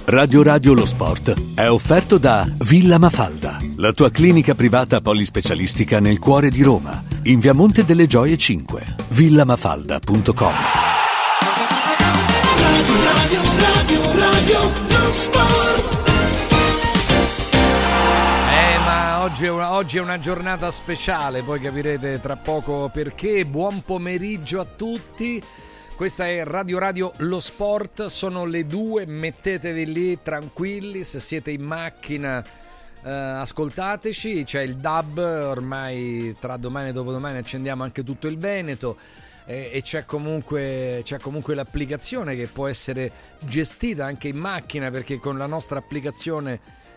Radio Radio lo Sport è offerto da Villa Mafalda, la tua clinica privata polispecialistica nel cuore di Roma, in via Monte delle Gioie 5, villamafalda.com. Radio lo Sport. Ma oggi è una giornata speciale, poi capirete tra poco perché. Buon pomeriggio a tutti. Questa è Radio lo Sport, sono le 2, mettetevi lì tranquilli, se siete in macchina ascoltateci, c'è il DAB, ormai tra domani e dopodomani accendiamo anche tutto il Veneto e c'è comunque l'applicazione che può essere gestita anche in macchina, perché con la nostra applicazione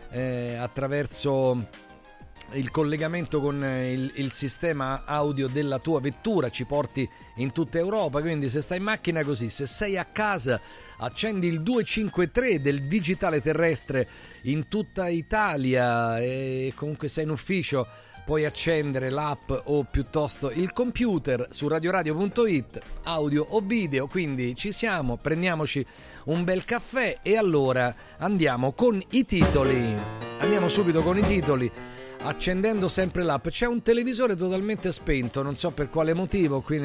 attraverso il collegamento con il sistema audio della tua vettura ci porti in tutta Europa. Quindi se stai in macchina così, se sei a casa accendi il 253 del digitale terrestre in tutta Italia e comunque sei in ufficio puoi accendere l'app o piuttosto il computer su radioradio.it, audio o video. Quindi ci siamo, prendiamoci un bel caffè e allora andiamo con i titoli. Andiamo subito con i titoli, accendendo sempre l'app. C'è un televisore totalmente spento, non so per quale motivo qui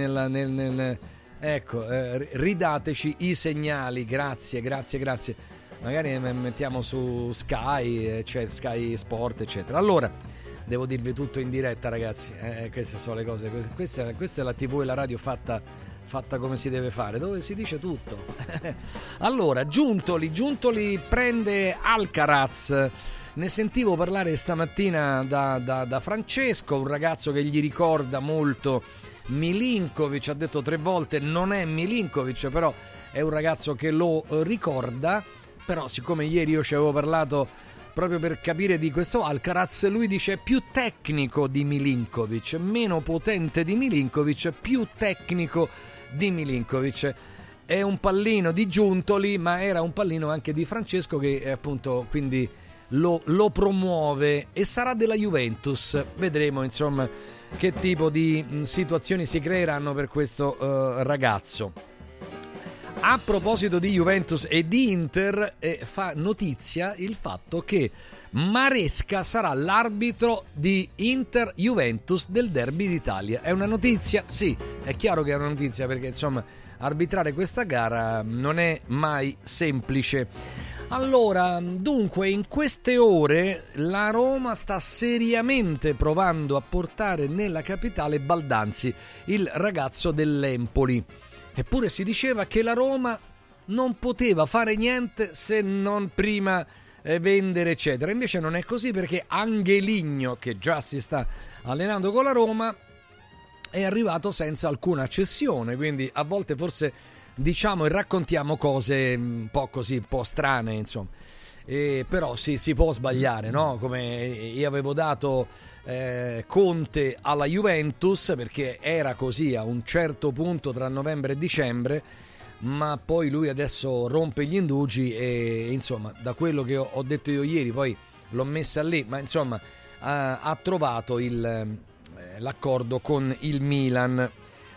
ecco, ridateci i segnali, grazie. Magari mettiamo su Sky, cioè Sky Sport eccetera. Allora, devo dirvi tutto in diretta, ragazzi, queste sono le cose, questa è la TV e la radio fatta come si deve fare, dove si dice tutto. Allora, Giuntoli prende Alcaraz. Ne sentivo parlare stamattina da Francesco, un ragazzo che gli ricorda molto Milinkovic, ha detto 3 volte non è Milinkovic, però è un ragazzo che lo ricorda. Però siccome ieri io ci avevo parlato proprio per capire di questo Alcaraz, lui dice più tecnico di Milinkovic, meno potente di Milinkovic, più tecnico di Milinkovic. È un pallino di Giuntoli, ma era un pallino anche di Francesco, che appunto quindi lo promuove e sarà della Juventus. Vedremo insomma che tipo di situazioni si creeranno per questo ragazzo. A proposito di Juventus e di Inter, fa notizia il fatto che Maresca sarà l'arbitro di Inter-Juventus del derby d'Italia. È una notizia? Sì, è chiaro che è una notizia, perché insomma arbitrare questa gara non è mai semplice. Allora, dunque, in queste ore la Roma sta seriamente provando a portare nella capitale Baldanzi, il ragazzo dell'Empoli. Eppure si diceva che la Roma non poteva fare niente se non prima vendere, eccetera. Invece non è così, perché Angeligno, che già si sta allenando con la Roma, è arrivato senza alcuna cessione. Quindi a volte forse diciamo e raccontiamo cose un po' così, un po' strane, insomma. Però si può sbagliare, no? Come io avevo dato Conte alla Juventus, perché era così a un certo punto tra novembre e dicembre, ma poi lui adesso rompe gli indugi e insomma, da quello che ho detto io ieri, poi l'ho messa lì, ma insomma ha trovato l'accordo con il Milan.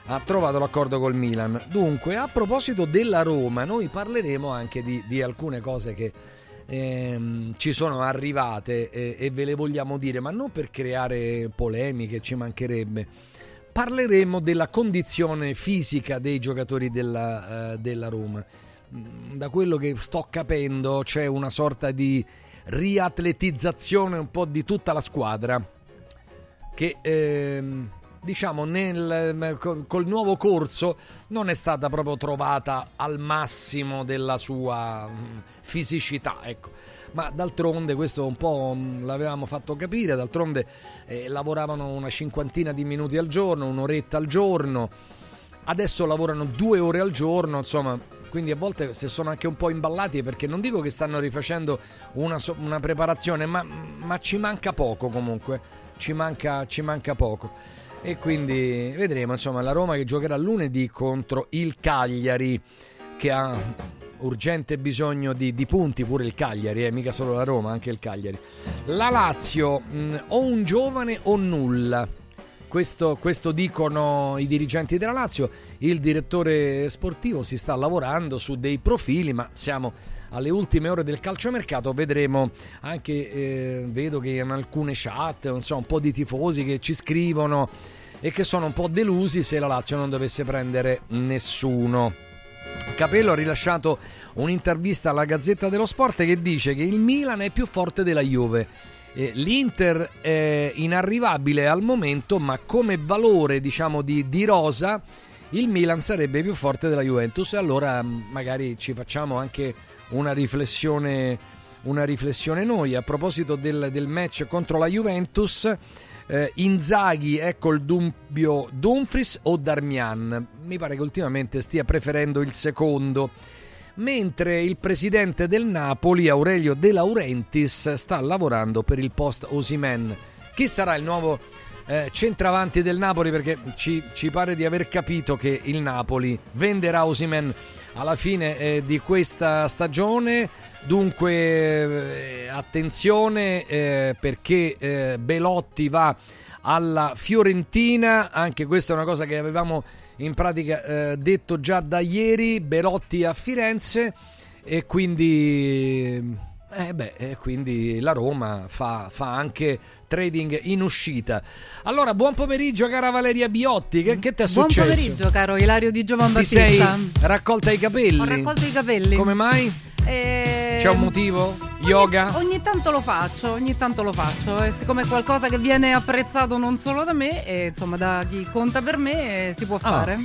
Dunque, a proposito della Roma, noi parleremo anche di alcune cose che ci sono arrivate e ve le vogliamo dire, ma non per creare polemiche, ci mancherebbe. Parleremo della condizione fisica dei giocatori della Roma. Da quello che sto capendo c'è una sorta di riatletizzazione un po' di tutta la squadra, che diciamo col nuovo corso non è stata proprio trovata al massimo della sua fisicità, ecco. Ma d'altronde questo un po' l'avevamo fatto capire, d'altronde lavoravano una 50 di minuti al giorno, un'oretta al giorno, adesso lavorano 2 ore al giorno, insomma, quindi a volte se sono anche un po' imballati, perché non dico che stanno rifacendo una preparazione, ma ci manca poco, comunque ci manca poco. E quindi vedremo, insomma, la Roma che giocherà lunedì contro il Cagliari, che ha urgente bisogno di punti, pure il Cagliari, mica solo la Roma, anche il Cagliari. La Lazio, o un giovane o nulla. questo dicono i dirigenti della Lazio. Il direttore sportivo si sta lavorando su dei profili, ma siamo alle ultime ore del calciomercato. Vedremo anche, vedo che in alcune chat, non so, un po' di tifosi che ci scrivono e che sono un po' delusi se la Lazio non dovesse prendere nessuno. Capello ha rilasciato un'intervista alla Gazzetta dello Sport che dice che il Milan è più forte della Juve. L'Inter è inarrivabile al momento, ma come valore, diciamo, di rosa il Milan sarebbe più forte della Juventus. E allora magari ci facciamo anche una riflessione noi a proposito del match contro la Juventus. Inzaghi, ecco il dubbio, Dumfries o Darmian. Mi pare che ultimamente stia preferendo il secondo, mentre il presidente del Napoli, Aurelio De Laurentiis, sta lavorando per il post Osimhen. Chi sarà il nuovo centravanti del Napoli? Perché ci pare di aver capito che il Napoli venderà Osimhen alla fine di questa stagione. Dunque attenzione, perché Belotti va alla Fiorentina. Anche questa è una cosa che avevamo in pratica detto già da ieri. Belotti a Firenze, e quindi quindi la Roma fa anche trading in uscita. Allora, buon pomeriggio cara Valeria Biotti, che ti è successo? Buon pomeriggio caro Ilario Di Giovan Battista. Ti sei raccolta i capelli? Ho raccolto i capelli. Come mai? C'è un motivo? Yoga? Ogni tanto lo faccio, e siccome è qualcosa che viene apprezzato non solo da me, e insomma da chi conta per me, si può fare.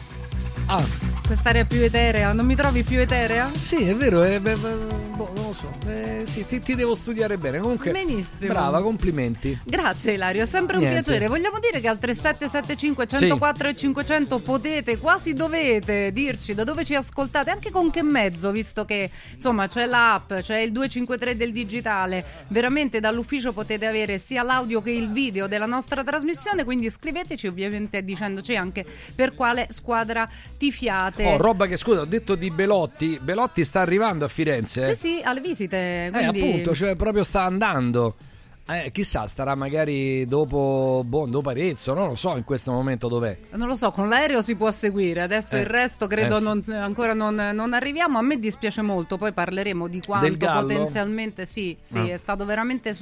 Quest'area più eterea, non mi trovi più eterea? Sì, è vero, non lo so. Sì, ti devo studiare bene. Comunque, benissimo. Brava, complimenti. Grazie Ilario, è sempre un piacere. Vogliamo dire che al 3775 104 e 500 potete, quasi dovete dirci da dove ci ascoltate, anche con che mezzo, visto che insomma c'è l'app, c'è il 253 del digitale. Veramente dall'ufficio potete avere sia l'audio che il video della nostra trasmissione, quindi scriveteci ovviamente dicendoci anche per quale squadra tifiate. Roba che, scusa, ho detto di Belotti sta arrivando a Firenze? Sì, alle visite, quindi... appunto, cioè proprio sta andando. Chissà, starà magari dopo Arezzo, non lo so in questo momento dov'è. Non lo so, con l'aereo si può seguire, adesso il resto credo ancora non arriviamo. A me dispiace molto, poi parleremo di quanto potenzialmente è stato veramente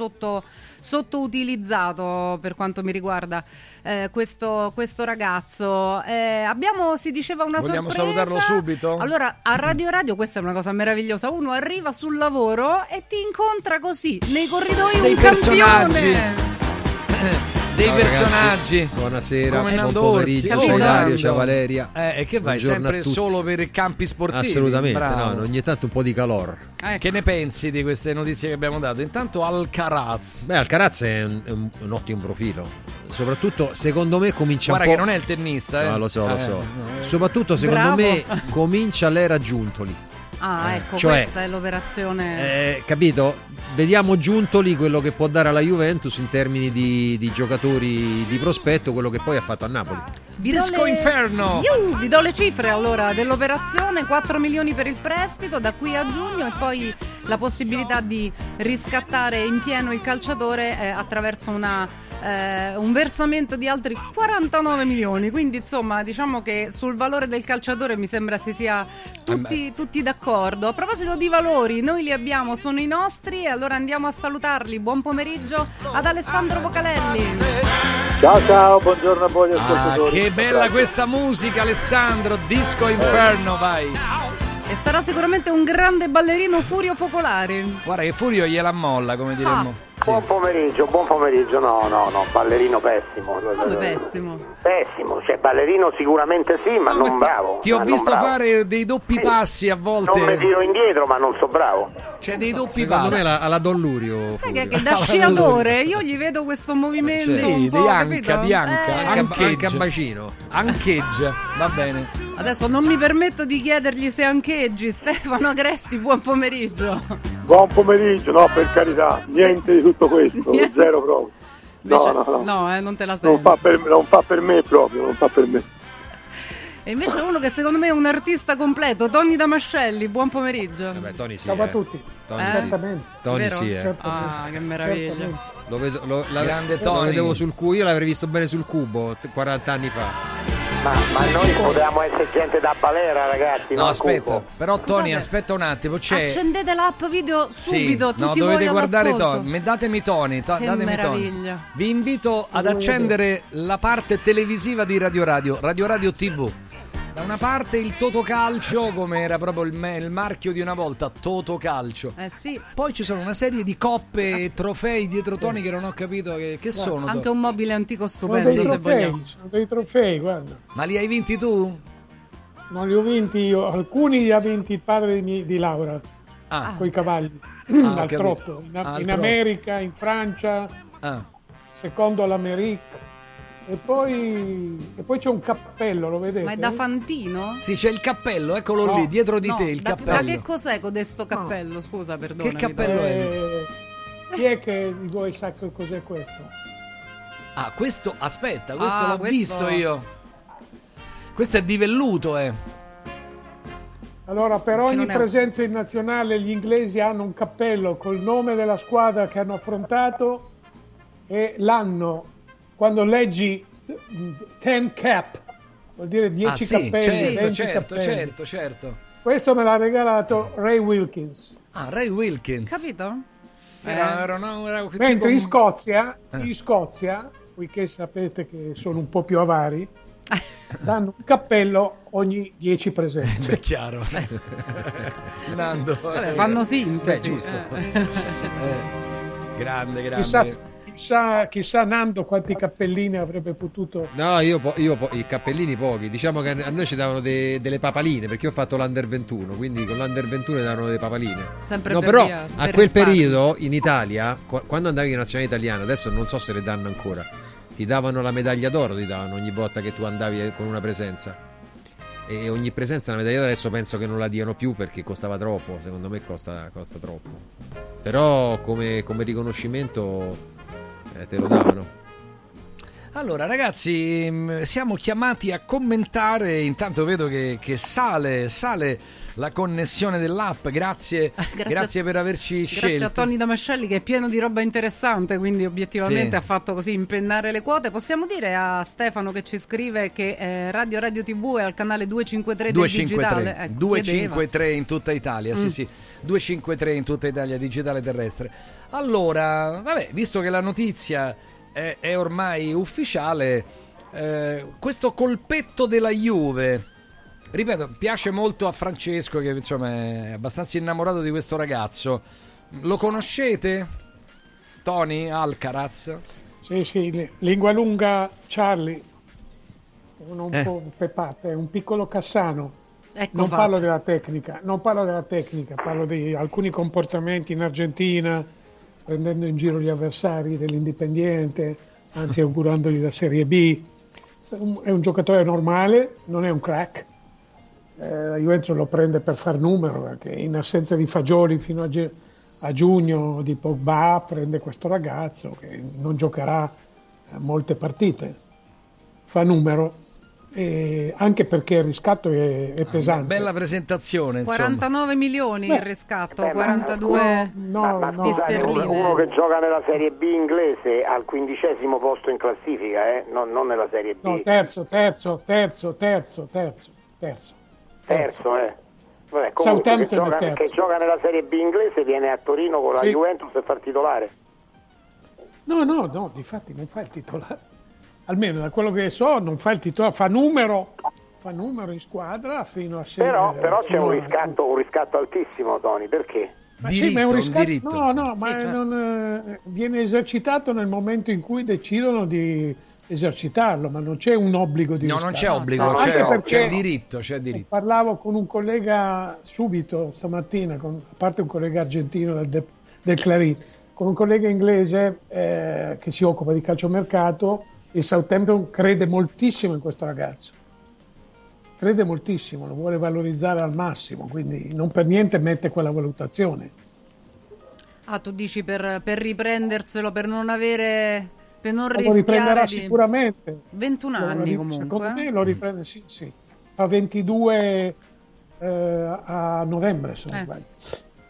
sottoutilizzato per quanto mi riguarda questo ragazzo. Si diceva una Vogliamo sorpresa. Vogliamo salutarlo subito? Allora, a Radio questa è una cosa meravigliosa, uno arriva sul lavoro e ti incontra così nei corridoi un campione. Dei personaggi. Ragazzi, buonasera, buon pomeriggio, ciao Ilario, ciao Valeria. E che vai sempre solo per i campi sportivi? Assolutamente, no, ogni tanto un po' di calor. Che ne pensi di queste notizie che abbiamo dato? Intanto Alcaraz. Alcaraz è un ottimo profilo. Soprattutto secondo me comincia Guarda un po'. Che non è il tennista, No, lo so. Soprattutto secondo me comincia l'era Giuntoli. Ecco, questa è l'operazione. Capito? Vediamo Giuntoli quello che può dare alla Juventus in termini di giocatori di prospetto, quello che poi ha fatto a Napoli. Disco Inferno. Vi do le cifre allora dell'operazione: 4 milioni per il prestito da qui a giugno e poi la possibilità di riscattare in pieno il calciatore attraverso un versamento di altri 49 milioni. Quindi insomma diciamo che sul valore del calciatore mi sembra si sia tutti d'accordo. A proposito di valori, noi li abbiamo, sono i nostri, e allora andiamo a salutarli. Buon pomeriggio ad Alessandro Vocalelli. Ciao, buongiorno a voi ascoltatori. Che bella questa musica, Alessandro. Disco Inferno, vai. E sarà sicuramente un grande ballerino Furio Focolare. Guarda che Furio gliela molla, come diremmo. Buon pomeriggio, no, ballerino pessimo. Come pessimo? Pessimo, cioè ballerino sicuramente sì, ma non bravo. Ti ho visto fare dei doppi passi a volte. Non mi tiro indietro, ma non so bravo. C'è dei doppi secondo passi. me alla Don Lurio. Sai che da sciatore io gli vedo questo movimento un po', di anca, anche a bacino. Ancheggia, va bene. Adesso non mi permetto di chiedergli se ancheggi. Stefano Agresti, buon pomeriggio. Buon pomeriggio, no, per carità, niente di tutto questo, zero proprio. Invece, no, non te la sento. Non fa per me proprio, non fa per me. E invece uno che secondo me è un artista completo, Tony Damascelli, buon pomeriggio. Tony sì. Ciao a tutti. Tony certamente. Tony sì. Che meraviglia. Grande lo Tony. vedevo sul cubo, io l'avrei visto bene sul cubo 40 anni fa. Ma noi potevamo essere gente da balera, ragazzi. No, non aspetta, cubo. però Scusate. Tony, aspetta un attimo, c'è... Accendete l'app video subito, Sì, no, tutti dovete voi guardare all'ascolto. Tony, datemi Tony, Che datemi meraviglia. Tony. Vi invito ad accendere la parte televisiva di Radio Radio TV. Da una parte il Totocalcio, come era proprio il marchio di una volta, Totocalcio. Sì. Poi ci sono una serie di coppe e trofei dietro Tony che non ho capito che sono. Anche un mobile antico Sono stupendo, dei se vogliamo. trofei, sono dei trofei, guarda. Ma li hai vinti tu? Non li ho vinti io, alcuni li ha vinti il padre di Laura, Ah, coi cavalli, ho al capito. trotto, in Trotto. America, in Francia, ah. secondo all'Amérique. E poi c'è un cappello, lo vedete? Ma è da Fantino? Sì, c'è il cappello, eccolo No. lì, dietro di No, te il da cappello. che cos'è codesto cappello? Scusa, perdona. Che cappello è? Chi è che di voi sa che cos'è questo? Ah, questo, aspetta, questo Ah, l'ho questo- visto io. Questo è di velluto, Allora, per Che ogni non è- presenza in nazionale gli inglesi hanno un cappello col nome della squadra che hanno affrontato e l'anno. Quando leggi 10 cap, vuol dire 10 cappelli, 20 cappelli. certo. Questo me l'ha regalato Ray Wilkins. Ah, Ray Wilkins. Capito? Era Mentre in tipo... Scozia, poiché sapete che sono un po' più avari, danno un cappello ogni 10 presenze. È chiaro. Nando. Vabbè, fanno sintesi. Giusto. Grande. Chissà Nando quanti cappellini avrebbe potuto. No, io i cappellini pochi. Diciamo che a noi ci davano delle papaline, perché io ho fatto l'Under 21, quindi con l'Under 21 davano delle papaline. Sempre No, per però via, a per quel risparmio. periodo in Italia, quando andavi in nazionale italiana, adesso non so se le danno ancora, ti davano la medaglia d'oro, ti davano ogni volta che tu andavi con una presenza. E ogni presenza una medaglia d'oro adesso penso che non la diano più perché costava troppo, secondo me costa troppo. Però come riconoscimento te lo davano. Allora ragazzi, siamo chiamati a commentare, intanto vedo che sale la connessione dell'app, grazie per averci scelto. Grazie a Tony Damascelli che è pieno di roba interessante, quindi obiettivamente Sì. ha fatto così impennare le quote. Possiamo dire a Stefano che ci scrive che Radio TV è al canale 253 del digitale. 253 in tutta Italia, sì, 253 in tutta Italia, digitale terrestre. Allora, vabbè, visto che la notizia è ormai ufficiale, questo colpetto della Juve, ripeto, piace molto a Francesco che insomma è abbastanza innamorato di questo ragazzo. Lo conoscete? Tony Alcaraz? Sì, lingua lunga Charlie, uno un po' pepate, è un piccolo Cassano. Ecco Non fatto. parlo della tecnica, parlo di alcuni comportamenti in Argentina, prendendo in giro gli avversari dell'Indipendiente, anzi augurandogli la Serie B. È un giocatore normale, non è un crack. La Juventus lo prende per far numero, perché in assenza di Fagioli fino a giugno, di Pogba, prende questo ragazzo che non giocherà molte partite. Fa numero. E anche perché il riscatto è pesante. Bella presentazione, insomma. 49 milioni il riscatto, ma 42 no, di sterline. Uno che gioca nella Serie B inglese al 15° posto in classifica, non nella Serie B. No, terzo. Terzo, Vabbè, comunque Southampton è terzo. che gioca nella Serie B inglese viene a Torino con la Sì. Juventus e fa il titolare. No, difatti non fa il titolare. Almeno da quello che so, non fa il titolare, fa numero in squadra fino a Però c'è un riscatto altissimo, Tony, perché? Ma sì, ma è un riscatto. diritto. No, ma Sì, certo. viene esercitato nel momento in cui decidono di esercitarlo, ma non c'è un obbligo di No, riscatto. non c'è obbligo, No, anche perché- c'è diritto. Parlavo con un collega subito stamattina, a parte un collega argentino del Clarín, con un collega inglese che si occupa di calciomercato. Il Southampton crede moltissimo in questo ragazzo, lo vuole valorizzare al massimo, quindi non per niente mette quella valutazione. Ah, tu dici per riprenderselo, per non Lo riprenderà rischiare di... sicuramente. 21 anni comunque. Secondo me lo riprende, sì. Fa 22 a novembre, se non sbaglio.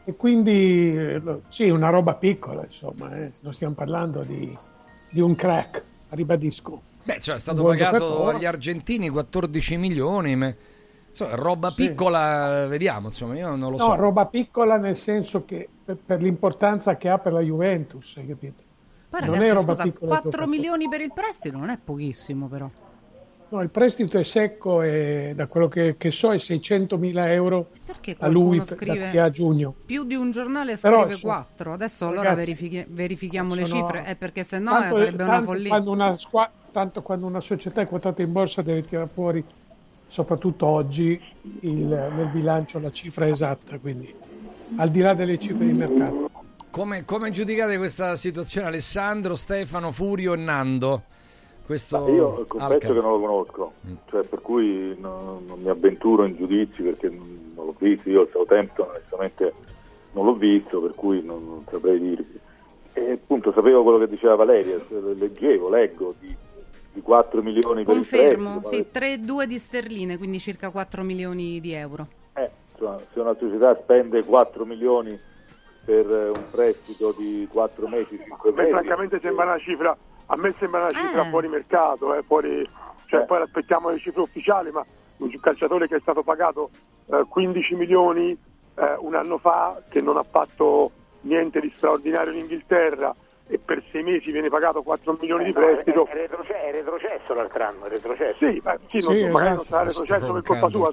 E quindi sì, una roba piccola, insomma, non stiamo parlando di un crack, ribadisco. Beh, cioè, è stato pagato agli argentini 14 milioni, insomma, roba piccola, vediamo, insomma, io non lo so. No, roba piccola nel senso che per l'importanza che ha per la Juventus, hai capito? Poi non ragazzi, è roba scusa, piccola. 4 milioni per il prestito non è pochissimo però. No, il prestito è secco e da quello che so è 600.000 euro Perché a lui scrive da qui a giugno. Più di un giornale scrive Però, 4. Adesso ragazzi, allora verifichiamo le cifre, perché sennò tanto, sarebbe una follia. Tanto quando una società è quotata in borsa deve tirare fuori, soprattutto oggi, nel bilancio la cifra esatta, quindi al di là delle cifre di mercato. Come giudicate questa situazione, Alessandro, Stefano, Furio e Nando? Io confesso che non lo conosco, cioè, per cui non mi avventuro in giudizi perché non l'ho visto. Io il Southampton onestamente non l'ho visto, per cui non saprei dirvi. E appunto sapevo quello che diceva Valeria, leggo di 4 milioni per Confermo, il prestito. sì, 3,2 di sterline, quindi circa 4 milioni di euro. Insomma, se una società spende 4 milioni per un prestito di 4 mesi, 5 mesi... francamente sembra una cifra... A me sembra una cifra fuori mercato, poi aspettiamo le cifre ufficiali, ma un calciatore che è stato pagato 15 milioni un anno fa, che non ha fatto niente di straordinario in Inghilterra, e per 6 mesi viene pagato 4 milioni di prestito. È retrocesso l'altro anno, è retrocesso. Sì, magari non sarà retrocesso per colpa sua,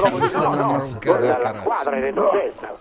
la squadra è retrocessa.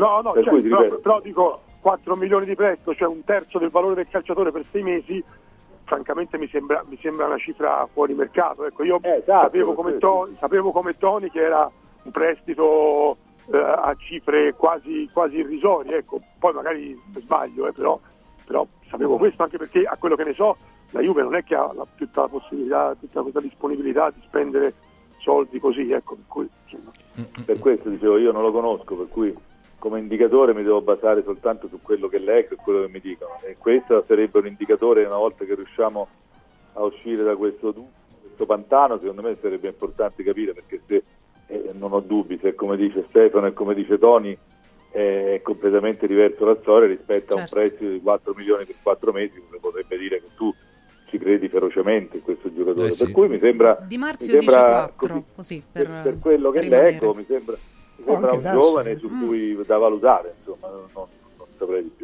Però dico 4 milioni di prestito, cioè un terzo del valore del calciatore per 6 mesi. Francamente mi sembra una cifra fuori mercato. Ecco, io sapevo come Toni che era un prestito a cifre quasi irrisorie, ecco. Poi magari sbaglio, però sapevo questo, anche perché a quello che ne so la Juve non è che ha tutta la possibilità, tutta questa disponibilità di spendere soldi così, ecco, per cui, insomma. Per questo dicevo, io non lo conosco, per cui come indicatore mi devo basare soltanto su quello che leggo e quello che mi dicono, e questo sarebbe un indicatore. Una volta che riusciamo a uscire da questo pantano, secondo me sarebbe importante capire, perché se non ho dubbi, se come dice Stefano e come dice Toni è completamente diverso la storia rispetto a un prestito di 4 milioni per 4 mesi, come potrebbe dire che tu ci credi ferocemente in questo giocatore, per cui mi sembra Di Marzio dice 4, così per quello che leggo mi sembra un giovane su cui da valutare, insomma, non saprei di più.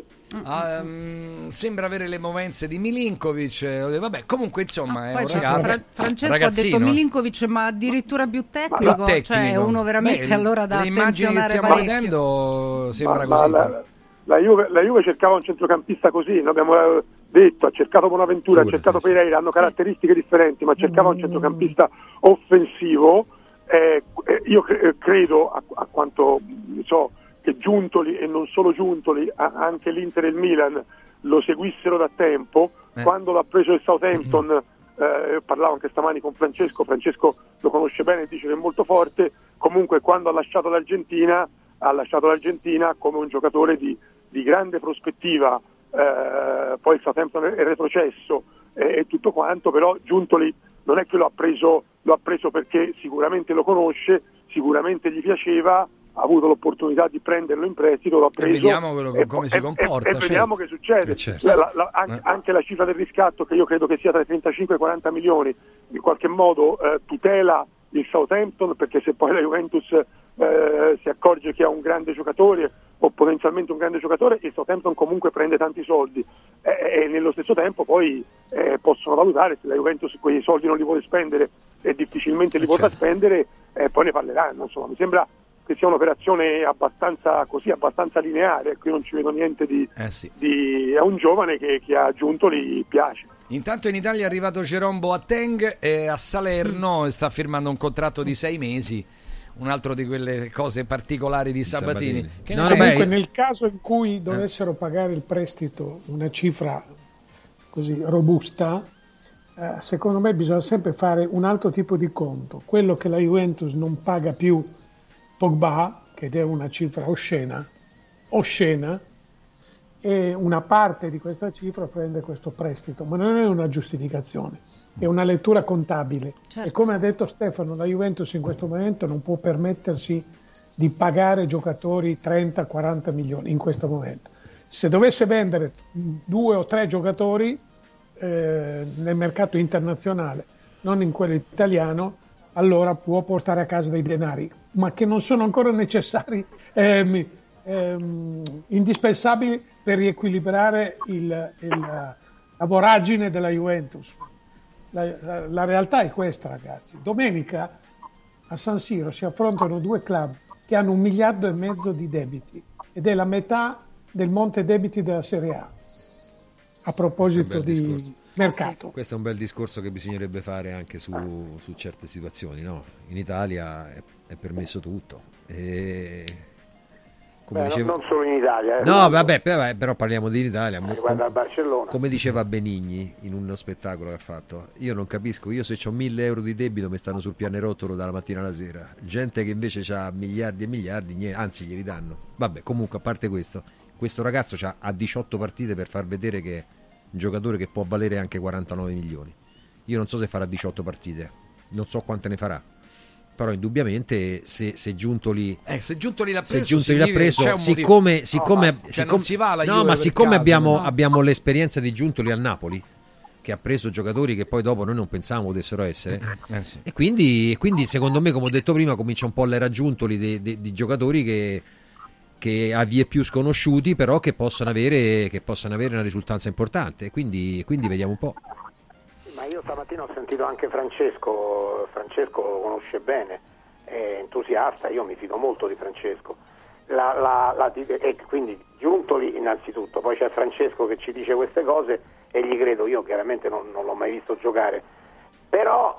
Sembra avere le movenze di Milinkovic, vabbè, comunque insomma è un ragazzo. Francesco ha detto Milinkovic, ma addirittura più tecnico, cioè è uno veramente allora da immagini che stiamo parecchio. vedendo sembra così. La Juve cercava un centrocampista così, l'abbiamo detto, ha cercato Bonaventura, ha cercato Pereira, hanno caratteristiche differenti, ma cercava un centrocampista offensivo. Io credo, a quanto so, che Giuntoli, e non solo Giuntoli, anche l'Inter e il Milan lo seguissero da tempo. Quando l'ha preso il Southampton, parlavo anche stamani con Francesco lo conosce bene e dice che è molto forte. Comunque quando ha lasciato l'Argentina come un giocatore di grande prospettiva. Poi il Southampton è retrocesso e tutto quanto, però Giuntoli non è che lo ha preso perché sicuramente lo conosce, sicuramente gli piaceva, ha avuto l'opportunità di prenderlo in prestito, l'ha preso, vediamo come si comporta, e vediamo che succede. Anche la cifra del riscatto, che io credo che sia tra i 35 e i 40 milioni, in qualche modo tutela il Southampton, perché se poi la Juventus si accorge che ha un grande giocatore o potenzialmente un grande giocatore, il Southampton comunque prende tanti soldi e nello stesso tempo poi possono valutare se la Juventus quei soldi non li vuole spendere e difficilmente li potrà spendere, poi ne parleranno. Insomma, mi sembra che sia un'operazione abbastanza lineare, qui non ci vedo niente è un giovane che a Giuntoli piace. Intanto in Italia è arrivato Jerome Boateng a Salerno, sta firmando un contratto di 6 mesi, un altro di quelle cose particolari di Sabatini. Comunque nel caso in cui dovessero pagare il prestito una cifra così robusta, secondo me bisogna sempre fare un altro tipo di conto, quello che la Juventus non paga più Pogba, che è una cifra oscena, e una parte di questa cifra prende questo prestito, ma non è una giustificazione, è una lettura contabile. Certo. E come ha detto Stefano, la Juventus in questo momento non può permettersi di pagare giocatori 30-40 milioni in questo momento. Se dovesse vendere 2 o 3 giocatori nel mercato internazionale, non in quello italiano, allora può portare a casa dei denari, ma che non sono ancora necessari, indispensabili per riequilibrare la voragine della Juventus. La realtà è questa, ragazzi. Domenica a San Siro si affrontano 2 club che hanno 1,5 miliardi di debiti ed è la metà del monte debiti della Serie A. A proposito di mercato. Questo è un bel discorso che bisognerebbe fare anche su certe situazioni, no? In Italia è permesso tutto. Non solo in Italia. No, vabbè, però parliamo di Italia. Riguarda il Barcellona. Come diceva Benigni in uno spettacolo che ha fatto, io non capisco, io se ho 1.000 euro di debito mi stanno sul pianerottolo dalla mattina alla sera. Gente che invece ha miliardi e miliardi, anzi glieli danno. Vabbè, comunque a parte questo ragazzo ha 18 partite per far vedere che è un giocatore che può valere anche 49 milioni. Io non so se farà 18 partite, non so quante ne farà. Però indubbiamente se Giuntoli l'ha preso, siccome non si va alla Juve, no, ma siccome caso, abbiamo l'esperienza di Giuntoli al Napoli, che ha preso giocatori che poi dopo noi non pensavamo potessero essere, sì. e quindi secondo me, come ho detto prima, comincia un po' l'era Giuntoli di giocatori che a vie più sconosciuti, però che possano avere una risultanza importante, quindi vediamo un po'. Ma io stamattina ho sentito anche Francesco lo conosce bene, è entusiasta, io mi fido molto di Francesco. E quindi Giuntoli innanzitutto, poi c'è Francesco che ci dice queste cose e gli credo, io chiaramente non l'ho mai visto giocare, però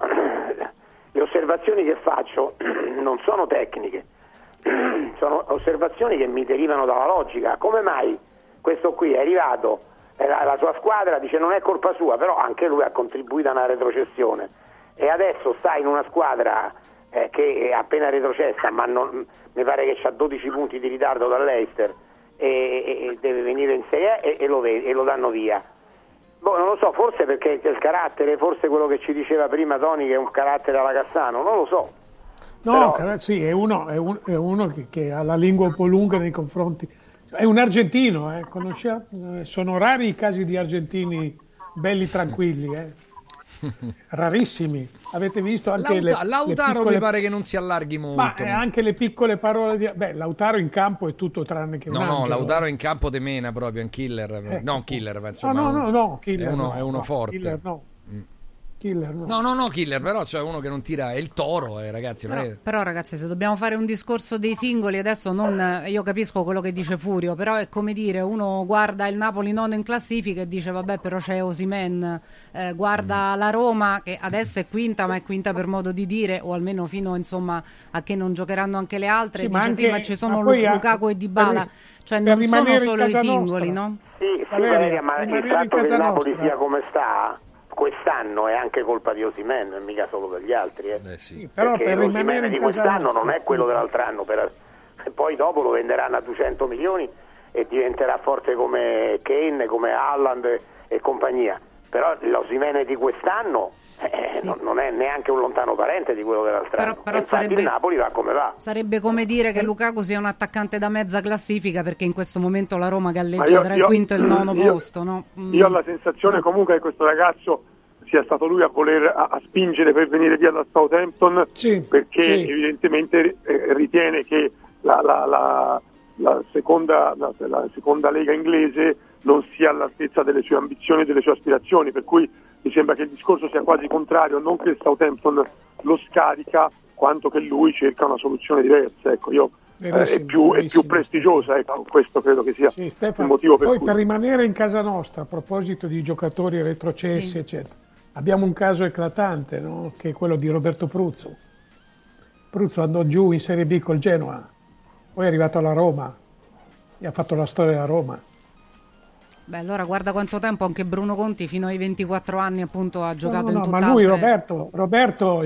le osservazioni che faccio non sono tecniche, sono osservazioni che mi derivano dalla logica. Come mai questo qui è arrivato, la sua squadra dice non è colpa sua, però anche lui ha contribuito a una retrocessione e adesso sta in una squadra che è appena retrocessa, ma mi pare che ha 12 punti di ritardo dall'Eister e deve venire in Serie A e lo danno via. Non lo so, forse perché il carattere, forse quello che ci diceva prima Toni, che è un carattere alla Cassano, non lo so. No, però... sì, è uno che ha la lingua un po' lunga nei confronti. È un argentino, sono rari i casi di argentini belli tranquilli, rarissimi. Avete visto anche Lautaro le piccole... mi pare che non si allarghi molto. Ma anche le piccole parole di... Lautaro in campo è tutto tranne che un angelo. No, Lautaro in campo te mena proprio, è un killer. Non killer, ma insomma. No, killer. È uno forte. Killer no. Killer, no. No, killer, però c'è uno che non tira, è il Toro, ragazzi. Però ragazzi, se dobbiamo fare un discorso dei singoli, adesso io capisco quello che dice Furio, però è come dire, uno guarda il Napoli nono in classifica e dice vabbè, però c'è Osimhen, guarda la Roma che adesso è quinta, ma è quinta per modo di dire, o almeno fino insomma a che non giocheranno anche le altre, sì, dice ma ci sono Lukaku e Dybala, cioè non sono solo i singoli, no? Sì, Valeria, ma il fatto che il Napoli sia come sta quest'anno è anche colpa di Osimhen, non è mica solo degli altri, sì, però per l'Osimhen di quest'anno non è quello dell'altro anno, poi dopo lo venderanno a 200 milioni e diventerà forte come Kane, come Haaland e compagnia, però l'Osimhen di quest'anno sì, non è neanche un lontano parente di quello dell'altro anno. Però sarebbe, il Napoli va come va. Sarebbe come dire che Lukaku sia un attaccante da mezza classifica, perché in questo momento la Roma galleggia tra il quinto e il nono posto, no? Io ho la sensazione comunque che questo ragazzo sia stato lui a voler a spingere per venire via da Southampton, perché evidentemente ritiene che la seconda lega inglese non sia all'altezza delle sue ambizioni e delle sue aspirazioni, per cui mi sembra che il discorso sia quasi contrario, non che il Southampton lo scarica quanto che lui cerca una soluzione diversa, ecco, è più prestigiosa, ecco, questo credo che sia il motivo per cui. Poi per rimanere in casa nostra, a proposito di giocatori retrocessi eccetera, abbiamo un caso eclatante, no? Che è quello di Roberto Pruzzo. Pruzzo andò giù in Serie B col Genoa, poi è arrivato alla Roma e ha fatto la storia della Roma. Beh, allora guarda quanto tempo anche Bruno Conti fino ai 24 anni appunto ha giocato in tutt'altre... Ma lui Roberto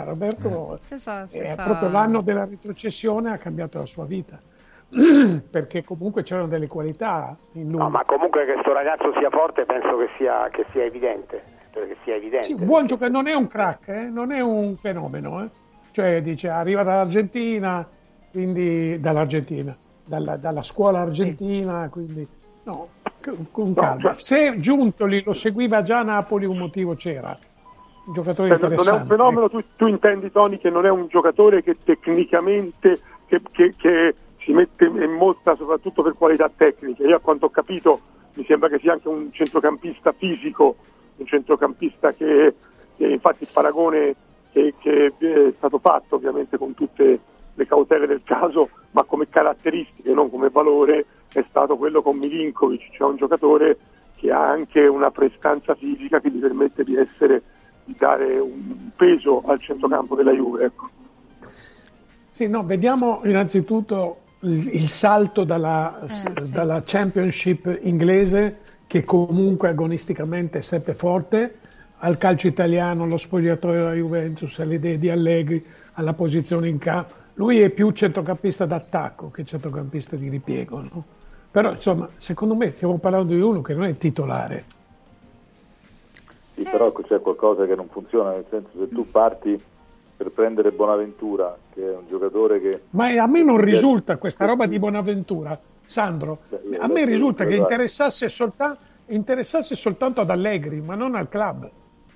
è proprio l'anno della retrocessione, ha cambiato la sua vita perché comunque c'erano delle qualità in lui. No, ma comunque che questo ragazzo sia forte penso che sia evidente, Sì, buon giocatore, non è un crack, non è un fenomeno, cioè dice arriva dall'Argentina, quindi dall'Argentina, dalla scuola argentina, sì. Quindi no, con calma. Se Giuntoli lo seguiva già a Napoli, un motivo c'era. Un giocatore interessante. Non è un fenomeno, tu intendi, Tony, che non è un giocatore che tecnicamente che si mette in mostra soprattutto per qualità tecniche. Io, a quanto ho capito, mi sembra che sia anche un centrocampista fisico, un centrocampista che infatti il paragone che è stato fatto, ovviamente con tutte le cautele del caso, ma come caratteristiche, non come valore, è stato quello con Milinkovic, cioè un giocatore che ha anche una prestanza fisica che gli permette di dare un peso al centrocampo della Juve, ecco. Sì, no, vediamo innanzitutto il salto dalla Championship inglese, che comunque agonisticamente è sempre forte, al calcio italiano, allo spogliatoio della Juventus, alle idee di Allegri, alla posizione in campo. Lui è più centrocampista d'attacco che centrocampista di ripiego, no? Però insomma, secondo me stiamo parlando di uno che non è titolare. Sì, però c'è qualcosa che non funziona, nel senso, se tu parti per prendere Bonaventura, che è un giocatore che... Ma a me non risulta questa roba di Bonaventura, Sandro. A me risulta che interessasse soltanto ad Allegri, ma non al club.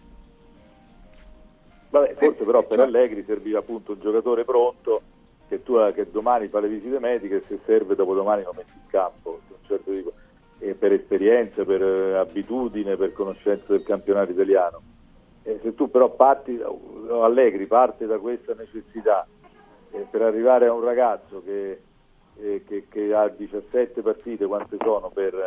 Vabbè, forse però per Allegri serviva appunto un giocatore pronto, che domani fa le visite mediche e se serve dopodomani lo metti in campo, per esperienza, per abitudine, per conoscenza del campionato italiano. Se tu però Allegri parte da questa necessità per arrivare a un ragazzo che ha 17 partite, quante sono,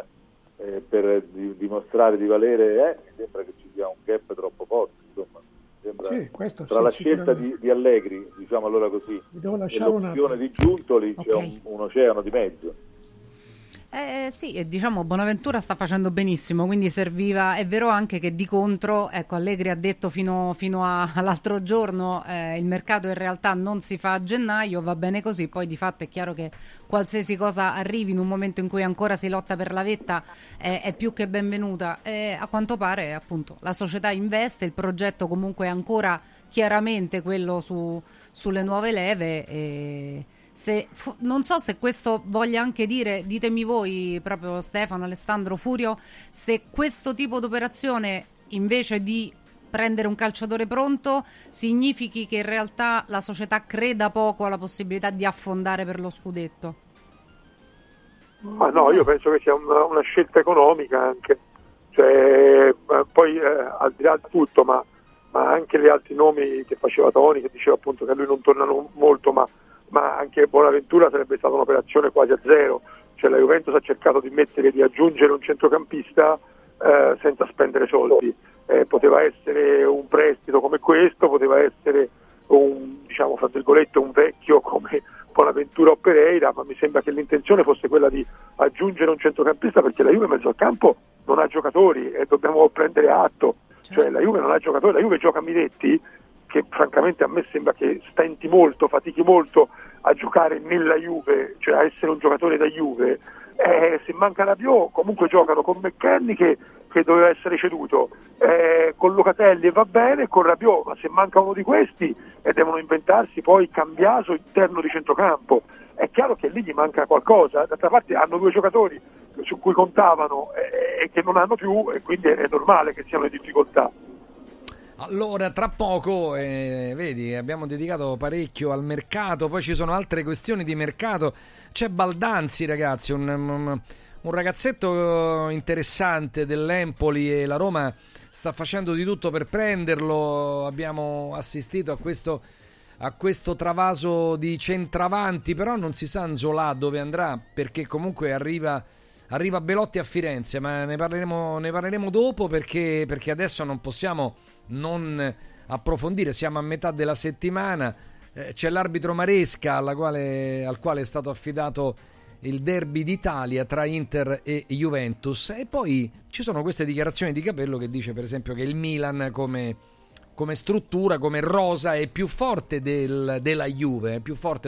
per dimostrare di valere, mi sembra che ci sia un gap troppo forte, insomma. Sì, tra la scelta di Allegri, diciamo allora così, e l'opzione di Giuntoli, okay, c'è un oceano di mezzo. Sì, diciamo Bonaventura sta facendo benissimo, quindi serviva. È vero anche che di contro, ecco, Allegri ha detto fino all'altro giorno il mercato in realtà non si fa a gennaio, va bene così. Poi di fatto è chiaro che qualsiasi cosa arrivi in un momento in cui ancora si lotta per la vetta è più che benvenuta. A quanto pare appunto la società investe, il progetto comunque è ancora chiaramente quello sulle nuove leve. Non so se questo voglia anche dire, ditemi voi, proprio Stefano, Alessandro, Furio, se questo tipo di operazione, invece di prendere un calciatore pronto, significhi che in realtà la società creda poco alla possibilità di affondare per lo scudetto. Ma no, io penso che sia una scelta economica anche, cioè, poi al di là di tutto, ma anche gli altri nomi che faceva Tony, che diceva appunto che a lui non tornano molto, ma anche Bonaventura sarebbe stata un'operazione quasi a zero, cioè la Juventus ha cercato di aggiungere un centrocampista senza spendere soldi, poteva essere un prestito come questo, poteva essere diciamo fra virgolette un vecchio come Bonaventura o Pereira, ma mi sembra che l'intenzione fosse quella di aggiungere un centrocampista, perché la Juve in mezzo al campo non ha giocatori e dobbiamo prendere atto, cioè la Juve non ha giocatori, la Juve gioca a Miretti, che francamente a me sembra che stenti molto, fatichi molto a giocare nella Juve, cioè a essere un giocatore da Juve. Se manca Rabiot comunque giocano con McKennie che doveva essere ceduto, con Locatelli va bene, con Rabiot, ma se manca uno di questi devono inventarsi poi Cambiaso interno di centrocampo. È chiaro che lì gli manca qualcosa, d'altra parte hanno due giocatori su cui contavano e che non hanno più, e quindi è normale che siano in difficoltà. Allora, tra poco, vedi, abbiamo dedicato parecchio al mercato, poi ci sono altre questioni di mercato. C'è Baldanzi, ragazzi, un ragazzetto interessante dell'Empoli, e la Roma sta facendo di tutto per prenderlo. Abbiamo assistito a questo travaso di centravanti, però non si sa Nzola dove andrà, perché comunque arriva Belotti a Firenze, ma ne parleremo dopo, perché adesso non possiamo non approfondire. Siamo a metà della settimana, c'è l'arbitro Maresca al quale è stato affidato il derby d'Italia tra Inter e Juventus, e poi ci sono queste dichiarazioni di Capello che dice per esempio che il Milan come struttura, come rosa è più forte della Juve,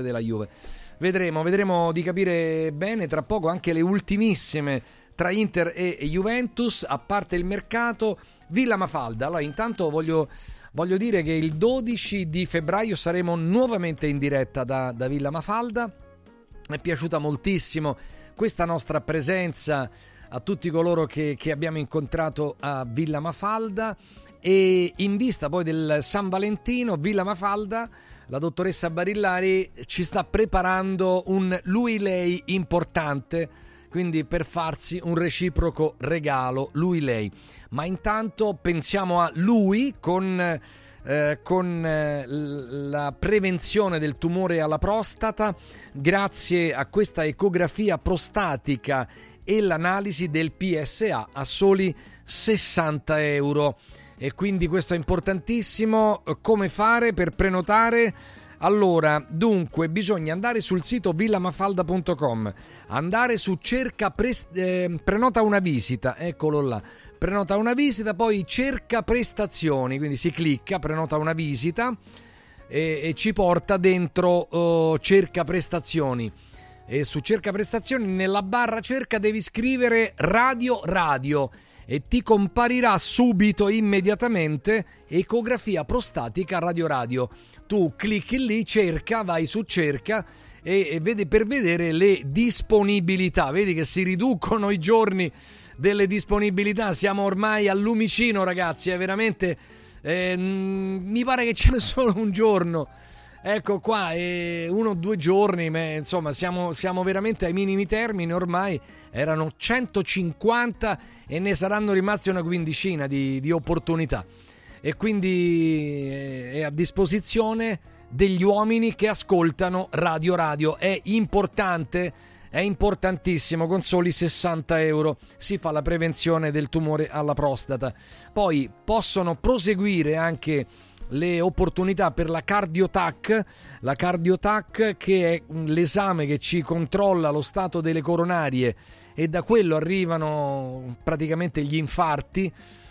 vedremo di capire bene tra poco anche le ultimissime tra Inter e Juventus, a parte il mercato. Villa Mafalda, allora intanto voglio voglio dire che il 12 di febbraio saremo nuovamente in diretta da Villa Mafalda. Mi è piaciuta moltissimo questa nostra presenza a tutti coloro che abbiamo incontrato a Villa Mafalda, e in vista poi del San Valentino, Villa Mafalda, la dottoressa Barillari ci sta preparando un lui-lei importante, quindi per farsi un reciproco regalo lui-lei. Ma intanto pensiamo a lui con la prevenzione del tumore alla prostata grazie a questa ecografia prostatica e l'analisi del PSA a soli 60 euro. E quindi questo è importantissimo. Come fare per prenotare? Allora, dunque, bisogna andare sul sito villamafalda.com, andare su prenota una visita, eccolo là, prenota una visita, poi cerca prestazioni, quindi si clicca, prenota una visita e ci porta dentro cerca prestazioni. E su cerca prestazioni, nella barra cerca devi scrivere radio e ti comparirà subito, immediatamente, ecografia prostatica radio. Tu clicchi lì, cerca, vai su cerca e vedi per vedere le disponibilità. Vedi che si riducono i giorni delle disponibilità, siamo ormai al lumicino, ragazzi, è veramente mi pare che ce n'è solo un giorno. Ecco qua, 1 o 2 giorni, insomma siamo veramente ai minimi termini ormai. Erano 150 e ne saranno rimasti una quindicina di opportunità, e quindi è a disposizione degli uomini che ascoltano radio. È importante, è importantissimo. Con soli 60 euro si fa la prevenzione del tumore alla prostata. Poi possono proseguire anche le opportunità per la CardioTac, che è l'esame che ci controlla lo stato delle coronarie, e da quello arrivano praticamente gli infarti,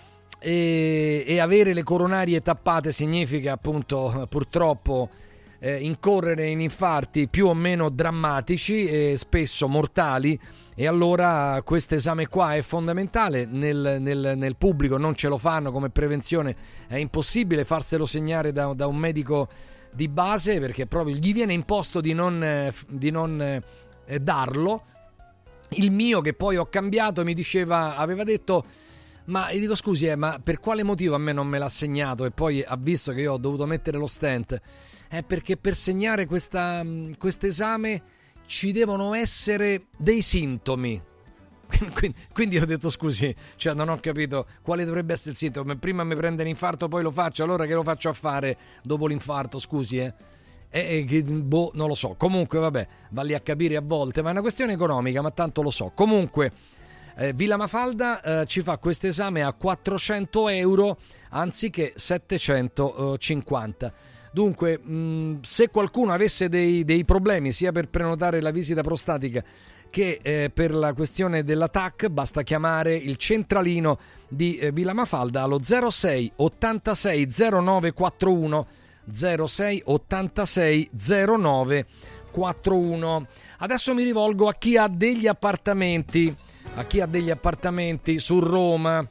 e avere le coronarie tappate significa appunto purtroppo incorrere in infarti più o meno drammatici e spesso mortali. E allora questo esame qua è fondamentale. Nel pubblico non ce lo fanno come prevenzione, è impossibile farselo segnare da un medico di base, perché proprio gli viene imposto di non darlo. Il mio, che poi ho cambiato, aveva detto, ma gli dico scusi, ma per quale motivo a me non me l'ha segnato? E poi ha visto che io ho dovuto mettere lo stent. Perché per segnare quest'esame ci devono essere dei sintomi. Quindi ho detto scusi, cioè non ho capito quale dovrebbe essere il sintomo. Prima mi prende l'infarto, poi lo faccio, allora che lo faccio a fare dopo l'infarto, scusi non lo so. Comunque vabbè, va lì a capire a volte, ma è una questione economica, ma tanto lo so. Comunque Villa Mafalda ci fa questo esame a 400 euro anziché 750. Dunque, se qualcuno avesse dei problemi sia per prenotare la visita prostatica che per la questione della TAC, basta chiamare il centralino di Villa Mafalda allo 06 86 09 41 06 86 09 41. Adesso mi rivolgo a chi ha degli appartamenti, su Roma,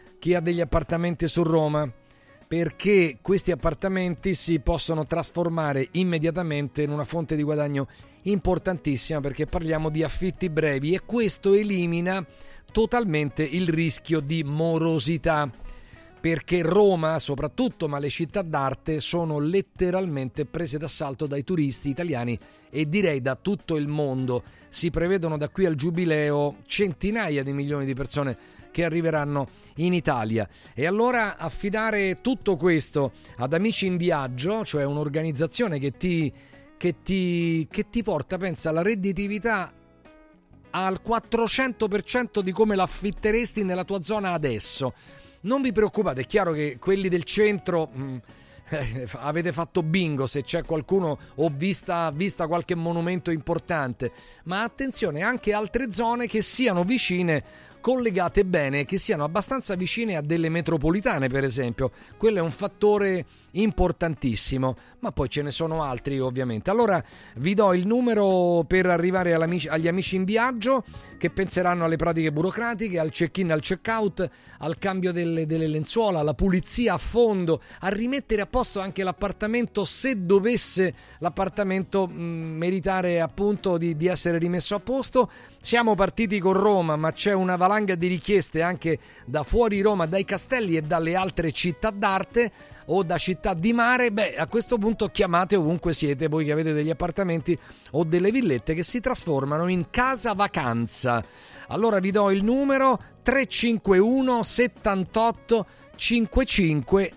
perché questi appartamenti si possono trasformare immediatamente in una fonte di guadagno importantissima, perché parliamo di affitti brevi, e questo elimina totalmente il rischio di morosità, perché Roma soprattutto, ma le città d'arte, sono letteralmente prese d'assalto dai turisti italiani e direi da tutto il mondo. Si prevedono da qui al Giubileo centinaia di milioni di persone che arriveranno in Italia, e allora affidare tutto questo ad Amici in Viaggio, cioè un'organizzazione che ti porta, pensa, alla redditività al 400% di come l'affitteresti nella tua zona adesso. Non vi preoccupate, è chiaro che quelli del centro avete fatto bingo se c'è qualcuno o vista qualche monumento importante, ma attenzione, anche altre zone che siano vicine, collegate bene, che siano abbastanza vicine a delle metropolitane, per esempio. Quello è un fattore importantissimo, ma poi ce ne sono altri ovviamente. Allora vi do il numero per arrivare agli amici in viaggio che penseranno alle pratiche burocratiche, al check-in, al check-out, al cambio delle lenzuola, alla pulizia a fondo, a rimettere a posto anche l'appartamento se dovesse l'appartamento meritare appunto di essere rimesso a posto. Siamo partiti con Roma, ma c'è una valanga di richieste anche da fuori Roma, dai castelli e dalle altre città d'arte o da città di mare. Beh, a questo punto chiamate ovunque siete, voi che avete degli appartamenti o delle villette che si trasformano in casa vacanza. Allora vi do il numero 351 78 55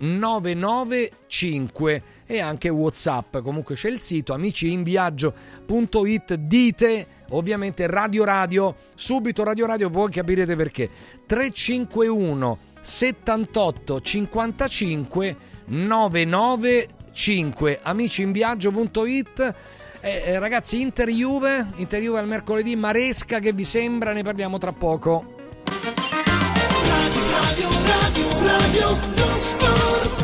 995 e anche WhatsApp. Comunque c'è il sito amiciinviaggio.it, dite ovviamente Radio, subito Radio, poi capirete perché. 351 78 55 995, amiciinviaggio.it. Ragazzi, Inter Juve al mercoledì, Maresca, che vi sembra? Ne parliamo tra poco. Radio non sport.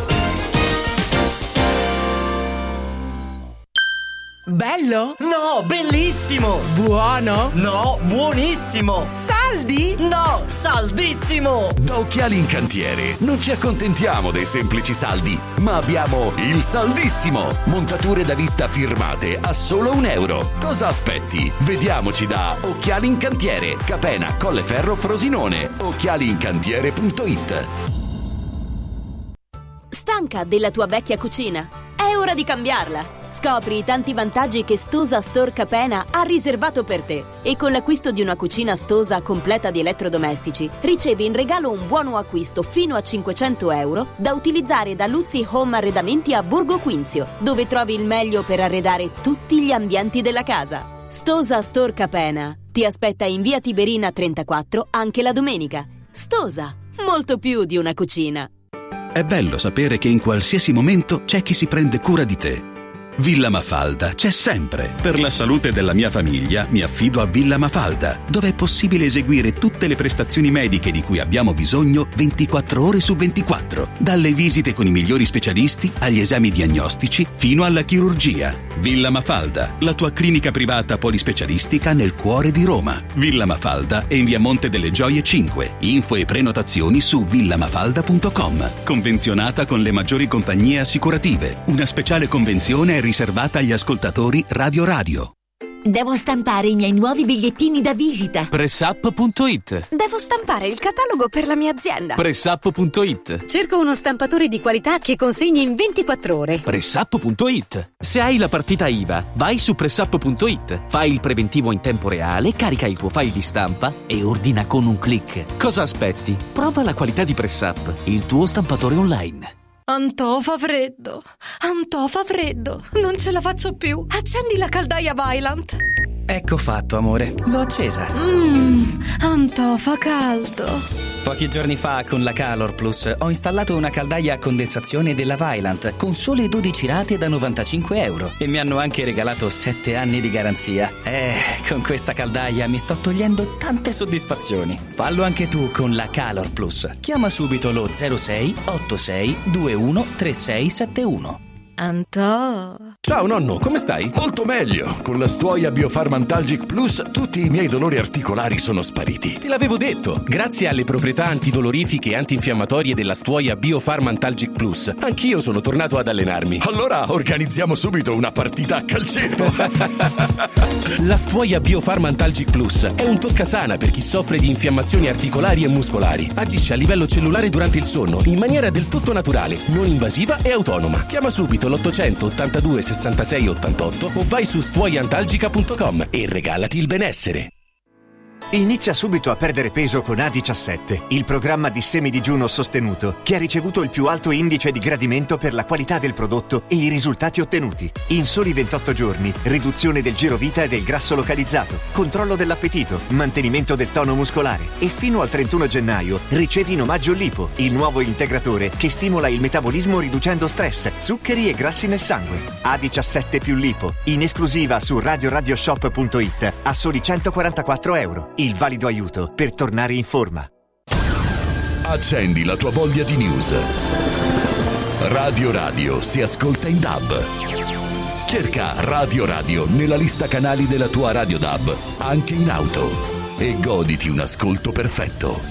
Bello? No, bellissimo! Buono? No, buonissimo! Saldi? No, saldissimo! Da Occhiali in Cantiere non ci accontentiamo dei semplici saldi, ma abbiamo il saldissimo! Montature da vista firmate a solo €1. Cosa aspetti? Vediamoci da Occhiali in Cantiere, Capena, Colleferro, Frosinone. occhialiincantiere.it. Stanca della tua vecchia cucina? È ora di cambiarla! Scopri i tanti vantaggi che Stosa Store Capena ha riservato per te e con l'acquisto di una cucina Stosa completa di elettrodomestici ricevi in regalo un buono acquisto fino a €500 da utilizzare da Luzzi Home Arredamenti a Borgo Quinzio, dove trovi il meglio per arredare tutti gli ambienti della casa. Stosa Store Capena ti aspetta in via Tiberina 34 anche la domenica. Stosa, molto più di una cucina. È bello sapere che in qualsiasi momento c'è chi si prende cura di te. Villa Mafalda c'è sempre. Per la salute della mia famiglia mi affido a Villa Mafalda, dove è possibile eseguire tutte le prestazioni mediche di cui abbiamo bisogno 24 ore su 24, dalle visite con i migliori specialisti agli esami diagnostici fino alla chirurgia. Villa Mafalda, la tua clinica privata polispecialistica nel cuore di Roma. Villa Mafalda è in via Monte delle Gioie 5. Info e prenotazioni su villamafalda.com. Convenzionata con le maggiori compagnie assicurative. Una speciale convenzione è riservata agli ascoltatori Radio. Devo stampare i miei nuovi bigliettini da visita. Pressup.it. Devo stampare il catalogo per la mia azienda. Pressup.it. Cerco uno stampatore di qualità che consegni in 24 ore. Pressup.it. Se hai la partita IVA, vai su Pressup.it, fai il preventivo in tempo reale, carica il tuo file di stampa e ordina con un click. Cosa aspetti? Prova la qualità di Pressup, il tuo stampatore online. Antò fa freddo, non ce la faccio più. Accendi la caldaia Vaillant. Ecco fatto, amore, l'ho accesa. Antò fa caldo. Pochi giorni fa con la Calor Plus ho installato una caldaia a condensazione della Vaillant con sole 12 rate da €95 e mi hanno anche regalato 7 anni di garanzia. Con questa caldaia mi sto togliendo tante soddisfazioni. Fallo anche tu con la Calor Plus. Chiama subito lo 06 86 21 3671. Antò. Ciao nonno, come stai? Molto meglio. Con la Stuoia Biofarmantalgic Plus tutti i miei dolori articolari sono spariti. Te l'avevo detto. Grazie alle proprietà antidolorifiche e antinfiammatorie della Stuoia Biofarmantalgic Plus, anch'io sono tornato ad allenarmi. Allora organizziamo subito una partita a calcetto. La Stuoia Biofarmantalgic Plus è un toccasana per chi soffre di infiammazioni articolari e muscolari. Agisce a livello cellulare durante il sonno in maniera del tutto naturale, non invasiva e autonoma. Chiama subito l'882 66 88 o vai su stuoiantalgica.com e regalati il benessere. Inizia subito a perdere peso con A17, il programma di semidigiuno sostenuto che ha ricevuto il più alto indice di gradimento per la qualità del prodotto e i risultati ottenuti. In soli 28 giorni, riduzione del girovita e del grasso localizzato, controllo dell'appetito, mantenimento del tono muscolare e fino al 31 gennaio ricevi in omaggio Lipo, il nuovo integratore che stimola il metabolismo riducendo stress, zuccheri e grassi nel sangue. A17 più Lipo, in esclusiva su radioshop.it a soli €144. Il valido aiuto per tornare in forma. Accendi la tua voglia di news. Radio Radio si ascolta in DAB. Cerca Radio Radio nella lista canali della tua radio DAB, anche in auto, e goditi un ascolto perfetto.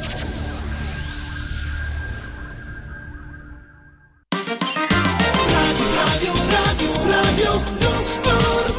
Radio non sport.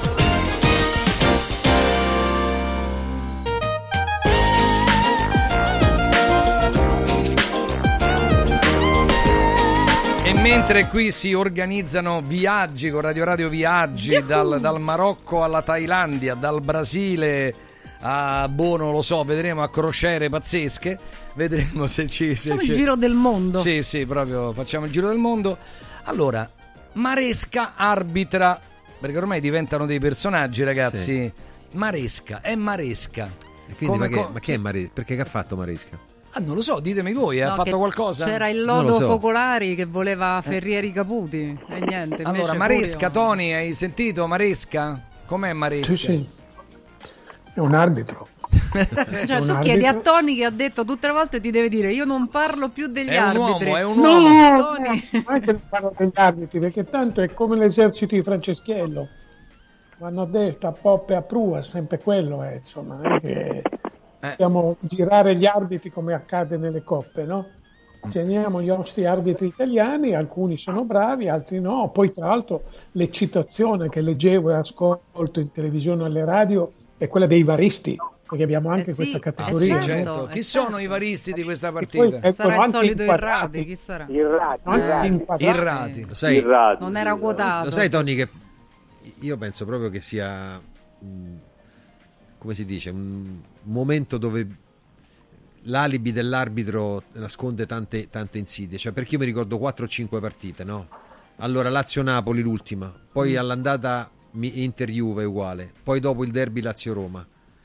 E mentre qui si organizzano viaggi con Radio Radio Viaggi dal Marocco alla Thailandia, dal Brasile a non lo so, vedremo, a crociere pazzesche, vedremo se ci facciamo il giro del mondo. Sì, proprio facciamo il giro del mondo. Allora, Maresca arbitra, perché ormai diventano dei personaggi, ragazzi. Sì. Maresca. E quindi ma che è Maresca? Perché che ha fatto Maresca? Ah, non lo so, ditemi voi, ha fatto qualcosa? C'era il lodo Focolari che voleva Ferrieri Caputi e niente. Allora, Maresca, Tony, hai sentito Maresca? Com'è Maresca? Sì. È un arbitro. Cioè, tu chiedi a Tony, che ha detto tutte le volte, ti deve dire: io non parlo più degli arbitri. È un uomo. No, anche non parlo degli arbitri, perché tanto è come l'esercito di Franceschiello. Vanno detto a Poppe e a Prua, sempre quello è, insomma, non è che possiamo girare gli arbitri come accade nelle coppe, no? Teniamo gli nostri arbitri italiani, alcuni sono bravi, altri no. Poi tra l'altro l'eccitazione che leggevo e ascolto in televisione e alle radio è quella dei varisti, perché abbiamo anche questa categoria. Certo. Chi sono i varisti di questa partita? Sarà il solito Irrati, chi sarà? Irrati. Lo sai, non era quotato. Lo sai, Tony, che io penso proprio che sia, come si dice, un momento dove l'alibi dell'arbitro nasconde tante insidie. Cioè, perché io mi ricordo 4 o 5 partite, no? Allora, Lazio-Napoli l'ultima, poi all'andata Inter-Juve uguale, poi dopo il derby Lazio-Roma.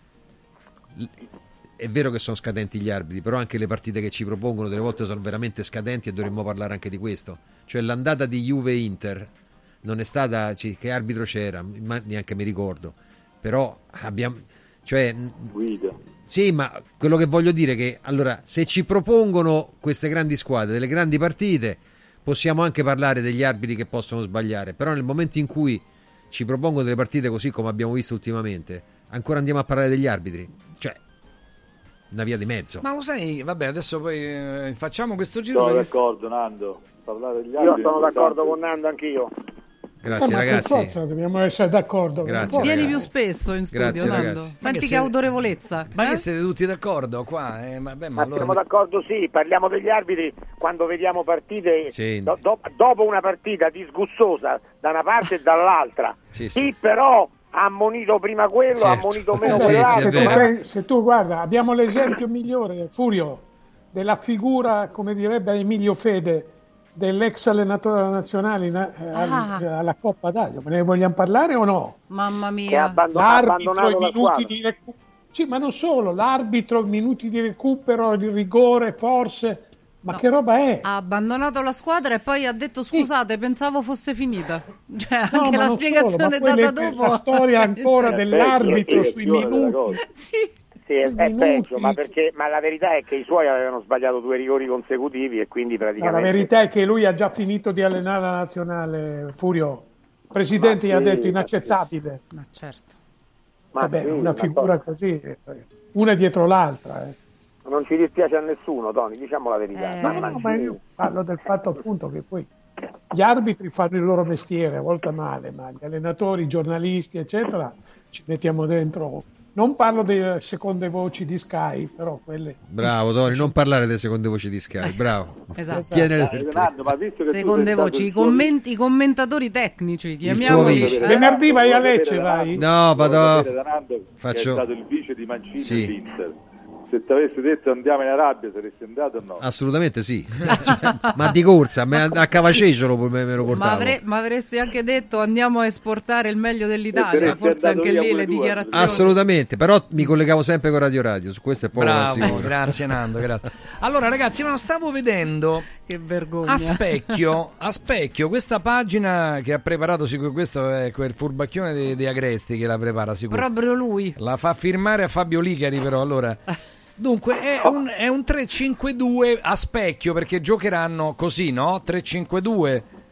È vero che sono scadenti gli arbitri, però anche le partite che ci propongono delle volte sono veramente scadenti, e dovremmo parlare anche di questo. Cioè, l'andata di Juve-Inter non è stata, che arbitro c'era, neanche mi ricordo, però abbiamo, cioè, sì, ma quello che voglio dire è che, allora, se ci propongono queste grandi squadre, delle grandi partite, possiamo anche parlare degli arbitri che possono sbagliare, però nel momento in cui ci propongono delle partite così come abbiamo visto ultimamente, ancora andiamo a parlare degli arbitri, cioè una via di mezzo. Ma lo sai, vabbè, adesso poi facciamo questo giro. Sono d'accordo, Nando, parlare degli arbitri. Io sono d'accordo con Nando anch'io. Grazie, ragazzi. Per forza dobbiamo essere d'accordo. Grazie, vieni più spesso in studio, grazie, Nando. ragazzi. Senti che autorevolezza. Ma che siete tutti d'accordo qua? Vabbè, ma allora... siamo d'accordo, sì, parliamo degli arbitri quando vediamo partite, sì. Dopo una partita disgustosa da una parte e dall'altra. Sì, però ha ammonito prima quello, ha ammonito meno quell'altro. Se tu guarda, abbiamo l'esempio migliore, Furio, della figura, come direbbe Emilio Fede, dell'ex allenatore della nazionale alla Coppa d'Italia. Ne vogliamo parlare o no? Mamma mia, l'arbitro, i minuti di recupero. Sì, ma non solo, l'arbitro, i minuti di recupero, il rigore, forse. Ma che roba è? Ha abbandonato la squadra e poi ha detto: scusate, pensavo fosse finita. Cioè, anche la spiegazione data dopo. La storia ancora dell'arbitro sui minuti. Sì, è peggio, ma la verità è che i suoi avevano sbagliato 2 rigori consecutivi e quindi praticamente... Ma la verità è che lui ha già finito di allenare la nazionale, Furio. Il presidente gli ha detto inaccettabile. Ma certo. Vabbè, una figura così, una dietro l'altra. Non ci dispiace a nessuno, Tony, diciamo la verità. Ma io parlo del fatto appunto che poi gli arbitri fanno il loro mestiere, a volte male, ma gli allenatori, i giornalisti, eccetera, ci mettiamo dentro. Non parlo delle seconde voci di Sky, però quelle... Bravo, Tony, non parlare delle seconde voci di Sky, bravo. Esatto. Seconde voci, i commentatori tecnici, chiamiamoli. Venerdì vai a Lecce, vai? No, vado... Faccio... È stato il vice di Mancini all'Inter. Se ti avessi detto andiamo in Arabia, saresti andato o no? Assolutamente sì. Ma di corsa, a Cavacecelo me lo portavo. Ma avresti anche detto andiamo a esportare il meglio dell'Italia, forse anche lì le dichiarazioni. Assolutamente, però mi collegavo sempre con Radio Radio, su questo è poco bravo, grazie Nando, grazie. Allora ragazzi, ma stavo vedendo che vergogna. A specchio, questa pagina che ha preparato sicuro, questo è quel furbacchione di Agresti che la prepara sicuro. Proprio lui. La fa firmare a Fabio Licari, però allora... Dunque è un 3-5-2 a specchio, perché giocheranno così, no? 3-5-2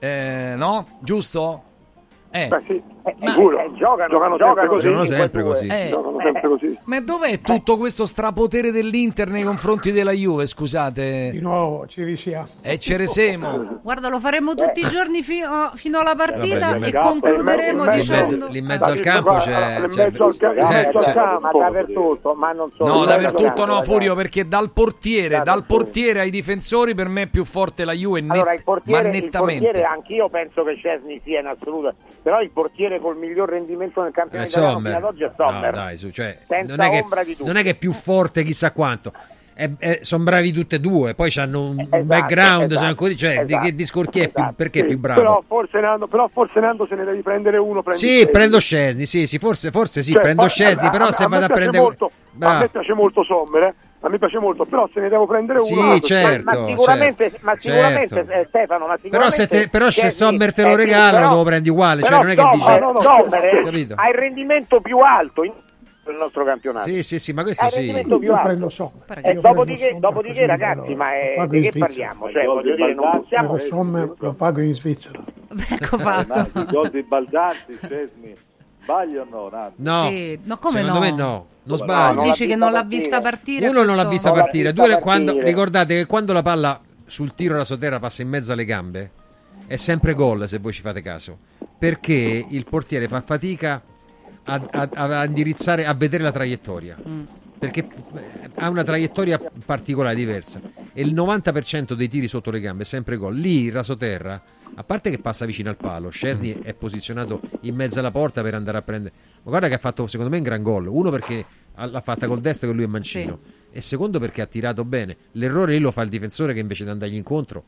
no? Giusto? Beh, sì, giocano sempre così. Giocano sempre così. Ma dov'è tutto questo strapotere dell'Inter nei confronti della Juve, scusate? Di nuovo ci risiamo. E ceresemo. Guarda, lo faremo tutti i giorni fino alla partita e concluderemo dicendo... Lì in mezzo al campo c'è... Ma dappertutto, ma non solo. No, dappertutto no, Furio, perché dal portiere ai difensori per me è più forte la Juve, allora, il portiere, anch'io penso che Szczesny sia in assoluta, però il portiere col miglior rendimento nel campionato italiano fino ad oggi è Sommer. No, dai, cioè, senza ombra di dubbio. Non è che è più forte chissà quanto. Sono bravi tutte e due, poi hanno un background, che discorsi è perché è più bravo? Però forse Nando se ne devi prendere uno. Prendo Szczesny, sì, forse prendo Szczesny, però se vado a prendere a me piace molto Sommer, a me piace molto, però se ne devo prendere uno. Sì, certo. Ma sicuramente Stefano, ma sicuramente però se Sommer te lo regala lo prendi uguale, cioè non è che dice Sommer ha il rendimento più alto del nostro campionato. Sì, ma questo sì. Io prendo Sommer. Dopodiché ragazzi, ma di che parliamo? Cioè, voglio dire, non possiamo... Sommer lo pago in Svizzera. Ecco fatto. I gol di Baldanzi, Szczesny, sbagliano? No, sì. No, come secondo me no. Non sbaglio. Dici che non l'ha vista partire? Uno non l'ha vista partire. Due, ricordate che quando la palla sul tiro alla sotterra passa in mezzo alle gambe è sempre gol, se voi ci fate caso, perché il portiere fa fatica a indirizzare, a vedere la traiettoria, perché ha una traiettoria particolare, diversa, e il 90% dei tiri sotto le gambe è sempre gol. Lì il rasoterra, a parte che passa vicino al palo, Szczesny è posizionato in mezzo alla porta per andare a prendere, ma guarda che ha fatto secondo me un gran gol. Uno perché l'ha fatta col destro, che lui è mancino, e secondo perché ha tirato bene. L'errore lì lo fa il difensore, che invece di andargli incontro,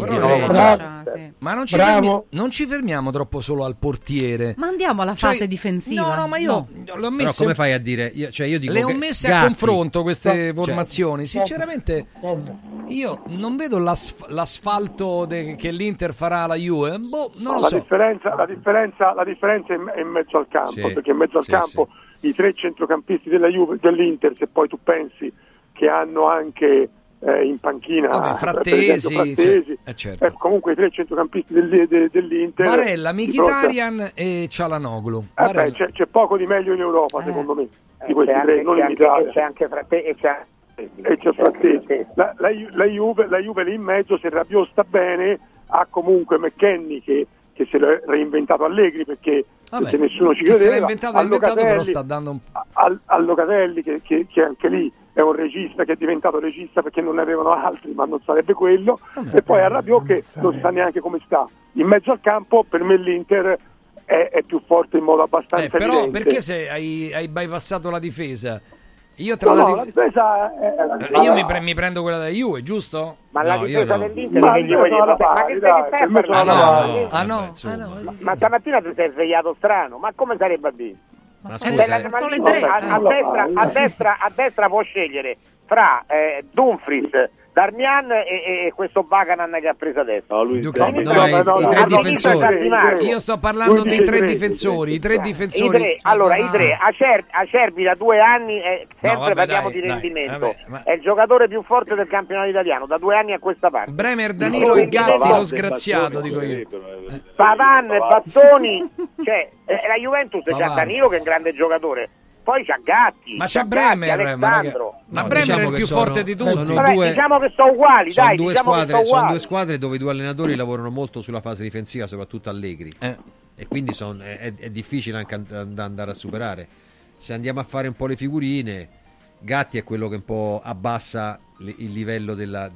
ma non ci fermiamo troppo solo al portiere, ma andiamo alla fase difensiva. No, ma io l'ho messo, però come fai a dire? Io dico le ho messe a confronto queste formazioni. Sinceramente io non vedo l'asfalto che l'Inter farà alla Juve. Non lo so. La differenza è in mezzo al campo, perché in mezzo al campo i tre centrocampisti della Juve, dell'Inter, se poi tu pensi che hanno anche in panchina Frattesi, certo. Comunque i tre centrocampisti dell'Inter, Barella, Mkhitaryan e Çalhanoğlu. C'è poco di meglio in Europa, secondo me, di questi tre, non in Italia. C'è anche Frattesi e c'è Frattesi. La Juve lì in mezzo, se Rabiot sta bene, ha comunque McKennie che se l'è reinventato Allegri, perché nessuno ci credeva. Però sta dando a Locatelli che anche lì è un regista, che è diventato regista perché non ne avevano altri, ma non sarebbe quello. E poi a Rabiot che non sa neanche come sta. In mezzo al campo per me l'Inter è più forte in modo abbastanza però evidente. Perché se hai bypassato la difesa? Io la difesa io mi prendo quella della Juve, giusto? Ma la difesa dell'Inter che gli voglio ma stamattina ti sei svegliato strano, ma come sarebbe a dire? Ma sono le tre. A destra può scegliere fra Dumfries, Darmian e questo Baganan che ha preso adesso. I tre difensori. Io sto parlando dei tre difensori. I tre. Acerbi da 2 anni sempre parliamo di rendimento. È il giocatore più forte del campionato italiano da 2 anni a questa parte. Bremer, Danilo e Gatti, lo sgraziato, dico io. Pavan, Battoni, cioè la Juventus c'ha Danilo che è un grande giocatore. Poi c'ha Gatti, ma c'ha Bremer, Alessandro. Ma Bremer è il più forte di tutti. Diciamo che sono uguali, sono due squadre dove i due allenatori lavorano molto sulla fase difensiva, soprattutto Allegri. E quindi è difficile anche andare a superare. Se andiamo a fare un po' le figurine, Gatti è quello che un po' abbassa il livello della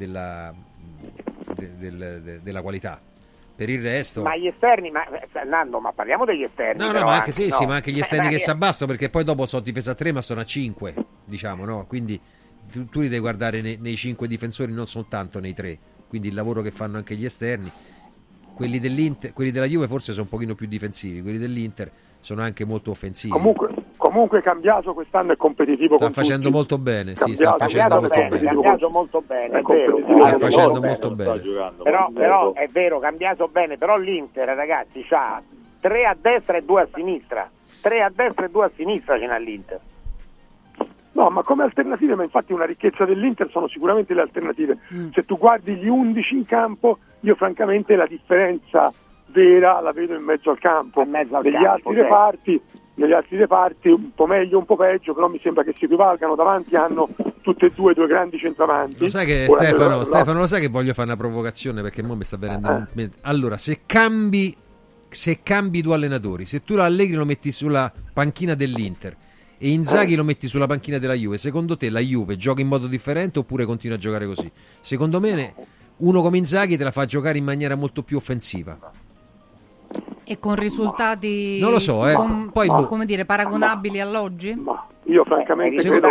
qualità. Per il resto, ma gli esterni, Nando, ma parliamo degli esterni. No, ma anche ma anche gli esterni che si abbassano, perché poi dopo sono difesa a 3 ma sono a 5, diciamo, no? Quindi tu li devi guardare nei 5 difensori, non soltanto nei 3. Quindi il lavoro che fanno anche gli esterni. Quelli della Juve forse sono un pochino più difensivi, quelli dell'Inter sono anche molto offensivi. Comunque Cambiaso quest'anno è competitivo. Sta facendo molto bene, sta facendo molto bene, è vero. Sta facendo molto bene. Però è vero, Cambiaso bene, però l'Inter, ragazzi, c'ha 3 a destra e 2 a sinistra. 3 a destra e 2 a sinistra ce n'ha l'Inter. No, ma come alternative, ma infatti una ricchezza dell'Inter sono sicuramente le alternative. Se tu guardi gli 11 in campo, io francamente la differenza vera la vedo in mezzo al campo. Negli altri reparti un po' meglio, un po' peggio, però mi sembra che si equivalgano. Davanti hanno tutte e due grandi centravanti. Lo sai che Stefano, lo sai che voglio fare una provocazione, perché mo mi sta venendo allora, se cambi due allenatori, se tu Allegri lo metti sulla panchina dell'Inter e Inzaghi lo metti sulla panchina della Juve, secondo te la Juve gioca in modo differente oppure continua a giocare così? Secondo me uno come Inzaghi te la fa giocare in maniera molto più offensiva. E con risultati non lo so, poi come dire, paragonabili all'oggi? Io francamente credo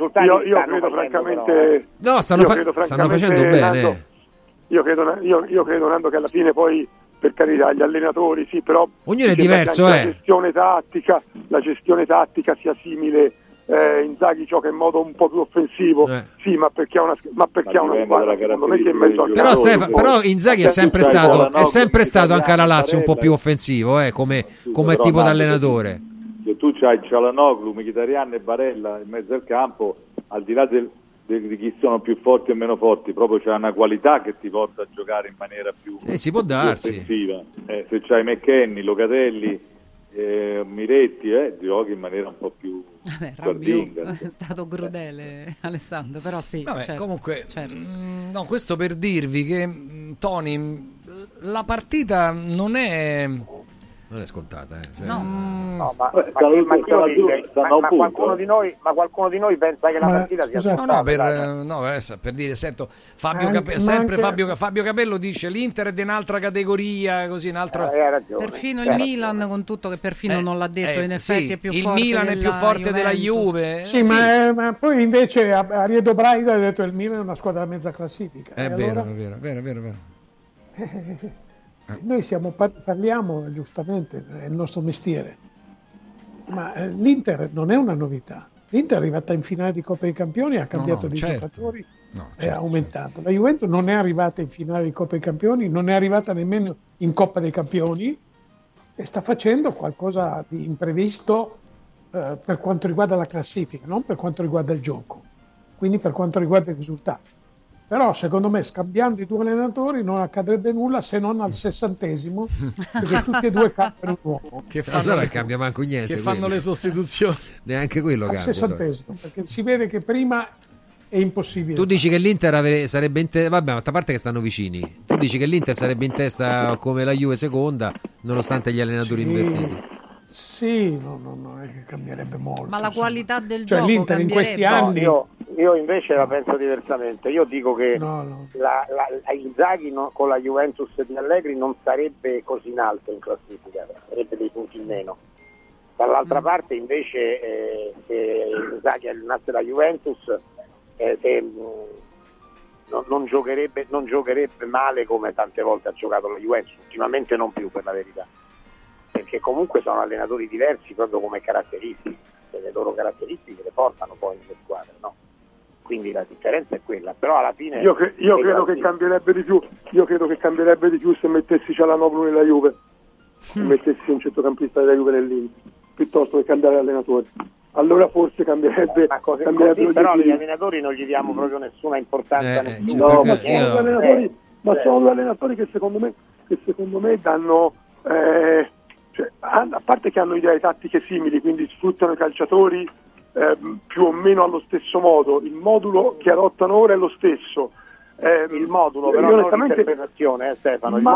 stanno facendo bene. Io credo, Nando, che alla fine poi, per carità, gli allenatori sì, però ognuno è diverso, la gestione tattica sia simile. Inzaghi gioca in modo un po' più offensivo, sì, ma perché ha una squadra secondo me che è mezzo al però Inzaghi è sempre stato anche alla Lazio un po' più offensivo, come tipo d'allenatore. Se tu c'hai Cialanoglu, Mkhitaryan e Barella in mezzo al campo, al di là di chi sono più forti e meno forti, proprio c'è una qualità che ti porta a giocare in maniera più, si può darsi, più offensiva. Se c'hai McKennie, Locatelli, Miretti, giochi in maniera un po' più è stato crudele, Alessandro, però sì. Vabbè, certo, comunque certo. No, questo per dirvi che Tony, la partita non è scontata, ma qualcuno di noi pensa che la partita sia scontata. Per dire, sento Fabio Capello dice l'Inter è di un'altra categoria, così un'altra. Perfino il Milan, con tutto che perfino non l'ha detto, in effetti è più forte. Il Milan è più forte della Juve. Sì, ma poi invece Ariedo Braida ha detto il Milan è una squadra a mezza classifica. È vero. Noi parliamo giustamente, è il nostro mestiere, ma l'Inter non è una novità. L'Inter è arrivata in finale di Coppa dei Campioni, ha cambiato giocatori e ha aumentato. La Juventus non è arrivata in finale di Coppa dei Campioni, non è arrivata nemmeno in Coppa dei Campioni e sta facendo qualcosa di imprevisto per quanto riguarda la classifica, non per quanto riguarda il gioco, quindi per quanto riguarda i risultati. Però secondo me scambiando i due allenatori non accadrebbe nulla se non al 60°, perché tutti e due cambiano un uomo. Allora cambia manco niente. Che fanno le sostituzioni. Neanche quello cambia. Al 60°, perché si vede che prima è impossibile. Tu dici che l'Inter sarebbe in testa, vabbè, a parte che stanno vicini, tu dici che l'Inter sarebbe in testa come la Juve seconda, nonostante gli allenatori invertiti. Sì, non è che cambierebbe molto. Ma la qualità del gioco l'Inter in questi anni... Io invece la penso diversamente. Io dico che Inzaghi con la Juventus di Allegri non sarebbe così in alto in classifica, sarebbe dei punti in meno. Dall'altra parte invece se Inzaghi allenasse la Juventus non giocherebbe male come tante volte ha giocato la Juventus, ultimamente non più, per la verità, perché comunque sono allenatori diversi proprio come caratteristiche, le loro caratteristiche le portano poi nelle squadre, no? Quindi la differenza è quella, però alla fine io credo che cambierebbe di più. Io credo che cambierebbe di più se mettessi Cialanoglu nella Juve, se mettessi un centrocampista della Juve nell'Inter, piuttosto che cambiare allenatore. Allora forse cambierebbe. Però gli allenatori non gli diamo proprio nessuna importanza. Sono due allenatori che secondo me danno. A parte che hanno idee tattiche simili, quindi sfruttano i calciatori più o meno allo stesso modo, il modulo che adottano ora è lo stesso, il modulo però non l'interpretazione, Stefano, ma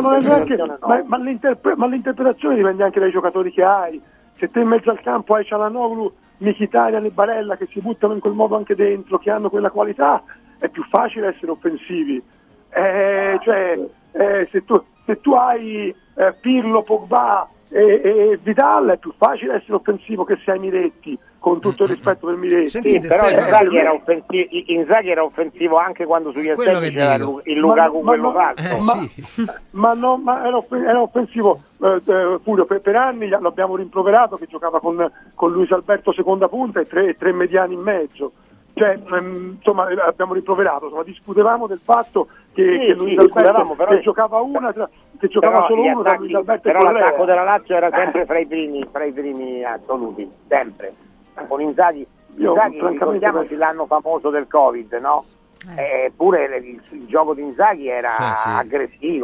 l'interpretazione dipende anche dai giocatori che hai. Se te in mezzo al campo hai Cialanoglu, Mkhitaryan e Barella che si buttano in quel modo anche dentro, che hanno quella qualità, è più facile essere offensivi. Se tu hai Pirlo, Pogba e Vidal, è più facile essere offensivo che se hai Miretti, con tutto il rispetto per Miretti. Sentite, però Inzaghi era offensivo anche quando sugli esterni c'era il Lukaku quello falso. Ma era offensivo Furio per anni, lo abbiamo rimproverato che giocava con Luis Alberto seconda punta e tre mediani in mezzo. Insomma, abbiamo rimproverato, discutevamo del fatto che Luis Alberto che giocava solo uno tra Luis Alberto e però l'attacco della Lazio era sempre fra i primi assoluti, sempre. Con Inzaghi ricordiamoci l'anno famoso del Covid, no? Eppure il gioco di Inzaghi era aggressivo,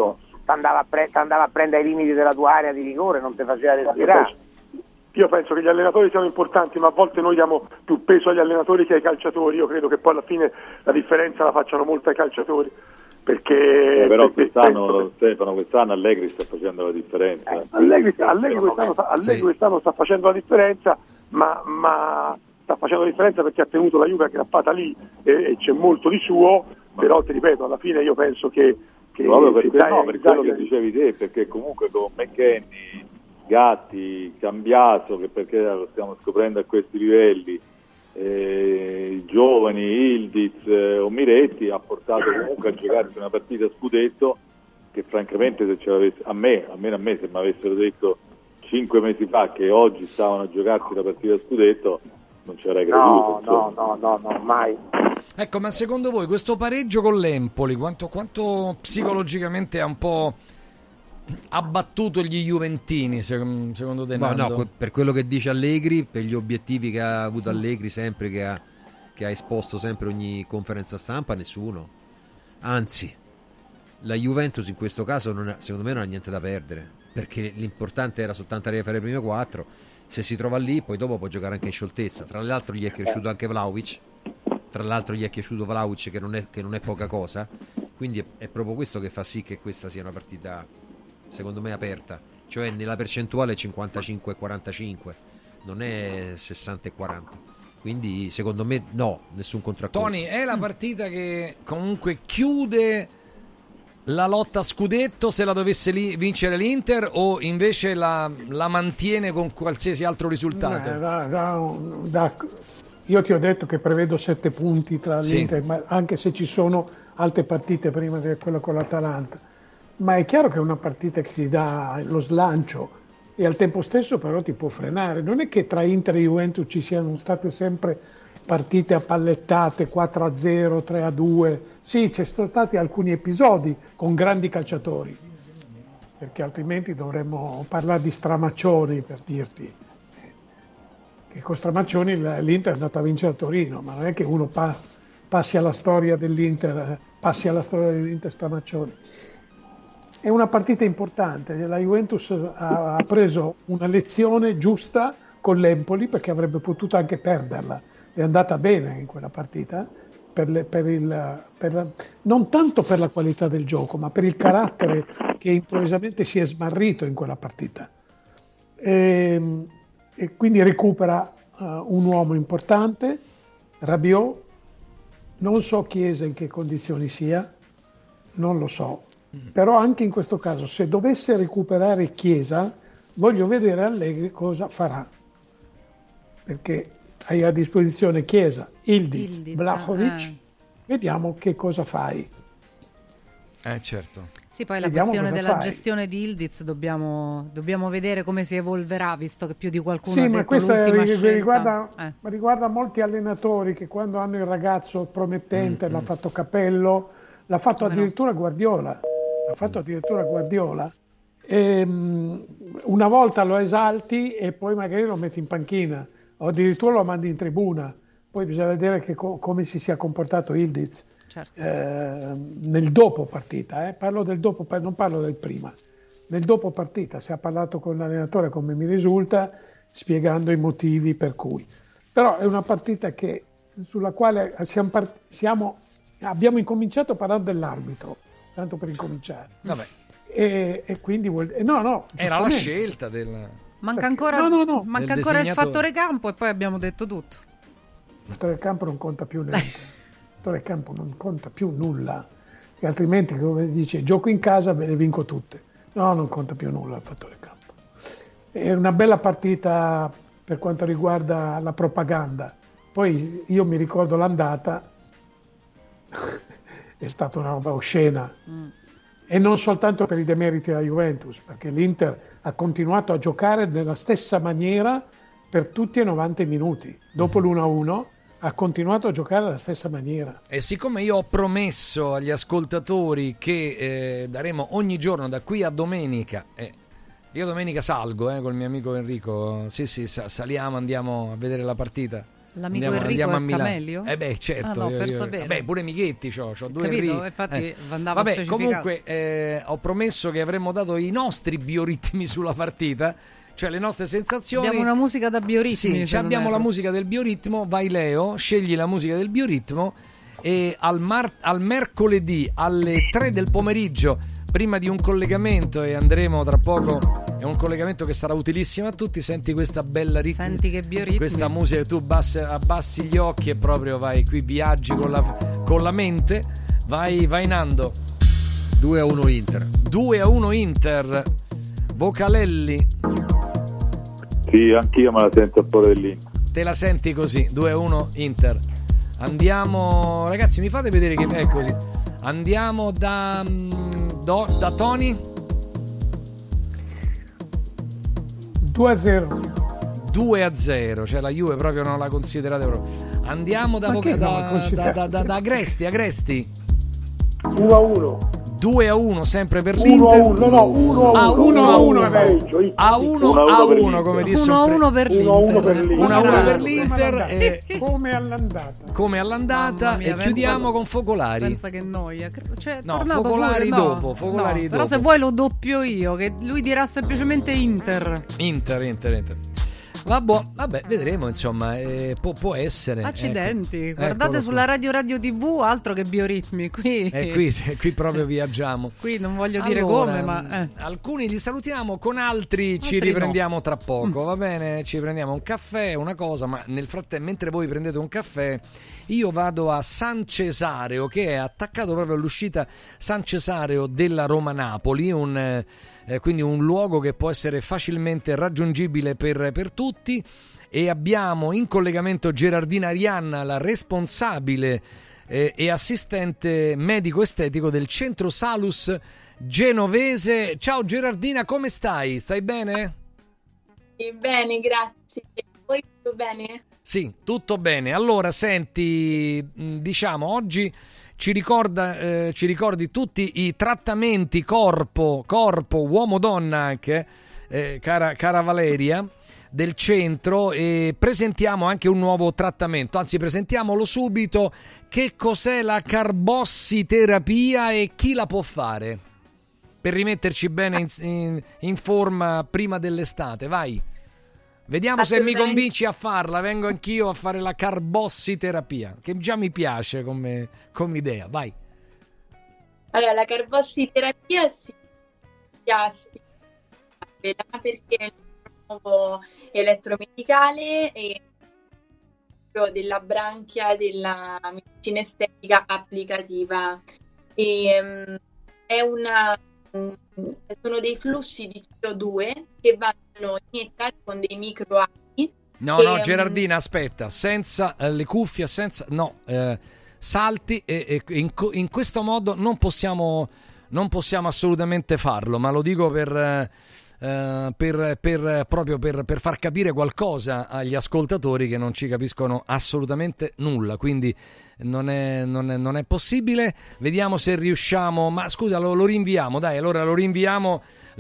t'andava a prendere ai limiti della tua area di rigore, non ti faceva respirare. Io penso che gli allenatori siano importanti, ma a volte noi diamo più peso agli allenatori che ai calciatori. Io credo che poi alla fine la differenza la facciano molto ai calciatori. Perché però quest'anno Allegri sta facendo la differenza. Allegri quest'anno sta facendo la differenza, ma sta facendo la differenza perché ha tenuto la Juve aggrappata lì e c'è molto di suo, però ti ripeto, alla fine io penso che proprio per quello che dicevi te, perché comunque con McKennie, Gatti, Cambiaso, che perché lo stiamo scoprendo a questi livelli, giovani, Ildiz o Miretti, ha portato comunque a giocarsi una partita a scudetto che francamente se ce l'avesse, almeno a me se mi avessero detto 5 mesi fa che oggi stavano a giocarsi la partita a scudetto non ci avrei creduto. No, mai. Ecco, ma secondo voi questo pareggio con l'Empoli quanto psicologicamente ha un po' abbattuto gli juventini, secondo te? No, per quello che dice Allegri, per gli obiettivi che ha avuto Allegri sempre, che ha esposto sempre ogni conferenza stampa, nessuno. Anzi, la Juventus in questo caso secondo me non ha niente da perdere, perché l'importante era soltanto arrivare a fare le prime 4. Se si trova lì, poi dopo può giocare anche in scioltezza. Tra l'altro gli è cresciuto anche Vlahovic, che non è poca cosa, quindi è proprio questo che fa sì che questa sia una partita secondo me aperta, cioè nella percentuale 55-45, non è 60-40, quindi secondo me no, nessun contraccolpo. Tony, è la partita che comunque chiude la lotta a scudetto se la dovesse vincere l'Inter, o invece la mantiene con qualsiasi altro risultato? Io ti ho detto che prevedo 7 punti tra l'Inter, ma anche se ci sono altre partite prima di quella con l'Atalanta. Ma è chiaro che è una partita che ti dà lo slancio e al tempo stesso però ti può frenare. Non è che tra Inter e Juventus ci siano state sempre partite appallettate 4-0, 3-2. Sì, ci sono stati alcuni episodi con grandi calciatori, perché altrimenti dovremmo parlare di Stramaccioni, per dirti che con Stramaccioni l'Inter è andata a vincere a Torino, ma non è che uno passi alla storia dell'Inter Stramaccioni. È una partita importante, la Juventus ha preso una lezione giusta con l'Empoli, perché avrebbe potuto anche perderla, è andata bene in quella partita, non tanto per la qualità del gioco, ma per il carattere che improvvisamente si è smarrito in quella partita. E quindi recupera un uomo importante, Rabiot, non so Chiesa in che condizioni sia, non lo so. Però anche in questo caso, se dovesse recuperare Chiesa, voglio vedere Allegri cosa farà, perché hai a disposizione Chiesa, Ildiz, Vlahovic, vediamo che cosa fai. Certo. Sì, poi vediamo la questione della gestione di Ildiz dobbiamo vedere come si evolverà, visto che più di qualcuno ha detto l'ultima scelta. Riguarda molti allenatori che quando hanno il ragazzo promettente, l'ha fatto Capello, l'ha fatto addirittura Guardiola. E, una volta lo esalti e poi magari lo metti in panchina o addirittura lo mandi in tribuna, poi bisogna vedere come si sia comportato Ildiz, certo. Nel dopo partita, parlo del dopo, non parlo del prima, nel dopo partita si è parlato con l'allenatore, come mi risulta, spiegando i motivi per cui, però è una partita sulla quale abbiamo incominciato a parlare dell'arbitro, tanto per incominciare. Vabbè. E quindi era la scelta del... Manca ancora il fattore campo e poi abbiamo detto tutto. Il fattore campo non conta più niente. Il fattore campo non conta più nulla, e altrimenti, come dice, gioco in casa, ve le vinco tutte. No, non conta più nulla il fattore campo. È una bella partita per quanto riguarda la propaganda. Poi io mi ricordo l'andata è stata una roba oscena, e non soltanto per i demeriti della Juventus, perché l'Inter ha continuato a giocare nella stessa maniera per tutti i 90 minuti. Dopo l'1-1 ha continuato a giocare alla stessa maniera. E siccome io ho promesso agli ascoltatori che daremo ogni giorno da qui a domenica, io domenica salgo col mio amico Enrico, sì, saliamo, andiamo a vedere la partita. L'amico Enrico a è Milano. Camelio? Certo. Ah, no, per sapere. Vabbè, pure Michetti c'ho due Capito, infatti andava Vabbè, specificato. comunque ho promesso che avremmo dato i nostri bioritmi sulla partita, cioè le nostre sensazioni. Abbiamo una musica da bioritmi. Sì, abbiamo la musica del bioritmo. Vai Leo, scegli la musica del bioritmo e al mercoledì alle 3 del pomeriggio, prima di un collegamento, e andremo tra poco, è un collegamento che sarà utilissimo a tutti, senti questa bella ritmo, senti che bioritmi, questa musica, tu abbassi gli occhi e proprio vai, qui viaggi con la mente. Vai Nando. 2-1 Inter. 2-1 Inter. Vocalelli. Sì, anch'io me la sento a favore dell'Inter. Te la senti così, 2-1 Inter. Andiamo, ragazzi, mi fate vedere che è così. Andiamo da Tony. 2-0. 2-0, cioè la Juve proprio non la considerate proprio. Andiamo da Agresti. 1-1. 2-1 sempre per l'Inter. 1-1 come disse 1-1 per l'Inter. 1-1 per l'Inter come all'andata e chiudiamo con Focolari. Pensa che noia. Cioè, no, Focolari dopo. Però se vuoi lo doppio io, che lui dirà semplicemente Inter. Vabbè, vedremo, insomma, può essere. Accidenti, ecco. Guardate sulla Radio TV, altro che bioritmi, qui. Qui proprio viaggiamo. Qui non voglio dire come, ma alcuni li salutiamo, con altri ci riprendiamo tra poco, va bene? Ci prendiamo un caffè, una cosa, ma nel frattempo, mentre voi prendete un caffè, io vado a San Cesareo, che è attaccato proprio all'uscita San Cesareo della Roma-Napoli, quindi un luogo che può essere facilmente raggiungibile per tutti, e abbiamo in collegamento Gerardina Arianna, la responsabile e assistente medico estetico del Centro Salus genovese. Ciao Gerardina, come stai? Stai bene? Bene, grazie. Voi tutto bene? Sì, tutto bene. Allora, senti, diciamo, oggi ci ricordi tutti i trattamenti corpo, uomo-donna anche, cara Valeria, del centro, e presentiamo anche un nuovo trattamento, anzi presentiamolo subito. Che cos'è la carbossiterapia e chi la può fare? Per rimetterci bene in forma prima dell'estate, vai. Vediamo se mi convinci a farla. Vengo anch'io a fare la carbossiterapia, che già mi piace come idea. Vai. Allora, la carbossiterapia si piace perché è un nuovo elettromedicale e della branchia della medicina estetica applicativa. Sono dei flussi di CO2 che vanno iniettati con dei microali. No, Gerardina, aspetta, senza le cuffie, salti, e in questo modo non possiamo assolutamente farlo, ma lo dico proprio per far capire qualcosa agli ascoltatori che non ci capiscono assolutamente nulla, quindi non è possibile. Vediamo se riusciamo, ma scusa, lo rinviamo, dai, allora lo rinviamo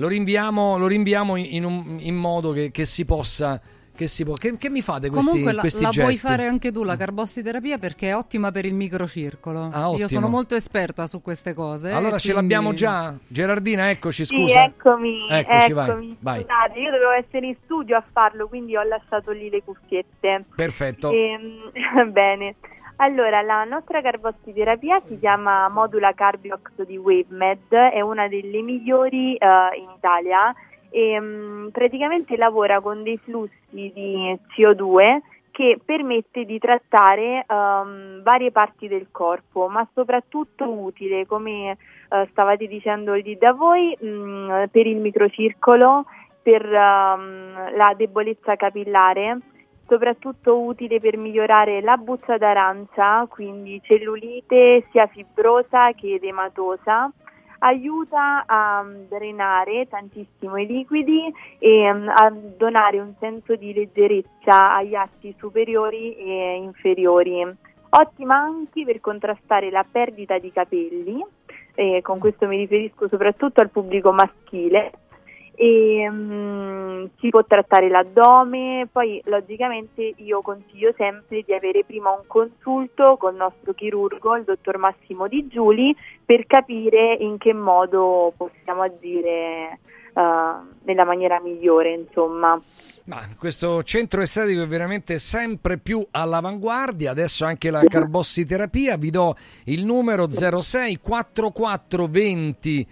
in modo che si possa. Che mi fate questi gesti? La puoi fare anche tu la carbossiterapia, perché è ottima per il microcircolo. Io sono molto esperta su queste cose. Allora ce l'abbiamo già? Gerardina, eccoci, scusa. Sì, eccomi. Vai. Scusate, io dovevo essere in studio a farlo, quindi ho lasciato lì le cuffiette. Perfetto. Bene. Allora, la nostra carbossiterapia si chiama Modula Carbiox di WaveMed, è una delle migliori in Italia. E praticamente lavora con dei flussi di CO2 che permette di trattare varie parti del corpo, ma soprattutto utile, come stavate dicendo lì da voi, per il microcircolo, per la debolezza capillare, soprattutto utile per migliorare la buccia d'arancia, quindi cellulite sia fibrosa che edematosa. Aiuta a drenare tantissimo i liquidi e a donare un senso di leggerezza agli arti superiori e inferiori. Ottima anche per contrastare la perdita di capelli, con questo mi riferisco soprattutto al pubblico maschile, e si può trattare l'addome. Poi logicamente io consiglio sempre di avere prima un consulto con il nostro chirurgo, il dottor Massimo Di Giuli, per capire in che modo possiamo agire nella maniera migliore, insomma. Ma questo centro estetico è veramente sempre più all'avanguardia, adesso anche la carbossiterapia. Vi do il numero 06 44 20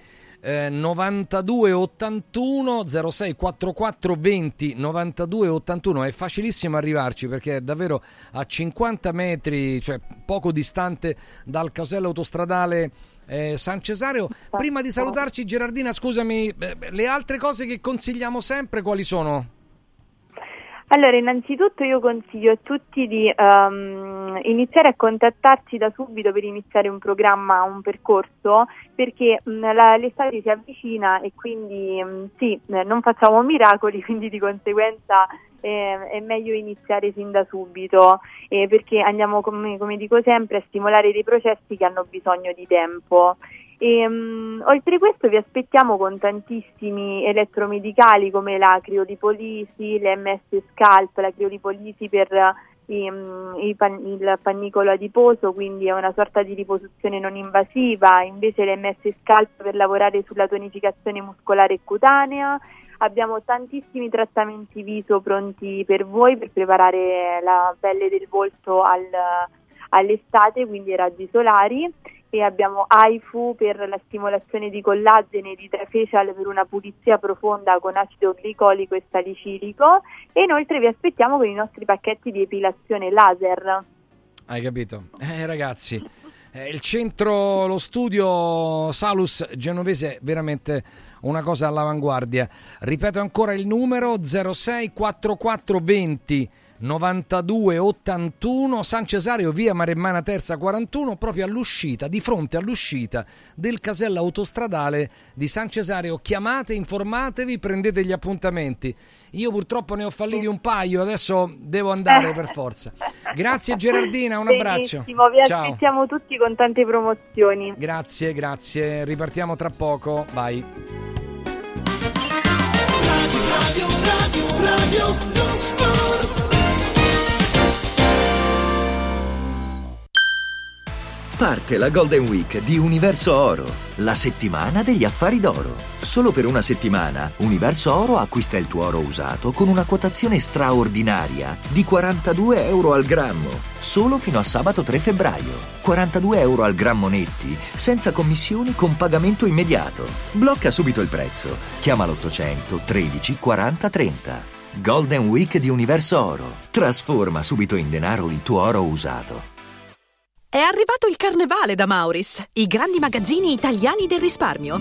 92 81 06 44 20 92 81. È facilissimo arrivarci perché è davvero a 50 metri, cioè poco distante dal casello autostradale San Cesareo. Prima di salutarci, Gerardina, scusami, le altre cose che consigliamo sempre quali sono? Allora, innanzitutto io consiglio a tutti di iniziare a contattarci da subito per iniziare un programma, un percorso, perché l'estate si avvicina e quindi non facciamo miracoli, quindi di conseguenza è meglio iniziare sin da subito, perché andiamo, come dico sempre, a stimolare dei processi che hanno bisogno di tempo. Oltre a questo vi aspettiamo con tantissimi elettromedicali come la criolipolisi, l'MS Scalp, la criolipolisi per il pannicolo adiposo, quindi è una sorta di liposuzione non invasiva, invece l'MS Scalp per lavorare sulla tonificazione muscolare e cutanea. Abbiamo tantissimi trattamenti viso pronti per voi, per preparare la pelle del volto all'estate, quindi ai raggi solari, e abbiamo AIFU per la stimolazione di collagene e di trafacial per una pulizia profonda con acido glicolico e salicilico, e inoltre vi aspettiamo con i nostri pacchetti di epilazione laser. Hai capito? Ragazzi, il centro, lo studio Salus Genovese è veramente una cosa all'avanguardia. Ripeto ancora il numero 06 44 20 92 81, San Cesareo, via Maremmana Terza 41, proprio all'uscita, di fronte all'uscita del casello autostradale di San Cesareo. Chiamate, informatevi, prendete gli appuntamenti. Io purtroppo ne ho falliti un paio, adesso devo andare per forza. Grazie Gerardina, un abbraccio. Benissimo, vi aspettiamo tutti con tante promozioni. Grazie, ripartiamo tra poco, vai. Radio non sport. Parte la Golden Week di Universo Oro, la settimana degli affari d'oro. Solo per una settimana Universo Oro acquista il tuo oro usato con una quotazione straordinaria di 42 euro al grammo, solo fino a sabato 3 febbraio. 42 euro al grammo netti, senza commissioni, con pagamento immediato. Blocca subito il prezzo. Chiama l'800 13 40 30. Golden Week di Universo Oro. Trasforma subito in denaro il tuo oro usato. È arrivato il Carnevale da Mauris, i grandi magazzini italiani del risparmio.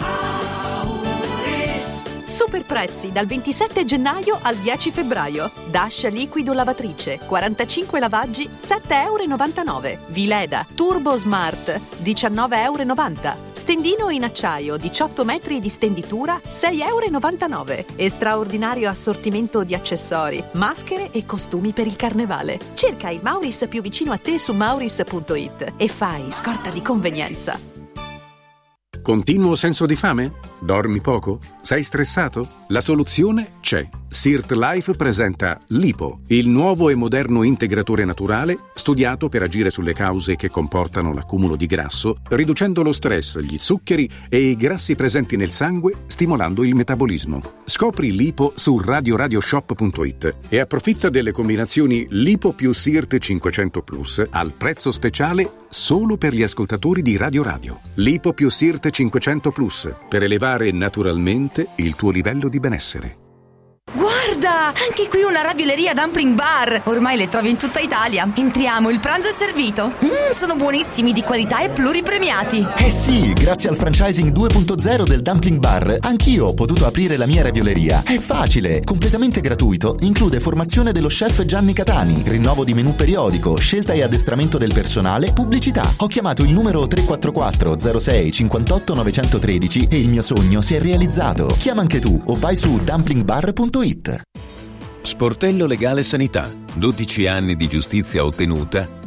Super prezzi dal 27 gennaio al 10 febbraio. Dash liquido lavatrice, 45 lavaggi, 7,99 €. Vileda Turbo Smart, 19,90 €. Stendino in acciaio, 18 metri di stenditura, 6,99 €. E straordinario assortimento di accessori, maschere e costumi per il carnevale. Cerca il Mauris più vicino a te su mauris.it e fai scorta di convenienza. Continuo senso di fame? Dormi poco? Sei stressato? La soluzione c'è. Sirt Life presenta Lipo, il nuovo e moderno integratore naturale studiato per agire sulle cause che comportano l'accumulo di grasso, riducendo lo stress, gli zuccheri e i grassi presenti nel sangue, stimolando il metabolismo. Scopri Lipo su radioradioshop.it e approfitta delle combinazioni Lipo più Sirt 500 Plus al prezzo speciale solo per gli ascoltatori di Radio Radio. Lipo più Sirt 500 Plus per elevare naturalmente il tuo livello di benessere. Guarda, anche qui una ravioleria Dumpling Bar. Ormai le trovi in tutta Italia. Entriamo, il pranzo è servito. Sono buonissimi, di qualità e pluripremiati. Eh sì, grazie al franchising 2.0 del Dumpling Bar, anch'io ho potuto aprire la mia ravioleria. È facile, completamente gratuito, include formazione dello chef Gianni Catani, rinnovo di menù periodico, scelta e addestramento del personale, pubblicità. Ho chiamato il numero 344 06 58 913 e il mio sogno si è realizzato. Chiama anche tu o vai su dumplingbar.it. Sportello Legale Sanità. 12 anni di giustizia ottenuta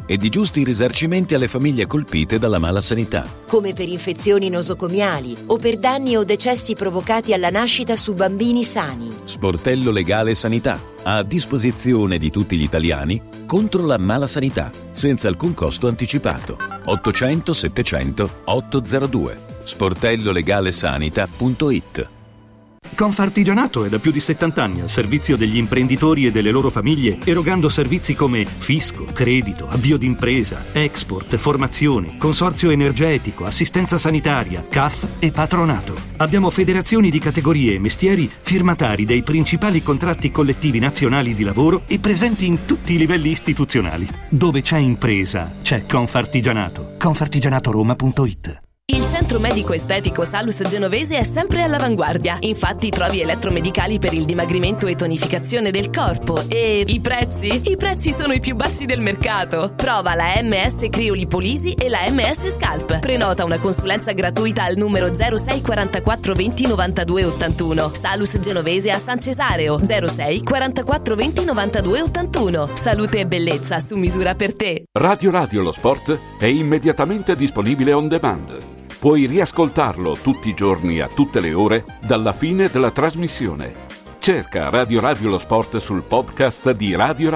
e di giusti risarcimenti alle famiglie colpite dalla malasanità. Come per infezioni nosocomiali o per danni o decessi provocati alla nascita su bambini sani. Sportello Legale Sanità, a disposizione di tutti gli italiani contro la malasanità, senza alcun costo anticipato. 800 700 802. sportellolegalesanita.it. Confartigianato è da più di 70 anni al servizio degli imprenditori e delle loro famiglie, erogando servizi come fisco, credito, avvio d'impresa, export, formazione, consorzio energetico, assistenza sanitaria, CAF e patronato. Abbiamo federazioni di categorie e mestieri firmatari dei principali contratti collettivi nazionali di lavoro e presenti in tutti i livelli istituzionali. Dove c'è impresa, c'è Confartigianato. Confartigianatoroma.it. Il centro medico estetico Salus Genovese è sempre all'avanguardia. Infatti trovi elettromedicali per il dimagrimento e tonificazione del corpo. E i prezzi? I prezzi sono i più bassi del mercato. Prova la MS Criolipolisi e la MS Scalp. Prenota una consulenza gratuita al numero 06 44 20 92 81. Salus Genovese a San Cesareo 06 44 20 92 81. Salute e bellezza su misura per te. Radio lo Sport è immediatamente disponibile on demand. Puoi riascoltarlo tutti i giorni a tutte le ore dalla fine della trasmissione. Cerca Radio lo Sport sul podcast di Radio.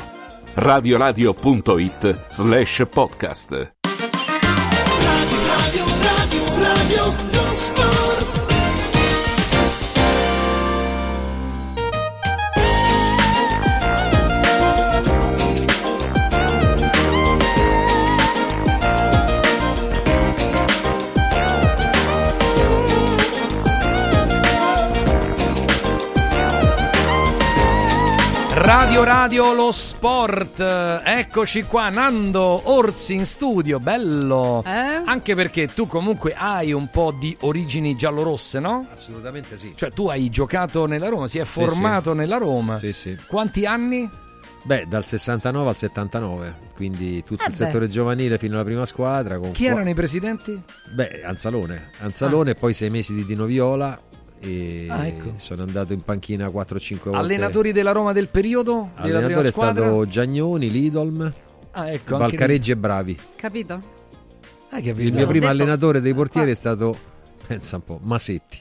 radioradio.it/podcast. Radio lo Sport. Radio lo Sport, eccoci qua, Nando Orsi in studio, bello, anche perché tu comunque hai un po' di origini giallorosse, no? Assolutamente sì. Cioè tu hai giocato nella Roma, si è formato nella Roma. Sì. Quanti anni? Beh, dal 69 al 79, quindi tutto il settore giovanile fino alla prima squadra. Chi erano i presidenti? Beh, Anzalone e poi 6 mesi di Dino Viola. E sono andato in panchina 4-5 volte. Allenatori della Roma del periodo? Allenatore è stato Giagnoni, Lidolm, Valcareggi e Bravi. Capito? Il mio primo allenatore dei portieri è stato, pensa un po', Masetti,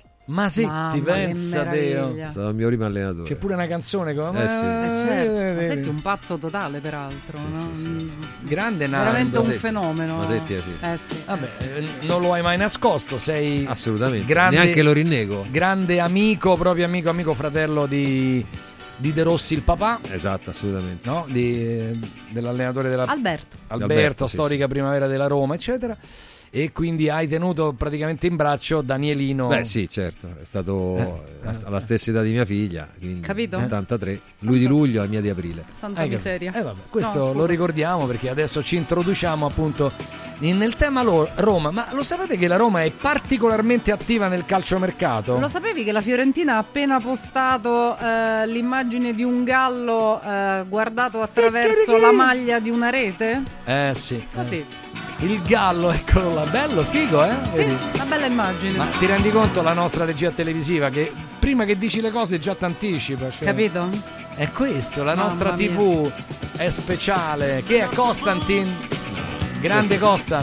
pensa Deo. È stato il mio primo allenatore. C'è pure una canzone come certo. Masetti è un pazzo totale, peraltro. Sì. Grande Nando. Veramente un fenomeno. Masetti sì. Vabbè, non lo hai mai nascosto, sei assolutamente grande, neanche lo rinnego. Grande amico, proprio amico fratello di De Rossi, il papà. Esatto, assolutamente. No? Dell'allenatore della Alberto, storica primavera della Roma, eccetera. E quindi hai tenuto praticamente in braccio Danielino. Beh sì, certo, è stato alla stessa età di mia figlia, quindi capito? 83, lui di luglio, la mia di aprile. Santa miseria. Vabbè, questo lo ricordiamo perché adesso ci introduciamo appunto nel tema Roma. Ma lo sapete che la Roma è particolarmente attiva nel calciomercato? Lo sapevi che la Fiorentina ha appena postato l'immagine di un gallo guardato attraverso la maglia di una rete? Sì. Così. Il gallo, eccolo là, bello, figo, Sì, una bella immagine. Ma ti rendi conto la nostra regia televisiva che prima che dici le cose già t'anticipa, cioè, capito? È questo, la nostra mia. TV è speciale. Che è Costantin? Grande Costa.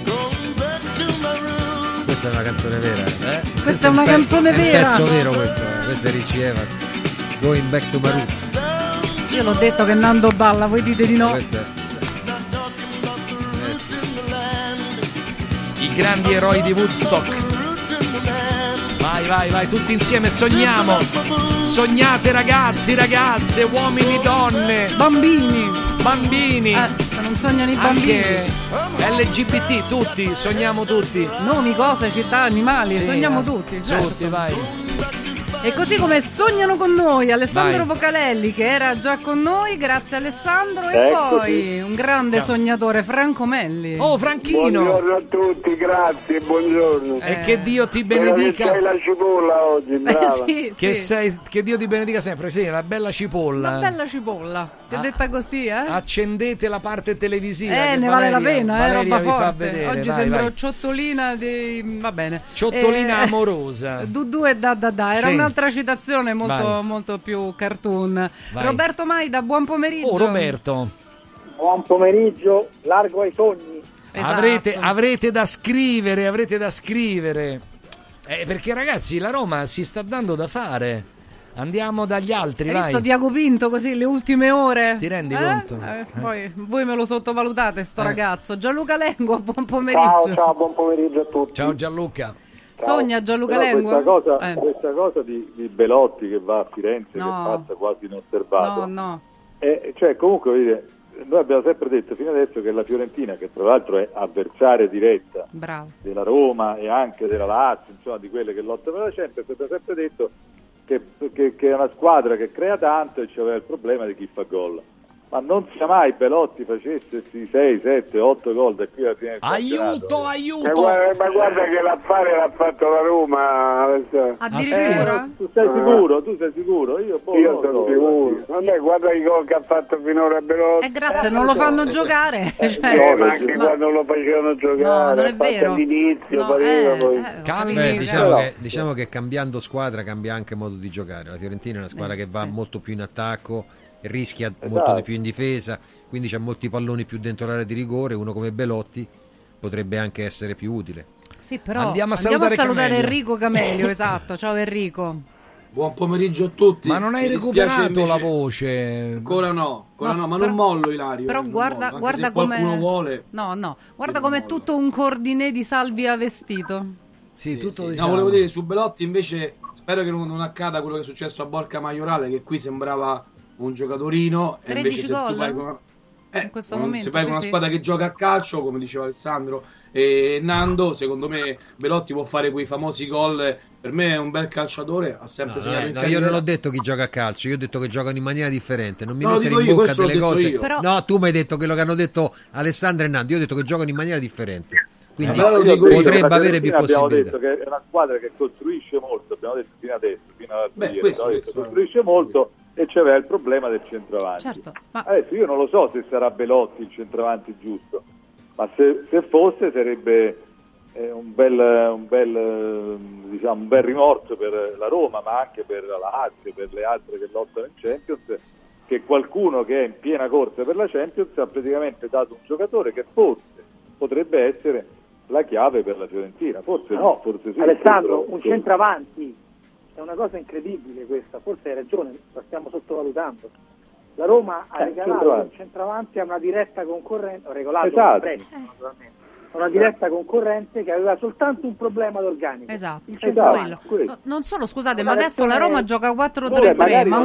Questa è una canzone vera, Questa è una canzone vera. È un pezzo vero questo è Richie Evans. Going Back to My Roots. Io l'ho detto che Nando balla, voi dite di no. Questa è I grandi eroi di Woodstock. Vai, tutti insieme sogniamo. Sognate ragazzi, ragazze, uomini, donne, bambini. Se non sognano i bambini. Anche LGBT, tutti, sogniamo tutti. Nomi, cose, città, animali, sogniamo tutti. Certo. Tutti, vai. E così come sognano con noi Alessandro Vocalelli, che era già con noi, grazie Alessandro, e poi un grande sognatore, Franco Melli. Oh Franchino! Buongiorno a tutti, grazie, buongiorno. E che Dio ti benedica. Sei la cipolla oggi, brava. Che Dio ti benedica sempre, sì, una bella cipolla. Una bella cipolla, ti è detta così, Accendete la parte televisiva. Ne vale la pena, roba forte. Vedere, oggi sembro ciottolina di... va bene. Ciottolina amorosa. Dudu e da. Era un'altra citazione molto più cartoon. Vai. Roberto Maida, buon pomeriggio. Oh Roberto. Buon pomeriggio, largo ai sogni. Esatto. Avrete da scrivere, perché ragazzi la Roma si sta dando da fare. Andiamo dagli altri, Hai vai. visto Diago Pinto così le ultime ore? Ti rendi conto? Poi voi me lo sottovalutate sto ragazzo. Gianluca Lengua, buon pomeriggio. Ciao, buon pomeriggio a tutti. Ciao Gianluca. Sogna Gianluca Però Lengua? questa cosa di Belotti che va a Firenze, No. che passa quasi inosservato. No. Cioè, comunque, vedete, noi abbiamo sempre detto fino adesso che la Fiorentina, che tra l'altro è avversaria diretta della Roma e anche della Lazio, insomma di quelle che lottano per la Champions, abbiamo sempre detto che è una squadra che crea tanto e c'aveva il problema di chi fa gol. Ma non sia mai Belotti facesse 6, 7, 8 gol da qui alla fine del campionato. Aiuto! Ma guarda che l'affare l'ha fatto la Roma. Addirittura? Tu sei sicuro? Io sono sicuro. Vabbè, guarda i gol che ha fatto finora Belotti. Grazie, non lo fanno giocare. Ma anche quando lo facevano giocare. No, non è vero. All'inizio pareva poi. Calmi. Diciamo che cambiando squadra cambia anche modo di giocare. La Fiorentina è una squadra che va molto più in attacco, rischia molto di più in difesa, quindi c'ha molti palloni più dentro l'area di rigore. Uno come Belotti potrebbe anche essere più utile. Sì, però andiamo a salutare Camelio. Enrico Camelio, esatto. Ciao Enrico. Buon pomeriggio a tutti. Ma non hai recuperato la voce? Ancora no, ma non mollo, Ilario. Però guarda come qualcuno vuole. No, guarda com'è tutto un coordinè di Salvia vestito. Sì, tutto No, volevo dire su Belotti invece, spero che non accada quello che è successo a Borca Maiorale, che qui sembrava un giocatorino e 13 invece gol se tu vai con in questo momento, se vai con una squadra che gioca a calcio, come diceva Alessandro e Nando, secondo me Belotti può fare quei famosi gol. Per me è un bel calciatore, ha sempre segnato in carriera. Io non ho detto chi gioca a calcio, io ho detto che giocano in maniera differente. Non mi No, mettere lo in dico bocca io, delle questo l'ho cose. detto io. No, tu mi hai detto quello che hanno detto Alessandro e Nando. Io ho detto che giocano in maniera differente. Quindi potrebbe avere più possibilità. Abbiamo detto che è una squadra che costruisce molto, abbiamo detto fino adesso, fino all'altro ieri, costruisce molto e c'aveva il problema del centravanti. Certo, Adesso io non lo so se sarà Belotti il centravanti giusto, ma se fosse sarebbe un bel rimorso per la Roma, ma anche per la Lazio, per le altre che lottano in Champions, che qualcuno che è in piena corsa per la Champions ha praticamente dato un giocatore che forse potrebbe essere la chiave per la Fiorentina, forse no, forse sì. Alessandro, un centravanti è una cosa incredibile questa, forse hai ragione, la stiamo sottovalutando. La Roma ha regalato un centravanti a una diretta concorrente, naturalmente, una diretta concorrente che aveva soltanto un problema d'organico. Esatto, il centravanti. quello. Non solo, scusate, ma adesso la Roma gioca 4-3-3, ma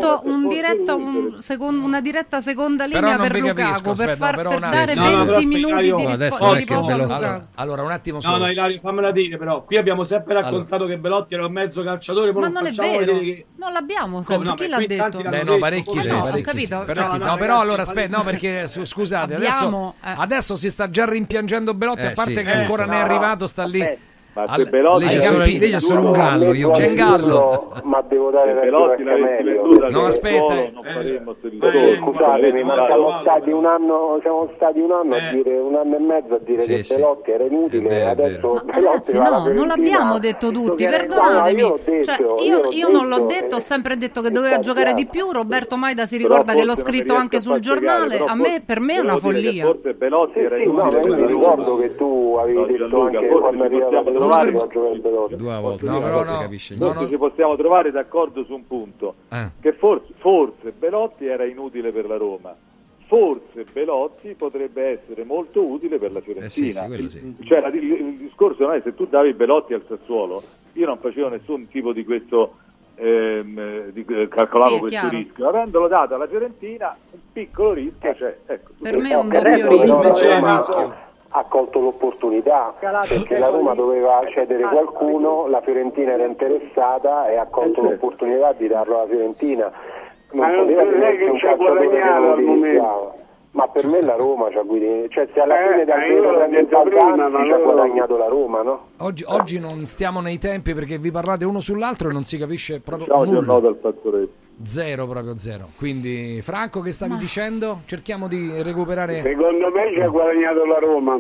una diretta seconda linea per Lukaku, per dare 20 minuti di riposo a Lukaku. Allora, un attimo solo. No, Ilario, fammela dire, però. Qui abbiamo sempre raccontato che Belotti era un mezzo calciatore, ma non è vero, non l'abbiamo sempre. Chi l'ha detto? Parecchi ho capito. Però allora aspetta, no, perché scusate, adesso si sta già rimpiangendo Belotti, a parte che ancora non è arrivato, sta lì. Ma se Belotti lì c'è solo un gallo, c'è un gallo. Ma devo dare Belotti l'avesse venduta, no, aspetta, non faremmo scusatemi, ma siamo stati un anno a dire, un anno e mezzo a dire che Belotti era inutile, adesso ragazzi, no, non l'abbiamo detto tutti, perdonatemi. Io non l'ho detto, ho sempre detto che doveva giocare di più. Roberto Maida si ricorda che l'ho scritto anche sul giornale. Per me è una follia. Forse Belotti era inutile. Mi ricordo che tu avevi detto anche quando arrivava due volte, non si capisce niente. Ci possiamo trovare d'accordo su un punto, che forse Belotti era inutile per la Roma, forse Belotti potrebbe essere molto utile per la Fiorentina. Cioè, il discorso non è se tu davi Belotti al Sassuolo, io non facevo nessun tipo di questo calcolavo questo rischio, avendolo dato alla Fiorentina un piccolo rischio c'è. Ecco, per me è un doppio rischio. Ha colto l'opportunità perché la Roma doveva cedere qualcuno, la Fiorentina era interessata e ha colto l'opportunità di darlo alla Fiorentina. Non poteva tenersi un calciatore che non utilizzava. Ma per me la Roma ci ha guadagnato, cioè se alla fine da ci ha guadagnato la Roma, no? Oggi non stiamo nei tempi perché vi parlate uno sull'altro e non si capisce proprio nulla. Dal fattoretto. Proprio zero. Quindi Franco, che stavi dicendo? Cerchiamo di recuperare. Secondo me ci ha guadagnato la Roma.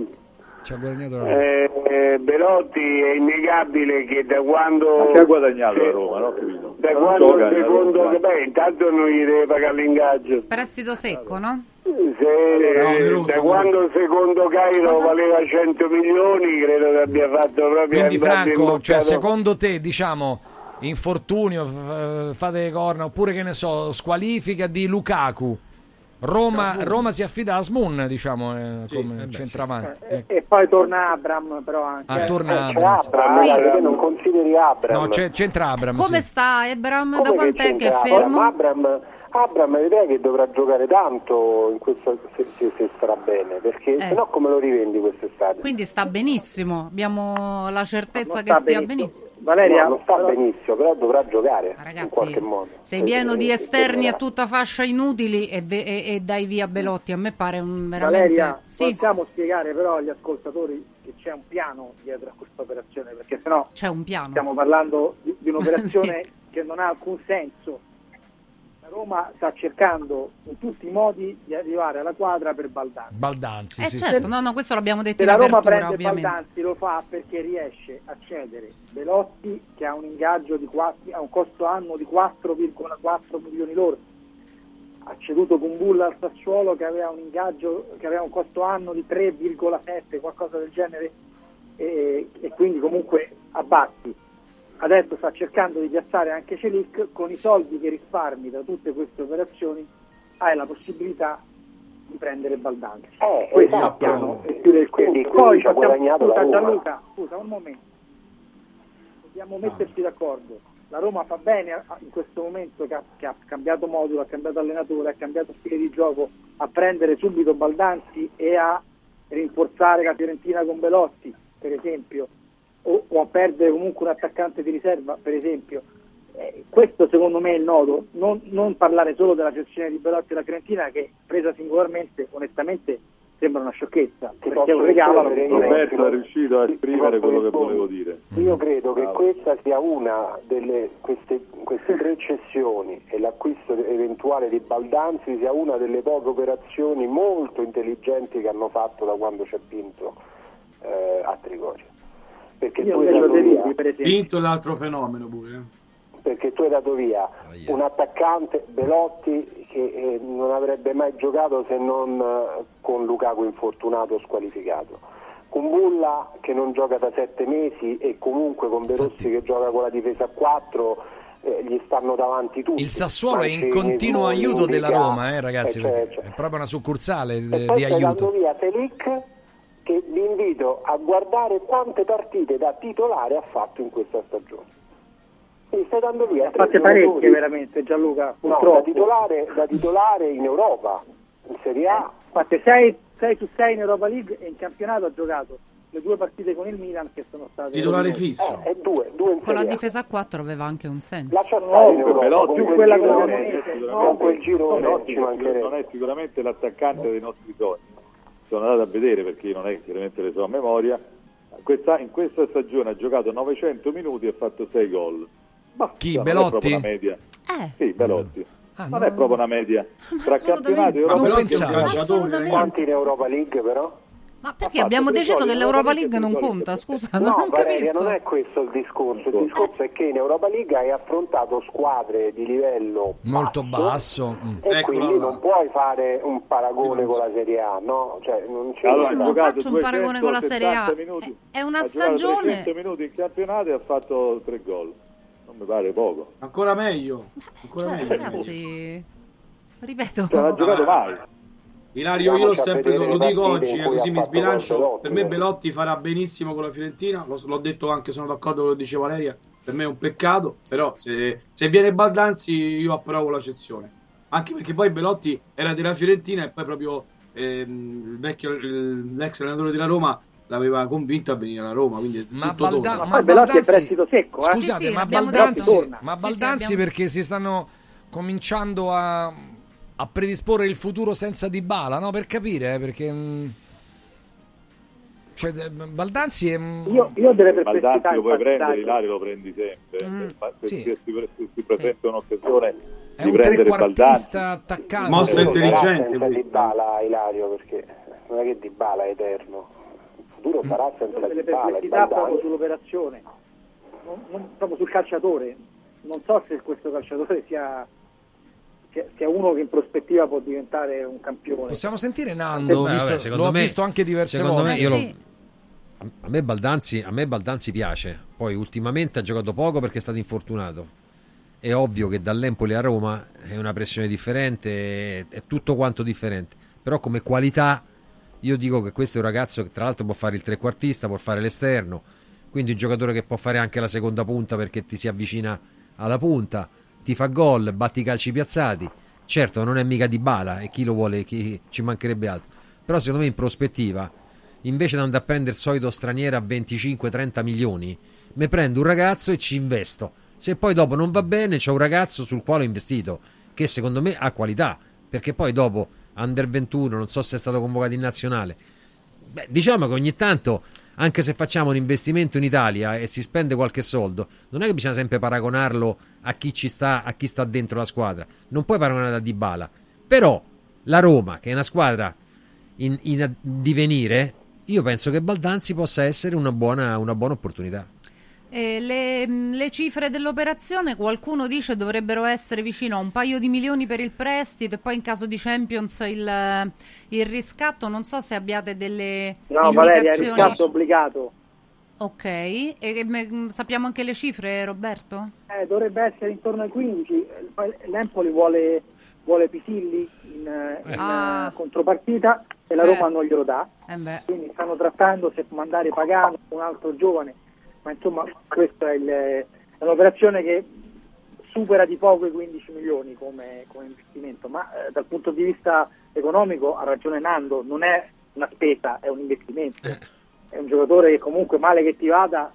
Belotti è innegabile che da quando ci ha guadagnato la Roma, no? Da quando secondo intanto non gli deve pagare l'ingaggio. Prestito secco, no? Da quando secondo Cairo valeva 100 milioni, credo che abbia fatto proprio. Quindi Franco, cioè, secondo te, diciamo, infortunio, fate corna, oppure che ne so, squalifica di Lukaku, Roma si affida a Asmun, diciamo, come centravanti. E poi torna Abram, però anche. Torna Abram. Sì. Non consideri Abram. No, c'entra Abram. Come sta Abram? Da quant'è che è fermo? Abram è l'idea che dovrà giocare tanto in questo, se starà bene, perché sennò come lo rivendi quest'estate? Quindi sta benissimo, abbiamo la certezza che stia benissimo. Valeria, non sta benissimo, però dovrà giocare. Ragazzi, in qualche modo. Sei pieno di esterni a tutta fascia inutili e dai via Belotti, a me pare veramente... Valeria, sì. Possiamo spiegare però agli ascoltatori che c'è un piano dietro a questa operazione, perché sennò c'è un piano. Stiamo parlando di un'operazione che non ha alcun senso. Roma sta cercando in tutti i modi di arrivare alla quadra per Baldanzi. Sì. Certo, no, questo l'abbiamo detto in apertura, Roma prende ovviamente. Baldanzi lo fa perché riesce a cedere Belotti, che ha un ingaggio ha un costo annuo di 4,4 milioni lordi. Ha ceduto Kumbulla al Sassuolo, che aveva un ingaggio, che aveva un costo annuo di 3,7, qualcosa del genere, e quindi comunque abbatti. Adesso sta cercando di piazzare anche Celic. Con i soldi che risparmi da tutte queste operazioni hai la possibilità di prendere Baldanzi. Questo è il piano. Poi Gianluca, scusa un momento, dobbiamo metterci d'accordo. La Roma fa bene in questo momento che ha cambiato modulo, ha cambiato allenatore, ha cambiato stile di gioco, a prendere subito Baldanzi e a rinforzare la Fiorentina con Belotti, per esempio, o a perdere comunque un attaccante di riserva, per esempio. Questo secondo me è il nodo, non parlare solo della cessione di Belotti e della Fiorentina, che presa singolarmente onestamente sembra una sciocchezza, perché è un regalo. Roberto è riuscito a esprimere quello che volevo dire. Io credo che questa sia una delle queste 3 cessioni e l'acquisto eventuale di Baldanzi sia una delle poche operazioni molto intelligenti che hanno fatto da quando c'è Pinto a Trigoria. Perché tu hai dato via Pinto è l'altro fenomeno pure. Perché tu hai dato via un attaccante, Belotti, che non avrebbe mai giocato se non con Lukaku infortunato o squalificato. Kumbulla che non gioca da 7 mesi e comunque con De Rossi che gioca con la difesa a 4, gli stanno davanti tutti. Il Sassuolo è in continuo aiuto della Roma, ragazzi, è proprio una succursale di aiuto. Dato via Celic, che vi invito a guardare quante partite da titolare ha fatto in questa stagione. E stai dando via fatte parecchie veramente, Gianluca, purtroppo. Da titolare in Europa, in Serie A. Fatte 6 su 6 in Europa League, e in campionato ha giocato le 2 partite con il Milan che sono state titolare fisso. E 2 in con la difesa a 4 aveva anche un senso. Più quella con quel girone non è sicuramente l'attaccante dei nostri sogni. Sono andato a vedere, perché non è che chiaramente le so a memoria. In questa stagione ha giocato 900 minuti e ha fatto 6 gol. Chi? Non Belotti? è proprio una media. Sì, Belotti. Non è proprio una media. Tra campionato e Europa League. Quanti in Europa League però? Ma perché abbiamo deciso che l'Europa League non conta? Scusa, non capisco. Non è questo il discorso. Il discorso è che in Europa League hai affrontato squadre di livello molto basso e quindi non puoi fare un paragone con la Serie A, no? Cioè, non faccio un paragone con la Serie A. È una stagione. 300 minuti in campionato e ha fatto 3 gol. Non mi pare poco. Ancora meglio. Ragazzi, ripeto. Non ha giocato mai. Ilario, io lo dico oggi, così mi sbilancio. Per me Belotti farà benissimo con la Fiorentina, l'ho detto anche, sono d'accordo con quello che dice Valeria. Per me è un peccato, però se viene Baldanzi io approvo la cessione. Anche perché poi Belotti era della Fiorentina e poi proprio l'ex allenatore della Roma l'aveva convinto a venire alla Roma, quindi ma Belotti è prestito secco, Scusate, sì, ma Baldanzi perché si stanno cominciando a predisporre il futuro senza Dybala, no? Per capire, perché cioè Baldanzi è io delle Baldanzi lo puoi prendere, Ilario lo prendi sempre. Si presenta un'occasione è un trequartista attaccante, mossa intelligente Dybala, Ilario, perché non è che Dybala è eterno, il futuro sarà senza delle Dybala. Perplessità proprio sull'operazione, non proprio sul calciatore. Non so se questo calciatore sia sia uno che in prospettiva può diventare un campione. Possiamo sentire Nando, l'ho visto anche diverse volte. A me Baldanzi piace, poi ultimamente ha giocato poco perché è stato infortunato. È ovvio che dall'Empoli a Roma è una pressione differente, è tutto quanto differente, però come qualità io dico che questo è un ragazzo che tra l'altro può fare il trequartista, può fare l'esterno, quindi un giocatore che può fare anche la seconda punta perché ti si avvicina alla punta, ti fa gol, batti i calci piazzati. Certo non è mica Dybala e chi lo vuole, chi ci mancherebbe altro, però secondo me in prospettiva, invece di andare a prendere il solito straniero a 25-30 milioni, mi prendo un ragazzo e ci investo. Se poi dopo non va bene, c'ho un ragazzo sul quale ho investito, che secondo me ha qualità, perché poi dopo Under 21, non so se è stato convocato in nazionale. Diciamo che ogni tanto, anche se facciamo un investimento in Italia e si spende qualche soldo, non è che bisogna sempre paragonarlo a chi sta dentro la squadra. Non puoi paragonare a Dybala. Però la Roma, che è una squadra in divenire, io penso che Baldanzi possa essere una buona opportunità. Le cifre dell'operazione, qualcuno dice dovrebbero essere vicino a un paio di milioni per il prestito e poi in caso di Champions il riscatto. Non so se abbiate delle indicazioni. Valeria, il riscatto obbligato. Ok, sappiamo anche le cifre, Roberto? Dovrebbe essere intorno ai 15. L'Empoli vuole Pisilli in contropartita e la Roma non glielo dà. Quindi stanno trattando se mandare Pagano, un altro giovane. Ma insomma questa è un'operazione che supera di poco i 15 milioni come investimento, ma dal punto di vista economico ha ragione Nando, non è una spesa, è un investimento. È un giocatore che comunque male che ti vada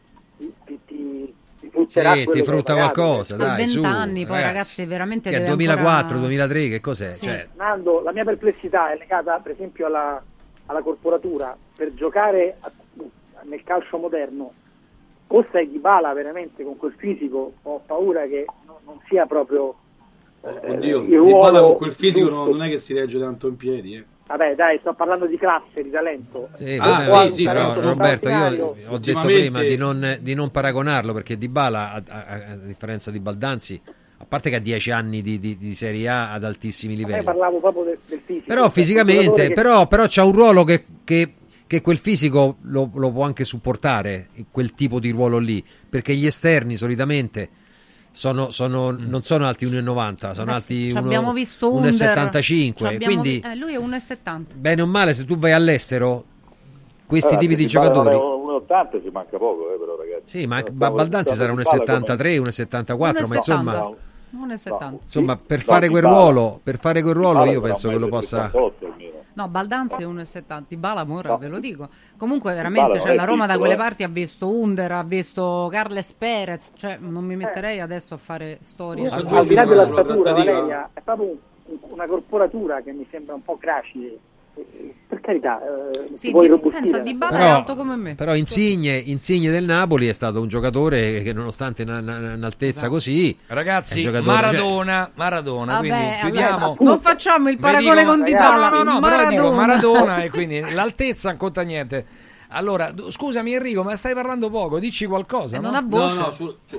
ti frutterà, ti frutta qualcosa, dai, 20 anni poi ragazzi veramente che è 2004, 2003, che cos'è? Sì. Nando, la mia perplessità è legata per esempio alla corporatura. Per giocare nel calcio moderno Costa e Dybala veramente con quel fisico ho paura che non sia proprio oddio, Dybala con quel fisico non è che si regge tanto in piedi. Vabbè dai, sto parlando di classe, di talento. Sì, però Roberto, io ho detto prima di non paragonarlo, perché Dybala a differenza di Baldanzi, a parte che ha 10 anni di Serie A ad altissimi livelli, parlavo proprio del fisico, però fisicamente però c'ha un ruolo che quel fisico lo può anche supportare, quel tipo di ruolo lì, perché gli esterni solitamente non sono alti 1,90, sono alti abbiamo visto 1,75, quindi lui è 1,70. Bene o male, se tu vai all'estero questi tipi di giocatori 1,80 ci manca poco, però ragazzi. Sì, ma Baldanzi sarà 1,73, 1,74, ma insomma 1,70. Insomma, per fare quel ruolo io penso che lo possa. No, Baldanzi è 1,70, Dybala Mora, ve lo dico. Comunque veramente la Roma da quelle parti ha visto Under, ha visto Carles Perez, cioè non mi metterei adesso a fare storie. Al di là della statura, Valeria, è proprio una corporatura che mi sembra un po' gracile. Per carità, sì, pensa Dybala è alto come me. Però Insigne del Napoli è stato un giocatore che nonostante un'altezza così, ragazzi, Maradona, vabbè, quindi chiudiamo. Allora, non facciamo il paragone con Dybala. No, però dico Maradona e quindi l'altezza non conta niente. Allora, scusami Enrico, ma stai parlando poco, dici qualcosa, no? Non ha voce. No,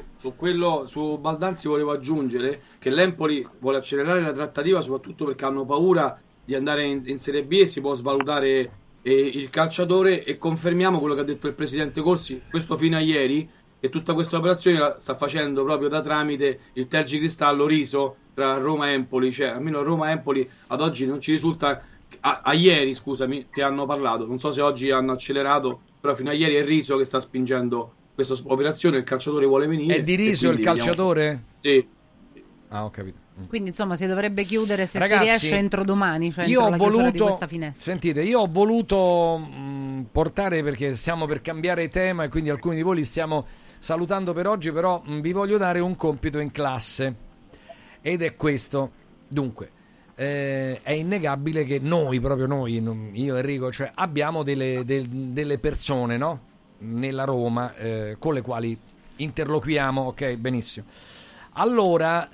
su Baldanzi volevo aggiungere che l'Empoli vuole accelerare la trattativa soprattutto perché hanno paura di andare in Serie B e si può svalutare il calciatore, e confermiamo quello che ha detto il presidente Corsi, questo fino a ieri, che tutta questa operazione la sta facendo proprio da tramite il tergicristallo riso tra Roma e Empoli, cioè almeno Roma e Empoli ad oggi non ci risulta, a ieri scusami, che hanno parlato, non so se oggi hanno accelerato, però fino a ieri è Riso che sta spingendo questa operazione, il calciatore vuole venire. È di Riso il calciatore? Sì. Ho capito. Quindi insomma si dovrebbe chiudere se ragazzi, si riesce entro domani, cioè io entro la chiusura di voluto, questa finestra. Sentite, io ho voluto portare, perché stiamo per cambiare tema e quindi alcuni di voi li stiamo salutando per oggi, però vi voglio dare un compito in classe ed è questo. Dunque, è innegabile che noi, proprio noi, io e Enrico, cioè abbiamo delle persone, no? Nella Roma con le quali interloquiamo, ok, benissimo. Allora,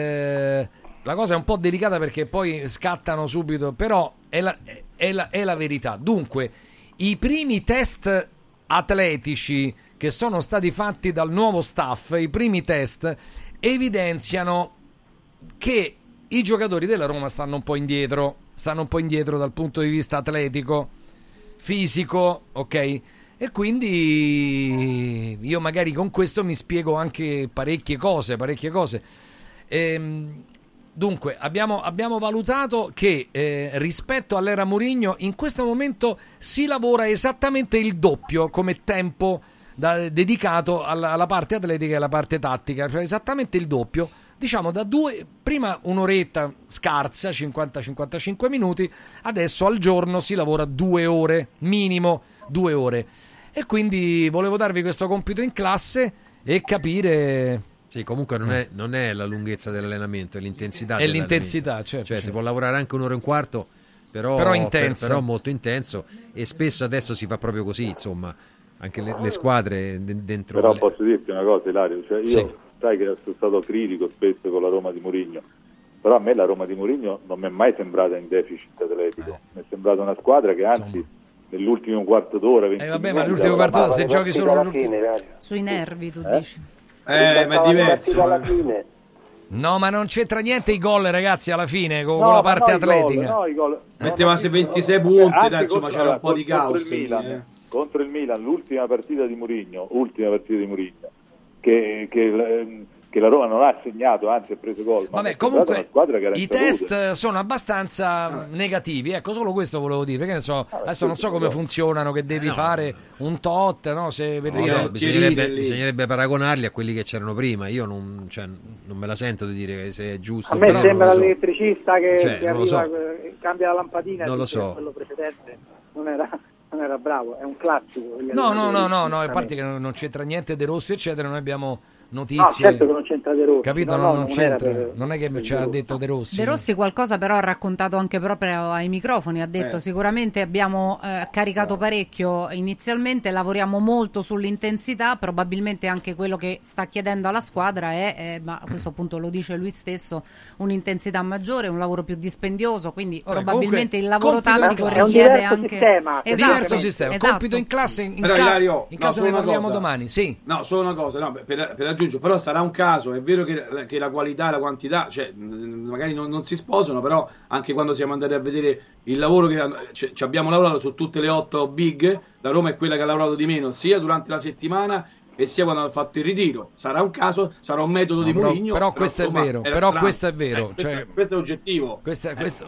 la cosa è un po' delicata perché poi scattano subito, però è la verità. Dunque, i primi test atletici che sono stati fatti dal nuovo staff, i primi test evidenziano che i giocatori della Roma stanno un po' indietro dal punto di vista atletico, fisico, ok? E quindi io magari con questo mi spiego anche parecchie cose. Dunque abbiamo valutato che rispetto all'era Mourinho in questo momento si lavora esattamente il doppio come tempo dedicato alla parte atletica e alla parte tattica, cioè esattamente il doppio, diciamo prima un'oretta scarsa, 50-55 minuti, adesso al giorno si lavora 2 ore, minimo 2 ore, e quindi volevo darvi questo compito in classe e capire. Sì, comunque non è la lunghezza dell'allenamento, è l'intensità è l'intensità, certo, cioè si può lavorare anche un'ora e un quarto, però molto intenso, e spesso adesso si fa proprio così, insomma, anche le squadre dentro. Però posso dirti una cosa, Ilario, cioè io sai che sono stato critico spesso con la Roma di Mourinho, però a me la Roma di Mourinho non mi è mai sembrata in deficit atletico, mi è sembrata una squadra che anzi nell'ultimo quarto d'ora ma l'ultimo quarto d'ora se giochi solo sui nervi, tu dici. Ma è diverso. No, ma non c'entra niente i gol, ragazzi, alla fine con la parte atletica. Metteva 26 punti, insomma c'era un po' di caos. Contro il Milan, l'ultima partita di Mourinho, che la Roma non ha segnato, anzi ha preso gol. Vabbè, comunque i test sono abbastanza negativi, ecco, solo questo volevo dire, perché adesso non so come funzionano, che devi fare un tot, no? Se bisognerebbe paragonarli a quelli che c'erano prima. Io non me la sento di dire se è giusto. A me sembra l'elettricista che arriva, cambia la lampadina, non lo so. Quello precedente non era bravo, è un classico. No, a parte che non c'entra niente De Rossi eccetera, noi abbiamo notizie. No, certo che non c'entra De Rossi. Capito? Non c'entra. Non è che ci ha detto De Rossi. De Rossi qualcosa però ha raccontato anche proprio ai microfoni, ha detto sicuramente abbiamo caricato parecchio inizialmente, lavoriamo molto sull'intensità, probabilmente anche quello che sta chiedendo alla squadra è ma a questo punto lo dice lui stesso, un'intensità maggiore, un lavoro più dispendioso, quindi probabilmente il lavoro tattico richiede anche diverso sistema. Compito in classe in caso ne parliamo domani. Sì. No, solo una cosa, per aggiungere, però sarà un caso, è vero che la qualità e la quantità, cioè magari non si sposano, però anche quando siamo andati a vedere il lavoro che abbiamo lavorato su tutte le 8 big, la Roma è quella che ha lavorato di meno sia durante la settimana e sia quando hanno fatto il ritiro. Sarà un caso, sarà un metodo di Mourinho, però questo insomma, è vero, però questo è vero, questo è oggettivo. Questo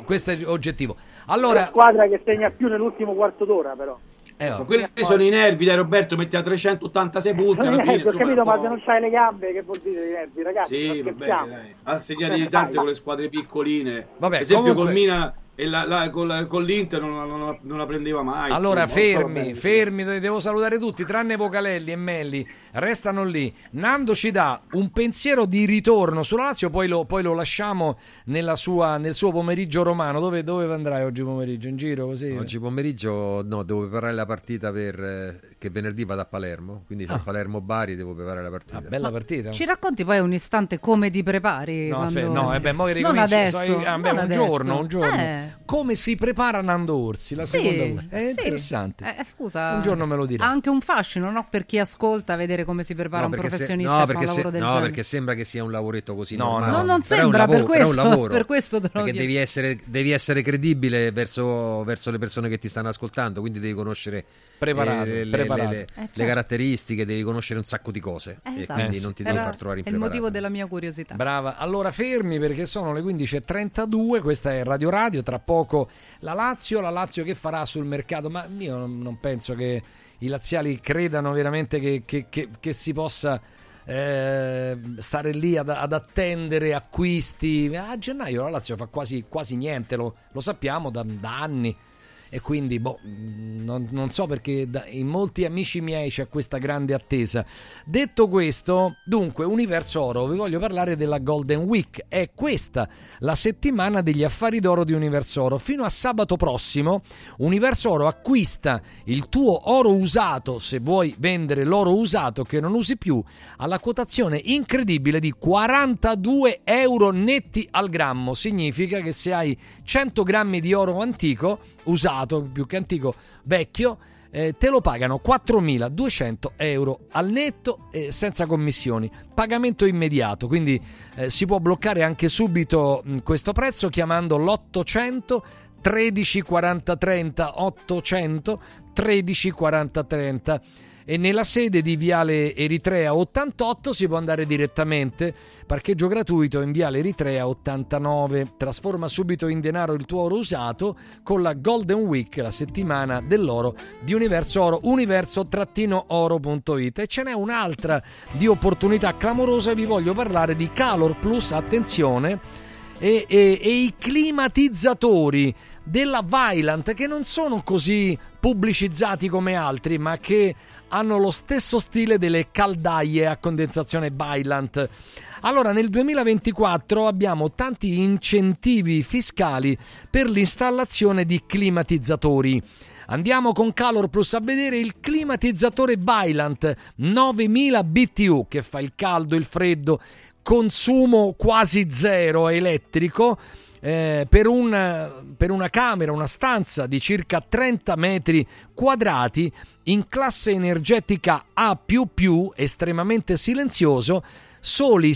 è oggettivo. Allora, è la squadra che segna più nell'ultimo quarto d'ora, però. Quelli sono i nervi, dai Roberto, metti a 386 punti alla fine. Ho capito, ma se non c'hai le gambe, che vuol dire i nervi, ragazzi? Sì, vabbè, dai. Ha segnato tante con le squadre piccoline. Vabbè, per esempio comunque... col Milan e con l'Inter non la prendeva mai. Allora insomma, fermi, devo salutare tutti tranne Vocalelli e Melli, restano lì. Nando ci dà un pensiero di ritorno sulla Lazio, poi lo lasciamo nel suo pomeriggio romano. Dove andrai oggi pomeriggio? In giro così? Oggi pomeriggio no, devo preparare la partita che venerdì vado a Palermo, quindi c'è Palermo-Bari, devo preparare la partita. Bella partita. Ci racconti poi un istante come ti prepari? No, quando... mo non adesso, un giorno. Come si prepara Nando Orsi? La seconda è interessante. Scusa, un giorno me lo dirà. Ha anche un fascino, no? Per chi ascolta, vedere come si prepara un professionista a fare un lavoro del genere. Perché sembra che sia un lavoretto così normale. No, non sembra, per questo te lo perché devi essere credibile verso le persone che ti stanno ascoltando, quindi devi conoscere le caratteristiche, devi conoscere un sacco di cose e quindi non ti devi far trovare impreparato. È il motivo della mia curiosità. Brava. Allora fermi, perché sono le 15:32, questa è Radio Radio, tra poco la Lazio che farà sul mercato, ma io non penso che i laziali credano veramente che si possa stare lì ad attendere acquisti. A gennaio la Lazio fa quasi niente, lo sappiamo da anni. E quindi non so perché in molti amici miei c'è questa grande attesa. Detto questo, dunque, Universo Oro, vi voglio parlare della Golden Week. È questa la settimana degli affari d'oro di Universo Oro. Fino a sabato prossimo Universo Oro acquista il tuo oro usato, se vuoi vendere l'oro usato che non usi più, alla quotazione incredibile di 42 euro netti al grammo. Significa che se hai 100 grammi di oro antico, usato, più che antico, vecchio, te lo pagano 4.200 euro al netto senza commissioni, pagamento immediato, quindi si può bloccare anche subito questo prezzo chiamando l'800 13 40 30 800 13 40 30 e nella sede di Viale Eritrea 88 si può andare direttamente, parcheggio gratuito in Viale Eritrea 89. Trasforma subito in denaro il tuo oro usato con la Golden Week, la settimana dell'oro di Universo Oro, universo-oro.it. E ce n'è un'altra di opportunità clamorosa, vi voglio parlare di Calor Plus, attenzione, e i climatizzatori della Vaillant, che non sono così pubblicizzati come altri, ma che hanno lo stesso stile delle caldaie a condensazione Vaillant. Allora, nel 2024 abbiamo tanti incentivi fiscali per l'installazione di climatizzatori. Andiamo con Calor Plus a vedere il climatizzatore Vaillant 9000 BTU, che fa il caldo, il freddo, consumo quasi zero elettrico, per una camera, una stanza di circa 30 metri quadrati in classe energetica A++, estremamente silenzioso, soli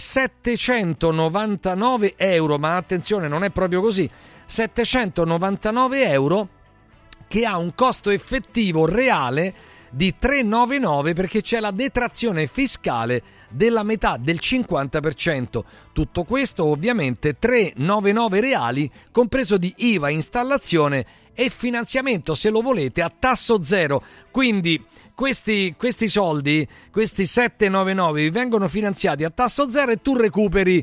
799 euro, ma attenzione, non è proprio così, 799 euro, che ha un costo effettivo reale di 399 perché c'è la detrazione fiscale della metà, del 50%. Tutto questo ovviamente 399 reali, compreso di IVA, installazione e finanziamento, se lo volete, a tasso zero. Quindi questi soldi, questi 799, vi vengono finanziati a tasso zero e tu recuperi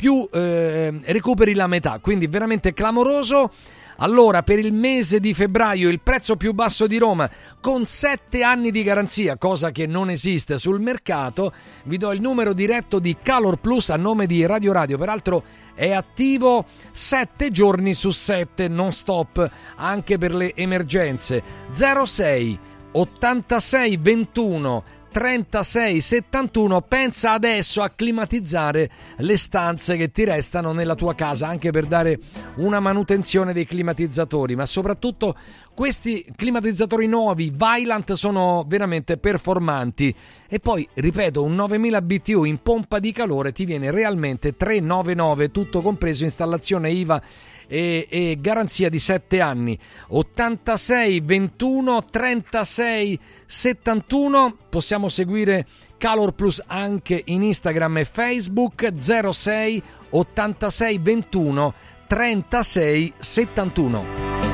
la metà, quindi veramente clamoroso. Allora, per il mese di febbraio il prezzo più basso di Roma, con 7 anni di garanzia, cosa che non esiste sul mercato. Vi do il numero diretto di Calor Plus a nome di Radio Radio, peraltro è attivo 7 giorni su 7, non stop, anche per le emergenze. 06 86 21 36 71. Pensa adesso a climatizzare le stanze che ti restano nella tua casa, anche per dare una manutenzione dei climatizzatori, ma soprattutto questi climatizzatori nuovi Vaillant sono veramente performanti. E poi, ripeto, un 9000 BTU in pompa di calore ti viene realmente 399, tutto compreso, installazione, IVA e garanzia di 7 anni. 86 21 36 71. Possiamo seguire Calor Plus anche in Instagram e Facebook. 06 86 21 36 71.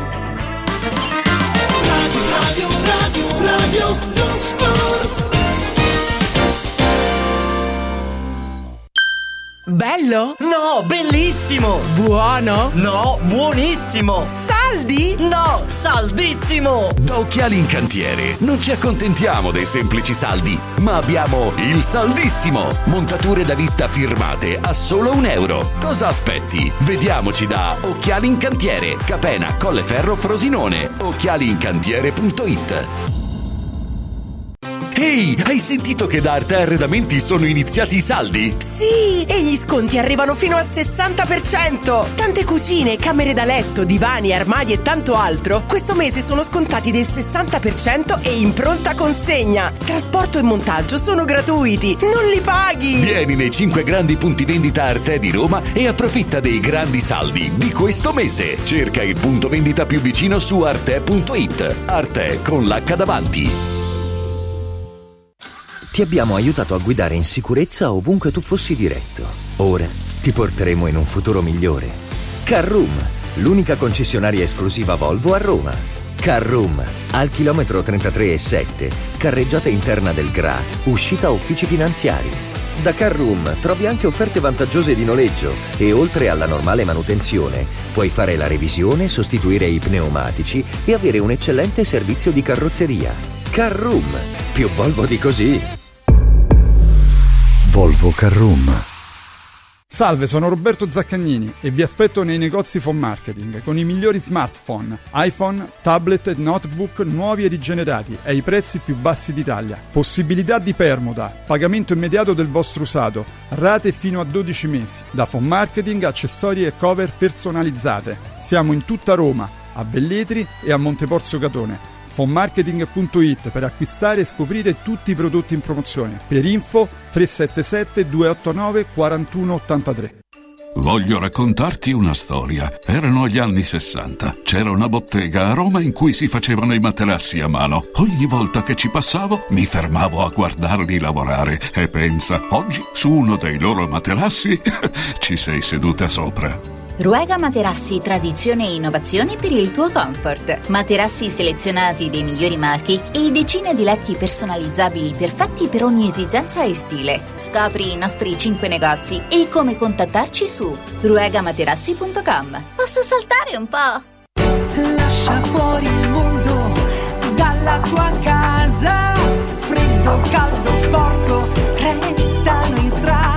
Radio non sport. Bello? No, bellissimo! Buono? No, buonissimo! Saldi? No, saldissimo! Da Occhiali in Cantiere non ci accontentiamo dei semplici saldi, ma abbiamo il saldissimo! Montature da vista firmate a solo €1. Cosa aspetti? Vediamoci da Occhiali in Cantiere, Capena, Colleferro, Frosinone. occhialiincantiere.it. Ehi, hai sentito che da Arte Arredamenti sono iniziati i saldi? Sì, e gli sconti arrivano fino al 60%. Tante cucine, camere da letto, divani, armadi e tanto altro questo mese sono scontati del 60% e in pronta consegna. Trasporto e montaggio sono gratuiti, non li paghi. Vieni nei 5 grandi punti vendita Arte di Roma e approfitta dei grandi saldi di questo mese. Cerca il punto vendita più vicino su arte.it. Arte con l'H davanti. Ti abbiamo aiutato a guidare in sicurezza ovunque tu fossi diretto. Ora ti porteremo in un futuro migliore. Carroom, l'unica concessionaria esclusiva Volvo a Roma. Carroom, al chilometro 33,7, carreggiata interna del GRA, uscita uffici finanziari. Da Carroom trovi anche offerte vantaggiose di noleggio e oltre alla normale manutenzione puoi fare la revisione, sostituire i pneumatici e avere un eccellente servizio di carrozzeria. Carroom, più Volvo di così. Volvo Carroom. Salve, sono Roberto Zaccagnini e vi aspetto nei negozi Phone Marketing con i migliori smartphone, iPhone, tablet e notebook nuovi e rigenerati ai prezzi più bassi d'Italia. Possibilità di permuta, pagamento immediato del vostro usato, rate fino a 12 mesi. Da Phone Marketing, accessori e cover personalizzate. Siamo in tutta Roma, a Velletri e a Monteporzio Catone. fonmarketing.it per acquistare e scoprire tutti i prodotti in promozione. Per info 377 289 4183. Voglio raccontarti una storia. Erano gli anni 60. C'era una bottega a Roma in cui si facevano i materassi a mano. Ogni volta che ci passavo mi fermavo a guardarli lavorare e pensa, oggi su uno dei loro materassi ci sei seduta sopra. Ruega Materassi, tradizione e innovazione per il tuo comfort. Materassi selezionati dei migliori marchi e decine di letti personalizzabili perfetti per ogni esigenza e stile. Scopri i nostri 5 negozi e come contattarci su ruegamaterassi.com. Posso saltare un po'? Lascia fuori il mondo dalla tua casa. Freddo, caldo, sporco, restano in strada.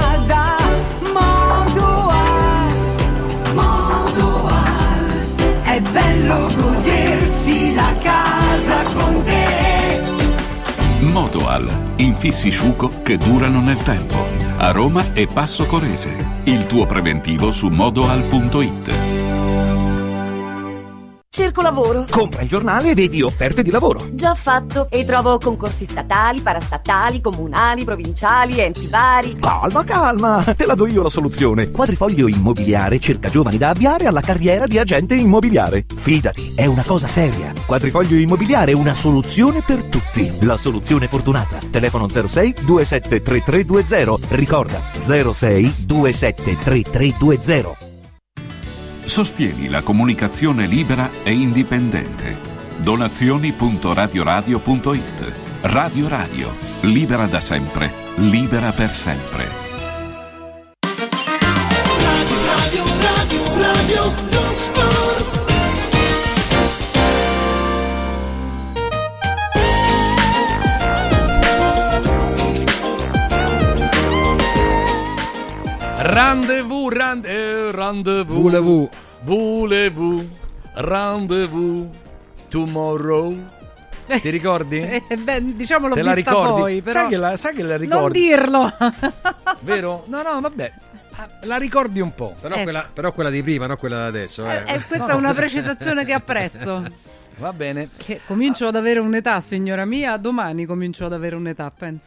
È bello godersi la casa con te. Modoal, infissi Sciuco che durano nel tempo. A Roma e Passo Corese. Il tuo preventivo su modoal.it. Cerco lavoro. Compra il giornale e vedi offerte di lavoro. Già fatto. E trovo concorsi statali, parastatali, comunali, provinciali, enti vari. Calma, te la do io la soluzione. Quadrifoglio Immobiliare cerca giovani da avviare alla carriera di agente immobiliare. Fidati, è una cosa seria. Quadrifoglio Immobiliare è una soluzione per tutti. La soluzione fortunata. Telefono 06 273320. Ricorda 06 273320. Sostieni la comunicazione libera e indipendente. Donazioni.radioradio.it. Radio Radio, libera da sempre, libera per sempre. Radio lo sport. Voulez-vous, rendezvous, tomorrow. Ti ricordi? Diciamo l'ho Te la vista ricordi? poi, però Sai che la ricordi? non dirlo. Vero? No, vabbè. La ricordi un po'. Però quella di prima, non quella di adesso. Questa è una precisazione che apprezzo. Va bene. Che comincio ad avere un'età, signora mia. Domani comincio ad avere un'età, penso.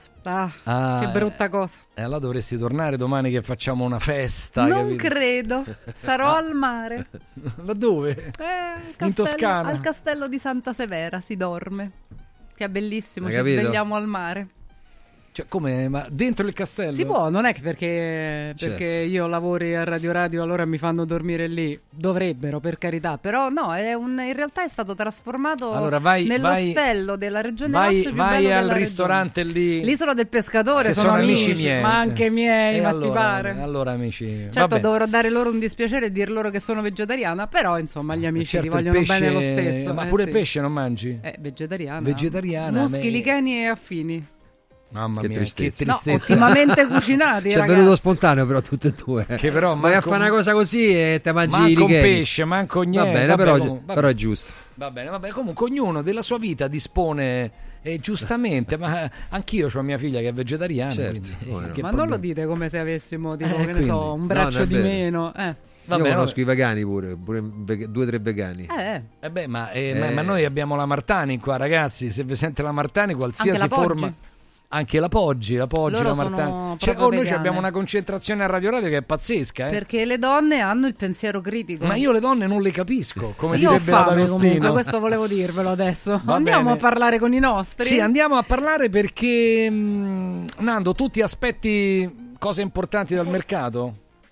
Che brutta cosa. E allora dovresti tornare domani che facciamo una festa. Non capito? credo. Sarò al mare. Da dove? In Toscana. Al castello di Santa Severa si dorme. Che è bellissimo. Hai Ci capito? svegliamo al mare. Cioè, come? Ma dentro il castello? Si può, non è che perché io lavori a Radio Radio allora mi fanno dormire lì. Dovrebbero, per carità. Però no, in realtà è stato trasformato nell'ostello della regione Lazio. Vai al ristorante lì. L'isola del pescatore, sono amici miei. Ma anche miei, ma ti pare? Allora amici. Certo, dovrò dare loro un dispiacere e dir loro che sono vegetariana, però insomma gli amici ti vogliono bene lo stesso. Ma pure pesce non mangi? Vegetariana. Muschi, licheni e affini. Mamma che mia, tristezza. No, ottimamente cucinati. Ci è venuto spontaneo, però tutte e due. Che però vai a fare una cosa così e te mangi i licheni. Pesce, manco niente. Va bene, però è giusto. Va bene, comunque ognuno della sua vita dispone giustamente, ma anch'io ho mia figlia che è vegetariana. Certo, ma non lo dite come se avessimo tipo, che ne so, un braccio di meno. Io conosco i vegani pure 2 o 3 vegani. Ma noi abbiamo la Martani qua, ragazzi. Se vi sente la Martani, qualsiasi forma. Anche la Poggi, la Martani. Noi abbiamo una concentrazione a Radio Radio che è pazzesca. Perché le donne hanno il pensiero critico. Ma io le donne non le capisco. Come io ho direbbe fame comunque, questo volevo dirvelo adesso. Andiamo a parlare con i nostri. Sì, andiamo a parlare perché Nando, tu ti aspetti cose importanti dal mercato?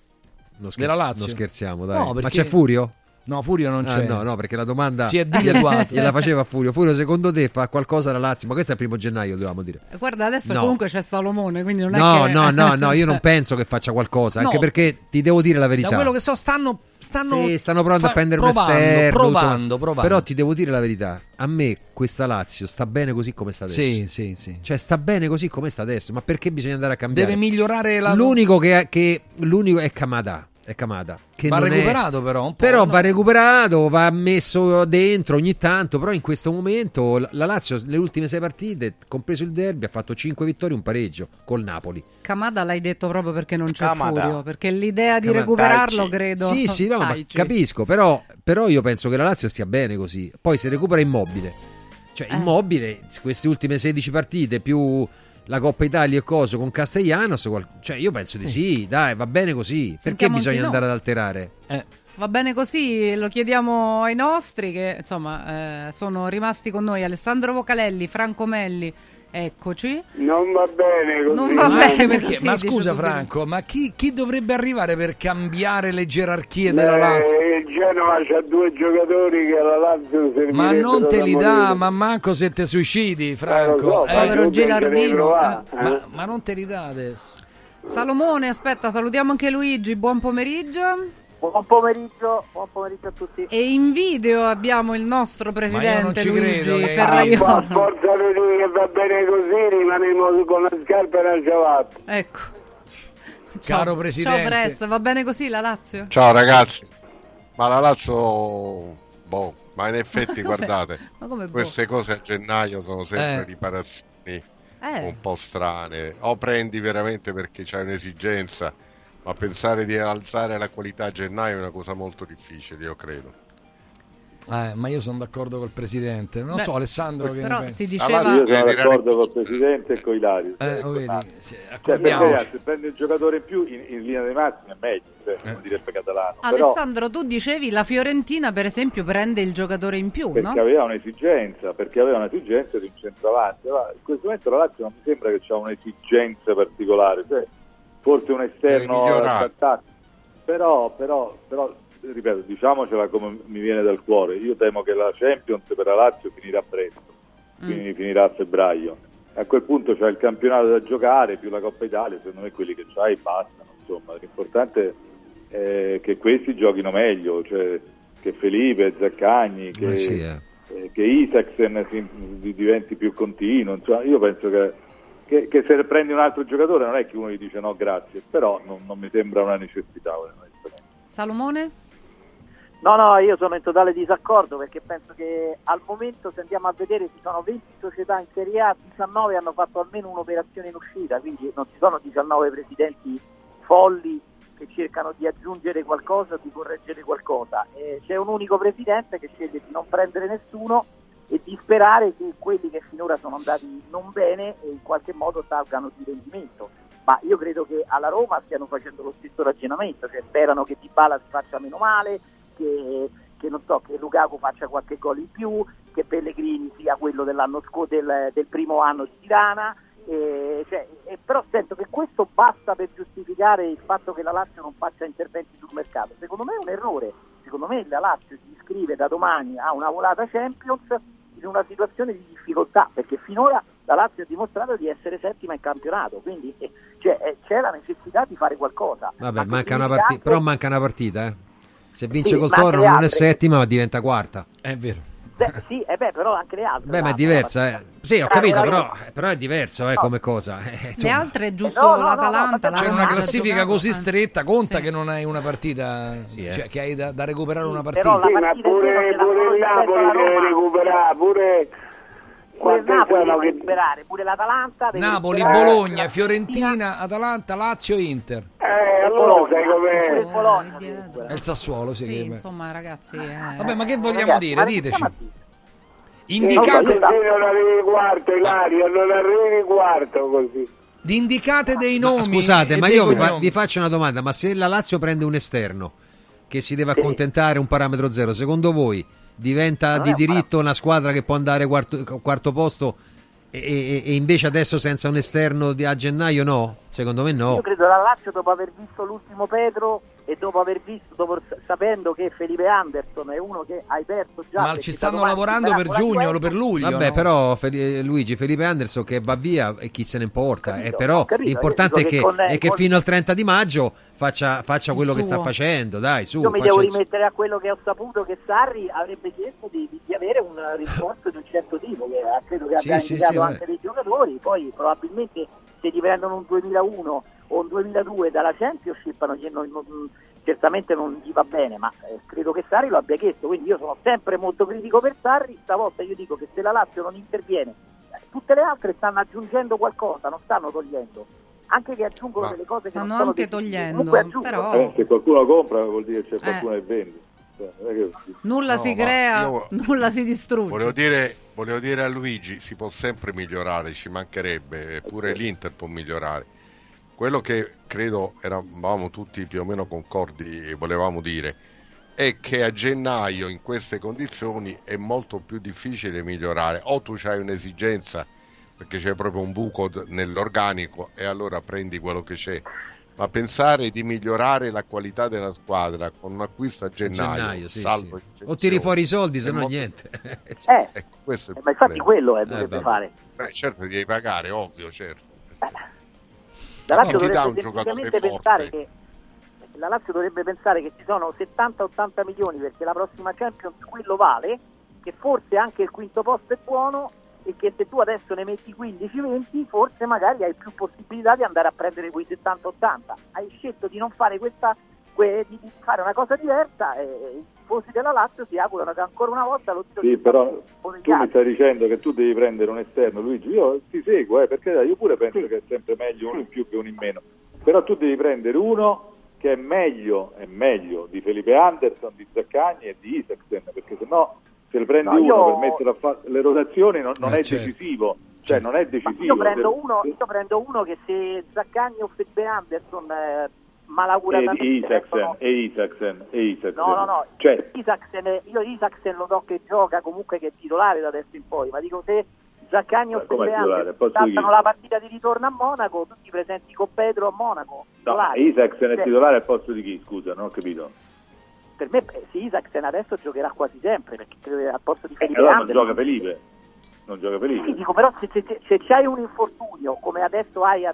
Della Lazio? Non scherziamo, dai. No, perché... Ma c'è Furio? No, Furio non c'è. No, perché la domanda si è dileguato. Gliela faceva Furio. Furio, secondo te fa qualcosa la Lazio? Ma questo è il 1° gennaio, dovevamo dire. Guarda, adesso comunque c'è Salomone, quindi non è che... No, io non penso che faccia qualcosa, anche perché ti devo dire la verità. Da quello che so stanno provando a prendere un esterno. Provando. Però ti devo dire la verità. A me questa Lazio sta bene così come sta adesso. Sì. Cioè sta bene così come sta adesso. Ma perché bisogna andare a cambiare? Deve migliorare la... L'unico è Kamada. Che va non recuperato però un po', va recuperato, va messo dentro ogni tanto, però in questo momento la Lazio le ultime 6 partite, compreso il derby, ha fatto 5 vittorie e un pareggio col Napoli. Kamada l'hai detto proprio perché non c'è Furio, perché l'idea di recuperarlo credo sì, ma capisco, però io penso che la Lazio stia bene così. Poi se recupera Immobile Cioè Immobile, queste ultime 16 partite più la Coppa Italia e coso con Castellanos, cioè io penso di sì, dai, va bene così. Perché bisogna andare ad alterare? Va bene così, lo chiediamo ai nostri che insomma sono rimasti con noi. Alessandro Vocalelli, Franco Melli, eccoci. Non va bene così. Non va bene perché ma scusa Franco, ma chi dovrebbe arrivare per cambiare le gerarchie della Lazio? Il Genova c'ha 2 giocatori che alla Lazio servirebbero. Ma non te li dà, ma manco se te suicidi, Franco. Povero Gilardino. Ma non te li dà adesso. Salomone, aspetta, salutiamo anche Luigi, buon pomeriggio. Buon pomeriggio a tutti. E in video abbiamo il nostro presidente Luigi Ferraiolo. Forza Luigi, che va bene così, rimaniamo con la scarpa e la ciabatta. Ecco. Caro presidente. Ciao Press, va bene così la Lazio? Ciao ragazzi. Ma la Lazio ma in effetti guardate, queste cose a gennaio sono sempre riparazioni un po' strane. O prendi veramente perché c'hai un'esigenza, ma pensare di alzare la qualità a gennaio è una cosa molto difficile, io credo. Ma io sono d'accordo col presidente. Non so, Alessandro, che però si io sono d'accordo col presidente e con Ilario. Se prende il giocatore in più in linea dei massimi è meglio, come direbbe Catalano. Alessandro, tu dicevi la Fiorentina per esempio prende il giocatore in più, perché aveva un'esigenza di un centravanti. In questo momento la Lazio non mi sembra che c'ha un'esigenza particolare, cioè forse un esterno però ripeto, diciamocela come mi viene dal cuore, io temo che la Champions per la Lazio finirà presto, quindi finirà a febbraio. A quel punto c'è il campionato da giocare più la Coppa Italia, secondo me quelli che c'hai bastano, insomma. L'importante è che questi giochino meglio, cioè che Felipe, Zaccagni, che Isaksen diventi più continuo, insomma. Io penso che se prendi un altro giocatore non è che uno gli dice no grazie, però non mi sembra una necessità. Salomone? No, io sono in totale disaccordo, perché penso che al momento, se andiamo a vedere, ci sono 20 società in Serie A, 19 hanno fatto almeno un'operazione in uscita, quindi non ci sono 19 presidenti folli che cercano di aggiungere qualcosa, di correggere qualcosa. C'è un unico presidente che sceglie di non prendere nessuno e di sperare che quelli che finora sono andati non bene in qualche modo salgano di rendimento. Ma io credo che alla Roma stiano facendo lo stesso ragionamento, cioè sperano che Dybala si faccia meno male, che non so, che Lukaku faccia qualche gol in più, che Pellegrini sia quello dell'anno del primo anno di Tirana, però sento che questo basta per giustificare il fatto che la Lazio non faccia interventi sul mercato. Secondo me è un errore, secondo me la Lazio si iscrive da domani a una volata Champions in una situazione di difficoltà, perché finora la Lazio ha dimostrato di essere settima in campionato, quindi c'è la necessità di fare qualcosa. Vabbè, manca una partita, però manca una partita, Se vince col Toro non è settima, ma diventa quarta. È vero. Però anche le altre. Ma è diversa, Sì, ho capito, però è diverso come cosa. Le altre è giusto l'Atalanta. C'è una classifica così stretta, conta che non hai una partita, cioè che hai da recuperare una partita. Ma pure il Napoli deve recuperare, pure il Napoli deve recuperare, pure l'Atalanta deve Napoli, recuperare. Bologna, Fiorentina, Atalanta, Lazio, Inter. È il Sassuolo, sì, insomma, ragazzi. Vabbè, ma che vogliamo dire? Diteci. Indicate. Non arrivi quarto, Ilario, non arrivi quarto così. Indicate dei nomi. Scusate, ma io vi faccio una domanda: ma se la Lazio prende un esterno che si deve accontentare un parametro zero, secondo voi diventa di diritto una squadra che può andare quarto posto? E invece adesso senza un esterno a gennaio no? Secondo me no. Io credo la Lazio, dopo aver visto l'ultimo Pedro e dopo sapendo che Felipe Anderson è uno che hai perso già, ma ci stanno lavorando per giugno o per luglio. Vabbè, no? Però Luigi, Felipe Anderson che va via e chi se ne importa, però l'importante è che fino al 30 di maggio faccia quello che sta facendo, dai, su. Io mi devo rimettere a quello che ho saputo, che Sarri avrebbe chiesto di avere un rinforzo di un certo tipo, che credo che abbia indicato anche dei giocatori. Poi probabilmente se ti prendono un 2001 o un 2002 dalla Championship certamente non gli va bene, ma credo che Sarri lo abbia chiesto, quindi io sono sempre molto critico per Sarri. Stavolta io dico che se la Lazio non interviene, tutte le altre stanno aggiungendo qualcosa, non stanno togliendo, anche che aggiungono delle cose stanno che non anche togliendo, però se qualcuno compra vuol dire che c'è qualcuno che vende. Nulla si crea, nulla si distrugge. Volevo dire a Luigi, si può sempre migliorare, ci mancherebbe, pure l'Inter può migliorare. Quello che credo eravamo tutti più o meno concordi e volevamo dire è che a gennaio in queste condizioni è molto più difficile migliorare. O tu c'hai un'esigenza perché c'è proprio un buco nell'organico e allora prendi quello che c'è, ma pensare di migliorare la qualità della squadra con un acquisto a gennaio sì. O tiri fuori i soldi, se no niente. Ecco, questo è il ma infatti quello dovrebbe fare. Certo, devi pagare, ovvio, certo. La Lazio dovrebbe semplicemente pensare che la Lazio dovrebbe pensare che ci sono 70-80 milioni perché la prossima Champions quello vale, che forse anche il quinto posto è buono e che se tu adesso ne metti 15-20 forse magari hai più possibilità di andare a prendere quei 70-80. Hai scelto di non fare di fare una cosa diversa e i tifosi della Lazio si augurano che ancora una volta lo tiro. Sì, però tu mi stai dicendo che tu devi prendere un esterno, Luigi, io ti seguo, perché io pure penso che è sempre meglio uno in più che uno in meno, però tu devi prendere uno che è meglio di Felipe Anderson, di Zaccagni e di Isaksen, perché sennò se lo prendi uno per mettere a fare le rotazioni non è decisivo, cioè non è decisivo. Io prendo uno che se Zaccagni o Felipe Anderson malauguratamente Isaksen. No, cioè, Isaksen lo so che gioca comunque, che è titolare da adesso in poi, ma dico se Zaccagni o Felipe Anderson saltano la partita di ritorno a Monaco, tu ti presenti con Pedro a Monaco. No, Isaksen è titolare al posto di chi? Scusa, non ho capito. Per me Isaksen adesso giocherà quasi sempre perché al posto di Felipe allora Anderson non gioca Felipe. Sì, dico, però se c'hai un infortunio come adesso vai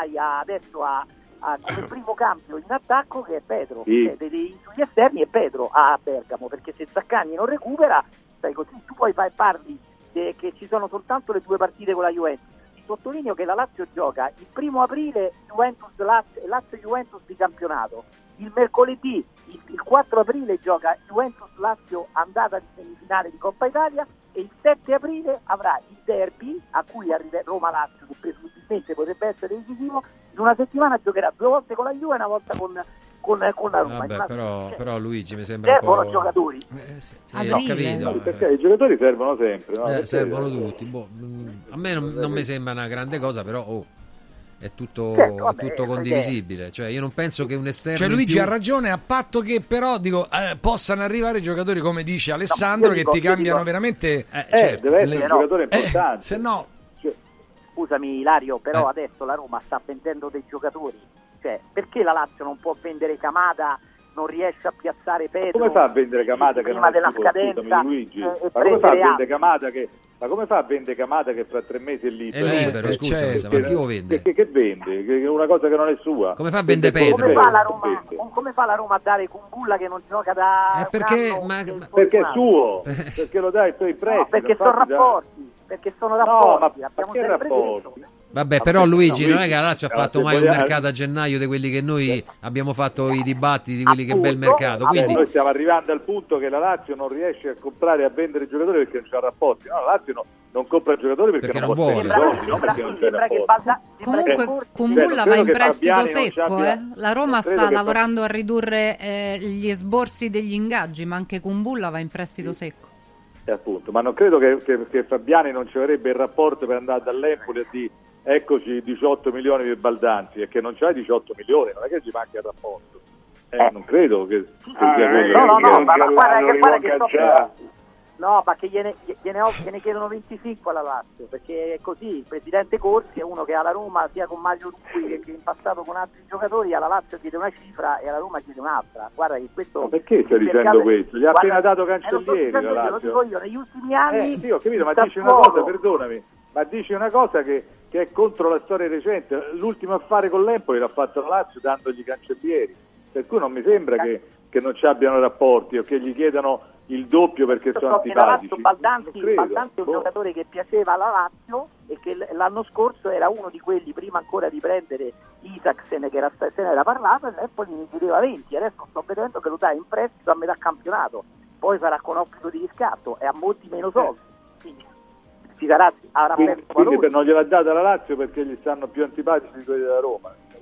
come primo cambio in attacco che è Pedro, sì. Sugli esterni è Pedro a Bergamo, perché se Zaccagni non recupera stai così, tu poi parli che ci sono soltanto le 2 partite con la Juventus. Ti sottolineo che la Lazio gioca il 1 aprile Lazio-Juventus di campionato, il mercoledì il 4 aprile gioca Juventus-Lazio andata di semifinale di Coppa Italia e il 7 aprile avrà il derby a cui arriva Roma-Lazio, che presumibilmente potrebbe essere decisivo. In una settimana giocherà 2 volte con la Juve e una volta con la Roma. Vabbè, però Luigi mi sembra servono un po'... giocatori. Ho capito. Perché i giocatori servono sempre, no? Servono tutti. A me non mi sembra una grande cosa, però è tutto condivisibile. Cioè, io non penso che un esterno. Cioè, Luigi ha ragione, a patto che però possano arrivare giocatori come dice Alessandro, che ti cambiano veramente. Certo, deve essere un giocatore importante. Se no. Scusami Ilario, però adesso la Roma sta vendendo dei giocatori. Cioè, perché la Lazio non può vendere Kamada, non riesce a piazzare Pedro? Come fa a vendere Kamada che non è della scadenza? Luigi? Ma come fa a vendere Kamada che fra 3 mesi è libero? È libero, scusa, ma chi lo vende? Che vende? Che una cosa che non è sua. Come fa a vendere Pedro? Come fa la Roma a dare Kumbulla che non gioca da perché è suo? Perché lo dai in prestito? No, perché sono rapporti. Perché sono rapporti, abbiamo sempre rapporti. Vabbè, però Luigi non è che la Lazio ha fatto mai un mercato a gennaio di quelli che noi abbiamo fatto i dibattiti di quelli che bel mercato. Quindi noi stiamo arrivando al punto che la Lazio non riesce a comprare e a vendere giocatori perché non c'ha rapporti. No, la Lazio non compra giocatori perché non vuole. Comunque Kumbulla va in prestito secco, La Roma sta lavorando a ridurre gli esborsi degli ingaggi, ma anche Kumbulla va in prestito secco. Appunto, ma non credo che Fabiani non ci avrebbe il rapporto per andare dall'Empoli a dire eccoci 18 milioni per Baldanzi, e che non c'hai 18 milioni, non è che ci manca il rapporto. Non credo che sia quello. No, ma che gliene chiedono 25 alla Lazio, perché è così. Il presidente Corsi è uno che alla Roma, sia con Mario Rui che in passato con altri giocatori, alla Lazio chiede una cifra e alla Roma chiede un'altra. Guarda che questo. Ma perché stai dicendo questo? Gli ha appena dato Cancellieri la Lazio. Lo dico io, negli ultimi anni. Sì, ho capito, ma dici una cosa, perdonami, ma dici una cosa che è contro la storia recente. L'ultimo affare con l'Empoli l'ha fatto la Lazio dandogli Cancellieri, per cui non mi sembra che non ci abbiano rapporti o che gli chiedano il doppio perché sono antipatici. Baldanzi è un giocatore che piaceva alla Lazio e che l'anno scorso era uno di quelli, prima ancora di prendere Isaksen, che se ne era parlato, e l'Empoli ne chiedeva 20. Adesso sto vedendo che lo dà in prestito a metà campionato, poi sarà con obbligo di riscatto e ha molti meno soldi, quindi avrà perso valore. Non gliel'ha data la Lazio perché gli stanno più antipatici di quelli della Roma.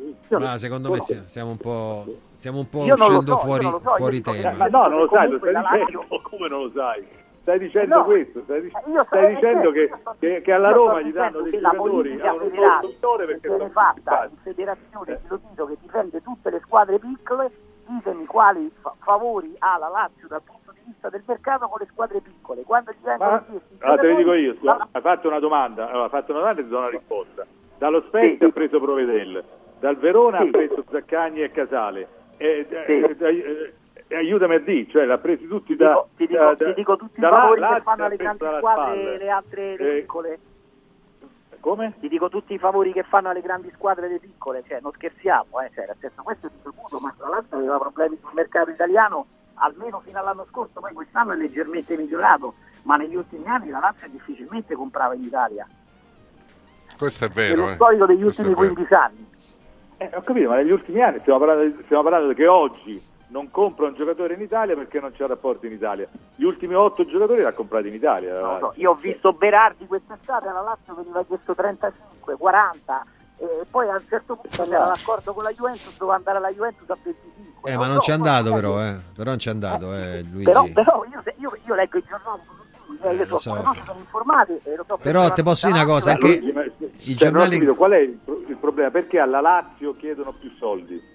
secondo me stiamo un po' uscendo fuori tema. No, non lo sai, lo stai dicendo. Come non lo sai? Stai dicendo questo? Stai dicendo che alla Roma gli danno dei giocatori a un dottore perché viene fatta in federazione di Lotito che difende tutte le squadre piccole. Ditemi quali favori ha la Lazio dal punto di vista del mercato con le squadre piccole. Quando ti vengono chiesti, te lo dico io, hai fatto una domanda e ti do una risposta. Dallo Spezia ha preso Provedel, dal Verona ha preso Zaccagni e Casale. Aiutami a dire, cioè l'ha presi tutti ti dico tutti i favori che fanno alle grandi squadre e le altre piccole. Come? Ti dico tutti i favori che fanno alle grandi squadre le piccole, cioè non scherziamo, cioè, nel senso, questo è tutto, ma tra l'altro aveva problemi sul mercato italiano almeno fino all'anno scorso, poi quest'anno è leggermente migliorato, ma negli ultimi anni la Lazio difficilmente comprava in Italia. Questo è vero. È lo storico degli ultimi 15 anni. Ho capito, ma negli ultimi anni stiamo parlando che oggi non compra un giocatore in Italia perché non c'è rapporto in Italia. Gli ultimi 8 giocatori li ha comprati in Italia. Io ho visto Berardi quest'estate, alla Lazio veniva chiesto 35, 40 e poi a un certo punto c'era l'accordo con la Juventus, doveva andare alla Juventus a 25. Ma non c'è andato però non c'è andato Luigi. Però io leggo i giornali, le sono informati e lo so. Però ti posso dire una cosa, anche i giornali... Qual è il problema? Perché alla Lazio chiedono più soldi?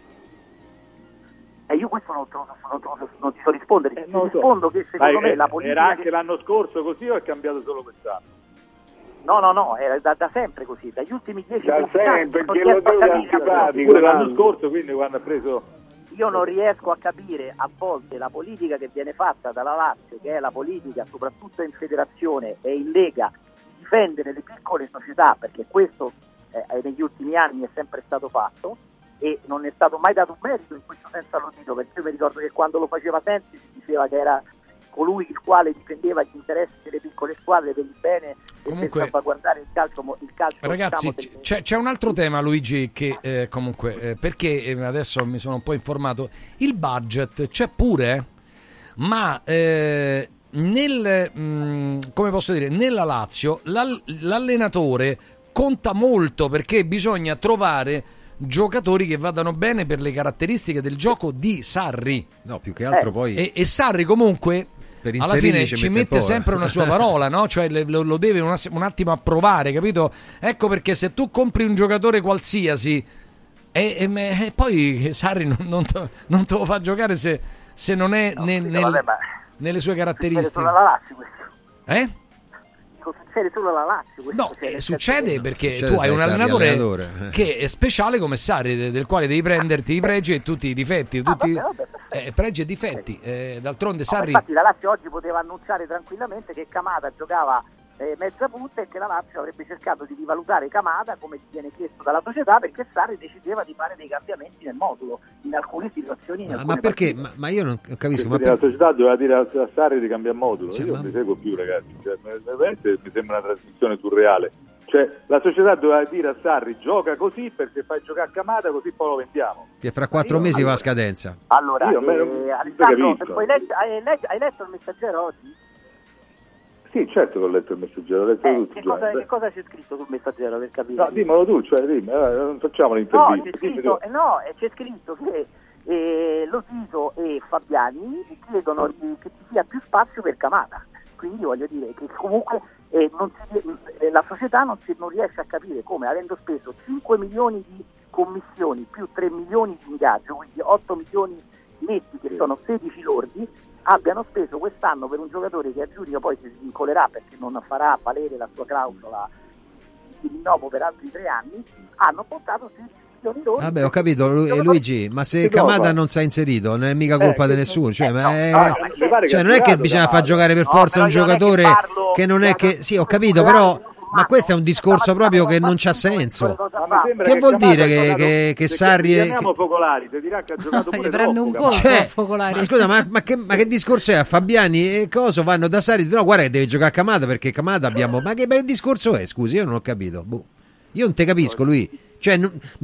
Io questo non ti so rispondere, ti rispondo che secondo me la politica... Era anche l'anno scorso così o è cambiato solo quest'anno? No, era da sempre così, dagli ultimi 10 anni. Da sempre, perché lo devo antipatico. Pure l'anno scorso, quindi quando ha preso... Io non riesco a capire a volte la politica che viene fatta dalla Lazio, che è la politica soprattutto in federazione e in Lega, difendere le piccole società, perché questo negli ultimi anni è sempre stato fatto, e non è stato mai dato un merito in questo senso a Lotito, perché io mi ricordo che quando lo faceva Sensi si diceva che era colui il quale difendeva gli interessi delle piccole squadre per il bene e per salvaguardare il calcio. Ragazzi, diciamo, c'è un altro tema, Luigi, che comunque perché adesso mi sono un po' informato, il budget c'è pure, ma come posso dire, nella Lazio l'allenatore conta molto, perché bisogna trovare giocatori che vadano bene per le caratteristiche del gioco di Sarri. No, più che altro poi... E Sarri comunque alla fine ci mette sempre una sua parola, no? Cioè lo deve un attimo approvare, capito? Ecco perché se tu compri un giocatore qualsiasi e poi Sarri non te lo fa giocare se non è nelle sue caratteristiche. Succede solo alla Lazio. No, succede perché tu hai un allenatore che è speciale come Sarri, del quale devi prenderti i pregi e tutti i difetti, pregi e difetti. D'altronde Sarri... Infatti la Lazio oggi poteva annunciare tranquillamente che Kamada giocava mezza punta e che la Lazio avrebbe cercato di rivalutare Kamada come ti viene chiesto dalla società, perché Sarri decideva di fare dei cambiamenti nel modulo in alcune situazioni. Ma perché? Ma io non capisco. La società doveva dire a Sarri di cambiare modulo. Io non mi seguo più, ragazzi. Mi sembra una trasmissione surreale. Cioè, la società doveva dire a Sarri gioca così perché fai giocare a Kamada, così poi lo vendiamo. Che fra 4 mesi va a scadenza. Allora, Alessandro, hai letto il Messaggero oggi? Sì, certo che ho letto il Messaggero, ho letto tutto. Che cosa c'è scritto sul Messaggero, per capire? No, dimmelo tu, non facciamo l'intervista. C'è scritto che Lotito e Fabiani chiedono che ci sia più spazio per Kamada. Quindi voglio dire che comunque la società non riesce a capire come, avendo speso 5 milioni di commissioni più 3 milioni di ingaggio, quindi 8 milioni netti, che sono 16 lordi, abbiano speso quest'anno per un giocatore che a giugno poi si svincolerà perché non farà valere la sua clausola di rinnovo per altri 3 anni, hanno portato 16 milioni loro. Vabbè, ho capito, Luigi, ma se Kamada non si è inserito non è mica colpa di nessuno, cioè, non è che bisogna far giocare per forza un giocatore che non è che... Sì, ho capito, però... Ma questo è un discorso proprio che non c'ha senso. Che vuol dire che Sarri è... Focolari, ti dirà che ha giocato pure prende un colpo, Focolari. Ma scusa, ma che discorso è? A Fabiani e cosa vanno da Sarri? No, guarda che deve giocare a Kamada perché Kamada abbiamo... Ma che discorso è? Scusi, io non ho capito. Io non te capisco, lui. Cioè,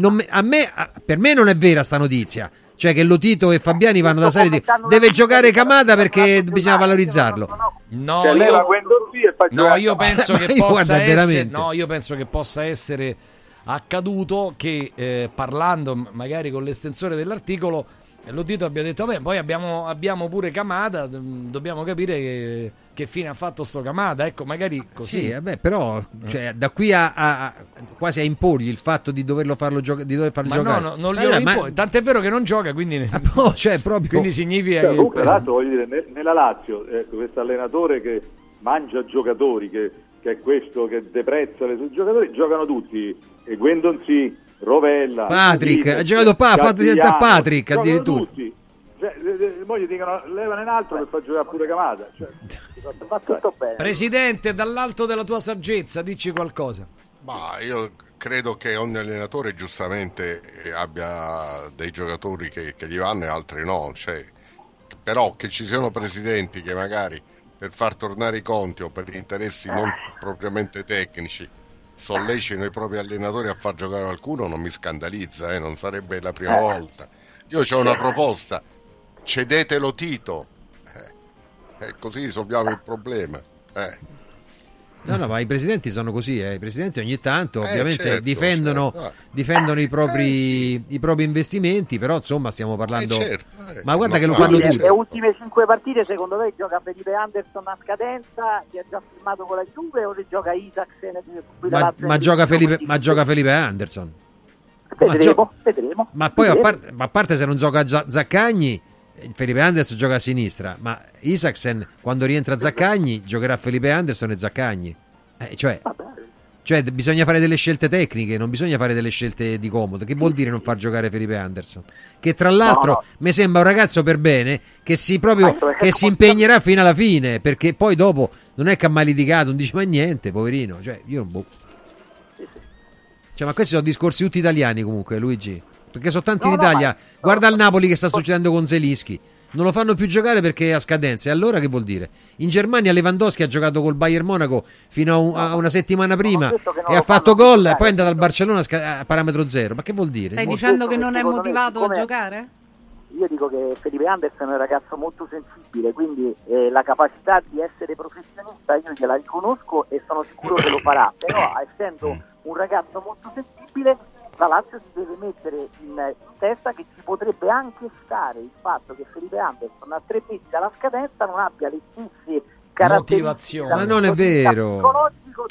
per me non è vera sta notizia. Cioè che Lotito e Fabiani vanno da Sarri, deve giocare Kamada perché bisogna valorizzarlo. Io penso che possa essere accaduto che parlando magari con l'estensore dell'articolo Lotito abbia detto vabbè, poi abbiamo pure Kamada, dobbiamo capire che fine ha fatto sto Kamada, ecco, magari così. Sì, vabbè, però cioè, da qui a quasi a imporgli il fatto di doverlo farlo giocare. No, non glielo impone, tant'è vero che non gioca, quindi cioè, proprio... quindi significa che comunque tra l'altro voglio dire, nella Lazio questo allenatore che mangia giocatori, che è questo che deprezza i giocatori, giocano tutti, e Guendouzi, Rovella, Patrick, ha giocato ha fatto diventare Patrick addirittura. Tutti. Cioè, poi gli dicono levane un altro per far giocare pure Kamada. Cioè, va tutto bene. Presidente, dall'alto della tua saggezza, dici qualcosa. Ma io credo che ogni allenatore giustamente abbia dei giocatori che gli vanno e altri no. Cioè, però che ci siano presidenti che magari per far tornare i conti o per interessi non propriamente tecnici sollecino i propri allenatori a far giocare qualcuno non mi scandalizza, non sarebbe la prima volta. Io ho una proposta, cedetelo Tito, così risolviamo il problema. No, ma i presidenti sono così, i presidenti ogni tanto ovviamente certo, difendono i propri investimenti, però insomma stiamo parlando ma guarda che lo fanno tutti. Le ultime 5 partite secondo me gioca Felipe Anderson a scadenza, si è già firmato con la Juve, o si gioca Isaacsen? Ma gioca Felipe Anderson. Vedremo. Ma poi a parte se non gioca Zaccagni, Felipe Anderson gioca a sinistra, ma Isaacsen quando rientra Zaccagni giocherà Felipe Anderson e Zaccagni, cioè bisogna fare delle scelte tecniche, non bisogna fare delle scelte di comodo. Che vuol dire non far giocare Felipe Anderson, che tra l'altro mi sembra un ragazzo per bene, che si impegnerà fino alla fine, perché poi dopo non è che ha mai litigato, non dice mai niente, poverino, cioè io cioè, ma questi sono discorsi tutti italiani comunque, Luigi, perché sono tanti in Italia. Guarda il Napoli che sta succedendo con Zelinski, non lo fanno più giocare perché è a scadenza, e allora che vuol dire? In Germania Lewandowski ha giocato col Bayern Monaco fino a una settimana prima e ha fatto gol, e poi è andato al Barcellona a parametro zero. Ma che vuol dire? Stai dicendo che non è motivato a giocare? Io dico che Felipe Anderson è un ragazzo molto sensibile, quindi la capacità di essere professionista io gliela riconosco e sono sicuro che lo farà, però essendo un ragazzo molto sensibile la Lazio si deve mettere in testa che ci potrebbe anche stare il fatto che Felipe Anderson a 3 mesi dalla scadenza non abbia le stesse caratteristiche, ma non è vero,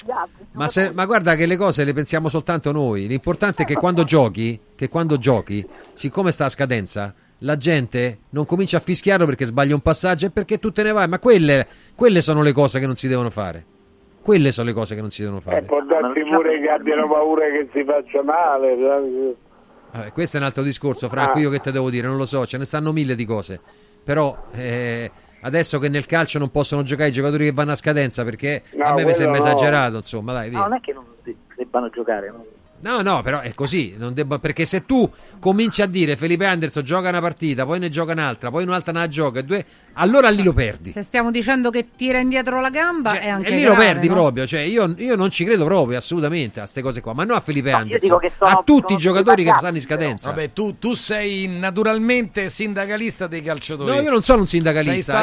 ma guarda che le cose le pensiamo soltanto noi. L'importante è che quando giochi, siccome sta a scadenza, la gente non comincia a fischiarlo perché sbaglia un passaggio e perché tu te ne vai, ma quelle sono le cose che non si devono fare. Quelle sono le cose che non si devono fare. Può darsi pure che abbiano paura che si faccia male. Questo è un altro discorso, Franco. Io che te devo dire, non lo so, ce ne stanno 1000 di cose. Però adesso che nel calcio non possono giocare i giocatori che vanno a scadenza, perché a me mi sembra esagerato, insomma, dai, via. No, non è che non debbano giocare, no? No, però è così, perché se tu cominci a dire Felipe Anderson gioca una partita, poi ne gioca un'altra, poi un'altra ne gioca, allora lì lo perdi. Se stiamo dicendo che tira indietro la gamba, è anche e lì grave, lo perdi, no? proprio, cioè io non ci credo proprio assolutamente a queste cose qua, ma no a Felipe Anderson, a tutti i giocatori che stanno in scadenza. Vabbè, tu sei naturalmente sindacalista dei calciatori. No, io non sono un sindacalista,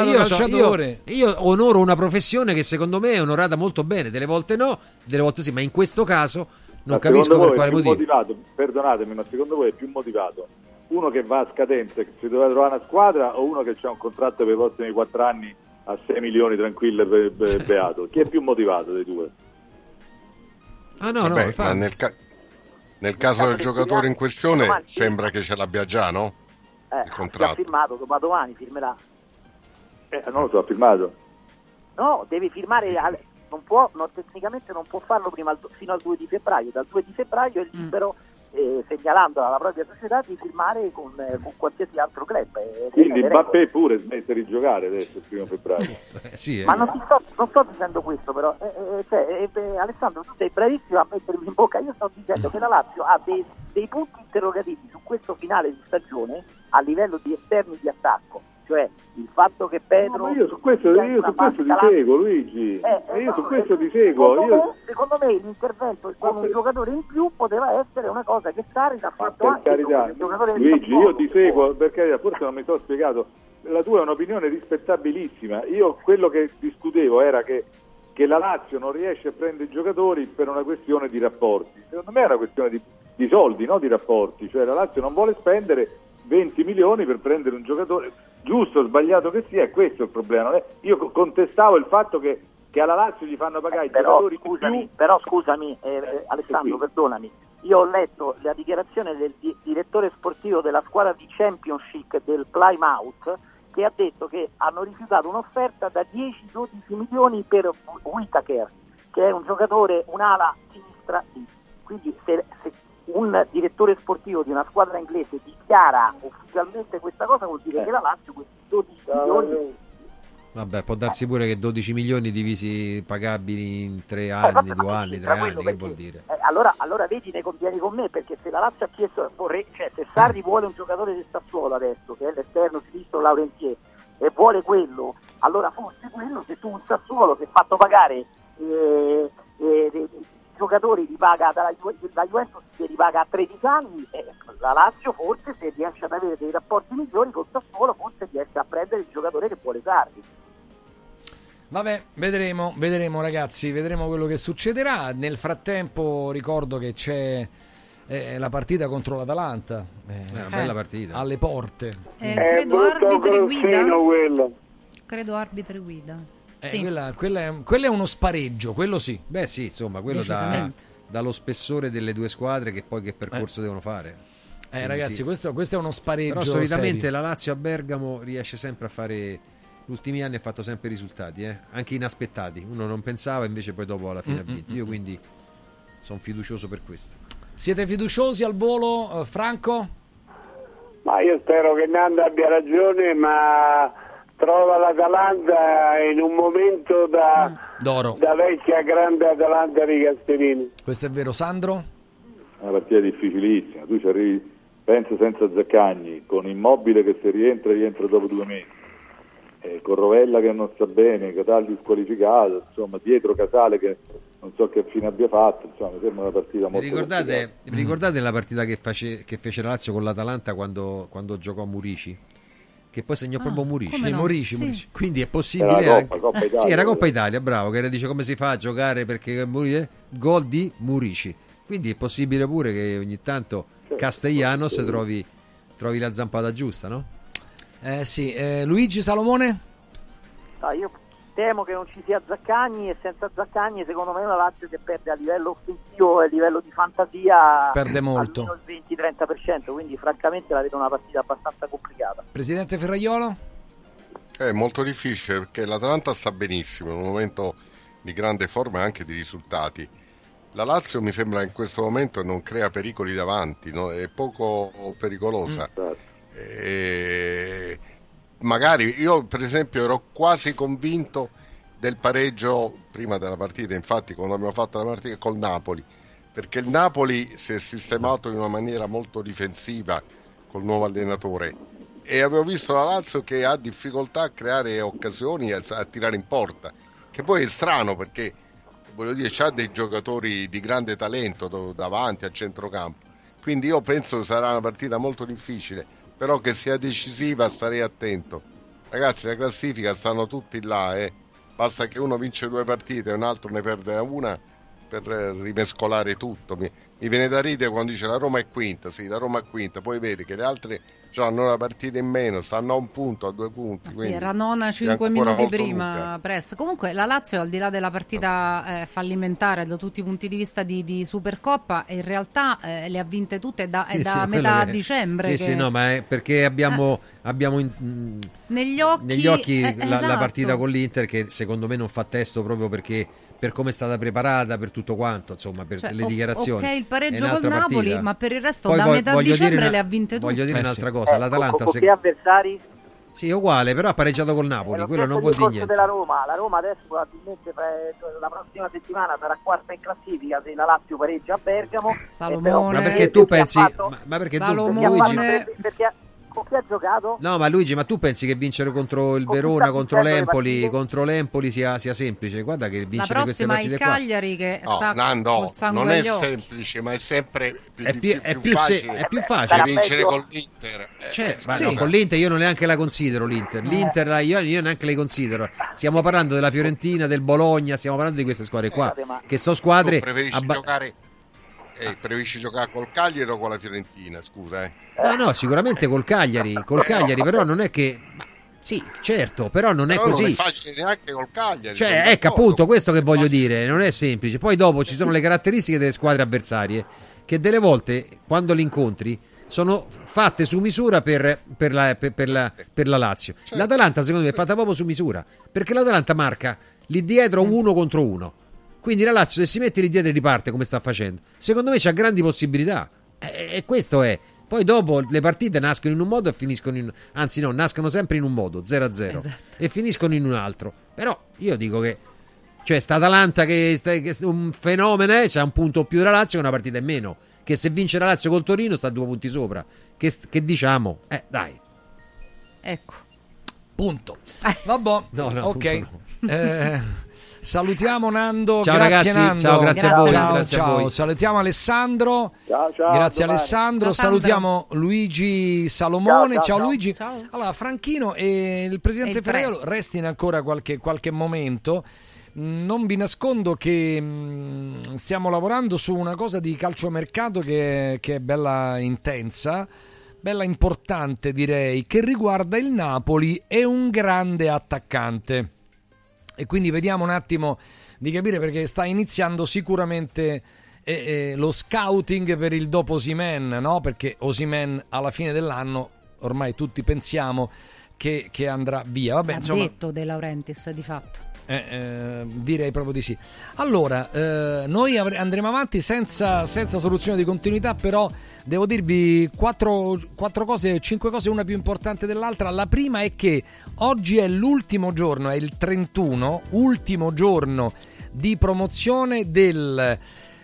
io onoro una professione che secondo me è onorata molto bene, delle volte no, delle volte sì, ma in questo caso non capisco per quale motivo. Perdonatemi, ma secondo voi è più motivato uno che va a scadenza e che si doveva trovare una squadra, o uno che ha un contratto per i prossimi 4 anni a 6 milioni tranquillo per beato? Chi è più motivato dei due? Ma nel caso del giocatore in questione sembra che ce l'abbia già, no? Il contratto. Ha firmato, domani firmerà. Non lo so, ha firmato. No, deve firmare. Tecnicamente non può farlo fino al 2 di febbraio. Dal 2 di febbraio è libero, segnalando alla propria società, di firmare con qualsiasi altro club. Quindi Mbappé pure smette di giocare adesso il 1 febbraio. Ma non sto dicendo questo, però Alessandro, tu sei bravissimo a mettermi in bocca. Io sto dicendo che la Lazio ha dei punti interrogativi su questo finale di stagione a livello di esterni di attacco, cioè il fatto che Pedro... io su questo ti seguo, Luigi. Io su questo ti seguo. Secondo me l'intervento con un giocatore in più poteva essere una cosa che Sarri ha fatto anche carità. con il giocatore Luigi, io ti seguo, perché forse non mi sono spiegato. La tua è un'opinione rispettabilissima. Io quello che discutevo era che che la Lazio non riesce a prendere i giocatori per una questione di rapporti. Secondo me è una questione di soldi, no di rapporti, cioè la Lazio non vuole spendere 20 milioni per prendere un giocatore, giusto o sbagliato che sia, è questo il problema. Non è... Io contestavo il fatto che alla Lazio gli fanno pagare i giocatori scusami, Alessandro, perdonami, io ho letto la dichiarazione del direttore sportivo della squadra di Championship del Plymouth, che ha detto che hanno rifiutato un'offerta da 10-12 milioni per Whittaker, che è un giocatore, un'ala sinistra. Quindi se un direttore sportivo di una squadra inglese dichiara ufficialmente questa cosa, vuol dire che la Lazio questi 12 milioni... Vabbè, può darsi pure che 12 milioni divisi pagabili in 3 anni, 2 anni, 3 anni, che vuol dire? Allora vedi, ne convieni con me, perché se la Lazio ha chiesto, se Sarri vuole un giocatore del Sassuolo adesso, che è l'esterno sinistro Laurentier, e vuole quello, allora forse quello, se tu un Sassuolo si è fatto pagare giocatori li paga la Juventus, che li paga a 13 anni, la Lazio forse, se riesce ad avere dei rapporti migliori con Sassuolo, forse riesce a prendere il giocatore che vuole Sarri. Vabbè, vedremo ragazzi, vedremo quello che succederà. Nel frattempo ricordo che c'è la partita contro l'Atalanta, una bella partita alle porte. Credo arbitri guida. Quello. Credo arbitri guida. Sì. Quello è uno spareggio, quello sì. Beh sì, insomma, quello dallo spessore delle due squadre che poi che percorso devono fare. Ragazzi, sì. questo è uno spareggio. Però solitamente serio. La Lazio a Bergamo riesce sempre a fare, gli ultimi anni ha fatto sempre risultati, anche inaspettati. Uno non pensava, invece poi dopo alla fine ha vinto. Io quindi sono fiducioso per questo. Siete fiduciosi al volo, Franco? Ma io spero che Nando abbia ragione, ma trova l'Atalanta in un momento d'oro, da vecchia grande Atalanta di Castellini. Questo è vero. Sandro? È una partita difficilissima, tu ci arrivi, penso, senza Zaccagni, con Immobile che se rientra dopo 2 mesi, con Rovella che non sta bene, Cataldi squalificato, insomma dietro Casale che non so che fine abbia fatto, insomma mi sembra una partita molto ricordate la partita che fece la Lazio con l'Atalanta quando giocò Murici, che poi segnò proprio Murici. No? Murici. Quindi è possibile Coppa Italia, sì, era Coppa Italia, bravo, che dice come si fa a giocare perché gol di Murici, quindi è possibile pure che ogni tanto Castellanos trovi la zampata giusta, no? Sì. Luigi Salomone? Io temo che non ci sia Zaccagni, e senza Zaccagni secondo me la Lazio che perde a livello offensivo e a livello di fantasia perde molto, almeno il 20-30%, quindi francamente la vedo una partita abbastanza complicata. Presidente Ferraiolo? È molto difficile perché l'Atalanta sta benissimo, in un momento di grande forma e anche di risultati. La Lazio mi sembra in questo momento non crea pericoli davanti, no? È poco pericolosa. Magari io per esempio ero quasi convinto del pareggio prima della partita, infatti quando abbiamo fatto la partita col Napoli, perché il Napoli si è sistemato in una maniera molto difensiva col nuovo allenatore e avevo visto la Lazio che ha difficoltà a creare occasioni e a tirare in porta, che poi è strano perché voglio dire c'ha dei giocatori di grande talento davanti al centrocampo, quindi io penso che sarà una partita molto difficile, però che sia decisiva starei attento. Ragazzi, la classifica stanno tutti là, basta che uno vince 2 partite e un altro ne perde una per rimescolare tutto. Mi viene da ridere quando dice la Roma è quinta, sì, la Roma è quinta, poi vedi che le altre hanno una partita in meno, stanno a 1 punto, a 2 punti. Sì, era nona 5 minuti prima, Press. Comunque la Lazio, al di là della partita fallimentare da tutti i punti di vista di Supercoppa, in realtà le ha vinte tutte da metà dicembre. Sì, no, ma è perché abbiamo negli occhi la partita con l'Inter, che secondo me non fa testo proprio perché per come è stata preparata, per tutto quanto, insomma, per le dichiarazioni. Ok, il pareggio col Napoli, partita. Ma per il resto poi da metà dicembre le ha vinte tutte. Voglio dire un'altra cosa, l'Atalanta che avversari? Sì, è uguale, però ha pareggiato col Napoli, quello non vuol dire niente. Della Roma. La Roma adesso probabilmente la prossima settimana sarà quarta in classifica se la Lazio pareggia a Bergamo. Salomone. Ma perché tu pensi ma perché Salomone. tu Luigi perché con chi ha giocato? No, ma Luigi, ma tu pensi che vincere contro il Verona, contro l'Empoli sia semplice? Guarda che vincere queste partite qua. La prossima il Cagliari che sta col sangue non è semplice, ma è sempre più facile vincere con l'Inter. Ma no, con l'Inter io non neanche la considero l'Inter. Io neanche le considero. Stiamo parlando della Fiorentina, del Bologna, stiamo parlando di queste squadre qua, che sono squadre. Tu preferisci giocare col Cagliari o con la Fiorentina? Scusa, No, sicuramente col Cagliari, però non è che. Sì, certo, però non è così. Non è facile neanche col Cagliari. Cioè, ecco appunto questo che voglio dire, non è semplice. Poi dopo ci sono le caratteristiche delle squadre avversarie che delle volte, quando li incontri, sono fatte su misura per la Lazio. Certo. L'Atalanta secondo me è fatta proprio su misura, perché l'Atalanta marca lì dietro 1 contro 1. Quindi la Lazio, se si mette lì dietro e riparte come sta facendo, secondo me c'ha grandi possibilità. E questo è. Poi dopo le partite nascono in un modo e finiscono nascono sempre in un modo, 0-0, esatto. E finiscono in un altro. Però io dico che sta Atalanta che è un fenomeno, c'ha un punto più della Lazio che una partita in meno, che se vince la Lazio col Torino sta 2 punti sopra. Che diciamo? Dai. Ecco. Punto. Vabbè. No, ok. No. Salutiamo Nando. Ciao grazie, ragazzi, Nando. ciao, grazie a voi. Ciao. Salutiamo Alessandro. Ciao. Grazie Alessandro. Salutiamo Luigi Salomone. Ciao Luigi. Ciao. Allora, Franchino e il presidente Ferraiolo restino ancora qualche momento. Non vi nascondo che stiamo lavorando su una cosa di calciomercato che è bella intensa, bella importante direi, che riguarda il Napoli e un grande attaccante. E quindi vediamo un attimo di capire, perché sta iniziando sicuramente lo scouting per il dopo Osimhen, no? Perché Osimhen alla fine dell'anno ormai tutti pensiamo che andrà via. Vabbè, ha detto De Laurentiis di fatto. Direi proprio di sì. Allora, noi andremo avanti senza soluzione di continuità, però devo dirvi 4 cose, 5 cose, una più importante dell'altra. La prima è che oggi è l'ultimo giorno, è il 31, ultimo giorno di promozione del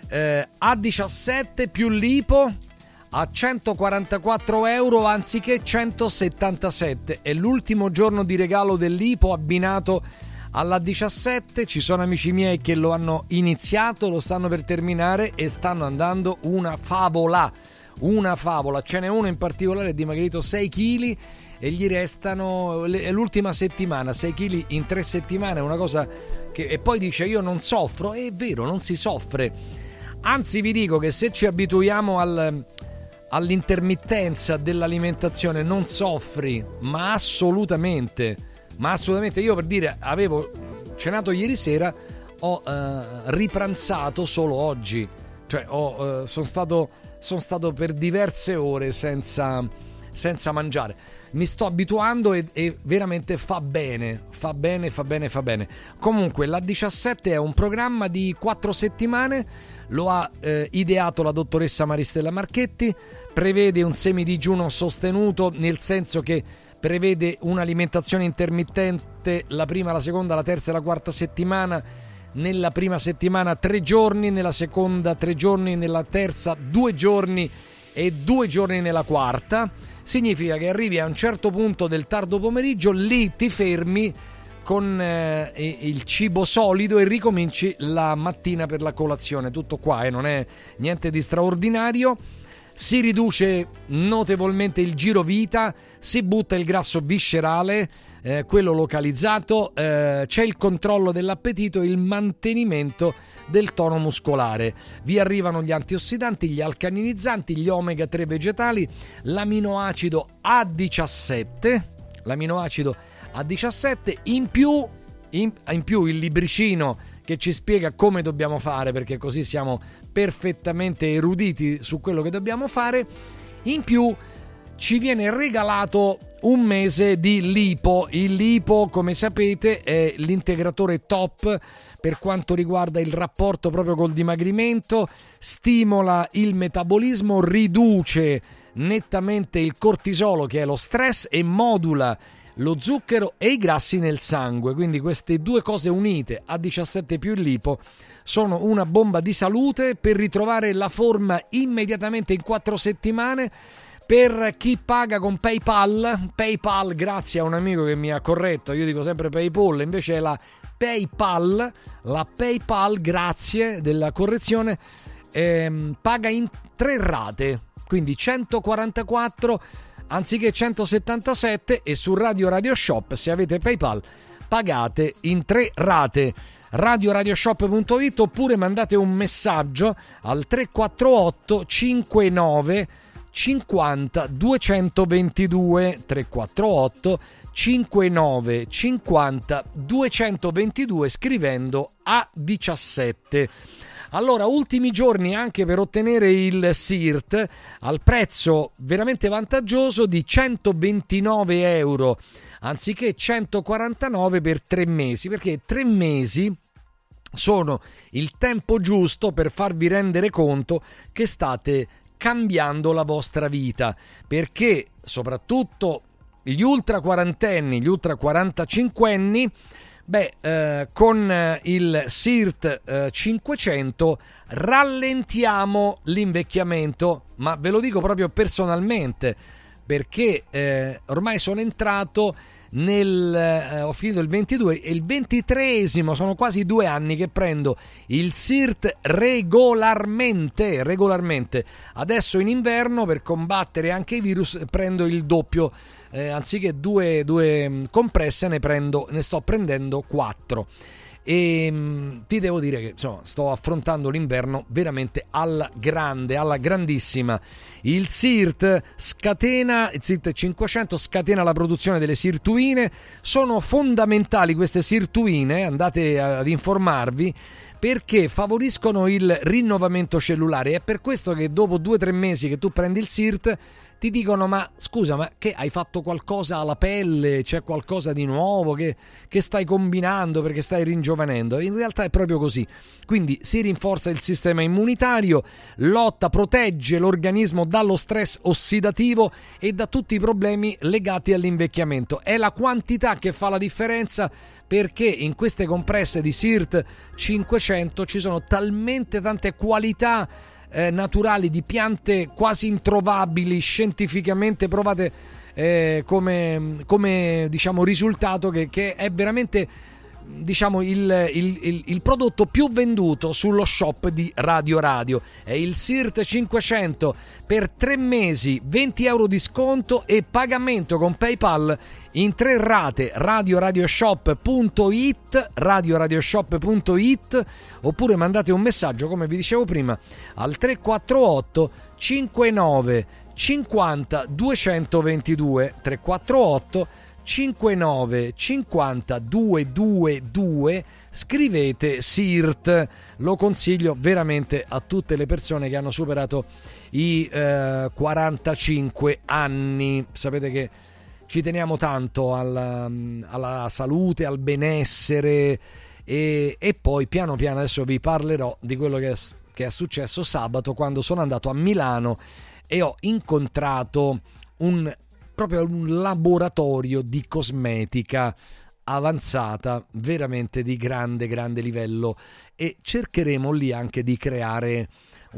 A17 più l'IPO a 144 euro anziché 177. È l'ultimo giorno di regalo dell'IPO abbinato alla 17. Ci sono amici miei che lo hanno iniziato, lo stanno per terminare e stanno andando una favola. Ce n'è uno in particolare dimagrito 6 kg e gli restano l'ultima settimana, 6 kg in 3 settimane, è una cosa che... E poi dice io non soffro, è vero, non si soffre, anzi vi dico che se ci abituiamo all'intermittenza dell'alimentazione non soffri, ma assolutamente. Io, per dire, avevo cenato ieri sera, ho ripranzato solo oggi, cioè sono stato per diverse ore senza mangiare. Mi sto abituando e veramente fa bene. Comunque la 17 è un programma di 4 settimane, lo ha ideato la dottoressa Maristella Marchetti, prevede un semidigiuno sostenuto, nel senso che prevede un'alimentazione intermittente la prima, la seconda, la terza e la quarta settimana. Nella prima settimana 3 giorni, nella seconda 3 giorni, nella terza 2 giorni e 2 giorni nella quarta. Significa che arrivi a un certo punto del tardo pomeriggio, lì ti fermi con il cibo solido e ricominci la mattina per la colazione. Tutto qua, non è niente di straordinario. Si riduce notevolmente il giro vita, si butta il grasso viscerale, quello localizzato, c'è il controllo dell'appetito e il mantenimento del tono muscolare. Vi arrivano gli antiossidanti, gli alcalinizzanti, gli omega 3 vegetali, l'aminoacido A17, in più il libricino che ci spiega come dobbiamo fare, perché così siamo perfettamente eruditi su quello che dobbiamo fare. In più ci viene regalato un mese di lipo. Il lipo, come sapete, è l'integratore top per quanto riguarda il rapporto proprio col dimagrimento, stimola il metabolismo, riduce nettamente il cortisolo, che è lo stress, e modula lo zucchero e i grassi nel sangue. Quindi queste due cose unite, A17 più il lipo, sono una bomba di salute per ritrovare la forma immediatamente in 4 settimane. Per chi paga con PayPal, grazie a un amico che mi ha corretto, io dico sempre PayPal, invece è la PayPal, grazie della correzione, paga in 3 rate, quindi 144 anziché 177, e su Radio Shop, se avete PayPal, pagate in 3 rate. radioshop.it, oppure mandate un messaggio al 348 59 50 222 348 59 50 222, scrivendo A17. Allora, ultimi giorni anche per ottenere il SIRT al prezzo veramente vantaggioso di 129 euro anziché 149 per 3 mesi, perché 3 mesi sono il tempo giusto per farvi rendere conto che state cambiando la vostra vita, perché soprattutto gli ultra quarantenni, gli ultra 45enni, con il SIRT 500 rallentiamo l'invecchiamento, ma ve lo dico proprio personalmente, perché ormai sono entrato ho finito il 22 e il 23esimo, sono quasi 2 anni che prendo il SIRT regolarmente. Adesso in inverno, per combattere anche i virus, prendo il doppio, anziché 2 compresse ne sto prendendo 4. E ti devo dire che insomma sto affrontando l'inverno veramente alla grande, alla grandissima. Il SIRT 500 scatena la produzione delle sirtuine. Sono fondamentali queste sirtuine, andate ad informarvi, perché favoriscono il rinnovamento cellulare. È per questo che dopo 2-3 mesi che tu prendi il SIRT ti dicono: ma scusa, ma che hai fatto qualcosa alla pelle? C'è qualcosa di nuovo che stai combinando perché stai ringiovanendo? In realtà è proprio così. Quindi si rinforza il sistema immunitario, protegge l'organismo dallo stress ossidativo e da tutti i problemi legati all'invecchiamento. È la quantità che fa la differenza, perché in queste compresse di SIRT 500 ci sono talmente tante qualità naturali di piante quasi introvabili, scientificamente provate come diciamo risultato, che è veramente, diciamo, il prodotto più venduto sullo shop di Radio. È il SIRT 500 per 3 mesi, 20 euro di sconto e pagamento con PayPal in 3 rate. radioshop.it, oppure mandate un messaggio, come vi dicevo prima, al 348 59 50 222 348 59 50 222. Scrivete SIRT, lo consiglio veramente a tutte le persone che hanno superato i 45 anni. Sapete che ci teniamo tanto alla salute, al benessere, e poi piano piano adesso vi parlerò di quello che è successo sabato, quando sono andato a Milano e ho incontrato proprio un laboratorio di cosmetica avanzata, veramente di grande livello, e cercheremo lì anche di creare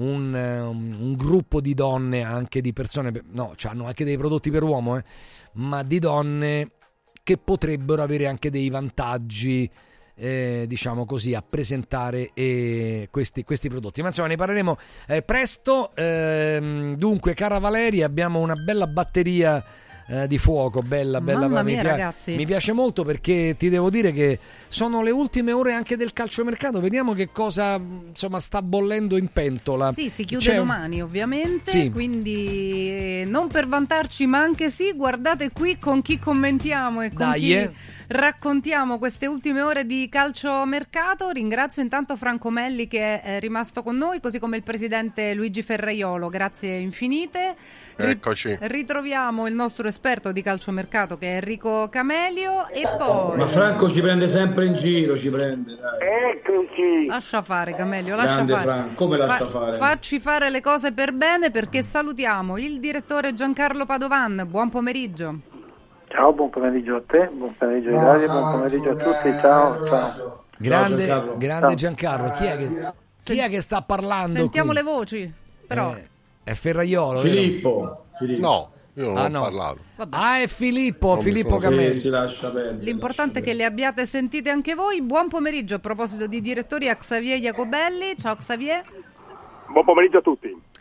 un gruppo di donne, anche di persone, hanno anche dei prodotti per uomo, ma di donne che potrebbero avere anche dei vantaggi, diciamo così, a presentare questi prodotti. Ma insomma, ne parleremo presto. Dunque, cara Valeria, abbiamo una bella batteria di fuoco, bella. Mamma mia, ragazzi, mi piace molto, perché ti devo dire che sono le ultime ore anche del calciomercato. Vediamo che cosa insomma sta bollendo in pentola. Sì, si chiude domani ovviamente, sì. Quindi non per vantarci, ma anche sì, guardate qui con chi commentiamo e con chi raccontiamo queste ultime ore di calciomercato. Ringrazio intanto Franco Melli, che è rimasto con noi, così come il presidente Luigi Ferraiolo, grazie infinite. Eccoci. Ritroviamo il nostro esperto di calciomercato, che è Enrico Camelio, e poi... Ma Franco ci prende sempre in giro, dai. Eccoci. Lascia fare, Camelio, Grande lascia fare. Franco, come lascia fare? Facci fare le cose per bene, perché salutiamo il direttore Giancarlo Padovan. Buon pomeriggio. Ciao, buon pomeriggio a te, buon pomeriggio a Radio, buon pomeriggio a tutti, ciao. Grande Giancarlo, chi è che sta parlando? Sentiamo qui? Le voci, però. È Ferraiolo. Filippo. No, io non ho parlato. È Filippo Camelli. Si lascia perdere. L'importante è che le abbiate sentite anche voi. Buon pomeriggio, a proposito di direttori, a Xavier Jacobelli. Ciao Xavier. Buon pomeriggio a tutti.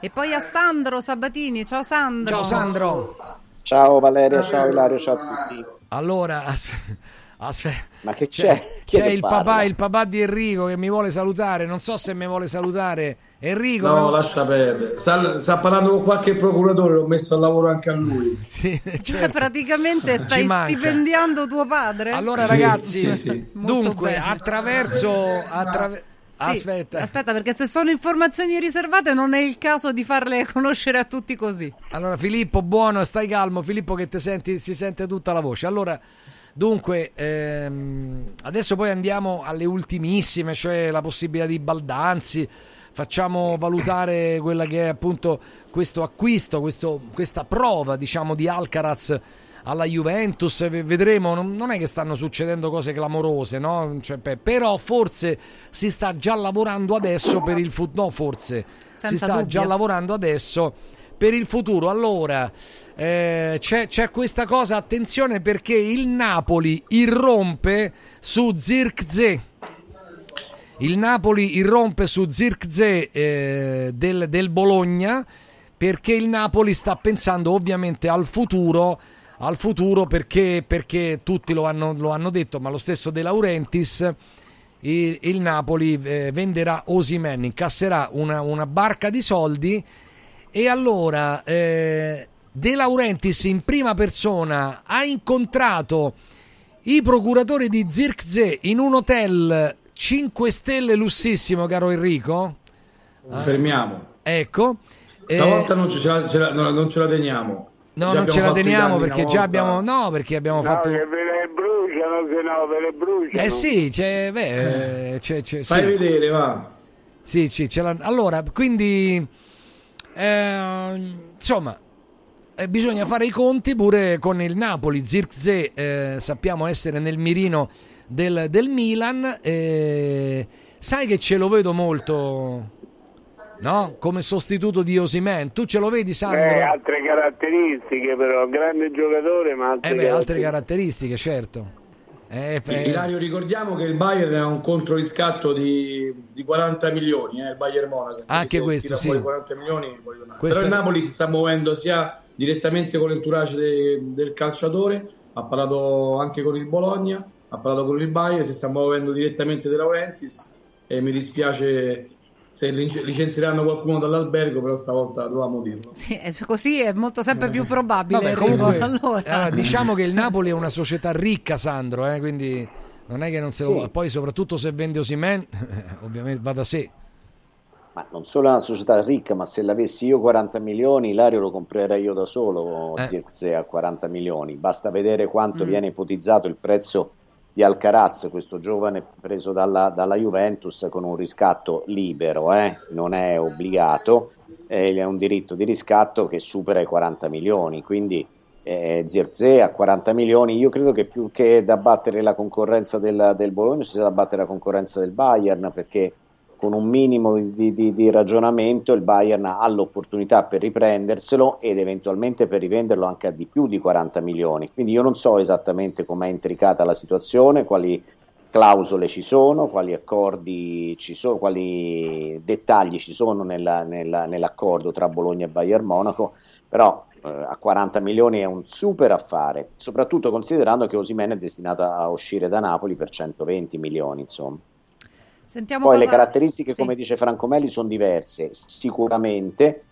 E poi a Sandro Sabatini. Ciao Sandro. Ciao Sandro. Ciao Valeria, ciao Ilario, ciao a tutti. Allora, ma che c'è? C'è il papà di Enrico che mi vuole salutare. Non so se mi vuole salutare Enrico. No, lascia perdere. Sta parlando con qualche procuratore, l'ho messo al lavoro anche a lui. Sì, certo. Cioè, praticamente stai stipendiando tuo padre? Allora ragazzi, dunque attraverso Aspetta, perché se sono informazioni riservate non è il caso di farle conoscere a tutti così. Allora Filippo, buono, stai calmo Filippo, che si sente tutta la voce. Allora, dunque, adesso poi andiamo alle ultimissime, cioè la possibilità di Baldanzi. Facciamo valutare quella che è appunto questo acquisto, questa prova, diciamo, di Alcaraz alla Juventus. Vedremo, non è che stanno succedendo cose clamorose, no? Cioè, però forse si sta già lavorando adesso per il futuro. No, forse senza si sta dubbio già lavorando adesso per il futuro. Allora c'è questa cosa, attenzione, perché il Napoli irrompe su Zirkzee. Il Napoli irrompe su Zirkzee del Bologna, perché il Napoli sta pensando ovviamente al futuro perché tutti lo hanno detto, ma lo stesso De Laurentiis, il Napoli venderà Osimhen, incasserà una barca di soldi. E allora De Laurentiis in prima persona ha incontrato i procuratori di Zirkzee in un hotel 5 stelle lussissimo, caro Enrico. Fermiamo. Ecco. Stavolta non ce la teniamo. No, non ce la teniamo perché già abbiamo. No, perché abbiamo fatto. Che ve le bruciano. Sì, fai vedere, va. Sì, ce l'ha. Allora, quindi. Insomma. Bisogna fare i conti pure con il Napoli. Zirkzee sappiamo essere nel mirino del Milan. Sai che ce lo vedo molto, no? Come sostituto di Osimhen. Tu ce lo vedi, Sandro? Altre caratteristiche, però grande giocatore, ma altre caratteristiche, certo. Ilario, ricordiamo che il Bayern ha un controriscatto di 40 milioni, il Bayern Monaco. Anche questo, sì. 40 milioni, però il Napoli si sta muovendo sia direttamente con l'entourage del calciatore, ha parlato anche con il Bologna, ha parlato con il Bayern, si sta muovendo direttamente De Laurentiis, e mi dispiace se licenzieranno qualcuno dall'albergo, però stavolta dovevamo dirlo. Sì, così è molto sempre più probabile. Vabbè, comunque, allora, diciamo che il Napoli è una società ricca, Sandro, quindi non è che non se lo... Poi soprattutto se vende Osimhen, ovviamente va da sé. Ma non solo è una società ricca, ma se l'avessi io 40 milioni, Ilario lo comprerei io da solo, Zirkzee a 40 milioni. Basta vedere quanto viene ipotizzato il prezzo di Alcaraz, questo giovane preso dalla Juventus con un riscatto libero, non è obbligato, è un diritto di riscatto che supera i 40 milioni, quindi Zirkzee a 40 milioni, io credo che più che da battere la concorrenza del Bologna ci sia da battere la concorrenza del Bayern, perché con un minimo di ragionamento il Bayern ha l'opportunità per riprenderselo ed eventualmente per rivenderlo anche a di più di 40 milioni. Quindi io non so esattamente com'è intricata la situazione, quali clausole ci sono, quali accordi ci sono, quali dettagli ci sono nell'accordo tra Bologna e Bayern Monaco, però a 40 milioni è un super affare, soprattutto considerando che Osimhen è destinato a uscire da Napoli per 120 milioni, insomma. Poi le caratteristiche, come dice Franco Meli, sono diverse sicuramente,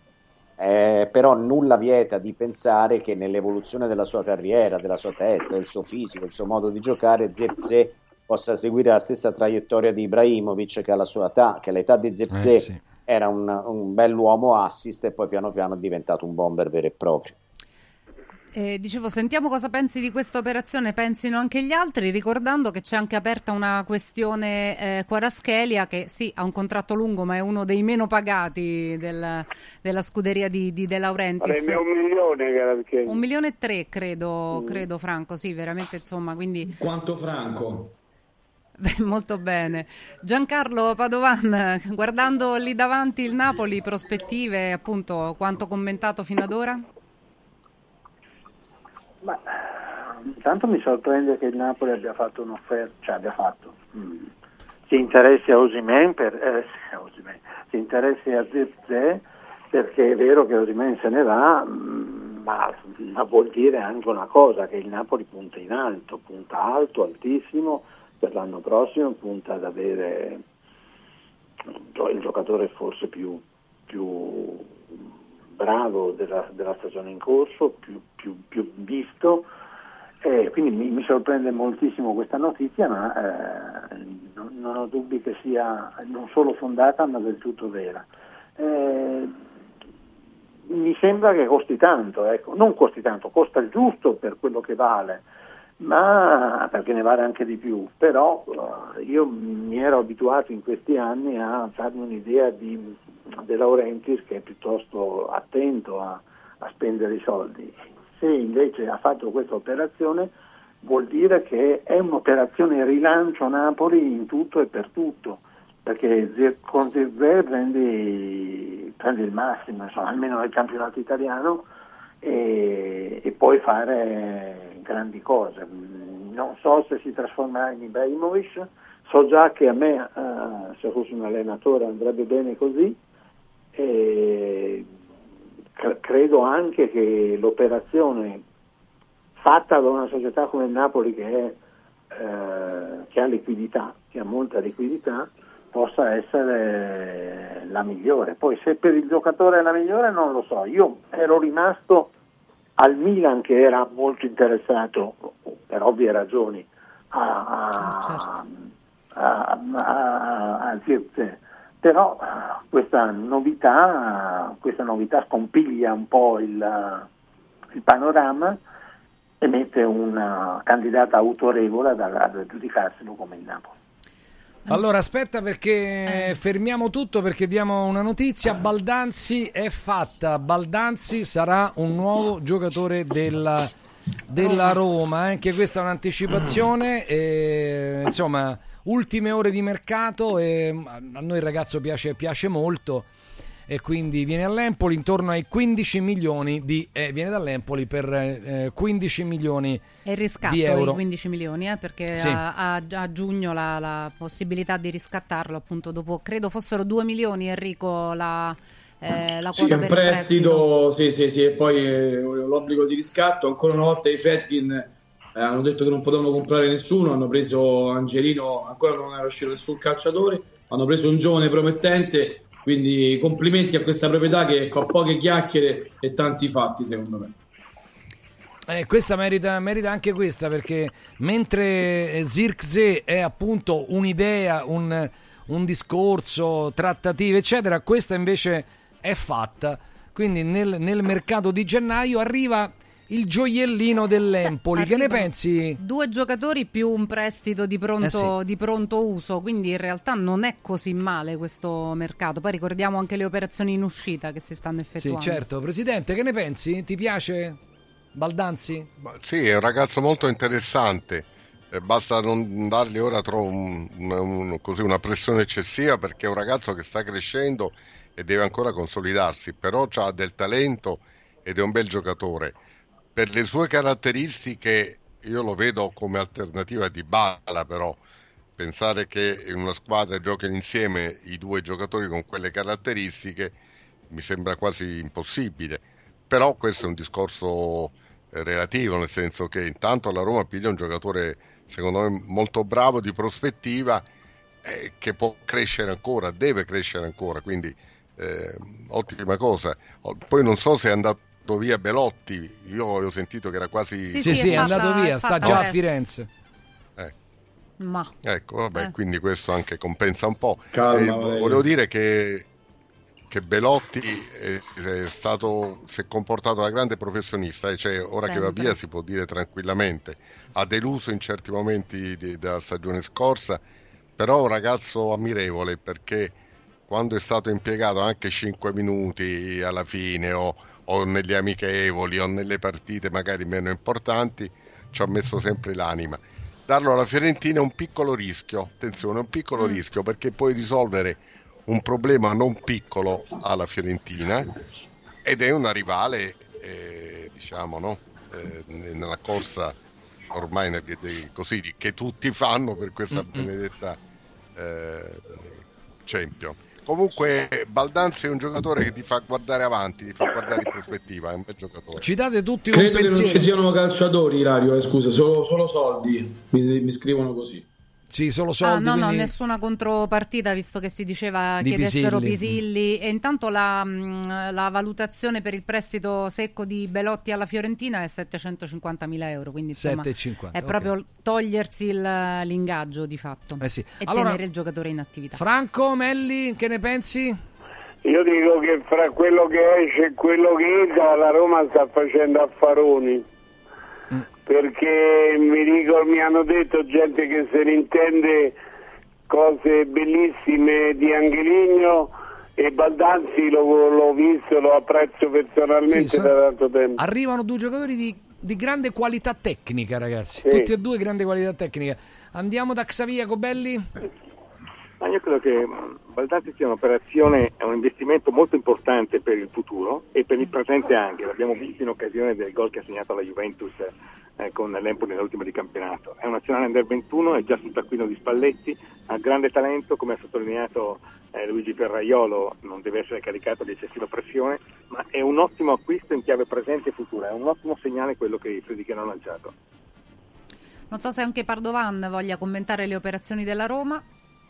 però nulla vieta di pensare che nell'evoluzione della sua carriera, della sua testa, del suo fisico, del suo modo di giocare, Zirkzee possa seguire la stessa traiettoria di Ibrahimovic, che alla sua età, che all'età di Zirkzee era un bell'uomo assist e poi piano piano è diventato un bomber vero e proprio. Dicevo, sentiamo cosa pensi di questa operazione, pensino anche gli altri, ricordando che c'è anche aperta una questione Kvaratskhelia, che sì, ha un contratto lungo ma è uno dei meno pagati della scuderia di De Laurentiis. 1 milione, 1,3 milioni credo Franco, sì, veramente, insomma, quindi... Quanto Franco? Molto bene. Giancarlo Padovan, guardando lì davanti il Napoli, prospettive, appunto, quanto commentato fino ad ora? Ma intanto mi sorprende che il Napoli abbia fatto un'offerta, si interessi a Osimhen, si interessi a Zirkzee, perché è vero che Osimhen se ne va, ma vuol dire anche una cosa, che il Napoli punta in alto, punta alto, altissimo, per l'anno prossimo punta ad avere il giocatore forse più bravo della stagione in corso, più visto, quindi mi sorprende moltissimo questa notizia, ma non ho dubbi che sia non solo fondata ma del tutto vera. Mi sembra che costi tanto, ecco. Non costi tanto, costa il giusto per quello che vale, ma perché ne vale anche di più, però io mi ero abituato in questi anni a farmi un'idea De Laurentiis, che è piuttosto attento a spendere i soldi. Se invece ha fatto questa operazione, vuol dire che è un'operazione rilancio Napoli in tutto e per tutto, perché con Zirkzee prendi il massimo, insomma, almeno nel campionato italiano, e puoi fare grandi cose. Non so se si trasformerà in Ibrahimovic, so già che a me, se fossi un allenatore, andrebbe bene così, e credo anche che l'operazione fatta da una società come il Napoli, che ha liquidità, che ha molta liquidità, possa essere la migliore. Poi se per il giocatore è la migliore non lo so. Io ero rimasto al Milan, che era molto interessato per ovvie ragioni a Zirkzee, però questa novità scompiglia un po' il panorama e mette una candidata autorevole da giudicarselo come il Napoli. Allora aspetta, perché fermiamo tutto, perché diamo una notizia. Baldanzi è fatta, Baldanzi sarà un nuovo giocatore della Roma, anche questa è un'anticipazione, insomma ultime ore di mercato, e a noi il ragazzo piace molto, e quindi viene all'Empoli intorno ai 15 milioni viene dall'Empoli per 15 milioni e il riscatto di euro. I 15 milioni, perché sì. a giugno la possibilità di riscattarlo, appunto, dopo credo fossero 2 milioni, Enrico, la quota per il prestito. Sì, e poi l'obbligo di riscatto. Ancora una volta i Fredkin hanno detto che non potevano comprare nessuno, hanno preso Angelino, ancora non era uscito nessun calciatore, hanno preso un giovane promettente. Quindi complimenti a questa proprietà che fa poche chiacchiere e tanti fatti, secondo me. Questa merita anche questa, perché mentre Zirkzee è appunto un'idea, un discorso, trattative eccetera, questa invece è fatta. Quindi nel mercato di gennaio arriva il gioiellino dell'Empoli. Che ne pensi? 2 giocatori più un prestito di pronto uso, quindi in realtà non è così male questo mercato. Poi ricordiamo anche le operazioni in uscita che si stanno effettuando. Sì, certo. Presidente, che ne pensi? Ti piace Baldanzi? Sì, è un ragazzo molto interessante, basta non dargli ora una pressione eccessiva, perché è un ragazzo che sta crescendo e deve ancora consolidarsi, però ha del talento ed è un bel giocatore. Per le sue caratteristiche io lo vedo come alternativa a Dybala, però pensare che in una squadra giochino insieme i 2 giocatori con quelle caratteristiche mi sembra quasi impossibile. Però questo è un discorso relativo, nel senso che intanto la Roma piglia un giocatore secondo me molto bravo, di prospettiva, che può crescere ancora, deve crescere ancora, quindi ottima cosa. Poi non so se è andato via Belotti, io ho sentito che era quasi è andato via, sta già a Firenze. Ma ecco, vabbè, quindi questo anche compensa un po'. Calma, volevo dire che Belotti si è comportato da grande professionista, cioè ora sempre. Che va via si può dire tranquillamente, ha deluso in certi momenti della stagione scorsa, però è un ragazzo ammirevole, perché quando è stato impiegato anche 5 minuti alla fine o negli amichevoli o nelle partite magari meno importanti, ci ha messo sempre l'anima. Darlo alla Fiorentina è un piccolo rischio, attenzione, un piccolo rischio, perché puoi risolvere un problema non piccolo alla Fiorentina, ed è una rivale nella corsa ormai così che tutti fanno per questa benedetta Champions. Comunque Baldanzi è un giocatore che ti fa guardare avanti, ti fa guardare in prospettiva, è un bel giocatore. Ci date tutti Credo un pensiero. che non ci siano calciatori, Ilario, scusa, solo soldi, mi scrivono così. Sì, solo soldi. No, quindi... nessuna contropartita, visto che si diceva di chiedessero Pisilli. E intanto la valutazione per il prestito secco di Belotti alla Fiorentina è 750.000 euro, quindi insomma 750, è proprio togliersi l'ingaggio di fatto sì. E tenere il giocatore in attività. Franco, Melli, che ne pensi? Io dico che fra quello che esce e quello che entra la Roma sta facendo affaroni. Perché mi hanno detto gente che se ne intende cose bellissime di Angeligno, e Baldanzi l'ho visto, lo apprezzo personalmente da tanto tempo. Arrivano due giocatori di grande qualità tecnica, ragazzi, sì. Tutti e due grande qualità tecnica. Andiamo da Xavier Cobelli. Ma io credo che Baldanzi sia un'operazione, è un investimento molto importante per il futuro e per il presente anche. L'abbiamo visto in occasione del gol che ha segnato la Juventus con l'Empoli nell'ultima di campionato. È un nazionale under 21, è già sul taccuino di Spalletti, ha grande talento, come ha sottolineato Luigi Ferraiolo, non deve essere caricato di eccessiva pressione, ma è un ottimo acquisto in chiave presente e futura, è un ottimo segnale quello che Fredrichsen ha lanciato. Non so se anche Pardovan voglia commentare le operazioni della Roma.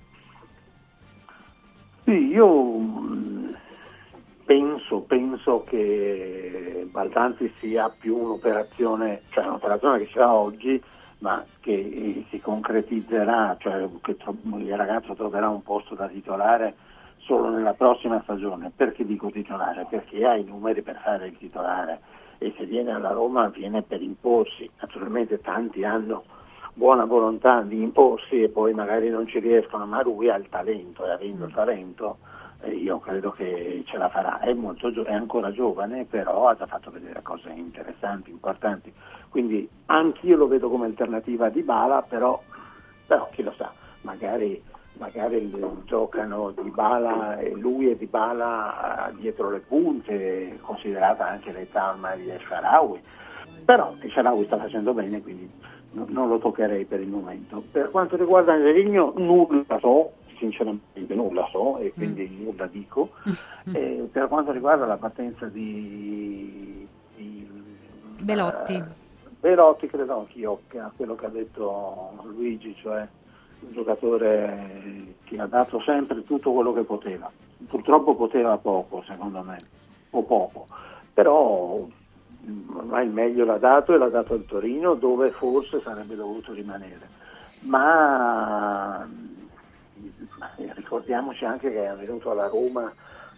Sì, io penso che Baldanzi sia più un'operazione che si fa oggi, ma che si concretizzerà, cioè che il ragazzo troverà un posto da titolare solo nella prossima stagione. Perché dico titolare? Perché ha i numeri per fare il titolare, e se viene alla Roma viene per imporsi. Naturalmente tanti hanno buona volontà di imporsi e poi magari non ci riescono, ma lui ha il talento, e avendo il talento io credo che ce la farà. È ancora giovane, però ha già fatto vedere cose interessanti, importanti, quindi anch'io lo vedo come alternativa a Dybala, però chi lo sa, magari giocano Dybala e lui e Dybala dietro le punte, considerata anche l'età ormai di El Shaarawy, però El Shaarawy sta facendo bene, quindi non lo toccherei per il momento. Per quanto riguarda Angeligno, nulla so, sinceramente nulla so, e quindi nulla dico. Per quanto riguarda la partenza di Belotti, credo anch'io a quello che ha detto Luigi, cioè un giocatore che ha dato sempre tutto quello che poteva. Purtroppo poteva poco, secondo me, o poco, però ormai il meglio l'ha dato, e l'ha dato al Torino, dove forse sarebbe dovuto rimanere. Ma ricordiamoci anche che è venuto alla Roma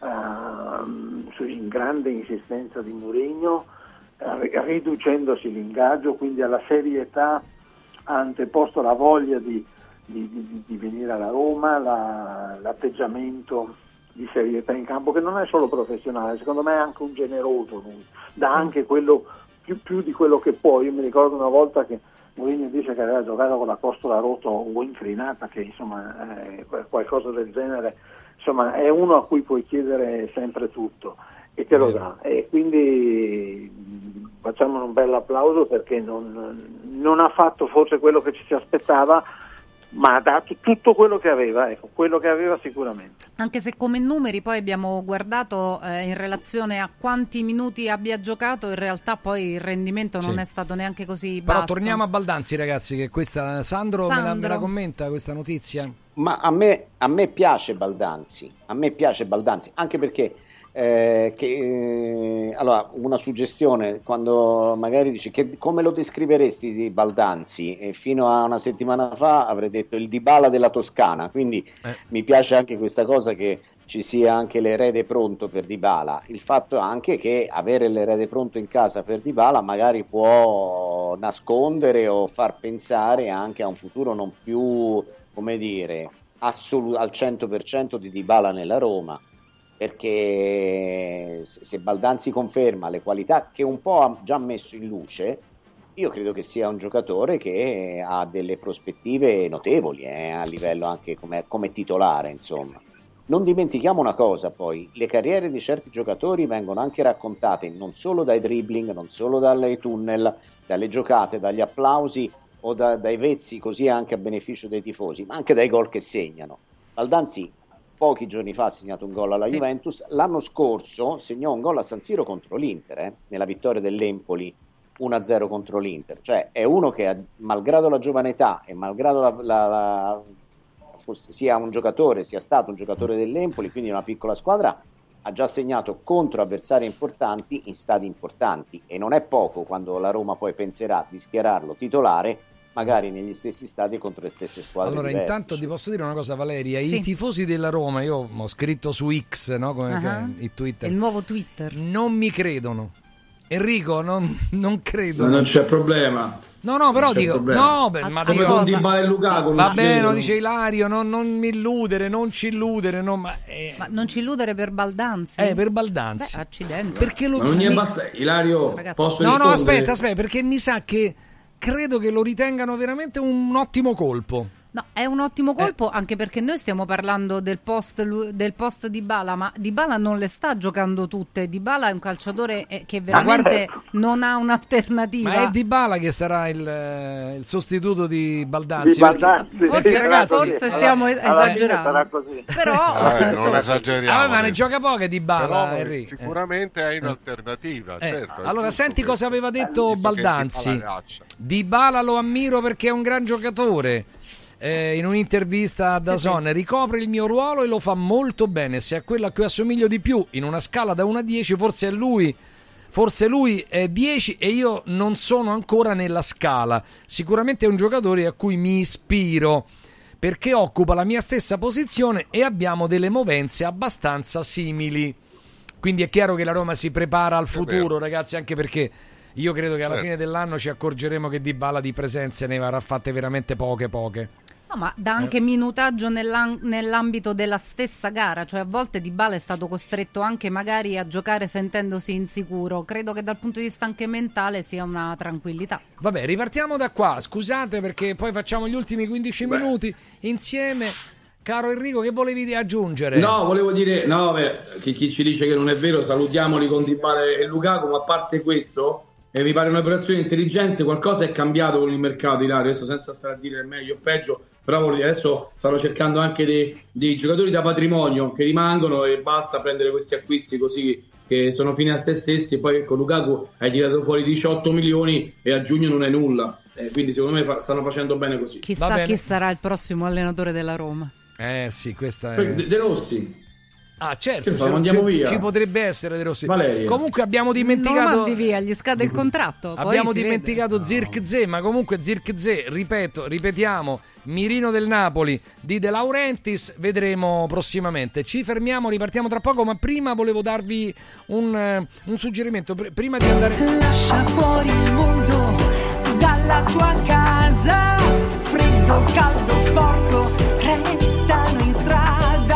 in grande insistenza di Mourinho, riducendosi l'ingaggio, quindi alla serietà ha anteposto la voglia di venire alla Roma, l'atteggiamento di serietà in campo, che non è solo professionale, secondo me è anche un generoso lui, dà anche quello più di quello che può. Io mi ricordo una volta che Mourinho dice che aveva giocato con la costola rotta o inclinata, che insomma qualcosa del genere, insomma è uno a cui puoi chiedere sempre tutto e te lo dà, e quindi facciamo un bel applauso, perché non ha fatto forse quello che ci si aspettava, ma ha dato tutto quello che aveva, quello che aveva sicuramente. Anche se come numeri poi abbiamo guardato in relazione a quanti minuti abbia giocato, in realtà poi il rendimento non è stato neanche così basso. Però torniamo a Baldanzi, ragazzi, che questa Sandro. Me la commenta questa notizia? Ma a me piace Baldanzi, anche perché allora, una suggestione, quando magari dici come lo descriveresti di Baldanzi, e fino a una settimana fa avrei detto il Dybala della Toscana, quindi mi piace anche questa cosa che ci sia anche l'erede pronto per Dybala. Il fatto anche che avere l'erede pronto in casa per Dybala magari può nascondere o far pensare anche a un futuro non più, come dire, al 100% di Dybala nella Roma, perché se Baldanzi conferma le qualità che un po' ha già messo in luce, io credo che sia un giocatore che ha delle prospettive notevoli a livello anche come titolare, insomma. Non dimentichiamo una cosa, poi le carriere di certi giocatori vengono anche raccontate non solo dai dribbling, non solo dalle tunnel, dalle giocate, dagli applausi o dai vezzi, così anche a beneficio dei tifosi, ma anche dai gol che segnano. Baldanzi pochi giorni fa ha segnato un gol alla Juventus, l'anno scorso segnò un gol a San Siro contro l'Inter, nella vittoria dell'Empoli 1-0 contro l'Inter, cioè è uno che malgrado la giovane età e malgrado sia stato un giocatore dell'Empoli, quindi una piccola squadra, ha già segnato contro avversari importanti in stadi importanti, e non è poco quando la Roma poi penserà di schierarlo titolare magari negli stessi stadi contro le stesse squadre. Allora diverse. Intanto ti posso dire una cosa, Valeria, i tifosi della Roma, io ho scritto su X, no? Come il Twitter, il nuovo Twitter, non mi credono. Enrico, non credo. Non c'è problema. No, però dico, ma come con Dybala e Lukaku. Va bene, dice Ilario, non mi illudere, non ci illudere, ma non ci illudere per Baldanzi. Per Baldanzi. Beh, accidenti. Perché ma non è basta, Ilario, ragazzi, posso rispondere? No, aspetta, perché mi sa che credo che lo ritengano veramente un ottimo colpo. No, è un ottimo colpo, anche perché noi stiamo parlando del post Dybala, ma Dybala non le sta giocando tutte. Dybala è un calciatore che veramente non ha un'alternativa. Ma è Dybala che sarà il sostituto di Baldanzi. Forse stiamo esagerando. Però non esageriamo. Ma ne gioca poche Dybala. Sicuramente hai un'alternativa, certo. Allora senti cosa aveva detto Baldanzi. Dybala lo ammiro perché è un gran giocatore. In un'intervista a DAZN, ricopre il mio ruolo e lo fa molto bene. Se è quello a cui assomiglio di più in una scala da 1 a 10, forse lui è 10 e io non sono ancora nella scala. Sicuramente è un giocatore a cui mi ispiro perché occupa la mia stessa posizione e abbiamo delle movenze abbastanza simili. Quindi è chiaro che la Roma si prepara al futuro, ragazzi, anche perché io credo che alla fine dell'anno ci accorgeremo che Dybala di presenze ne avrà fatte veramente poche. No, ma dà anche minutaggio nell'ambito della stessa gara, cioè a volte Dybala è stato costretto anche magari a giocare sentendosi insicuro. Credo che dal punto di vista anche mentale sia una tranquillità. Vabbè, ripartiamo da qua, scusate perché poi facciamo gli ultimi 15 minuti insieme. Caro Enrico, che volevi aggiungere? No, volevo dire, chi ci dice che non è vero, salutiamoli con Dybala e Lukaku, ma a parte questo, mi pare un'operazione intelligente, qualcosa è cambiato con il mercato, Ilario, adesso senza stare a dire meglio o peggio, però adesso stanno cercando anche dei giocatori da patrimonio che rimangono e basta prendere questi acquisti così che sono fini a se stessi. Poi con Lukaku hai tirato fuori 18 milioni e a giugno non è nulla, quindi secondo me stanno facendo bene così. Chissà chi sarà il prossimo allenatore della Roma. Sì, questa è De Rossi. Ah, certo, andiamo via. Ci potrebbe essere De Rossi. Valeria. Comunque abbiamo dimenticato. Non mandi via, gli scade il contratto. Abbiamo dimenticato Zirkzee, ma comunque Zirkzee, ripetiamo, mirino del Napoli di De Laurentiis, vedremo prossimamente. Ci fermiamo, ripartiamo tra poco, ma prima volevo darvi un suggerimento. Prima di andare. Lascia fuori il mondo dalla tua casa, freddo, caldo, sporco, restano in strada.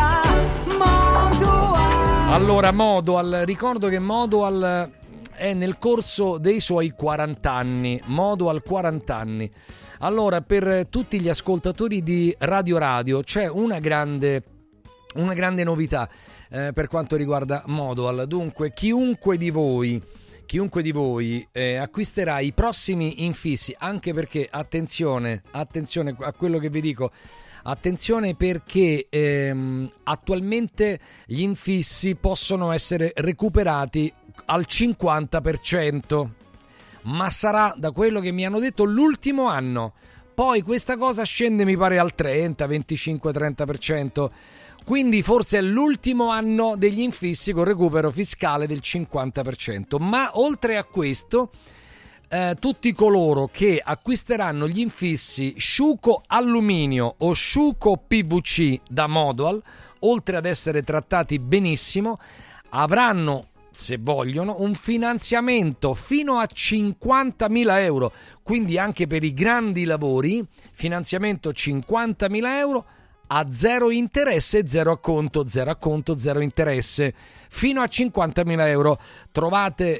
Allora, Modoal, ricordo che Modoal è nel corso dei suoi 40 anni. Modoal 40 anni. Allora, per tutti gli ascoltatori di Radio c'è una grande novità per quanto riguarda Modoal. Dunque, chiunque di voi acquisterà i prossimi infissi, anche perché attenzione a quello che vi dico. Attenzione perché attualmente gli infissi possono essere recuperati al 50%, ma sarà, da quello che mi hanno detto, l'ultimo anno. Poi questa cosa scende, mi pare, al 30, 25, 30%. Quindi forse è l'ultimo anno degli infissi con recupero fiscale del 50%. Ma oltre a questo, tutti coloro che acquisteranno gli infissi Sciuco Alluminio o Sciuco PVC da Modoal, oltre ad essere trattati benissimo, avranno, se vogliono, un finanziamento fino a 50.000 euro. Quindi anche per i grandi lavori, finanziamento 50.000 euro a zero interesse, zero acconto, zero interesse, fino a 50.000 euro. Trovate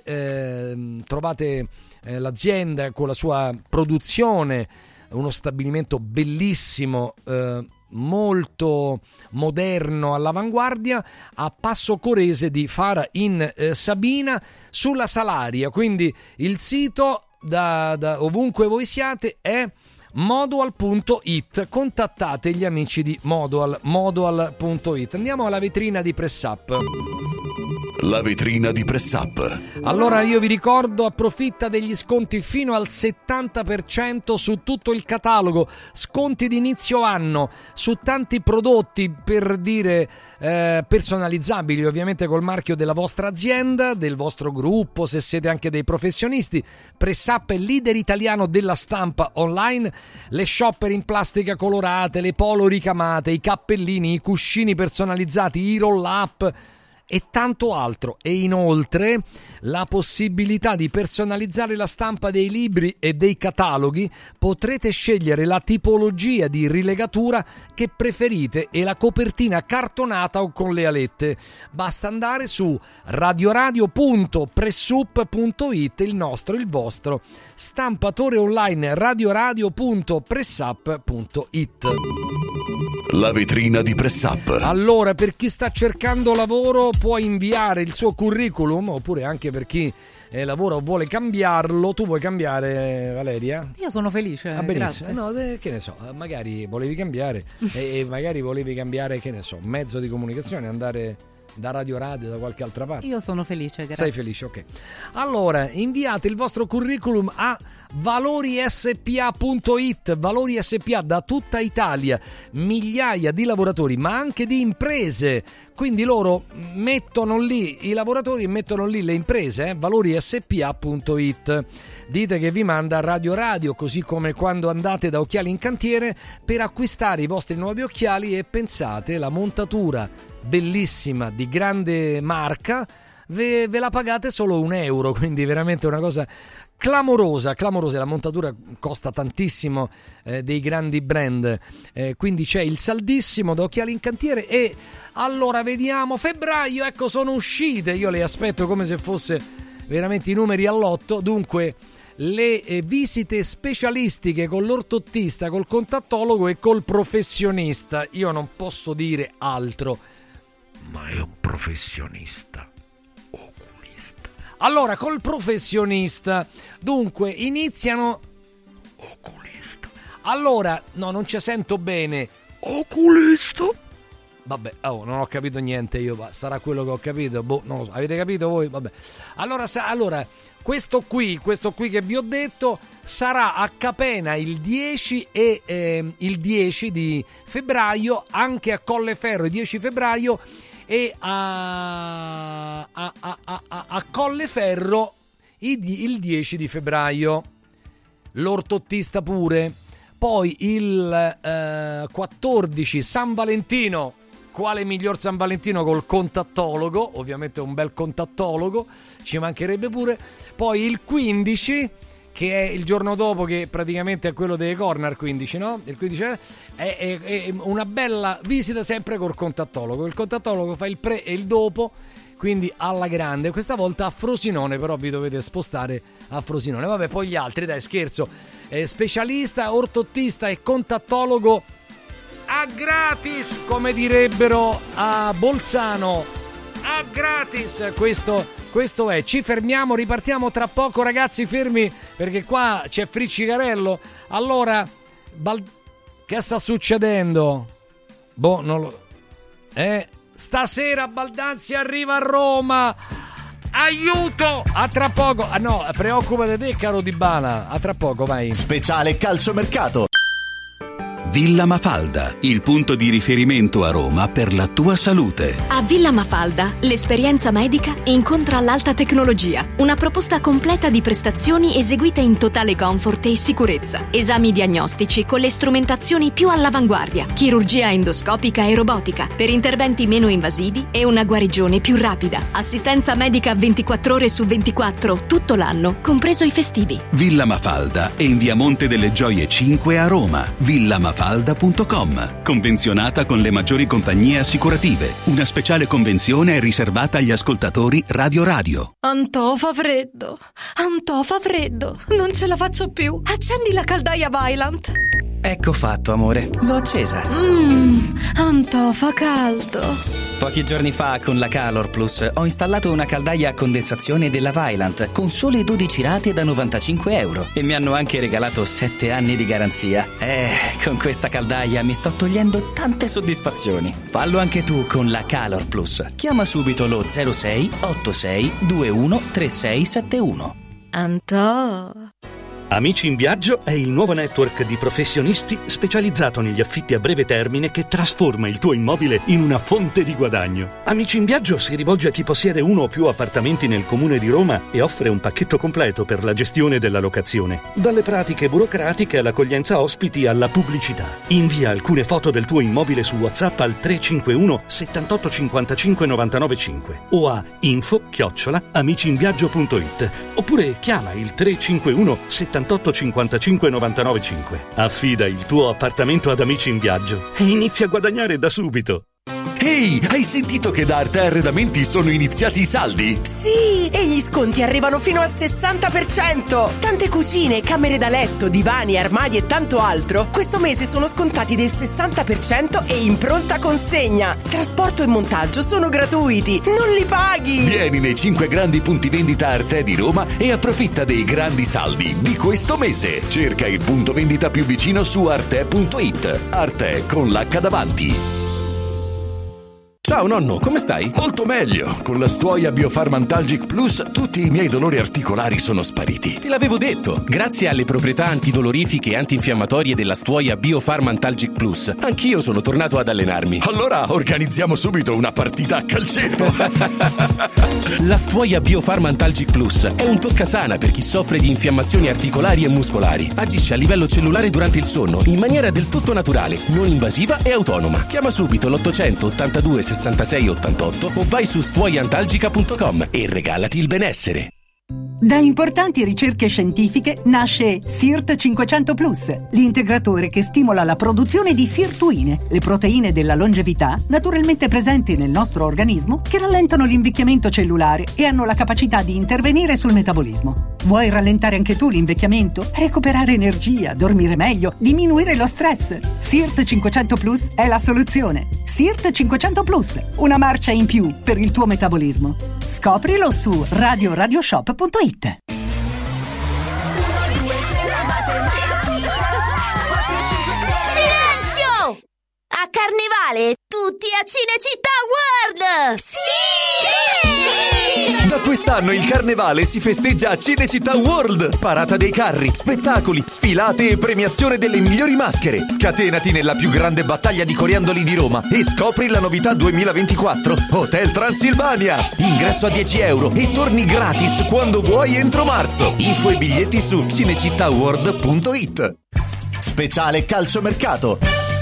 l'azienda con la sua produzione, uno stabilimento bellissimo, molto moderno, all'avanguardia, a Passo Corese di Fara in Sabina, sulla Salaria. Quindi il sito da ovunque voi siate è Modual.it. Contattate gli amici di Modual.it. Andiamo alla vetrina di Press Up. La vetrina di Press Up. Allora io vi ricordo, approfitta degli sconti fino al 70% su tutto il catalogo, sconti di inizio anno su tanti prodotti, per dire personalizzabili ovviamente col marchio della vostra azienda, del vostro gruppo, se siete anche dei professionisti. Press Up è leader italiano della stampa online, le shopper in plastica colorate, le polo ricamate, i cappellini, i cuscini personalizzati, i roll up e tanto altro. E inoltre la possibilità di personalizzare la stampa dei libri e dei cataloghi. Potrete scegliere la tipologia di rilegatura che preferite e la copertina cartonata o con le alette. Basta andare su radioradio.pressup.it, il vostro stampatore online, radioradio.pressup.it. La vetrina di Press Up. Allora, per chi sta cercando lavoro può inviare il suo curriculum, oppure anche per chi lavora o vuole cambiarlo. Tu vuoi cambiare, Valeria? Io sono felice, grazie. No, che ne so, magari volevi cambiare e magari volevi cambiare, che ne so, mezzo di comunicazione, andare da Radio da qualche altra parte. Io sono felice, grazie. Sei felice, ok. Allora, inviate il vostro curriculum a valorispa.it. Valori SPA, da tutta Italia, migliaia di lavoratori, ma anche di imprese. Quindi loro mettono lì i lavoratori e mettono lì le imprese, valorispa.it. Dite che vi manda Radio, così come quando andate da Occhiali in Cantiere per acquistare i vostri nuovi occhiali, e pensate, la montatura bellissima di grande marca ve la pagate solo €1, quindi veramente una cosa clamorosa. La montatura costa tantissimo dei grandi brand, quindi c'è il saldissimo da Occhiali in Cantiere. E allora vediamo, febbraio, ecco, sono uscite, io le aspetto come se fosse veramente i numeri all'8. Dunque, le visite specialistiche con l'ortottista, col contattologo e col professionista. Io non posso dire altro, ma è un professionista oculista. Allora, col professionista, dunque, iniziano oculista. Allora, no, non ci sento bene. Oculista? Vabbè, non ho capito niente io, sarà quello che ho capito. Boh, non lo so. Avete capito voi? Vabbè. Allora, questo qui che vi ho detto sarà a Capena il 10 e il 10 di febbraio, anche a Colleferro il 10 febbraio e a Colleferro il 10 di febbraio. L'ortottista pure. Poi il 14 San Valentino. Quale miglior San Valentino col contattologo? Ovviamente un bel contattologo, ci mancherebbe pure. Poi il 15, che è il giorno dopo, che praticamente è quello delle corner, 15, no? Il 15 è una bella visita sempre col contattologo. Il contattologo fa il pre e il dopo, quindi alla grande. Questa volta a Frosinone, però vi dovete spostare a Frosinone. Vabbè, poi gli altri, dai, scherzo. Specialista, ortottista e contattologo a gratis, come direbbero a Bolzano. A gratis, questo è. Ci fermiamo, ripartiamo tra poco, ragazzi, fermi, perché qua c'è Friccicarello. Allora, che sta succedendo? Boh, non lo... Stasera Baldanzi arriva a Roma. Aiuto! A tra poco. Ah no, preoccupati te, caro Dybala. A tra poco, vai. Speciale calciomercato. Villa Mafalda, il punto di riferimento a Roma per la tua salute. A Villa Mafalda, l'esperienza medica incontra l'alta tecnologia. Una proposta completa di prestazioni eseguite in totale comfort e sicurezza. Esami diagnostici con le strumentazioni più all'avanguardia. Chirurgia endoscopica e robotica per interventi meno invasivi e una guarigione più rapida. Assistenza medica 24 ore su 24, tutto l'anno, compreso i festivi. Villa Mafalda è in via Monte delle Gioie 5 a Roma. villamafalda.com. Convenzionata con le maggiori compagnie assicurative. Una speciale convenzione è riservata agli ascoltatori Radio. Antò fa freddo, non ce la faccio più. Accendi la caldaia Vaillant. Ecco fatto, amore, l'ho accesa. Antò fa caldo. Pochi giorni fa con la Calor Plus ho installato una caldaia a condensazione della Vaillant con sole 12 rate da €95 e mi hanno anche regalato 7 anni di garanzia. Con questa caldaia mi sto togliendo tante soddisfazioni. Fallo anche tu con la Calor Plus. Chiama subito lo 06 86 21 3671. Antò. Amici in Viaggio è il nuovo network di professionisti specializzato negli affitti a breve termine che trasforma il tuo immobile in una fonte di guadagno. Amici in Viaggio si rivolge a chi possiede uno o più appartamenti nel comune di Roma e offre un pacchetto completo per la gestione della locazione. Dalle pratiche burocratiche all'accoglienza ospiti alla pubblicità. Invia alcune foto del tuo immobile su WhatsApp al 351 78 55 99 5 o a info@amiciinviaggio.it oppure chiama il 351 78 55 99 5. Affida il tuo appartamento ad Amici in Viaggio e inizia a guadagnare da subito. Ehi, hai sentito che da Arte Arredamenti sono iniziati i saldi? Sì, e gli sconti arrivano fino al 60%. Tante cucine, camere da letto, divani, armadi e tanto altro questo mese sono scontati del 60% e in pronta consegna. Trasporto e montaggio sono gratuiti, non li paghi. Vieni nei 5 grandi punti vendita Arte di Roma e approfitta dei grandi saldi di questo mese. Cerca il punto vendita più vicino su arte.it. Arte con l'H davanti. Ciao nonno, come stai? Molto meglio. Con la Stuoia Biofarmantalgic Plus tutti i miei dolori articolari sono spariti. Te l'avevo detto. Grazie alle proprietà antidolorifiche e antinfiammatorie della Stuoia Biofarmantalgic Plus, anch'io sono tornato ad allenarmi. Allora organizziamo subito una partita a calcetto. La Stuoia Biofarmantalgic Plus è un toccasana per chi soffre di infiammazioni articolari e muscolari. Agisce a livello cellulare durante il sonno in maniera del tutto naturale, non invasiva e autonoma. Chiama subito l'882 66 88 o vai su stuoiantalgica.com e regalati il benessere. Da importanti ricerche scientifiche nasce SIRT 500 Plus, l'integratore che stimola la produzione di sirtuine, le proteine della longevità naturalmente presenti nel nostro organismo che rallentano l'invecchiamento cellulare e hanno la capacità di intervenire sul metabolismo. Vuoi rallentare anche tu l'invecchiamento? Recuperare energia, dormire meglio, diminuire lo stress? SIRT 500 Plus è la soluzione. SIRT 500 Plus, una marcia in più per il tuo metabolismo. Scoprilo su radioshop.it. Silenzio! A Carnevale tutti a Cinecittà World! Sì! Da quest'anno il Carnevale si festeggia a Cinecittà World. Parata dei carri, spettacoli, sfilate e premiazione delle migliori maschere. Scatenati nella più grande battaglia di coriandoli di Roma e scopri la novità 2024. Hotel Transilvania. Ingresso a €10 e torni gratis quando vuoi entro marzo. Info e biglietti su cinecittàworld.it. Speciale calciomercato.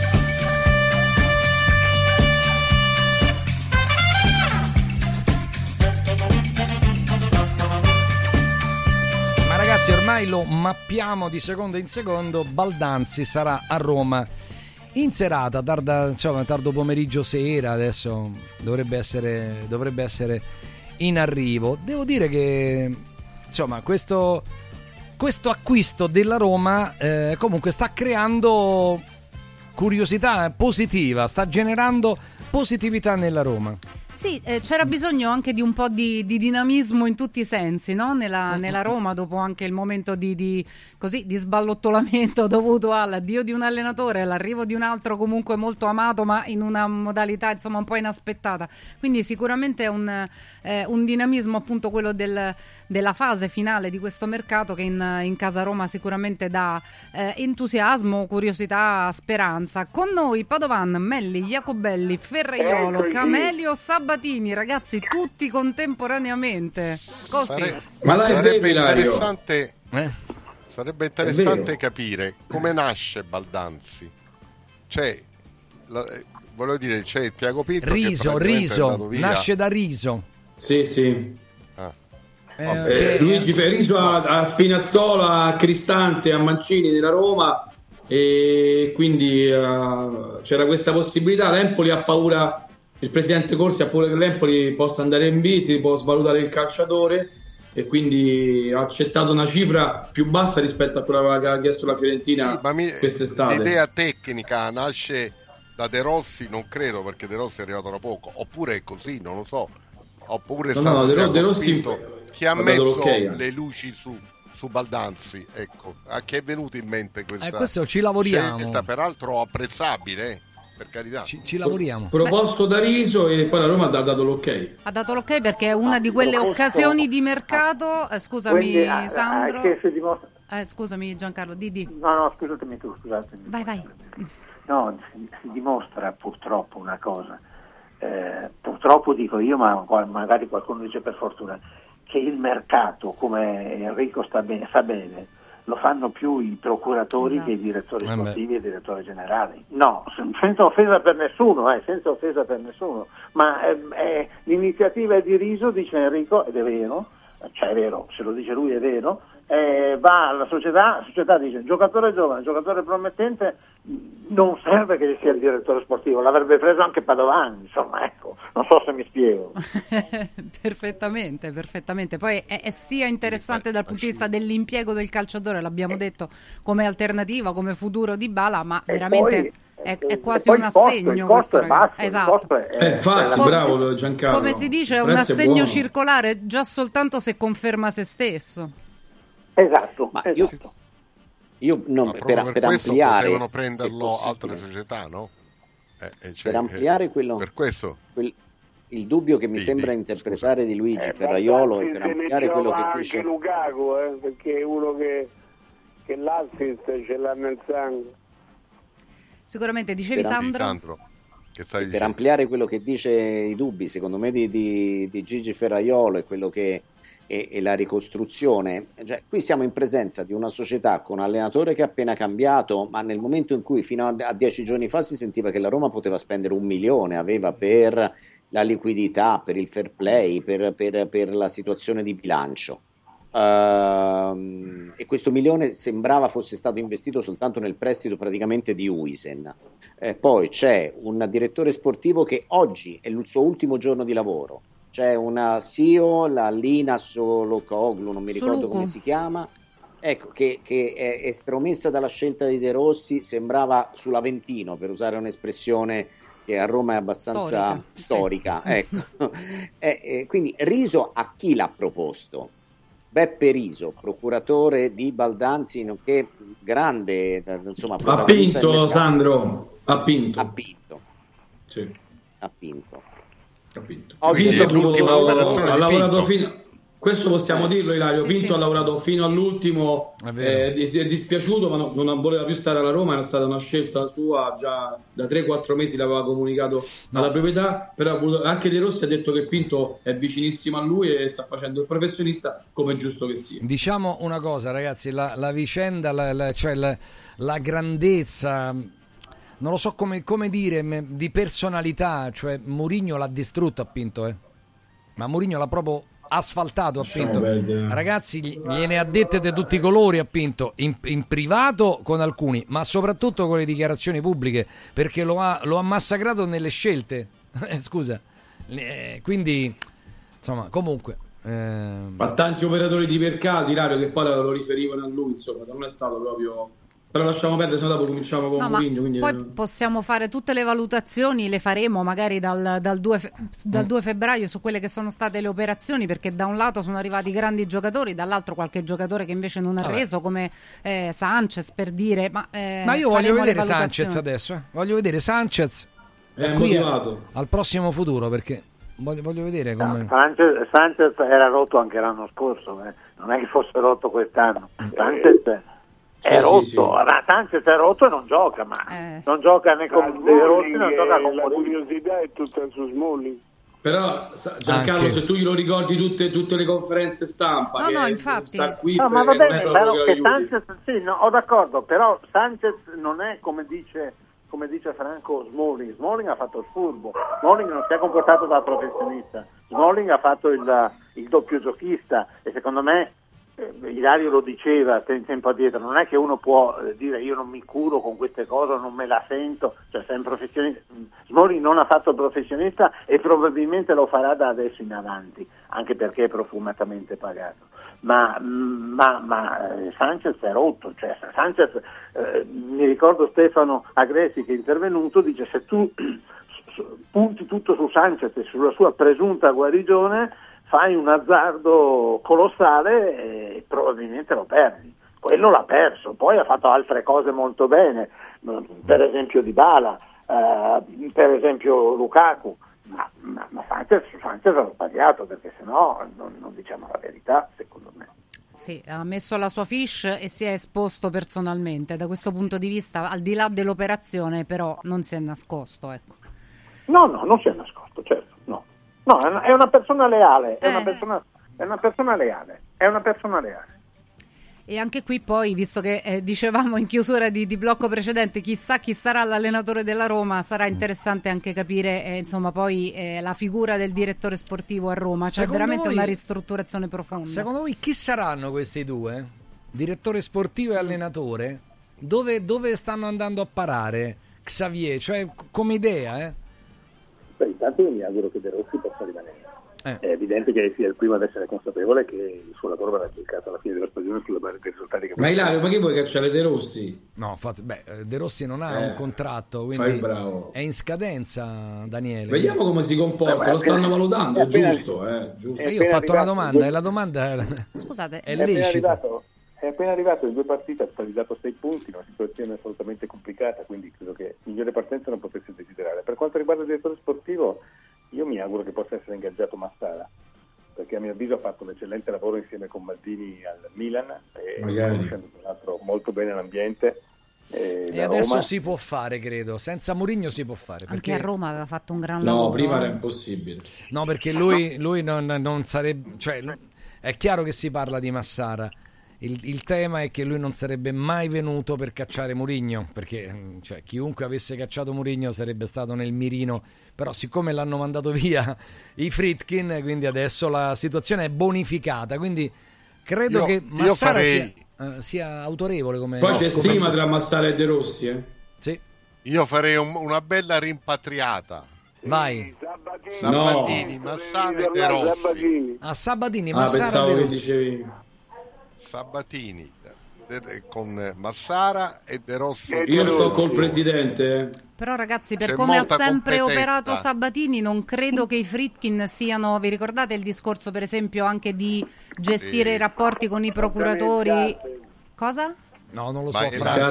Ormai lo mappiamo di secondo in secondo. Baldanzi sarà a Roma in serata, tardo pomeriggio sera, adesso dovrebbe essere in arrivo. Devo dire che insomma questo acquisto della Roma comunque sta creando curiosità positiva, sta generando positività nella Roma. Sì, c'era bisogno anche di un po' di dinamismo in tutti i sensi, no? Nella Roma, dopo anche il momento di sballottolamento dovuto all'addio di un allenatore, all'arrivo di un altro comunque molto amato, ma in una modalità insomma un po' inaspettata. Quindi sicuramente è un dinamismo, appunto, quello della fase finale di questo mercato, che in casa Roma sicuramente dà entusiasmo, curiosità, speranza. Con noi Padovan, Melli, Jacobelli, Ferraiolo, Camelio, Sabatini, ragazzi, tutti contemporaneamente. Così. Sarebbe interessante capire come nasce Baldanzi. Cioè, volevo dire, c'è Tiago Pinto Riso, nasce da Riso. Sì. Luigi Riso a Spinazzola, a Cristante, a Mancini nella Roma, e quindi c'era questa possibilità. L'Empoli ha paura, il presidente Corsi ha paura che l'Empoli possa andare in B, si può svalutare il calciatore, e quindi ha accettato una cifra più bassa rispetto a quella che aveva chiesto la Fiorentina quest'estate. L'idea tecnica nasce da De Rossi non credo, perché De Rossi è arrivato da poco, oppure è così, non lo so, oppure è stato De Rossi chi ha messo le luci su Baldanzi, ecco, a chi è venuto in mente questa questo ci lavoriamo, scelta, peraltro apprezzabile, per carità, ci lavoriamo, proposto da Riso, e poi la Roma ha dato l'ok perché è una di quelle occasioni di mercato. Scusami Sandro, scusami Giancarlo, di no scusatemi tu, vai. No, si dimostra purtroppo una cosa, purtroppo dico io, ma magari qualcuno dice per fortuna, che il mercato, come Enrico sa bene, lo fanno più i procuratori che i direttori sportivi e i direttori generali. No, senza offesa per nessuno, ma l'iniziativa è di Riso, dice Enrico, ed è vero, cioè è vero, se lo dice lui è vero, va alla società, la società dice giocatore giovane, giocatore promettente, non serve che sia il direttore sportivo, l'avrebbe preso anche Padovan, insomma, ecco, non so se mi spiego. perfettamente, poi è sia interessante dal punto di vista dell'impiego del calciatore, l'abbiamo detto, come alternativa, come futuro di Bala, ma veramente è quasi un assegno questo, ragazzi. Esatto. Infatti, bravo Giancarlo. Come si dice, è un assegno circolare già soltanto se conferma se stesso. Esatto, ma io non, per ampliare, potevano prenderlo altre società, no? Per ampliare quello, per questo il dubbio che mi sembra interpretare di Luigi Ferraiolo, e per ampliare quello che dice anche Lukaku, perché è uno che l'assist ce l'ha nel sangue. Sicuramente, dicevi Sandro? Per ampliare quello che dice, i dubbi secondo me di Gigi Ferraiolo e quello che e la ricostruzione, cioè, qui siamo in presenza di una società con un allenatore che ha appena cambiato, ma nel momento in cui fino a 10 giorni fa si sentiva che la Roma poteva spendere 1 milione, aveva per la liquidità, per il fair play, per la situazione di bilancio, e questo 1 milione sembrava fosse stato investito soltanto nel prestito praticamente di Huijsen. Poi c'è un direttore sportivo che oggi è il suo ultimo giorno di lavoro. C'è una CEO, la Lina Solokoglu, non mi ricordo come si chiama, ecco, che è estromessa dalla scelta di De Rossi, sembrava sull'Aventino, per usare un'espressione che a Roma è abbastanza storica. Sì. Ecco. Quindi Riso a chi l'ha proposto? Beppe Riso, procuratore di Baldanzi, nonché grande, insomma... Ha pinto, Sandro, ha pinto. Sì. Ha pinto. Oggi l'ultima operazione ha lavorato fino, questo possiamo dirlo, Ilario, Pinto ha lavorato fino all'ultimo, si è dispiaciuto, ma non voleva più stare alla Roma, era stata una scelta sua, già da 3-4 mesi l'aveva comunicato alla proprietà, però anche De Rossi ha detto che Pinto è vicinissimo a lui e sta facendo il professionista come è giusto che sia. Diciamo una cosa, ragazzi, la vicenda, cioè la grandezza, non lo so come dire, di personalità, cioè Mourinho l'ha distrutto a Pinto, ma Mourinho l'ha proprio asfaltato a Pinto. Ragazzi, gliene ha dette di tutti i colori a Pinto, in privato con alcuni, ma soprattutto con le dichiarazioni pubbliche, perché lo ha massacrato nelle scelte. Scusa, quindi insomma, comunque ma tanti operatori di mercato, Ilario, che poi lo riferivano a lui, insomma, non è stato proprio... Però lasciamo perdere, se no dopo cominciamo con Mourinho. Quindi... Poi possiamo fare tutte le valutazioni, le faremo magari dal 2 febbraio su quelle che sono state le operazioni, perché da un lato sono arrivati grandi giocatori, dall'altro qualche giocatore che invece non ha reso, come Sanchez, per dire. Ma io voglio vedere Sanchez adesso. Voglio vedere Sanchez qui al prossimo futuro, perché voglio vedere come... Sanchez era rotto anche l'anno scorso, non è che fosse rotto quest'anno. Sanchez è rotto, ma Sanchez è rotto e non gioca, ma non gioca né con De Rossi, non gioca con la curiosità è tutta su Smalling. Però Giancarlo, anche se tu glielo ricordi tutte le conferenze stampa, no, infatti. Ma va bene, però che Sanchez, sì, no, ho d'accordo, però Sanchez non è come dice Franco Smalling ha fatto il furbo, Smalling non si è comportato da professionista, Smalling ha fatto il doppio giochista, e secondo me Ilario lo diceva tempo addietro, non è che uno può dire io non mi curo con queste cose, non me la sento, cioè sei un professionista. Smalling non ha fatto il professionista e probabilmente lo farà da adesso in avanti, anche perché è profumatamente pagato, ma Sanchez è rotto, cioè Sanchez, mi ricordo Stefano Agresti che è intervenuto, dice se tu punti tutto su Sanchez e sulla sua presunta guarigione fai un azzardo colossale e probabilmente lo perdi. Quello l'ha perso, poi ha fatto altre cose molto bene, per esempio Dybala, per esempio Lukaku, ma Sanchez ha sbagliato, perché sennò non diciamo la verità, secondo me. Sì, ha messo la sua fiche e si è esposto personalmente. Da questo punto di vista, al di là dell'operazione, però non si è nascosto, ecco. No, non si è nascosto, certo, no. No, è una persona leale, è una persona leale. E anche qui poi, visto che dicevamo in chiusura di blocco precedente, chissà chi sarà l'allenatore della Roma, sarà interessante anche capire insomma poi la figura del direttore sportivo a Roma. C'è veramente una ristrutturazione profonda. Secondo voi chi saranno questi due? Direttore sportivo e allenatore? Dove stanno andando a parare? Xavier, cioè come idea, Beh, intanto io mi auguro che De Rossi possa rimanere. È evidente che sia il primo ad essere consapevole che il suo lavoro verrà giudicato alla fine della stagione sulla base dei risultati che Ma Ilario, ma che vuoi cacciare De Rossi? No, De Rossi non ha un contratto, quindi è in scadenza, Daniele. Vediamo come si comporta, lo stanno valutando, è giusto. Io ho fatto una domanda e la domanda scusate, è lecita. È appena arrivato in 2 partite, ha stabilizzato 6 punti, una situazione assolutamente complicata, quindi credo che migliore partenza non potesse desiderare. Per quanto riguarda il direttore sportivo, io mi auguro che possa essere ingaggiato Massara, perché a mio avviso ha fatto un eccellente lavoro insieme con Maldini al Milan e conoscendo tra l'altro molto bene l'ambiente. E adesso si può fare, credo, senza Mourinho si può fare, perché anche a Roma aveva fatto un gran lavoro. No, prima era impossibile. No, perché lui non sarebbe, cioè è chiaro che si parla di Massara. Il tema è che lui non sarebbe mai venuto per cacciare Mourinho, perché chiunque avesse cacciato Mourinho sarebbe stato nel mirino, però siccome l'hanno mandato via i Friedkin, quindi adesso la situazione è bonificata, quindi credo che Massara sia autorevole come... Poi c'è stima tra Massara e De Rossi, Sì. Io farei una bella rimpatriata. Vai. Sabatini, Massara e De Rossi. Sabatini, Massara e De Rossi. Dicevi... Sabatini con Massara e De Rossi. Io sto col presidente. Però ragazzi, per come ha sempre operato Sabatini, non credo che i Friedkin siano, vi ricordate il discorso per esempio anche di gestire i rapporti con i procuratori? Cosa? No, non lo so.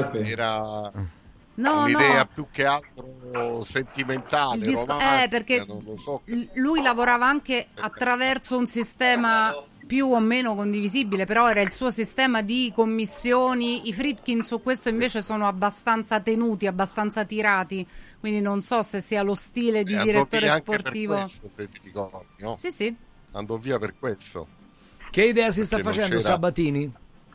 Era un'idea più che altro sentimentale, romantica, perché non lo so. Lui lavorava anche attraverso un sistema più o meno condivisibile, però era il suo sistema di commissioni. I Friedkin su questo invece sono abbastanza tenuti, abbastanza tirati, quindi non so se sia lo stile di direttore sportivo. Per questo, no? Sì. Andò via per questo. Che idea si sta facendo Sabatini?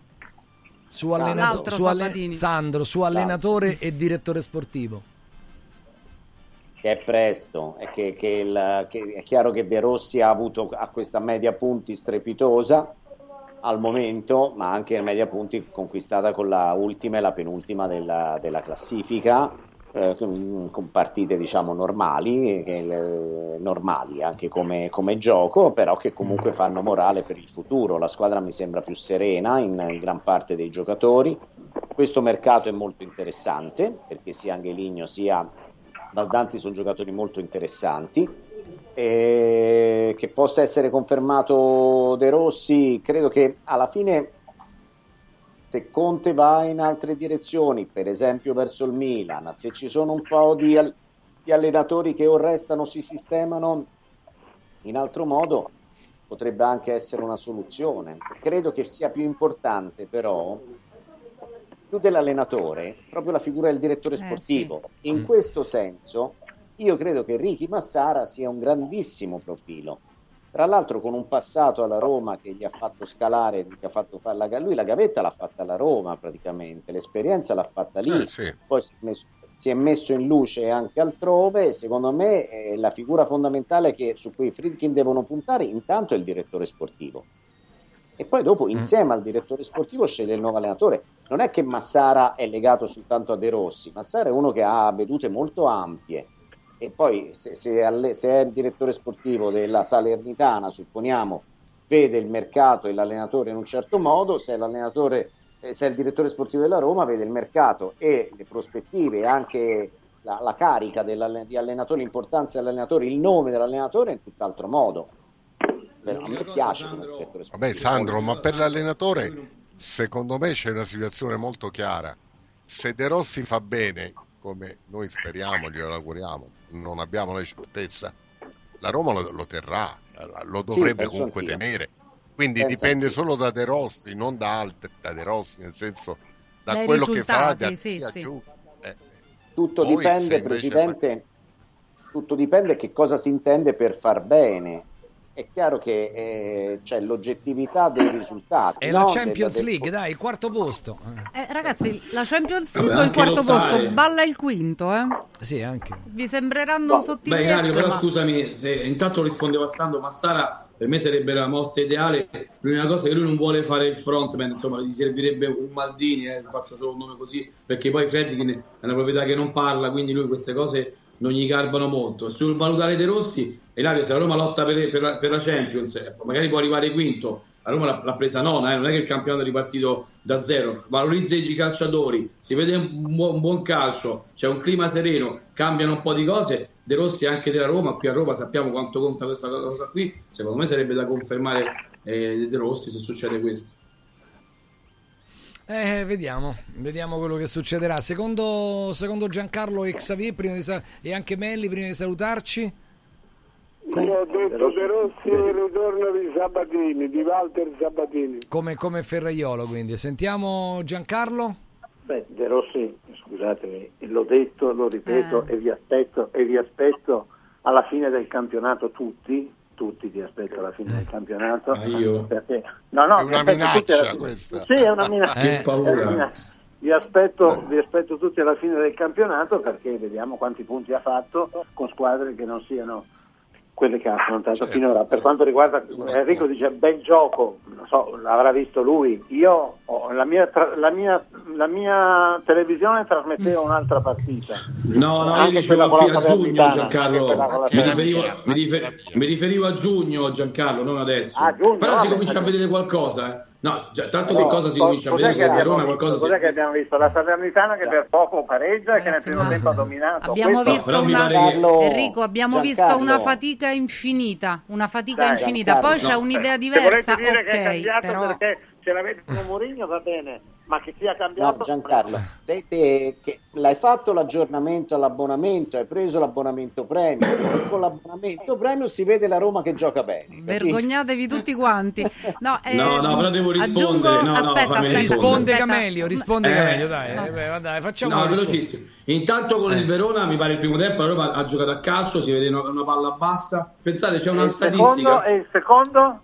Sandro, su allenatore e direttore sportivo. Che è presto, è che è chiaro che De Rossi ha questa media punti strepitosa al momento, ma anche la media punti conquistata con la ultima e la penultima della classifica, con partite diciamo normali anche come gioco, però che comunque fanno morale per il futuro. La squadra mi sembra più serena in gran parte dei giocatori. Questo mercato è molto interessante perché sia Angeligno sia Baldanzi sono giocatori molto interessanti, e che possa essere confermato De Rossi. Credo che alla fine, se Conte va in altre direzioni, per esempio verso il Milan, se ci sono un po' di allenatori che o restano o si sistemano in altro modo, potrebbe anche essere una soluzione. Credo che sia più importante però, più dell'allenatore, proprio la figura del direttore sportivo. Sì. In questo senso io credo che Ricky Massara sia un grandissimo profilo, tra l'altro con un passato alla Roma che gli ha fatto scalare, gli ha fatto fare lui la gavetta l'ha fatta alla Roma praticamente, l'esperienza l'ha fatta lì, sì. Poi si è messo in luce anche altrove. Secondo me la figura fondamentale su cui i Friedkin devono puntare intanto è il direttore sportivo, e poi dopo insieme al direttore sportivo sceglie il nuovo allenatore. Non è che Massara è legato soltanto a De Rossi, Massara è uno che ha vedute molto ampie, e poi se è il direttore sportivo della Salernitana, supponiamo, vede il mercato e l'allenatore in un certo modo, se è il direttore sportivo della Roma vede il mercato e le prospettive, anche la carica di allenatore, l'importanza dell'allenatore, il nome dell'allenatore in tutt'altro modo. Però a me piace Vabbè, Sandro, ma per l'allenatore secondo me c'è una situazione molto chiara. Se De Rossi fa bene, come noi speriamo, glielo auguriamo, non abbiamo la certezza, la Roma lo terrà, lo dovrebbe comunque tenere. Quindi dipende solo da De Rossi, non da altri, da De Rossi, nel senso da dai quello che farà giù. Tutto poi, dipende, Presidente, tutto dipende che cosa si intende per far bene. È chiaro che c'è l'oggettività dei risultati. E la Champions League, dai, il quarto posto. Ragazzi, la Champions League o il quarto posto? Balla il quinto, Sì, anche. Vi sembreranno sottigliezze. Beh, Ilario, però scusami, se intanto rispondevo a Sandro, ma Sara per me sarebbe la mossa ideale. L'unica cosa è che lui non vuole fare il frontman, insomma, gli servirebbe un Maldini, faccio solo un nome così, perché poi Fredkin è una proprietà che non parla, quindi lui queste cose non gli garbano molto. Sul valutare De Rossi, Ilario, se la Roma lotta per la Champions, magari può arrivare quinto, la Roma l'ha presa nona, non è che il campionato è ripartito da zero, valorizza i calciatori, si vede un buon calcio, c'è un clima sereno, cambiano un po' di cose. De Rossi è anche della Roma, qui a Roma sappiamo quanto conta questa cosa qui, secondo me sarebbe da confermare De Rossi se succede questo. Vediamo quello che succederà. Secondo Giancarlo e Xavier e anche Melli, prima di salutarci. Io ho detto De Rossi e il ritorno di Sabatini, di Walter Sabatini. Come Ferraiolo, quindi. Sentiamo Giancarlo. Beh, De Rossi, scusatemi, l'ho detto, lo ripeto e vi aspetto alla fine del campionato tutti vi aspetto alla fine del campionato. Perché è una minaccia questa. Sì, è una minaccia. Che paura. Vi aspetto tutti alla fine del campionato, perché vediamo quanti punti ha fatto con squadre che non siano quelle che ha affrontato finora. Per quanto riguarda Enrico, dice bel gioco, non so, l'avrà visto lui. Io la mia televisione trasmetteva un'altra partita. No, io dicevo a giugno, Giancarlo. Mi riferivo a giugno, Giancarlo, non adesso. Però si comincia a vedere qualcosa, No, tanto che cosa si comincia a vedere che Verona qualcosa cos'è che abbiamo visto? La Salernitana che per poco pareggia e che nel primo tempo ha dominato. Abbiamo visto Enrico, visto una fatica infinita, poi c'è un'idea diversa, se dire che è cambiato però... perché ce l'avete con Mourinho va bene, ma che sia cambiato. No, Giancarlo, te che l'hai fatto l'aggiornamento all'abbonamento, hai preso l'abbonamento premium, e con l'abbonamento premium si vede la Roma che gioca bene. Vergognatevi tutti quanti. No, però devo rispondere. Aspetta. Risponde Camelio, dai, facciamo. No, velocissimo. Intanto con il Verona mi pare il primo tempo la Roma ha giocato a calcio, si vede una palla bassa. Pensate, c'è una statistica. E il secondo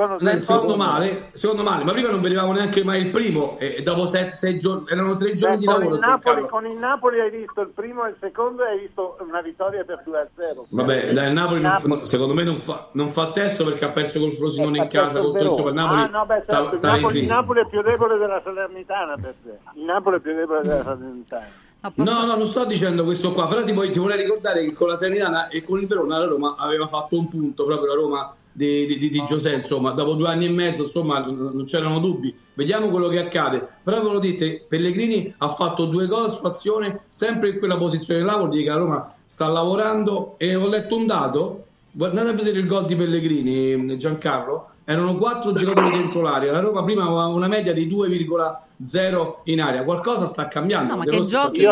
male, ma prima non vedevamo neanche mai il primo e dopo 6 giorni, erano 3 giorni di lavoro. Con il Napoli hai visto il primo e il secondo e hai visto una vittoria per 2-0. Vabbè, il Napoli secondo me non fa testo perché ha perso col Frosinone in casa contro il Napoli. Il Napoli è più debole della Salernitana per te. Il Napoli è più debole della Salernitana. No, non sto dicendo questo qua, però ti vorrei ricordare che con la Salernitana e con il Verona la Roma aveva fatto un punto, proprio la Roma di Giuseppe, insomma, dopo 2 anni e mezzo, insomma, non c'erano dubbi. Vediamo quello che accade. Però ve lo dite, Pellegrini ha fatto 2 gol su azione, sempre in quella posizione là, vuol dire che la Roma sta lavorando. E ho letto un dato, andate a vedere il gol di Pellegrini, Giancarlo, erano 4 giocatori dentro l'area, la Roma prima aveva una media di 2,0 in area, qualcosa sta cambiando. No, ma che giochi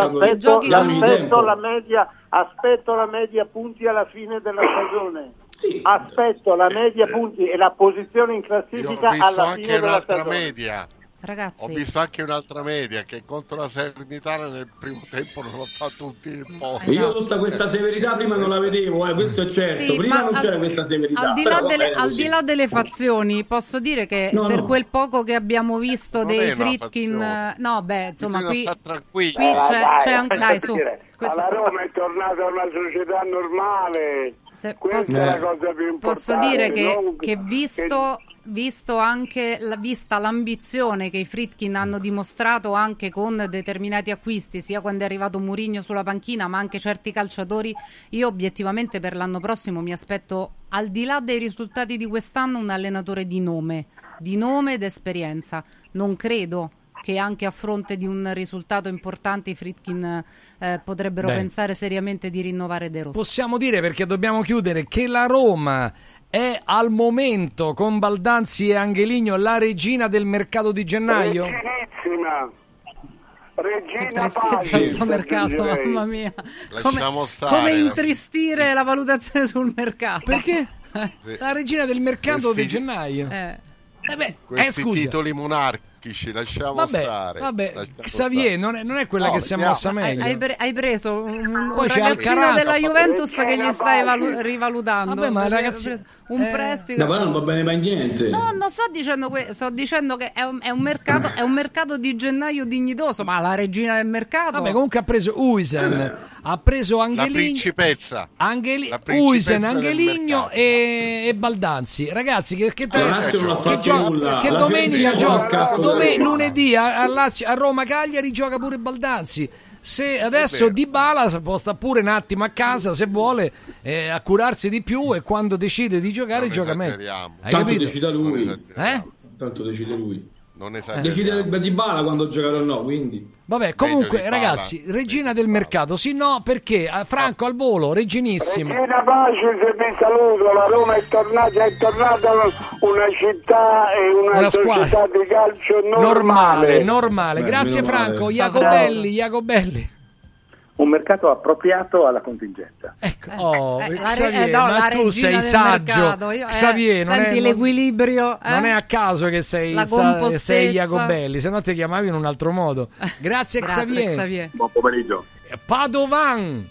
aspetto la media punti alla fine della stagione. Sì. Aspetto la media punti e la posizione in classifica alla fine della stagione. Media. Ragazzi, ho visto anche un'altra media che contro la Salernitana nel primo tempo non lo fa tutti il po'. Io tutta questa severità prima non la vedevo, questo è certo. Sì, prima non c'era questa severità. Al di là delle fazioni, posso dire che quel poco che abbiamo visto dei Friedkin, insomma, qui c'è anche la Roma è tornata a una società normale. Questa è la cosa più importante. Posso dire che visto vista l'ambizione che i Friedkin hanno dimostrato anche con determinati acquisti, sia quando è arrivato Mourinho sulla panchina, ma anche certi calciatori, io obiettivamente per l'anno prossimo mi aspetto, al di là dei risultati di quest'anno, un allenatore di nome ed esperienza. Non credo che anche a fronte di un risultato importante i Friedkin potrebbero pensare seriamente di rinnovare De Rossi. Possiamo dire, perché dobbiamo chiudere, che la Roma è al momento, con Baldanzi e Angeligno, la regina del mercato di gennaio? Regina questo mercato, mamma mia. Come intristire la valutazione sul mercato. Perché? La regina del mercato di gennaio. Questi titoli monarchici lasciamo stare. Xavier non è quella che si è mossa meglio. Hai preso un ragazzino della Juventus che gli stai rivalutando. Ma ragazzi, un prestito. No, non va bene mai niente. No, non sto dicendo che è un mercato di gennaio dignitoso, ma la regina del mercato. Comunque ha preso Huijsen, ha preso Angeligno, la principessa, Huijsen, Angeligno e Baldanzi. Ragazzi, che domenica gioca. Lunedì a Roma Cagliari gioca pure Baldanzi. Se adesso Dybala può stare pure un attimo a casa, se vuole, a curarsi di più, e quando decide di giocare gioca meglio. Tanto decide lui. Tanto decide lui. Decide Dybala quando giocare o no, quindi. Vabbè, comunque ragazzi, regina del mercato, sì, no, perché Franco al volo, reginissimo. Regina Pace, se vi saluto, la Roma è tornata una città e una società di calcio normale. Grazie Franco. Jacobelli. Un mercato appropriato alla contingenza. Ecco, Xavier, ma tu sei saggio. Xavier, senti l'equilibrio. Non è a caso che sei Jacobelli, se no ti chiamavi in un altro modo. Grazie Xavier. Buon pomeriggio. Padovan,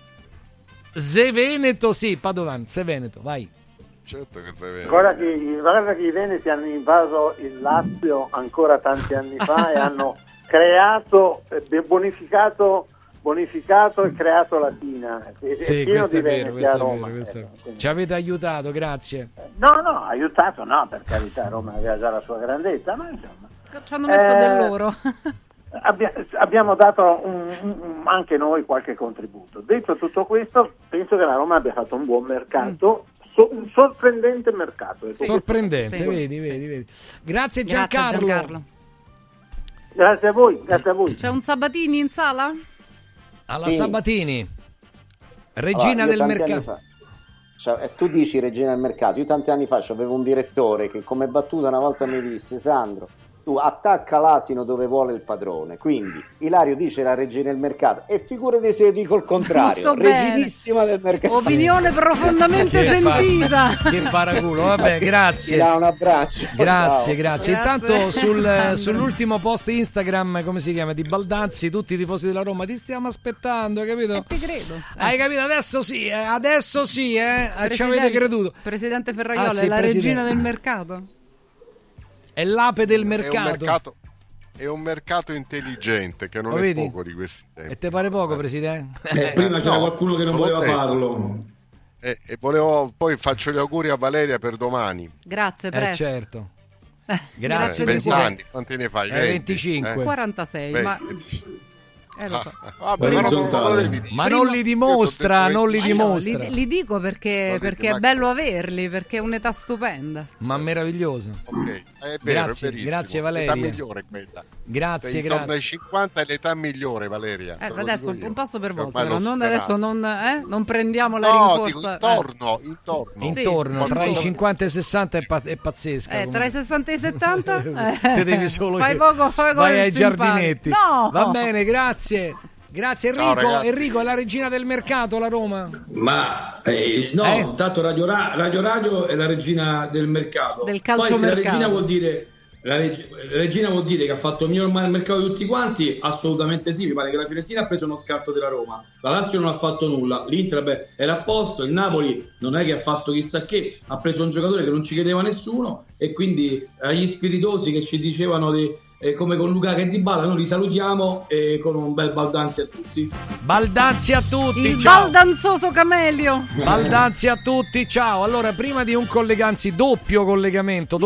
Veneto, vai. Certo che sei Veneto. Guarda che i veneti hanno invaso il Lazio ancora tanti anni fa e hanno creato, bonificato e creato Latina. Sì, questo è vero, ci avete aiutato, grazie. No, aiutato no, per carità, Roma aveva già la sua grandezza, ma insomma ci hanno messo del loro. Abbiamo dato anche noi qualche contributo. Detto tutto questo, penso che la Roma abbia fatto un buon mercato, un sorprendente mercato. Sorprendente, sì, vedi. Grazie Giancarlo. Grazie a voi. C'è un Sabatini in sala? Alla Sabatini, regina del mercato. Tu dici regina del mercato. Io tanti anni fa avevo un direttore che come battuta una volta mi disse: Sandro, tu attacca l'asino dove vuole il padrone. Quindi Ilario dice la regina del mercato, e figurati se io dico il contrario, reginissima del mercato. Opinione profondamente sentita. Che paraculo, vabbè, grazie. Ti dà un abbraccio. Grazie. Intanto sull'ultimo post Instagram, come si chiama, di Baldanzi, tutti i tifosi della Roma, ti stiamo aspettando, capito? Ti credo. Hai capito? Adesso sì, ci avete creduto. Presidente Ferraiolo è la regina del mercato. È l'ape del mercato. È un mercato intelligente, che non è poco di questi tempi. E te pare poco, Presidente? Prima c'era qualcuno che non voleva farlo. E poi faccio gli auguri a Valeria per domani. Grazie, presto. Certo. Grazie. 20 anni, quanti ne fai? 25. 46, 20. ma... lo so. Ma non li dimostra. Li dico perché è bello averli, perché è un'età stupenda. Ma meravigliosa. Ok, è vero, grazie Valeria. L'età migliore quella. Grazie. Intorno ai 50 è l'età migliore, Valeria. Adesso un passo per volta, non prendiamo la rincorsa. Intorno, tra i 50 e i 60 è pazzesca. Tra i 60 e i 70 te devi solo vai ai giardinetti. No. Va bene, grazie Enrico, è la regina del mercato la Roma? Ma tanto Radio è la regina del mercato. Del calcio poi se mercato. La regina vuol dire che ha fatto il miglior mercato di tutti quanti, assolutamente sì. Mi pare che la Fiorentina ha preso uno scarto della Roma, la Lazio non ha fatto nulla, l'Inter era a posto, il Napoli non è che ha fatto chissà che, ha preso un giocatore che non ci chiedeva nessuno, e quindi agli spiritosi che ci dicevano come con Luca che Dybala, noi li salutiamo con un bel baldanzi a tutti. Baldanzi a tutti, il ciao. baldanzoso Camelio. Baldanzi a tutti, ciao. Allora, prima di un doppio collegamento,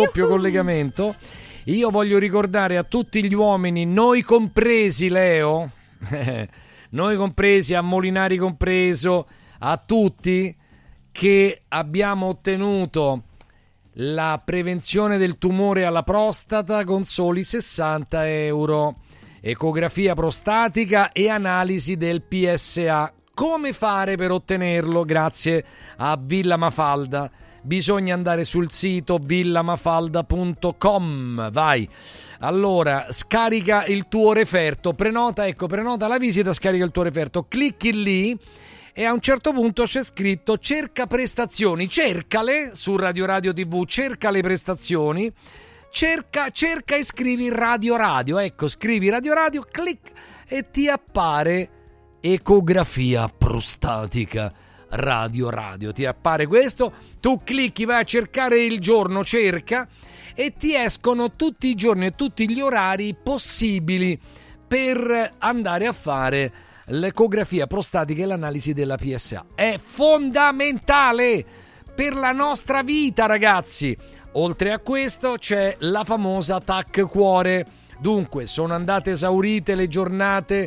io voglio ricordare a tutti gli uomini, noi compresi, Leo, noi compresi, a Molinari compreso, a tutti, che abbiamo ottenuto la prevenzione del tumore alla prostata con soli 60 euro, ecografia prostatica e analisi del PSA. Come fare per ottenerlo? Grazie a Villa Mafalda. Bisogna andare sul sito villamafalda.com. Vai. Allora, scarica il tuo referto, prenota la visita, scarica il tuo referto, clicchi lì e a un certo punto c'è scritto cerca prestazioni, cercale su Radio TV, cerca le prestazioni, cerca e scrivi Radio, ecco, scrivi Radio, clic e ti appare ecografia prostatica Radio, ti appare questo, tu clicchi, vai a cercare il giorno, cerca e ti escono tutti i giorni e tutti gli orari possibili per andare a fare l'ecografia prostatica e l'analisi della PSA. È fondamentale per la nostra vita, ragazzi. Oltre a questo c'è la famosa TAC cuore. Dunque, sono andate esaurite le giornate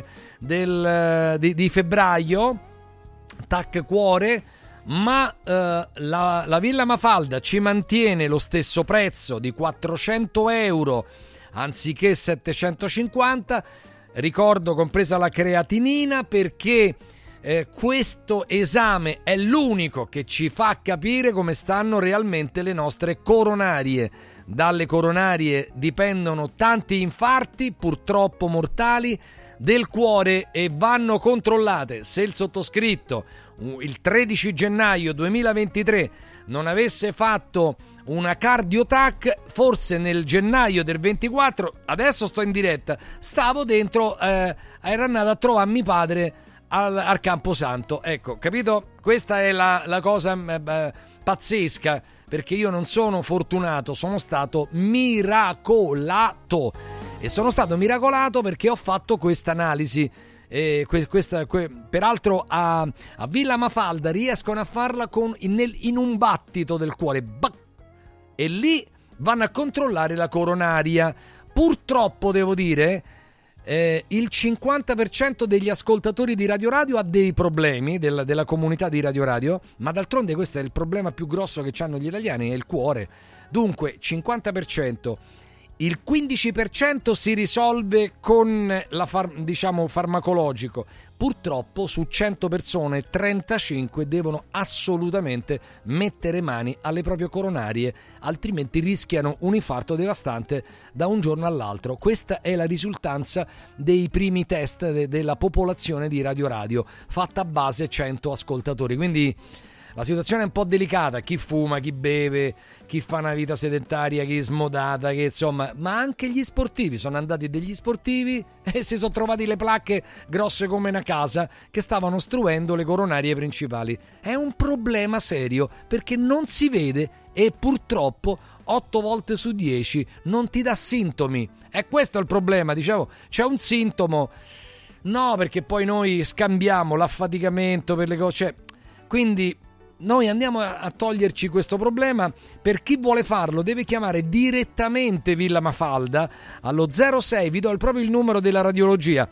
di febbraio, TAC cuore, ma la Villa Mafalda ci mantiene lo stesso prezzo di 400 euro anziché 750, ricordo compresa la creatinina, perché questo esame è l'unico che ci fa capire come stanno realmente le nostre coronarie. Dalle coronarie dipendono tanti infarti, purtroppo mortali, del cuore, e vanno controllate. Se il sottoscritto il 13 gennaio 2023 non avesse fatto una cardiotac, forse nel gennaio del 24, adesso sto in diretta, stavo dentro, ero andato a trovare mio padre al Camposanto, ecco, capito? Questa è la cosa pazzesca, perché io non sono fortunato, sono stato miracolato, e sono stato miracolato perché ho fatto questa analisi. Peraltro a Villa Mafalda riescono a farla in un battito del cuore, e lì vanno a controllare la coronaria. Purtroppo devo dire il 50% degli ascoltatori di Radio ha dei problemi della comunità di Radio, ma d'altronde questo è il problema più grosso che hanno gli italiani, è il cuore. Dunque 50%. Il 15% si risolve con farmacologico. Purtroppo su 100 persone 35 devono assolutamente mettere mani alle proprie coronarie, altrimenti rischiano un infarto devastante da un giorno all'altro. Questa è la risultanza dei primi test della popolazione di Radio, fatta a base 100 ascoltatori. Quindi la situazione è un po' delicata, chi fuma, chi beve, chi fa una vita sedentaria, chi smodata, che insomma, ma anche gli sportivi, sono andati degli sportivi e si sono trovati le placche grosse come una casa che stavano ostruendo le coronarie principali. È un problema serio perché non si vede e purtroppo 8 volte su 10 non ti dà sintomi. E questo è il problema, dicevo, c'è un sintomo, no, perché poi noi scambiamo l'affaticamento per le cose, quindi noi andiamo a toglierci questo problema. Per chi vuole farlo deve chiamare direttamente Villa Mafalda allo 06, vi do proprio il numero della radiologia,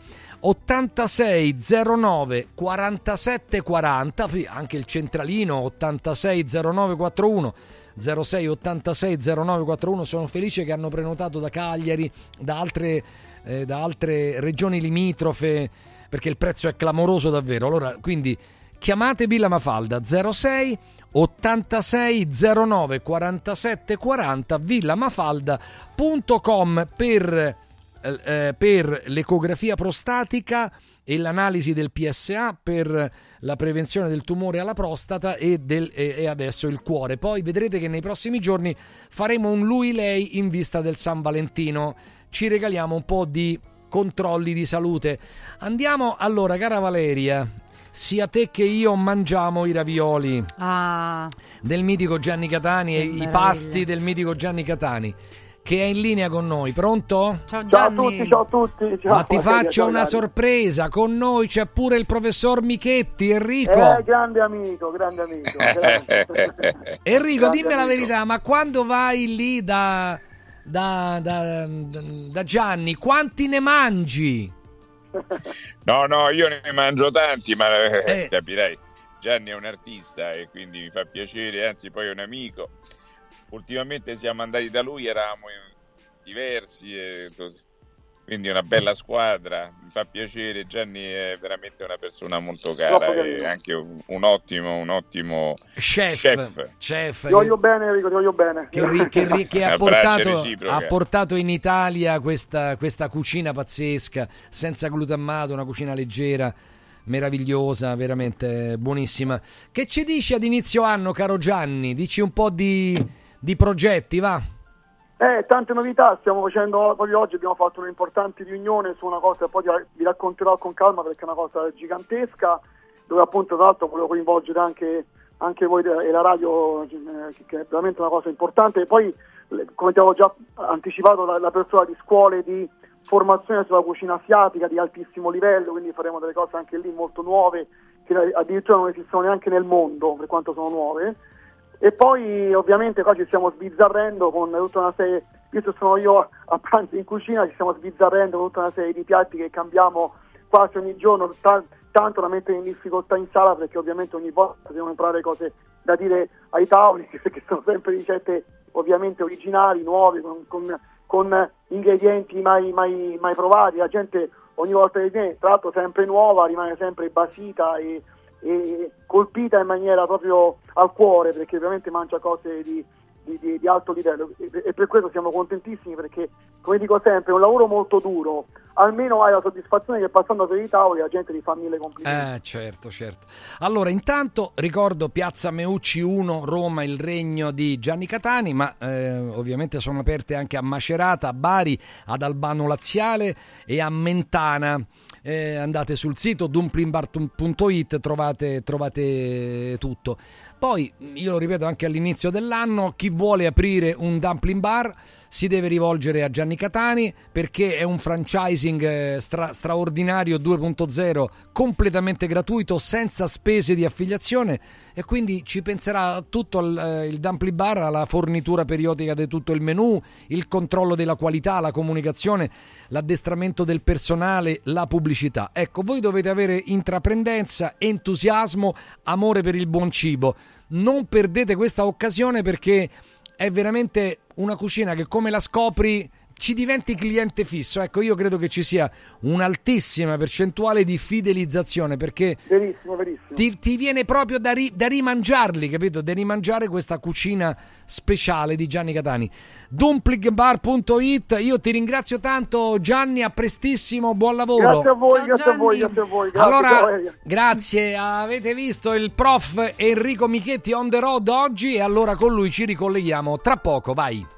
8609 4740, anche il centralino 860941, 06 86 0941. Sono felice che hanno prenotato da Cagliari, da altre regioni limitrofe, perché il prezzo è clamoroso davvero. Allora, quindi chiamate Villa Mafalda 06 86 09 47 40, villamafalda.com per l'ecografia prostatica e l'analisi del PSA, per la prevenzione del tumore alla prostata e adesso il cuore. Poi vedrete che nei prossimi giorni faremo un lui-lei in vista del San Valentino, ci regaliamo un po' di controlli di salute. Andiamo allora, cara Valeria, sia te che io mangiamo i ravioli del mitico Gianni Catani, e i pasti del mitico Gianni Catani. che è in linea con noi. Pronto? Ciao Gianni. Ciao a tutti. Ciao. Ma ti faccio una sorpresa, con noi c'è pure il professor Michetti, Enrico. Grande amico. Enrico, dimmi la verità, ma quando vai lì da Gianni, quanti ne mangi? No, io ne mangio tanti, ma capirei. Gianni è un artista e quindi mi fa piacere, anzi poi è un amico. Ultimamente siamo andati da lui, eravamo diversi, quindi una bella squadra, mi fa piacere. Gianni è veramente una persona molto cara e anche un ottimo chef. Ti voglio bene, Enrico, ti voglio bene. Che ha portato in Italia questa cucina pazzesca, senza glutammato, una cucina leggera, meravigliosa, veramente buonissima. Che ci dici ad inizio anno, caro Gianni? Dici un po' di progetti, va? Tante novità stiamo facendo. Proprio oggi abbiamo fatto un'importante riunione su una cosa, poi vi racconterò con calma perché è una cosa gigantesca, dove appunto tra l'altro volevo coinvolgere anche voi e la radio, che è veramente una cosa importante. E poi, come ti avevo già anticipato, la persona di scuole di formazione sulla cucina asiatica di altissimo livello, quindi faremo delle cose anche lì molto nuove, che addirittura non esistono neanche nel mondo per quanto sono nuove. E poi ovviamente qua ci stiamo sbizzarrendo con tutta una serie, visto che sono io a pranzo in cucina, ci stiamo sbizzarrendo con tutta una serie di piatti che cambiamo quasi ogni giorno, tanto da mettere in difficoltà in sala, perché ovviamente ogni volta dobbiamo imparare cose da dire ai tavoli, perché sono sempre ricette ovviamente originali, nuove, con ingredienti mai provati. La gente ogni volta che viene, tra l'altro sempre nuova, rimane sempre basita e colpita in maniera proprio al cuore, perché ovviamente mangia cose di alto livello, e per questo siamo contentissimi, perché, come dico sempre, è un lavoro molto duro. Almeno hai la soddisfazione che passando per i tavoli la gente ti fa 1000 complimenti. Certo. Allora, intanto ricordo Piazza Meucci 1, Roma, il regno di Gianni Catani, ma ovviamente sono aperte anche a Macerata, a Bari, ad Albano Laziale e a Mentana. Andate sul sito dumplingbar.it, trovate tutto. Poi, io lo ripeto anche all'inizio dell'anno, chi vuole aprire un dumpling bar si deve rivolgere a Gianni Catani, perché è un franchising straordinario 2.0, completamente gratuito, senza spese di affiliazione, e quindi ci penserà tutto il dumpling bar, alla fornitura periodica di tutto il menù, il controllo della qualità, la comunicazione, l'addestramento del personale, la pubblicità. Ecco, voi dovete avere intraprendenza, entusiasmo, amore per il buon cibo. Non perdete questa occasione, perché è veramente una cucina che, come la scopri, ci diventi cliente fisso. Ecco, io credo che ci sia un'altissima percentuale di fidelizzazione, perché verissimo. Ti viene proprio da rimangiarli, capito? Da rimangiare questa cucina speciale di Gianni Catani. dumplingbar.it. Io ti ringrazio tanto, Gianni, a prestissimo, buon lavoro. Grazie a voi. Grazie, allora, grazie. Avete visto il prof Enrico Michetti on the road oggi, e allora con lui ci ricolleghiamo tra poco, vai.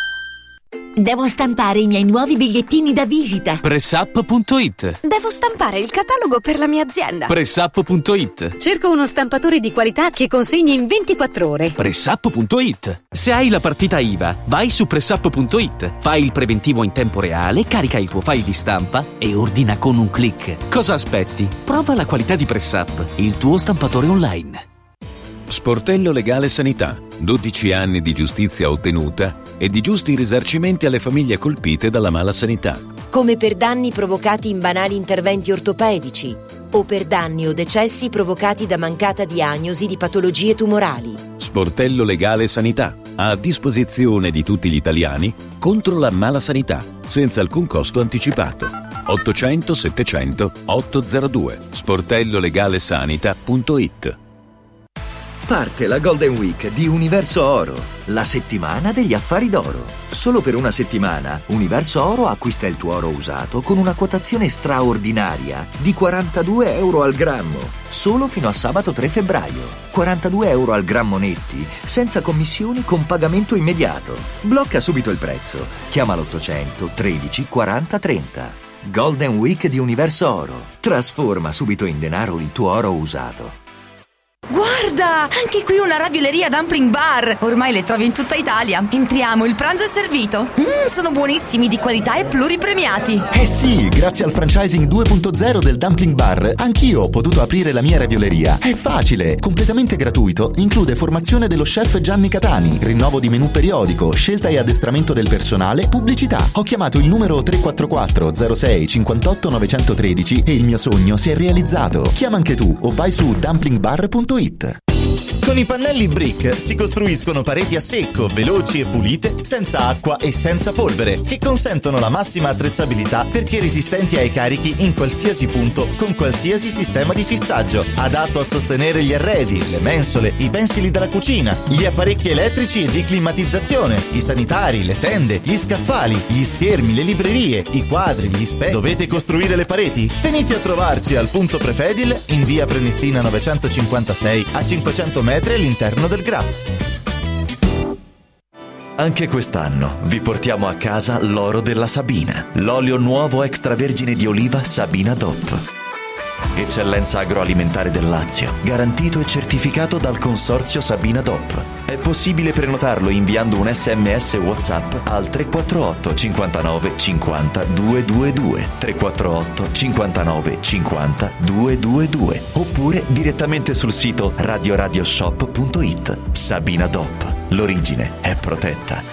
Devo stampare i miei nuovi bigliettini da visita. Pressup.it. Devo stampare il catalogo per la mia azienda. Pressup.it. Cerco uno stampatore di qualità che consegni in 24 ore. Pressup.it. Se hai la partita IVA, vai su Pressup.it, fai il preventivo in tempo reale, carica il tuo file di stampa e ordina con un click. Cosa aspetti? Prova la qualità di Pressup, il tuo stampatore online. Sportello Legale Sanità. 12 anni di giustizia ottenuta e di giusti risarcimenti alle famiglie colpite dalla mala sanità. Come per danni provocati in banali interventi ortopedici o per danni o decessi provocati da mancata diagnosi di patologie tumorali. Sportello Legale Sanità. A disposizione di tutti gli italiani contro la mala sanità, senza alcun costo anticipato. 800 700 802. sportellolegalesanita.it. Parte la Golden Week di Universo Oro, la settimana degli affari d'oro. Solo per una settimana Universo Oro acquista il tuo oro usato con una quotazione straordinaria di 42 euro al grammo, solo fino a sabato 3 febbraio. 42 euro al grammo netti, senza commissioni, con pagamento immediato. Blocca subito il prezzo. Chiama l'800 13 40 30. Golden Week di Universo Oro. Trasforma subito in denaro il tuo oro usato. Guarda, anche qui una ravioleria Dumpling Bar. Ormai le trovi in tutta Italia. Entriamo, il pranzo è servito. Sono buonissimi, di qualità e pluripremiati. Eh sì, grazie al franchising 2.0 del Dumpling Bar, anch'io ho potuto aprire la mia ravioleria. È facile, completamente gratuito, include formazione dello chef Gianni Catani, rinnovo di menù periodico, scelta e addestramento del personale, pubblicità. Ho chiamato il numero 344 06 58 913 e il mio sogno si è realizzato. Chiama anche tu o vai su dumplingbar.it. Con i pannelli Brick si costruiscono pareti a secco, veloci e pulite, senza acqua e senza polvere, che consentono la massima attrezzabilità perché resistenti ai carichi in qualsiasi punto, con qualsiasi sistema di fissaggio, adatto a sostenere gli arredi, le mensole, i pensili della cucina, gli apparecchi elettrici e di climatizzazione, i sanitari, le tende, gli scaffali, gli schermi, le librerie, i quadri, gli specchi. Dovete costruire le pareti? Venite a trovarci al punto Prefedil in via Prenestina 956 a 500 metri all'interno del GRA. Anche quest'anno vi portiamo a casa l'oro della Sabina, l'olio nuovo extravergine di oliva Sabina DOP. Eccellenza agroalimentare del Lazio, garantito e certificato dal consorzio Sabina DOP. È possibile prenotarlo inviando un SMS WhatsApp al 348 59 50 222, 348 59 50 222, oppure direttamente sul sito radioradioshop.it. Sabina DOP, l'origine è protetta.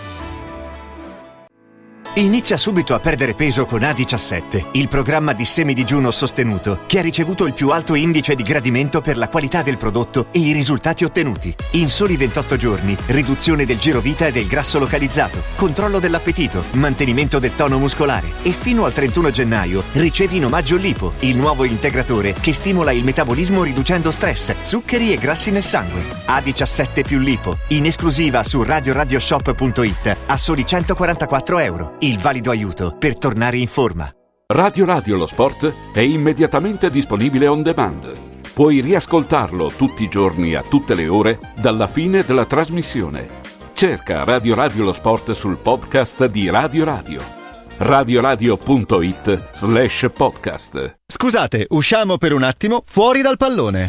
Inizia subito a perdere peso con A17, il programma di semidigiuno sostenuto che ha ricevuto il più alto indice di gradimento per la qualità del prodotto e i risultati ottenuti. In soli 28 giorni, riduzione del girovita e del grasso localizzato, controllo dell'appetito, mantenimento del tono muscolare e fino al 31 gennaio ricevi in omaggio Lipo, il nuovo integratore che stimola il metabolismo riducendo stress, zuccheri e grassi nel sangue. A17 più Lipo, in esclusiva su radioradioshop.it a soli €144. Il valido aiuto per tornare in forma. Radio lo Sport è immediatamente disponibile on demand. Puoi riascoltarlo tutti i giorni a tutte le ore dalla fine della trasmissione. Cerca Radio lo Sport sul podcast di Radio. radioradio.it/podcast. Scusate, usciamo per un attimo fuori dal pallone.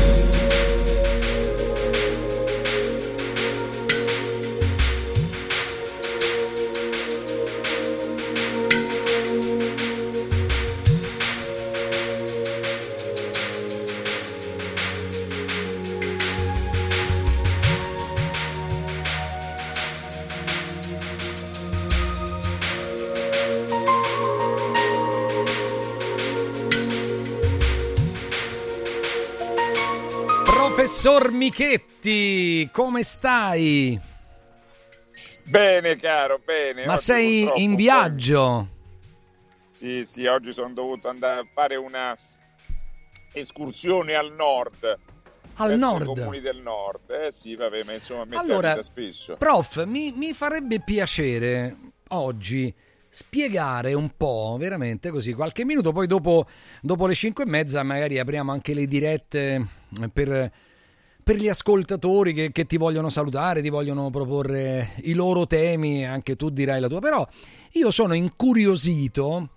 Professor Michetti, come stai? Bene, caro, bene. Ma oggi sei in viaggio? Sì, oggi sono dovuto andare a fare una escursione al nord. Al nord? Nei comuni del nord. Sì, vabbè, ma insomma mi allora, capita spesso. Prof, mi farebbe piacere oggi spiegare un po', veramente così, qualche minuto, poi dopo le 5:30 magari apriamo anche le dirette per gli ascoltatori che ti vogliono salutare, ti vogliono proporre i loro temi, anche tu dirai la tua, però io sono incuriosito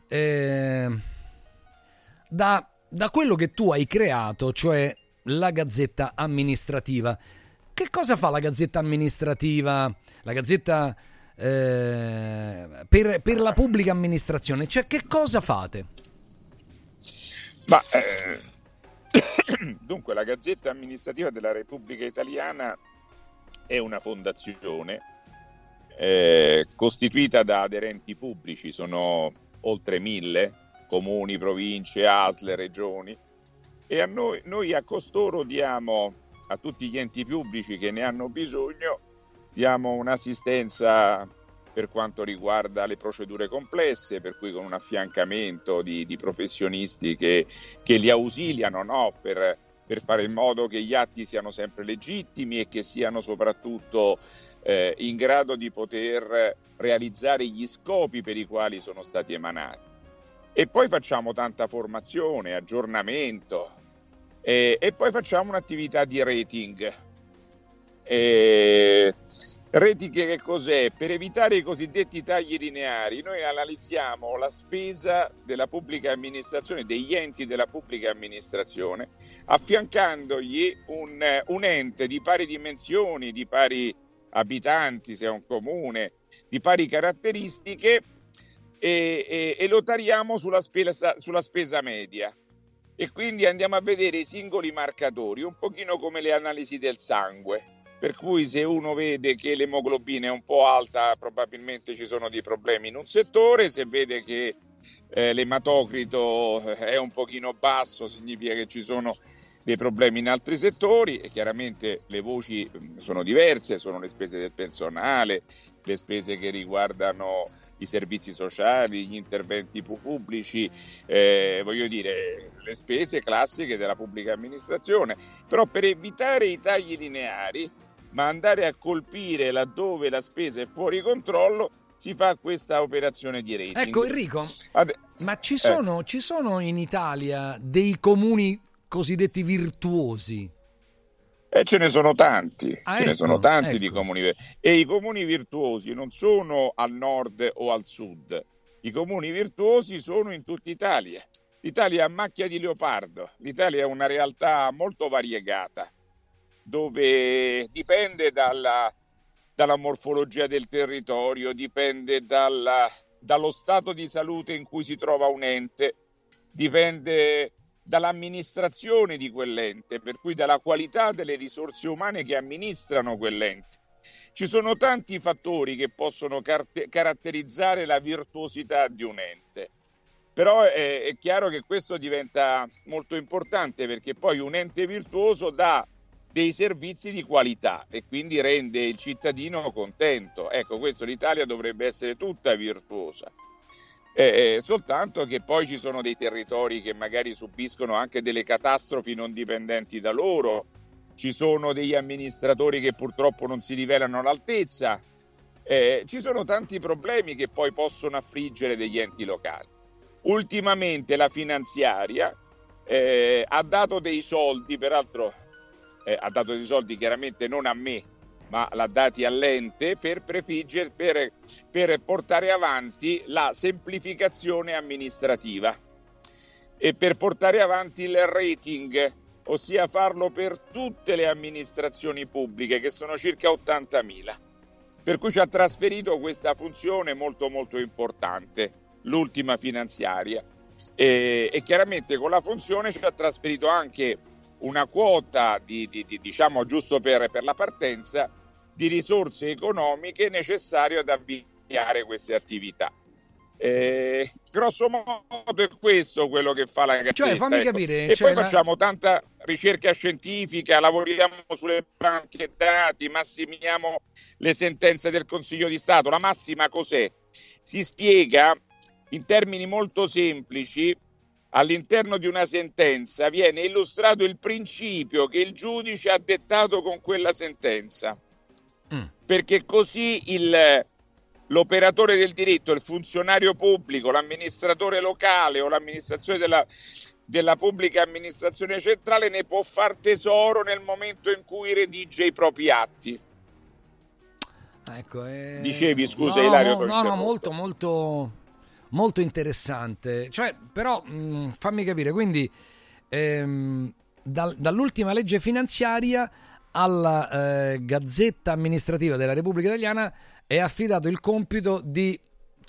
da quello che tu hai creato, cioè la Gazzetta Amministrativa. Che cosa fa la Gazzetta Amministrativa, la Gazzetta per la pubblica amministrazione? Cioè, che cosa fate? Ma dunque, la Gazzetta Amministrativa della Repubblica Italiana è una fondazione costituita da aderenti pubblici, sono oltre 1000 comuni, province, ASL, regioni, e noi a costoro diamo, a tutti gli enti pubblici che ne hanno bisogno, diamo un'assistenza per quanto riguarda le procedure complesse, per cui con un affiancamento di professionisti che li ausiliano, no? per fare in modo che gli atti siano sempre legittimi e che siano soprattutto in grado di poter realizzare gli scopi per i quali sono stati emanati. E poi facciamo tanta formazione, aggiornamento, e poi facciamo un'attività di rating. Rating che cos'è? Per evitare i cosiddetti tagli lineari, noi analizziamo la spesa della pubblica amministrazione, degli enti della pubblica amministrazione, affiancandogli un ente di pari dimensioni, di pari abitanti, se è un comune, di pari caratteristiche, e lo tariamo sulla spesa media. E quindi andiamo a vedere i singoli marcatori, un pochino come le analisi del sangue. Per cui se uno vede che l'emoglobina è un po' alta, probabilmente ci sono dei problemi in un settore, se vede che l'ematocrito è un pochino basso, significa che ci sono dei problemi in altri settori, e chiaramente le voci sono diverse, sono le spese del personale, le spese che riguardano i servizi sociali, gli interventi pubblici, voglio dire, le spese classiche della pubblica amministrazione. Però per evitare i tagli lineari, ma andare a colpire laddove la spesa è fuori controllo, si fa questa operazione di rating. Ecco Enrico, ma ci sono in Italia dei comuni cosiddetti virtuosi? Ce ne sono tanti, ne sono tanti di comuni. E i comuni virtuosi non sono al nord o al sud, i comuni virtuosi sono in tutta Italia. L'Italia è a macchia di leopardo, l'Italia è una realtà molto variegata, dove dipende dalla morfologia del territorio, dipende dallo stato di salute in cui si trova un ente, dipende dall'amministrazione di quell'ente, per cui dalla qualità delle risorse umane che amministrano quell'ente. Ci sono tanti fattori che possono caratterizzare la virtuosità di un ente, però è chiaro che questo diventa molto importante, perché poi un ente virtuoso dà dei servizi di qualità e quindi rende il cittadino contento. Ecco, questo, l'Italia dovrebbe essere tutta virtuosa. Soltanto che poi ci sono dei territori che magari subiscono anche delle catastrofi non dipendenti da loro, ci sono degli amministratori che purtroppo non si rivelano all'altezza, ci sono tanti problemi che poi possono affliggere degli enti locali. Ultimamente la finanziaria ha dato dei soldi, peraltro ha dato dei soldi chiaramente non a me, ma l'ha dati all'ente per portare avanti la semplificazione amministrativa e per portare avanti il rating, ossia farlo per tutte le amministrazioni pubbliche, che sono circa 80.000. Per cui ci ha trasferito questa funzione molto molto importante, l'ultima finanziaria, e chiaramente con la funzione ci ha trasferito anche una quota diciamo, giusto per la partenza, di risorse economiche necessarie ad avviare queste attività. Grosso modo è questo quello che fa la Gazzetta. Cioè, fammi capire, e poi facciamo tanta ricerca scientifica, lavoriamo sulle banche dati, massimiamo le sentenze del Consiglio di Stato. La massima cos'è? Si spiega in termini molto semplici. All'interno di una sentenza viene illustrato il principio che il giudice ha dettato con quella sentenza, perché così l'operatore del diritto, il funzionario pubblico, l'amministratore locale o l'amministrazione della pubblica amministrazione centrale ne può far tesoro nel momento in cui redige i propri atti. Ecco, dicevi, scusa Ilario. No, molto interessante. Cioè, però fammi capire, quindi dall'ultima legge finanziaria alla Gazzetta Amministrativa della Repubblica Italiana è affidato il compito del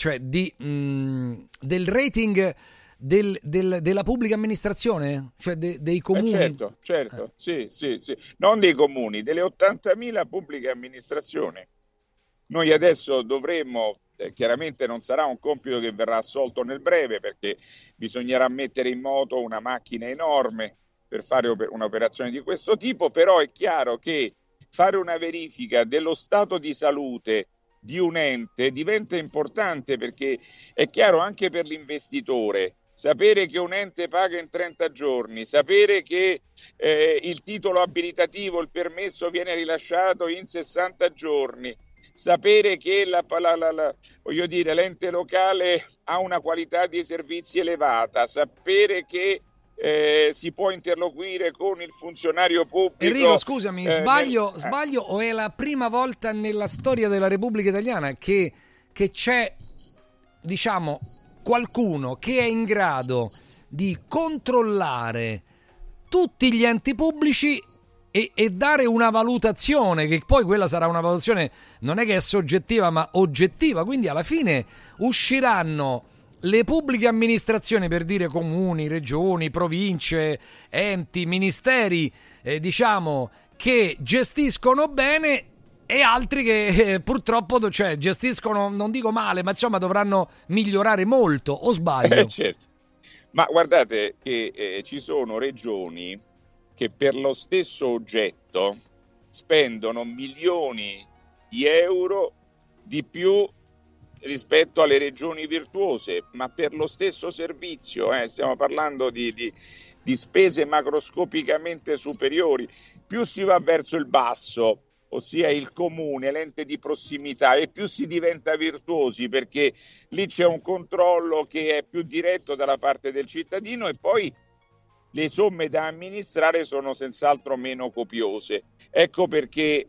rating della pubblica amministrazione, cioè dei comuni. Certo, sì. Non dei comuni, delle 80.000 pubbliche amministrazioni. Noi adesso dovremmo, chiaramente non sarà un compito che verrà assolto nel breve, perché bisognerà mettere in moto una macchina enorme per fare un'operazione di questo tipo, però è chiaro che fare una verifica dello stato di salute di un ente diventa importante, perché è chiaro anche per l'investitore sapere che un ente paga in 30 giorni, sapere che il titolo abilitativo, il permesso viene rilasciato in 60 giorni, sapere che voglio dire, l'ente locale ha una qualità di servizi elevata, sapere che si può interloquire con il funzionario pubblico. Enrico, scusami, sbaglio o è la prima volta nella storia della Repubblica Italiana che c'è, diciamo, qualcuno che è in grado di controllare tutti gli enti pubblici e dare una valutazione, che poi quella sarà una valutazione non è che è soggettiva ma oggettiva, quindi alla fine usciranno le pubbliche amministrazioni, per dire comuni, regioni, province, enti, ministeri, diciamo, che gestiscono bene e altri che purtroppo gestiscono, non dico male, ma insomma dovranno migliorare molto, o sbaglio? Certo. Ma guardate che ci sono regioni che per lo stesso oggetto spendono milioni di euro di più rispetto alle regioni virtuose, ma per lo stesso servizio, stiamo parlando di spese macroscopicamente superiori. Più si va verso il basso, ossia il comune, l'ente di prossimità, e più si diventa virtuosi, perché lì c'è un controllo che è più diretto dalla parte del cittadino e poi le somme da amministrare sono senz'altro meno copiose. Ecco perché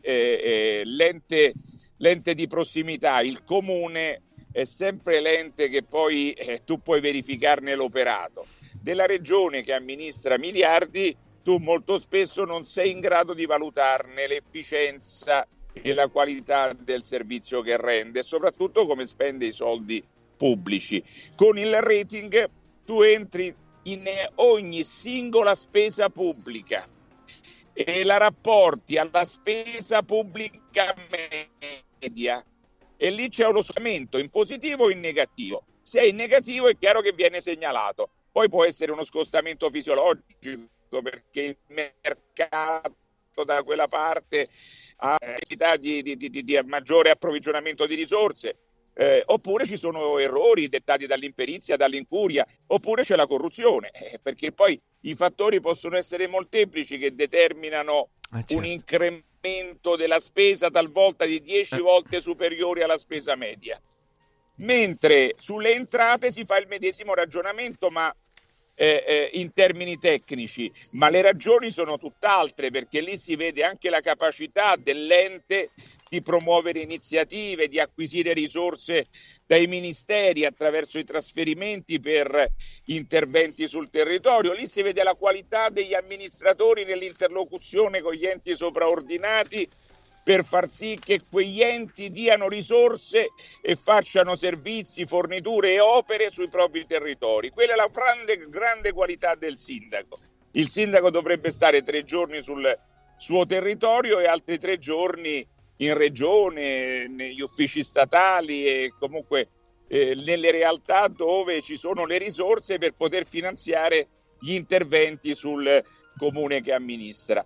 l'ente di prossimità, il comune, è sempre l'ente che poi tu puoi verificarne l'operato. Della regione che amministra miliardi, tu molto spesso non sei in grado di valutarne l'efficienza e la qualità del servizio che rende, e soprattutto come spende i soldi pubblici. Con il rating tu entri in ogni singola spesa pubblica e la rapporti alla spesa pubblica media, e lì c'è uno scostamento in positivo o in negativo. Se è in negativo è chiaro che viene segnalato, poi può essere uno scostamento fisiologico perché il mercato da quella parte ha necessità di maggiore approvvigionamento di risorse, oppure ci sono errori dettati dall'imperizia, dall'incuria, oppure c'è la corruzione, perché poi i fattori possono essere molteplici che determinano un incremento della spesa talvolta di 10 volte superiore alla spesa media, mentre sulle entrate si fa il medesimo ragionamento ma in termini tecnici, ma le ragioni sono tutt'altre, perché lì si vede anche la capacità dell'ente di promuovere iniziative, di acquisire risorse dai ministeri attraverso i trasferimenti per interventi sul territorio. Lì si vede la qualità degli amministratori nell'interlocuzione con gli enti sopraordinati per far sì che quegli enti diano risorse e facciano servizi, forniture e opere sui propri territori. Quella è la grande qualità del sindaco. Il sindaco dovrebbe stare 3 giorni sul suo territorio e altri 3 giorni in regione, negli uffici statali e comunque nelle realtà dove ci sono le risorse per poter finanziare gli interventi sul comune che amministra.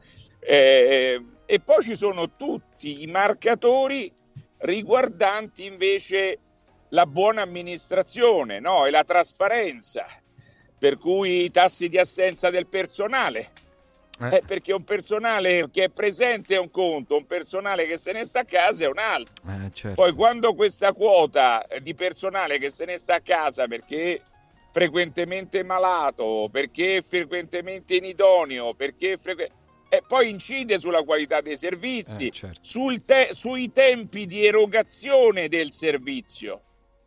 E poi ci sono tutti i marcatori riguardanti invece la buona amministrazione, no? E la trasparenza, per cui i tassi di assenza del personale. Perché un personale che è presente è un conto, un personale che se ne sta a casa è un altro. Certo. Poi quando questa quota di personale che se ne sta a casa perché frequentemente malato, perché frequentemente inidoneo, perché poi incide sulla qualità dei servizi, certo. Sui tempi di erogazione del servizio.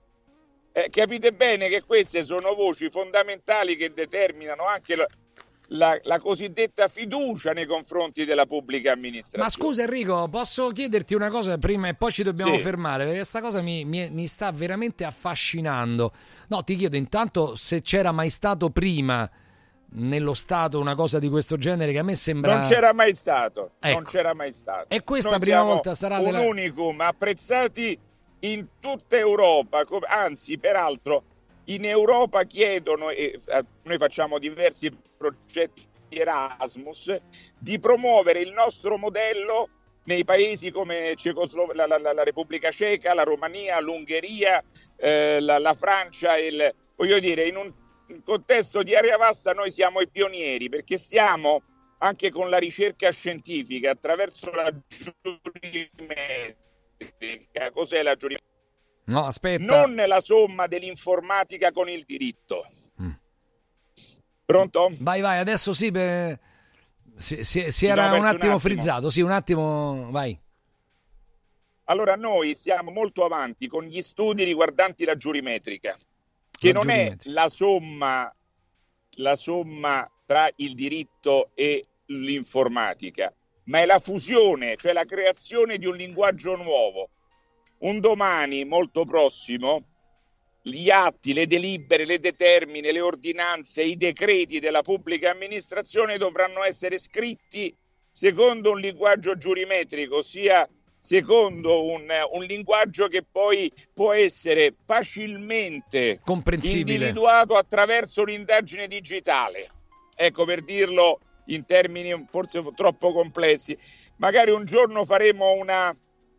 Capite bene che queste sono voci fondamentali che determinano anche la cosiddetta fiducia nei confronti della pubblica amministrazione. Ma scusa Enrico, posso chiederti una cosa prima e poi ci dobbiamo fermare, perché questa cosa mi sta veramente affascinando. No, ti chiedo intanto se c'era mai stato prima nello Stato una cosa di questo genere, che a me sembra... Non c'era mai stato, ecco. Non c'era mai stato. E questa Noi prima volta sarà un unicum, apprezzati in tutta Europa, anzi peraltro in Europa chiedono, e noi facciamo diversi progetti Erasmus, di promuovere il nostro modello nei paesi come la Repubblica Ceca, la Romania, l'Ungheria, la Francia. Voglio dire, in un contesto di area vasta noi siamo i pionieri, perché stiamo anche con la ricerca scientifica attraverso la giurimetrica. Cos'è la giurimetrica? No, aspetta. Non la somma dell'informatica con il diritto. Pronto? Vai, adesso sì, si era un attimo frizzato, sì, un attimo, vai. Allora, noi siamo molto avanti con gli studi riguardanti la giurimetrica, che non è la somma tra il diritto e l'informatica, ma è la fusione, cioè la creazione di un linguaggio nuovo. Un domani molto prossimo, gli atti, le delibere, le determine, le ordinanze, i decreti della pubblica amministrazione dovranno essere scritti secondo un linguaggio giurimetrico, ossia secondo un linguaggio che poi può essere facilmente individuato attraverso un'indagine digitale. Ecco, per dirlo in termini forse troppo complessi, magari un giorno faremo una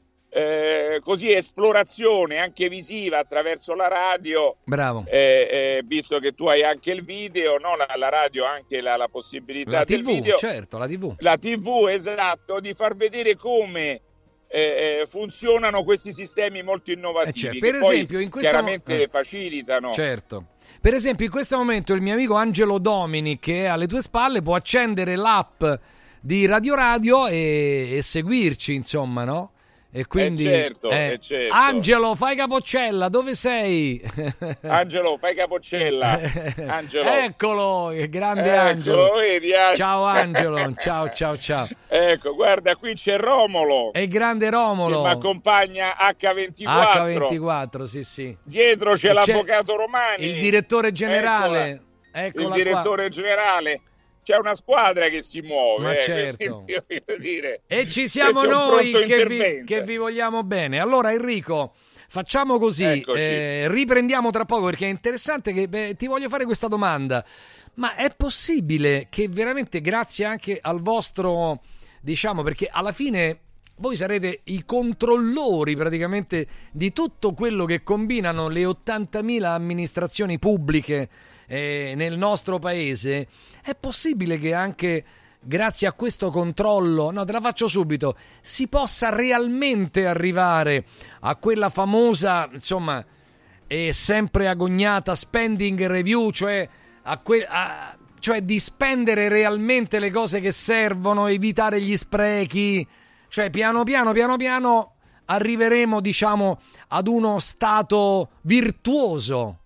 esplorazione anche visiva attraverso la radio. Bravo. Visto che tu hai anche il video, no? La radio ha anche la possibilità del video. Certo, la TV. La TV, esatto, di far vedere come funzionano questi sistemi molto innovativi, certo. Per esempio, in chiaramente facilitano. Certo. Per esempio, in questo momento il mio amico Angelo Domini, che è alle tue spalle, può accendere l'app di Radio e seguirci, insomma, no? E quindi certo. Angelo, fai capocella, dove sei? Angelo, fai capocella. Angelo. Eccolo, grande Angelo. Vedi, Angelo. Ciao Angelo, ciao. Ecco, guarda, qui c'è Romolo. È il grande Romolo. Che mi accompagna H24. H24, sì. Dietro c'è l'avvocato Romani. Il direttore generale. Il direttore generale. C'è una squadra che si muove, ma certo. Dire, e ci siamo noi che vi vogliamo bene. Allora Enrico, facciamo così, riprendiamo tra poco, perché è interessante che ti voglio fare questa domanda. Ma è possibile che veramente, grazie anche al vostro, diciamo, perché alla fine voi sarete i controllori praticamente di tutto quello che combinano le 80.000 amministrazioni pubbliche nel nostro paese, è possibile che anche grazie a questo controllo, te la faccio subito, si possa realmente arrivare a quella famosa, insomma, e sempre agognata spending review, cioè cioè di spendere realmente le cose che servono, evitare gli sprechi, cioè piano piano arriveremo, diciamo, ad uno stato virtuoso.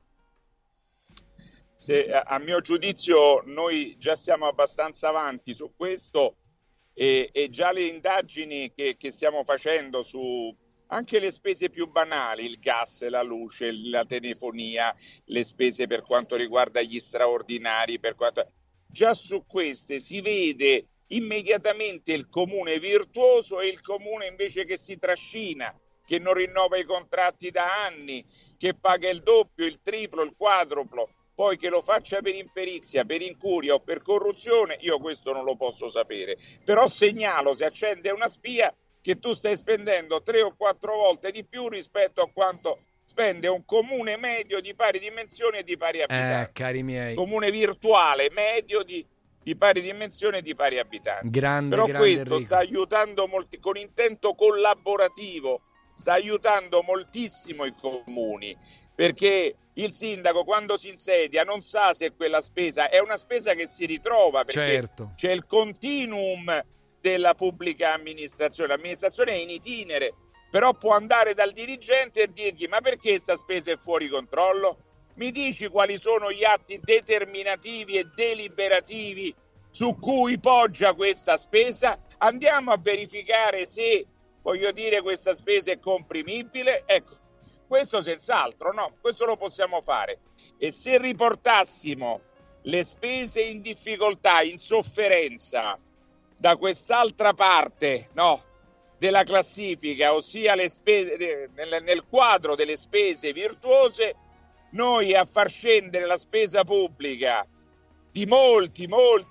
A mio giudizio noi già siamo abbastanza avanti su questo e già le indagini che stiamo facendo su anche le spese più banali, il gas, la luce, la telefonia, le spese per quanto riguarda gli straordinari, già su queste si vede immediatamente il comune virtuoso e il comune invece che si trascina, che non rinnova i contratti da anni, che paga il doppio, il triplo, il quadruplo. Poi che lo faccia per imperizia, per incuria o per corruzione, io questo non lo posso sapere. Però segnalo, se accende una spia, che tu stai spendendo 3 o 4 volte di più rispetto a quanto spende un comune medio di pari dimensione e di pari abitanti. Cari miei. Comune virtuale medio di pari dimensione e di pari abitanti. Però questo Enrico sta aiutando molti, con intento collaborativo, sta aiutando moltissimo i comuni, perché il sindaco quando si insedia non sa se quella spesa è una spesa che si ritrova, perché c'è il continuum della pubblica amministrazione. L'amministrazione è in itinere, però può andare dal dirigente e dirgli: ma perché questa spesa è fuori controllo? Mi dici quali sono gli atti determinativi e deliberativi su cui poggia questa spesa? Andiamo a verificare se, questa spesa è comprimibile. Ecco, questo senz'altro, no? Questo lo possiamo fare. E se riportassimo le spese in difficoltà, in sofferenza, da quest'altra parte, no, della classifica, ossia le spese nel quadro delle spese virtuose, noi a far scendere la spesa pubblica di molti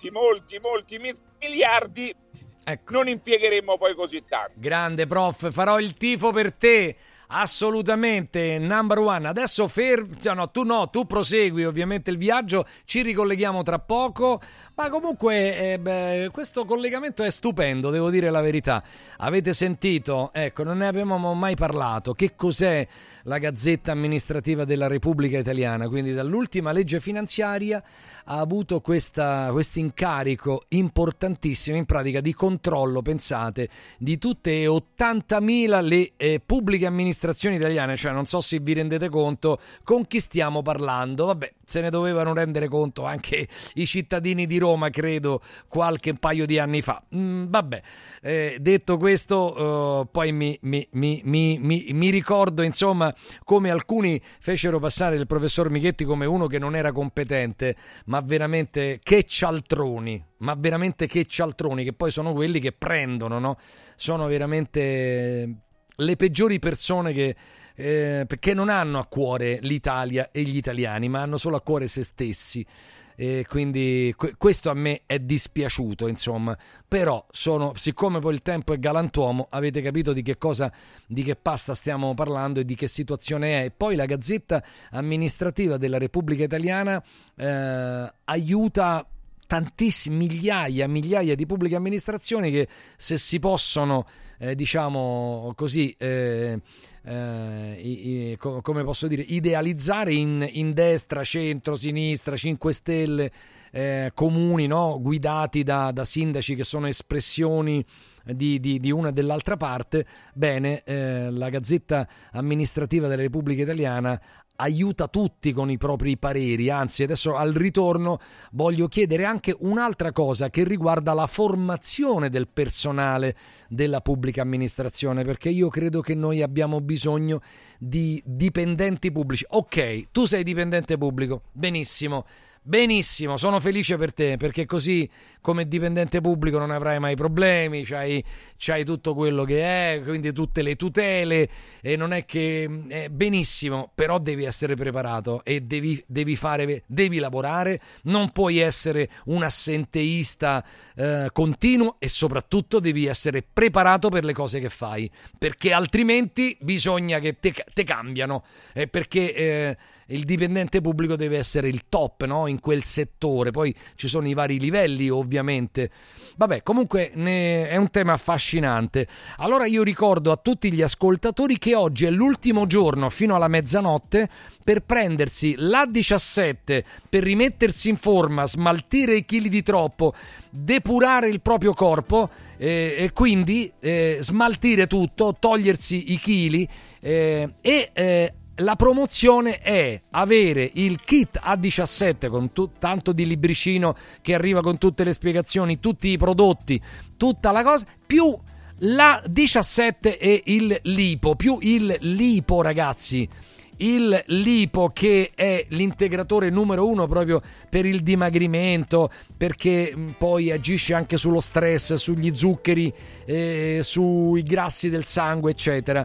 miliardi, non impiegheremo poi così tanto. Grande prof, farò il tifo per te. Assolutamente, number one. Adesso tu prosegui ovviamente il viaggio, ci ricolleghiamo tra poco, ma comunque questo collegamento è stupendo, devo dire la verità. Avete sentito? Ecco, non ne avevamo mai parlato. Che cos'è la Gazzetta Amministrativa della Repubblica Italiana, quindi dall'ultima legge finanziaria ha avuto questo incarico importantissimo, in pratica di controllo, pensate, di tutte e 80.000 le pubbliche amministrazioni italiane, cioè non so se vi rendete conto con chi stiamo parlando. Vabbè, se ne dovevano rendere conto anche i cittadini di Roma, credo, qualche paio di anni fa. Vabbè, detto questo, poi mi ricordo, insomma, come alcuni fecero passare il professor Michetti come uno che non era competente, ma veramente che cialtroni, che poi sono quelli che prendono, no? Sono veramente le peggiori persone perché non hanno a cuore l'Italia e gli italiani, ma hanno solo a cuore se stessi. E quindi questo a me è dispiaciuto, insomma. Però siccome poi il tempo è galantuomo, avete capito di che pasta stiamo parlando e di che situazione è. E poi la Gazzetta Amministrativa della Repubblica Italiana aiuta tantissime migliaia di pubbliche amministrazioni che, se si possono diciamo così come posso dire, idealizzare in destra, centro, sinistra, 5 Stelle, comuni, no? Guidati da sindaci che sono espressioni di una e dell'altra parte. Bene, la Gazzetta Amministrativa della Repubblica Italiana aiuta tutti con i propri pareri. Anzi, adesso al ritorno voglio chiedere anche un'altra cosa che riguarda la formazione del personale della pubblica amministrazione, perché io credo che noi abbiamo bisogno di dipendenti pubblici. Ok, tu sei dipendente pubblico, benissimo, sono felice per te, perché così come dipendente pubblico non avrai mai problemi, c'hai tutto quello che è, quindi tutte le tutele, e non è che benissimo, però devi essere preparato e devi lavorare, non puoi essere un assenteista continuo, e soprattutto devi essere preparato per le cose che fai, perché altrimenti bisogna che te cambiano, perché il dipendente pubblico deve essere il top, no? In quel settore. Poi ci sono i vari livelli, ovviamente. Vabbè, comunque è un tema affascinante. Allora io ricordo a tutti gli ascoltatori che oggi è l'ultimo giorno fino alla mezzanotte per prendersi l'A17, per rimettersi in forma, smaltire i chili di troppo, depurare il proprio corpo e quindi smaltire tutto, togliersi i chili la promozione è avere il kit A17 con tanto di libricino che arriva con tutte le spiegazioni, tutti i prodotti, tutta la cosa, più la 17 e il lipo, ragazzi. Il lipo, che è l'integratore numero 1 proprio per il dimagrimento, perché poi agisce anche sullo stress, sugli zuccheri, sui grassi del sangue, eccetera.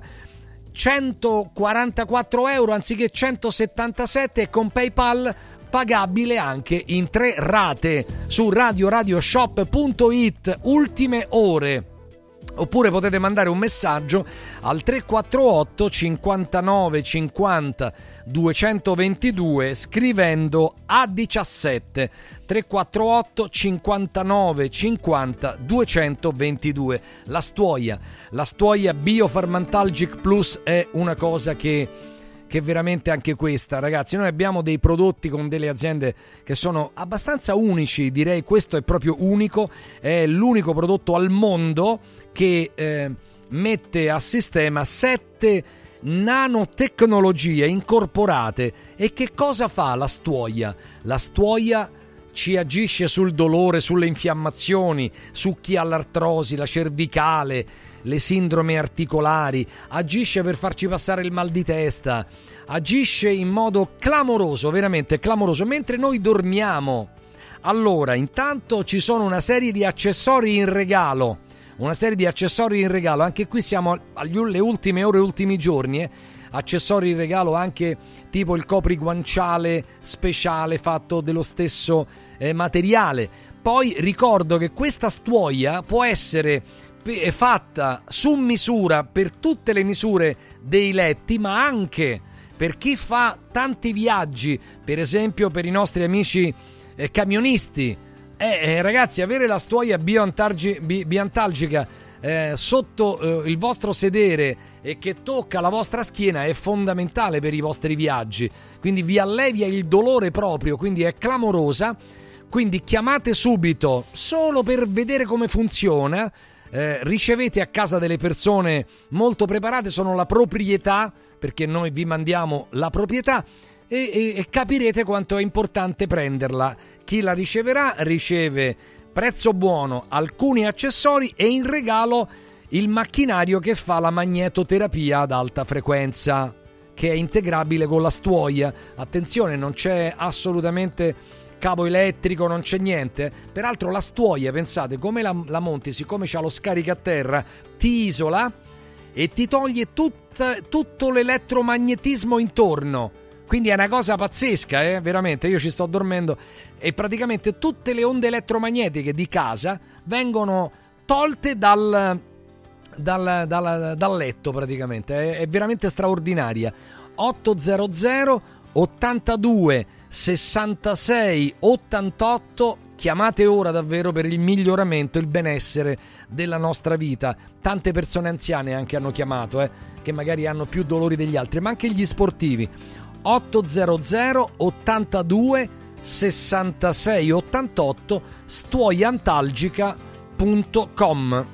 144 euro anziché 177, e con PayPal pagabile anche in 3 rate su radioshop.it, ultime ore. Oppure potete mandare un messaggio al 348 59 50 222 scrivendo A17. 348 59 50 222. La Stuoia Biofarmantalgic Plus è una cosa che veramente, anche questa, ragazzi, noi abbiamo dei prodotti con delle aziende che sono abbastanza unici, direi. Questo è proprio unico, è l'unico prodotto al mondo che mette a sistema 7 nanotecnologie incorporate. E che cosa fa la Stuoia? La Stuoia ci agisce sul dolore, sulle infiammazioni, su chi ha l'artrosi, la cervicale, le sindromi articolari, agisce per farci passare il mal di testa, agisce in modo clamoroso, veramente clamoroso, mentre noi dormiamo. Allora, intanto ci sono una serie di accessori in regalo, anche qui siamo alle ultime ore, ultimi giorni, accessori in regalo anche tipo il copriguanciale speciale fatto dello stesso materiale. Poi ricordo che questa Stuoia può essere fatta su misura per tutte le misure dei letti, ma anche per chi fa tanti viaggi, per esempio per i nostri amici camionisti. Ragazzi, avere la Stuoia biantalgica sotto il vostro sedere e che tocca la vostra schiena è fondamentale per i vostri viaggi, quindi vi allevia il dolore proprio, quindi è clamorosa. Quindi chiamate subito solo per vedere come funziona. Ricevete a casa delle persone molto preparate, sono la proprietà, perché noi vi mandiamo la proprietà, e capirete quanto è importante prenderla. Chi la riceverà riceve prezzo buono, alcuni accessori e in regalo il macchinario che fa la magnetoterapia ad alta frequenza, che è integrabile con la stuoia. Attenzione, non c'è assolutamente cavo elettrico, non c'è niente. Peraltro la stuoia, pensate, come la monti, siccome c'ha lo scaricaterra, ti isola e ti toglie tutto l'elettromagnetismo intorno. Quindi è una cosa pazzesca, veramente. Io ci sto dormendo e praticamente tutte le onde elettromagnetiche di casa vengono tolte dal letto, praticamente. È veramente straordinaria. 800 82 66 88. Chiamate ora davvero per il miglioramento, il benessere della nostra vita. Tante persone anziane anche hanno chiamato, che magari hanno più dolori degli altri, ma anche gli sportivi. 800 82 66 88, stuoiantalgica.com.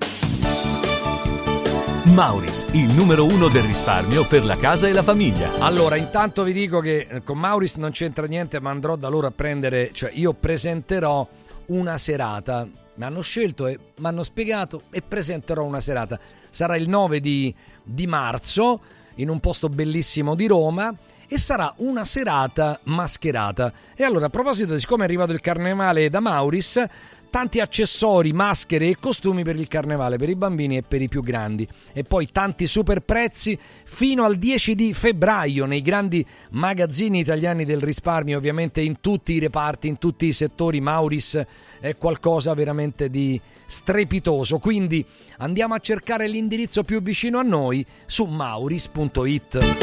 Mauris, il numero 1 del risparmio per la casa e la famiglia. Allora, intanto vi dico che con Mauris non c'entra niente, ma andrò da loro a prendere, cioè io presenterò una serata. Mi hanno scelto e mi hanno spiegato e presenterò una serata. Sarà il 9 di marzo in un posto bellissimo di Roma e sarà una serata mascherata. E allora, a proposito, siccome è arrivato il carnevale da Mauris, tanti accessori, maschere e costumi per il carnevale, per i bambini e per i più grandi. E poi tanti super prezzi fino al 10 di febbraio nei grandi magazzini italiani del risparmio, ovviamente in tutti i reparti, in tutti i settori. Mauris è qualcosa veramente di strepitoso. Quindi andiamo a cercare l'indirizzo più vicino a noi su mauris.it.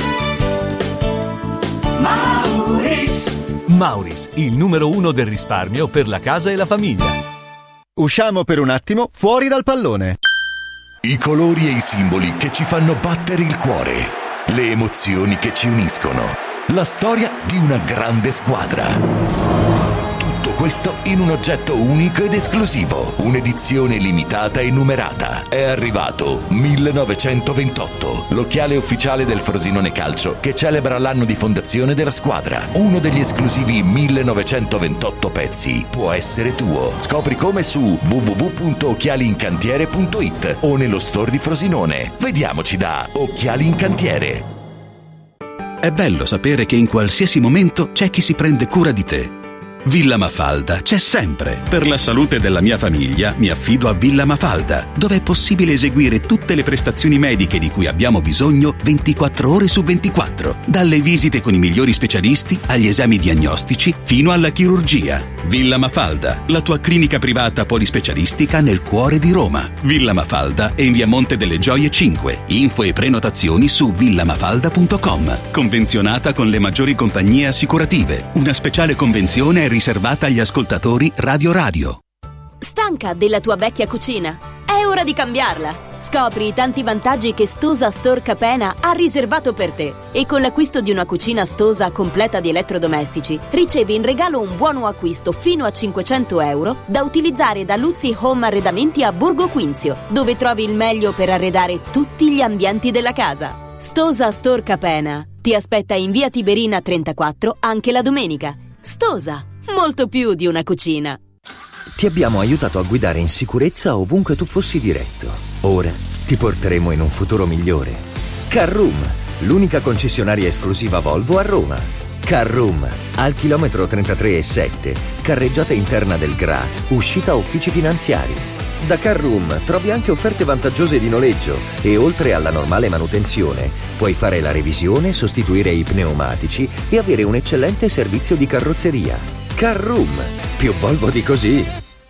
Mauris, il numero 1 del risparmio per la casa e la famiglia. Usciamo per un attimo fuori dal pallone. I colori e i simboli che ci fanno battere il cuore, le emozioni che ci uniscono, la storia di una grande squadra. Tutto questo in un oggetto unico ed esclusivo, un'edizione limitata e numerata. È arrivato 1928, l'occhiale ufficiale del Frosinone Calcio che celebra l'anno di fondazione della squadra. Uno degli esclusivi 1928 pezzi può essere tuo. Scopri come su www.occhialiincantiere.it o nello store di Frosinone. Vediamoci da Occhiali in Cantiere. È bello sapere che in qualsiasi momento c'è chi si prende cura di te. Villa Mafalda c'è sempre. Per la salute della mia famiglia mi affido a Villa Mafalda, dove è possibile eseguire tutte le prestazioni mediche di cui abbiamo bisogno 24 ore su 24, dalle visite con i migliori specialisti agli esami diagnostici fino alla chirurgia. Villa Mafalda, la tua clinica privata polispecialistica nel cuore di Roma. Villa Mafalda è in via Monte delle Gioie 5. Info e prenotazioni su villamafalda.com. Convenzionata con le maggiori compagnie assicurative. Una speciale convenzione è riservata agli ascoltatori Radio. Stanca della tua vecchia cucina? È ora di cambiarla! Scopri i tanti vantaggi che Stosa Store Capena ha riservato per te. E con l'acquisto di una cucina Stosa completa di elettrodomestici, ricevi in regalo un buono acquisto fino a 500 euro da utilizzare da Luzzi Home Arredamenti a Borgo Quinzio, dove trovi il meglio per arredare tutti gli ambienti della casa. Stosa Store Capena ti aspetta in via Tiberina 34 anche la domenica. Stosa, molto più di una cucina. Ti abbiamo aiutato a guidare in sicurezza ovunque tu fossi diretto. Ora ti porteremo in un futuro migliore. Carroom, l'unica concessionaria esclusiva Volvo a Roma. Carroom, al chilometro 33,7, carreggiata interna del GRA, uscita uffici finanziari. Da Carroom trovi anche offerte vantaggiose di noleggio e oltre alla normale manutenzione puoi fare la revisione, sostituire i pneumatici e avere un eccellente servizio di carrozzeria. Carroom, più Volvo di così.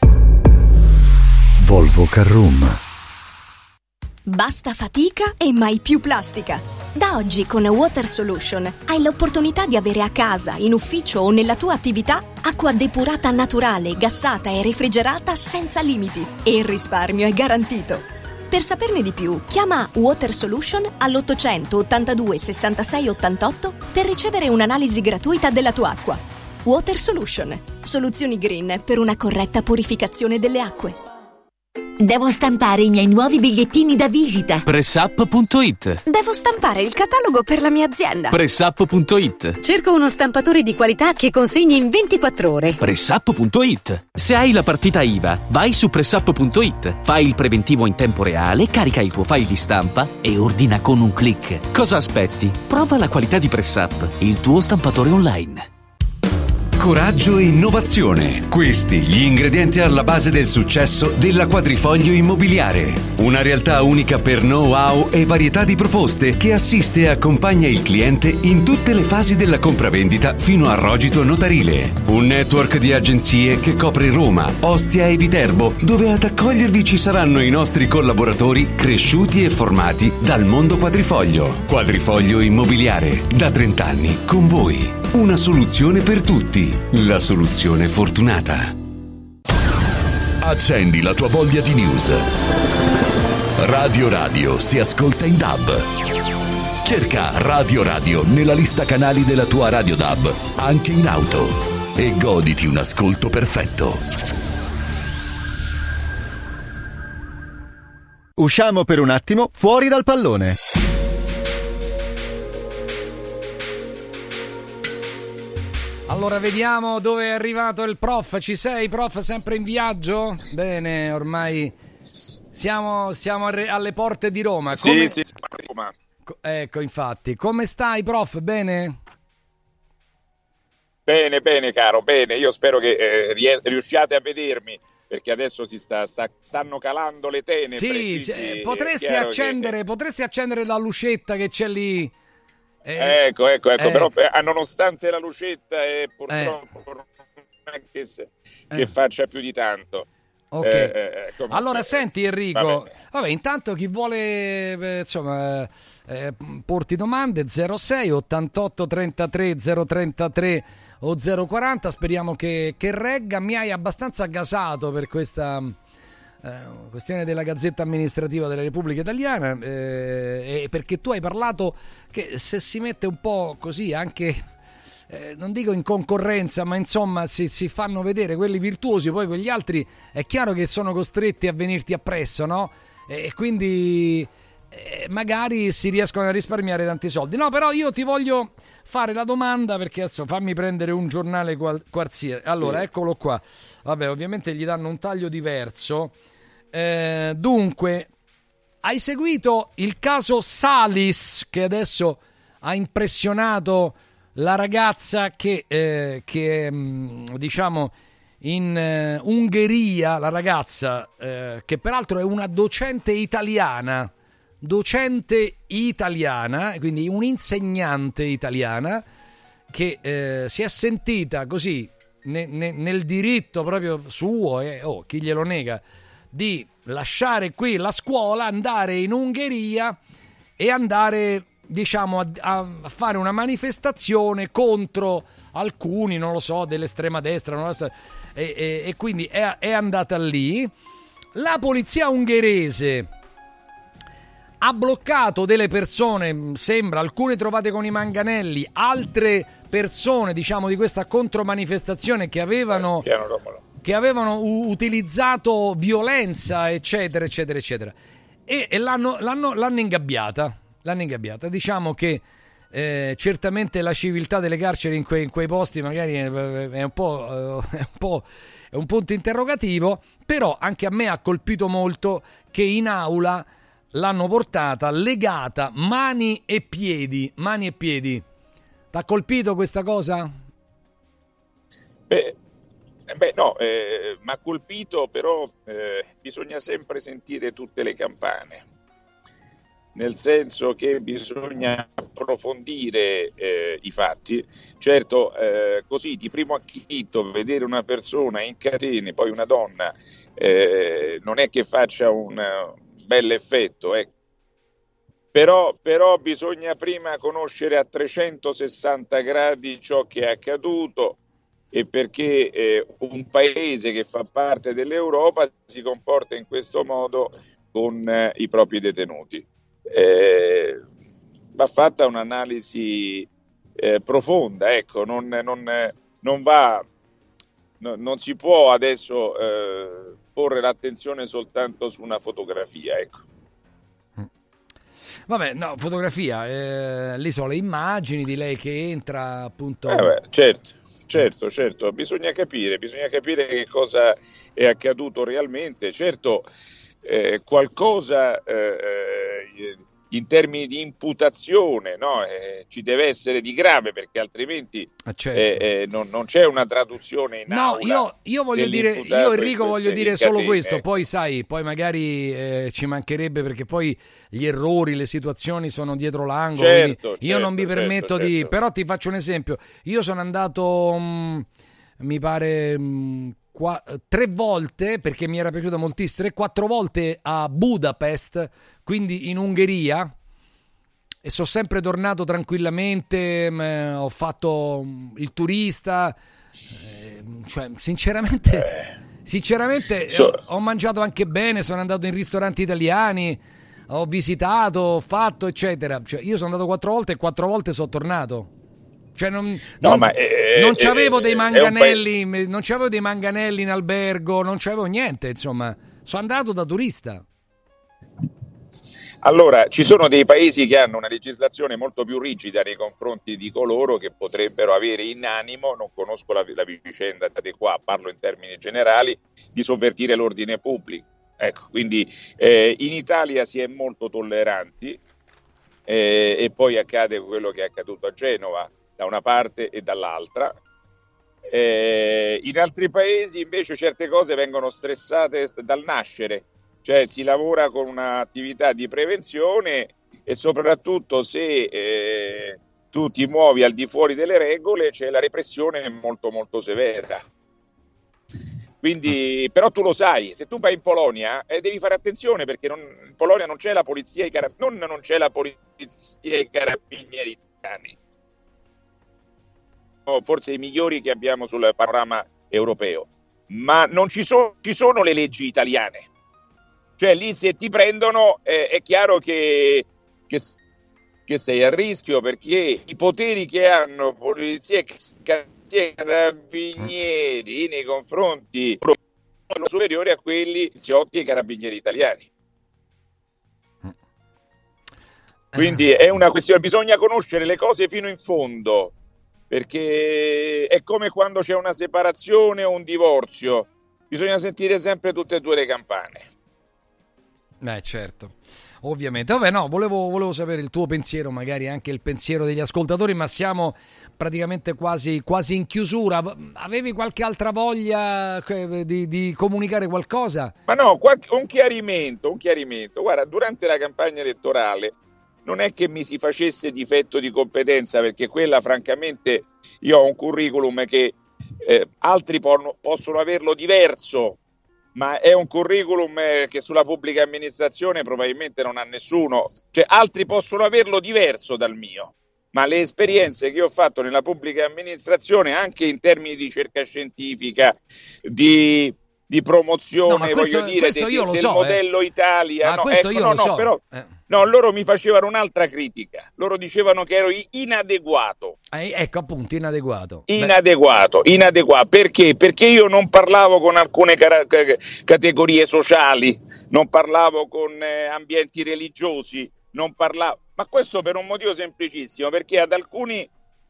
Volvo Carroom. Basta fatica e mai più plastica. Da oggi con Water Solution hai l'opportunità di avere a casa, in ufficio o nella tua attività acqua depurata naturale, gassata e refrigerata senza limiti. E il risparmio è garantito. Per saperne di più, chiama Water Solution all'800 82 66 88 per ricevere un'analisi gratuita della tua acqua. Water Solution, soluzioni green per una corretta purificazione delle acque. Devo stampare i miei nuovi bigliettini da visita. Pressup.it. Devo stampare il catalogo per la mia azienda. Pressup.it. Cerco uno stampatore di qualità che consegni in 24 ore. Pressup.it. Se hai la partita IVA, vai su Pressup.it, fai il preventivo in tempo reale, carica il tuo file di stampa e ordina con un click. Cosa aspetti? Prova la qualità di Pressup, il tuo stampatore online. Coraggio e innovazione. Questi gli ingredienti alla base del successo della Quadrifoglio Immobiliare. Una realtà unica per know-how e varietà di proposte che assiste e accompagna il cliente in tutte le fasi della compravendita fino al rogito notarile. Un network di agenzie che copre Roma, Ostia e Viterbo, dove ad accogliervi ci saranno i nostri collaboratori cresciuti e formati dal mondo quadrifoglio. Quadrifoglio Immobiliare, da 30 anni con voi. Una soluzione per tutti. La soluzione fortunata. Accendi la tua voglia di news. Radio Radio si ascolta in DAB. Cerca Radio Radio nella lista canali della tua Radio DAB, anche in auto, e goditi un ascolto perfetto. Usciamo per un attimo fuori dal pallone. Allora vediamo dove è arrivato il prof. Ci sei, prof? Sempre in viaggio? Bene, ormai siamo alle porte di Roma. Sì, Roma. Ecco, infatti. Come stai, prof? Bene? Bene, caro, bene. Io spero che riusciate a vedermi, perché adesso stanno calando le tenebre. Sì, potresti accendere la lucetta che c'è lì. Ecco, però nonostante la lucetta purtroppo non è che faccia più di tanto. Ok. Allora senti Enrico, vabbè, intanto chi vuole porti domande 06 88 33 033 o 040, speriamo che regga. Mi hai abbastanza gasato per questa questione della Gazzetta Amministrativa della Repubblica Italiana, perché tu hai parlato che se si mette un po' così anche, non dico in concorrenza, ma insomma si fanno vedere quelli virtuosi, poi quegli altri è chiaro che sono costretti a venirti appresso, no? E quindi magari si riescono a risparmiare tanti soldi. No, però io ti voglio fare la domanda, perché adesso fammi prendere un giornale qualsiasi. Allora, sì. Eccolo qua. Vabbè, ovviamente gli danno un taglio diverso. Dunque, hai seguito il caso Salis, che adesso ha impressionato la ragazza che diciamo in Ungheria, la ragazza che peraltro è una docente italiana, quindi un'insegnante italiana che si è sentita così nel diritto proprio suo, chi glielo nega, di lasciare qui la scuola, andare in Ungheria e andare, diciamo, a fare una manifestazione contro alcuni, non lo so, dell'estrema destra, non lo so, e quindi è andata lì. La polizia ungherese ha bloccato delle persone, sembra, alcune trovate con i manganelli, altre persone, diciamo, di questa contromanifestazione che avevano utilizzato violenza, eccetera, eccetera, eccetera. E l'hanno ingabbiata. Diciamo che certamente la civiltà delle carceri in quei posti magari è un punto interrogativo, però anche a me ha colpito molto che in aula l'hanno portata legata mani e piedi. T'ha colpito questa cosa? Beh, no, mi ha colpito, però bisogna sempre sentire tutte le campane, nel senso che bisogna approfondire i fatti. Certo, così di primo acchito vedere una persona in catene, poi una donna, non è che faccia un bell'effetto, però bisogna prima conoscere a 360 gradi ciò che è accaduto, e perché un paese che fa parte dell'Europa si comporta in questo modo con i propri detenuti. Va fatta un'analisi profonda, ecco, non si può adesso porre l'attenzione soltanto su una fotografia, ecco. Vabbè, no, fotografia, lì sono le immagini di lei che entra, appunto. Certo, bisogna capire che cosa è accaduto realmente. Certo, qualcosa in termini di imputazione, no? Ci deve essere di grave, perché altrimenti non c'è una traduzione in aula. Io voglio dire, Enrico, voglio dire solo questo, poi sai, poi magari ci mancherebbe, perché poi gli errori, le situazioni sono dietro l'angolo, io non mi permetto di... Però ti faccio un esempio, io sono andato, mi pare... 3 volte, perché mi era piaciuta moltissimo, 4 volte a Budapest, quindi in Ungheria, e sono sempre tornato tranquillamente, ho fatto il turista, cioè sinceramente ho mangiato anche bene, sono andato in ristoranti italiani, ho visitato, ho fatto eccetera, cioè io sono andato 4 volte e 4 volte sono tornato. Cioè non c'avevo dei manganelli, non c'avevo dei manganelli in albergo, non c'avevo niente, insomma, sono andato da turista. Allora, ci sono dei paesi che hanno una legislazione molto più rigida nei confronti di coloro che potrebbero avere in animo, non conosco la vicenda di qua, parlo in termini generali, di sovvertire l'ordine pubblico. Ecco, quindi in Italia si è molto tolleranti e poi accade quello che è accaduto a Genova, da una parte e dall'altra. In altri paesi invece certe cose vengono stressate dal nascere, cioè si lavora con un'attività di prevenzione e soprattutto se tu ti muovi al di fuori delle regole c'è la repressione molto molto severa. Quindi, però tu lo sai, se tu vai in Polonia devi fare attenzione, perché in Polonia non c'è la polizia non c'è la polizia e i carabinieri italiani. Forse i migliori che abbiamo sul panorama europeo, ma non ci sono le leggi italiane, cioè lì se ti prendono è chiaro che sei a rischio, perché i poteri che hanno polizia e carabinieri nei confronti sono superiori a quelli poliziotti e carabinieri italiani. Quindi è una questione, bisogna conoscere le cose fino in fondo, perché è come quando c'è una separazione o un divorzio, bisogna sentire sempre tutte e due le campane. Certo, ovviamente. Vabbè, no, volevo sapere il tuo pensiero, magari anche il pensiero degli ascoltatori, ma siamo praticamente quasi in chiusura. Avevi qualche altra voglia di comunicare qualcosa? Ma no, un chiarimento. Guarda, durante la campagna elettorale non è che mi si facesse difetto di competenza, perché quella francamente io ho un curriculum che altri possono averlo diverso, ma è un curriculum che sulla pubblica amministrazione probabilmente non ha nessuno, cioè altri possono averlo diverso dal mio, ma le esperienze che ho fatto nella pubblica amministrazione, anche in termini di ricerca scientifica, di promozione, voglio dire, del modello Italia. No, loro mi facevano un'altra critica. Loro dicevano che ero inadeguato. Ecco, appunto, inadeguato. Inadeguato. Perché? Perché io non parlavo con alcune categorie sociali, non parlavo con ambienti religiosi, ma questo per un motivo semplicissimo, perché ad alcuni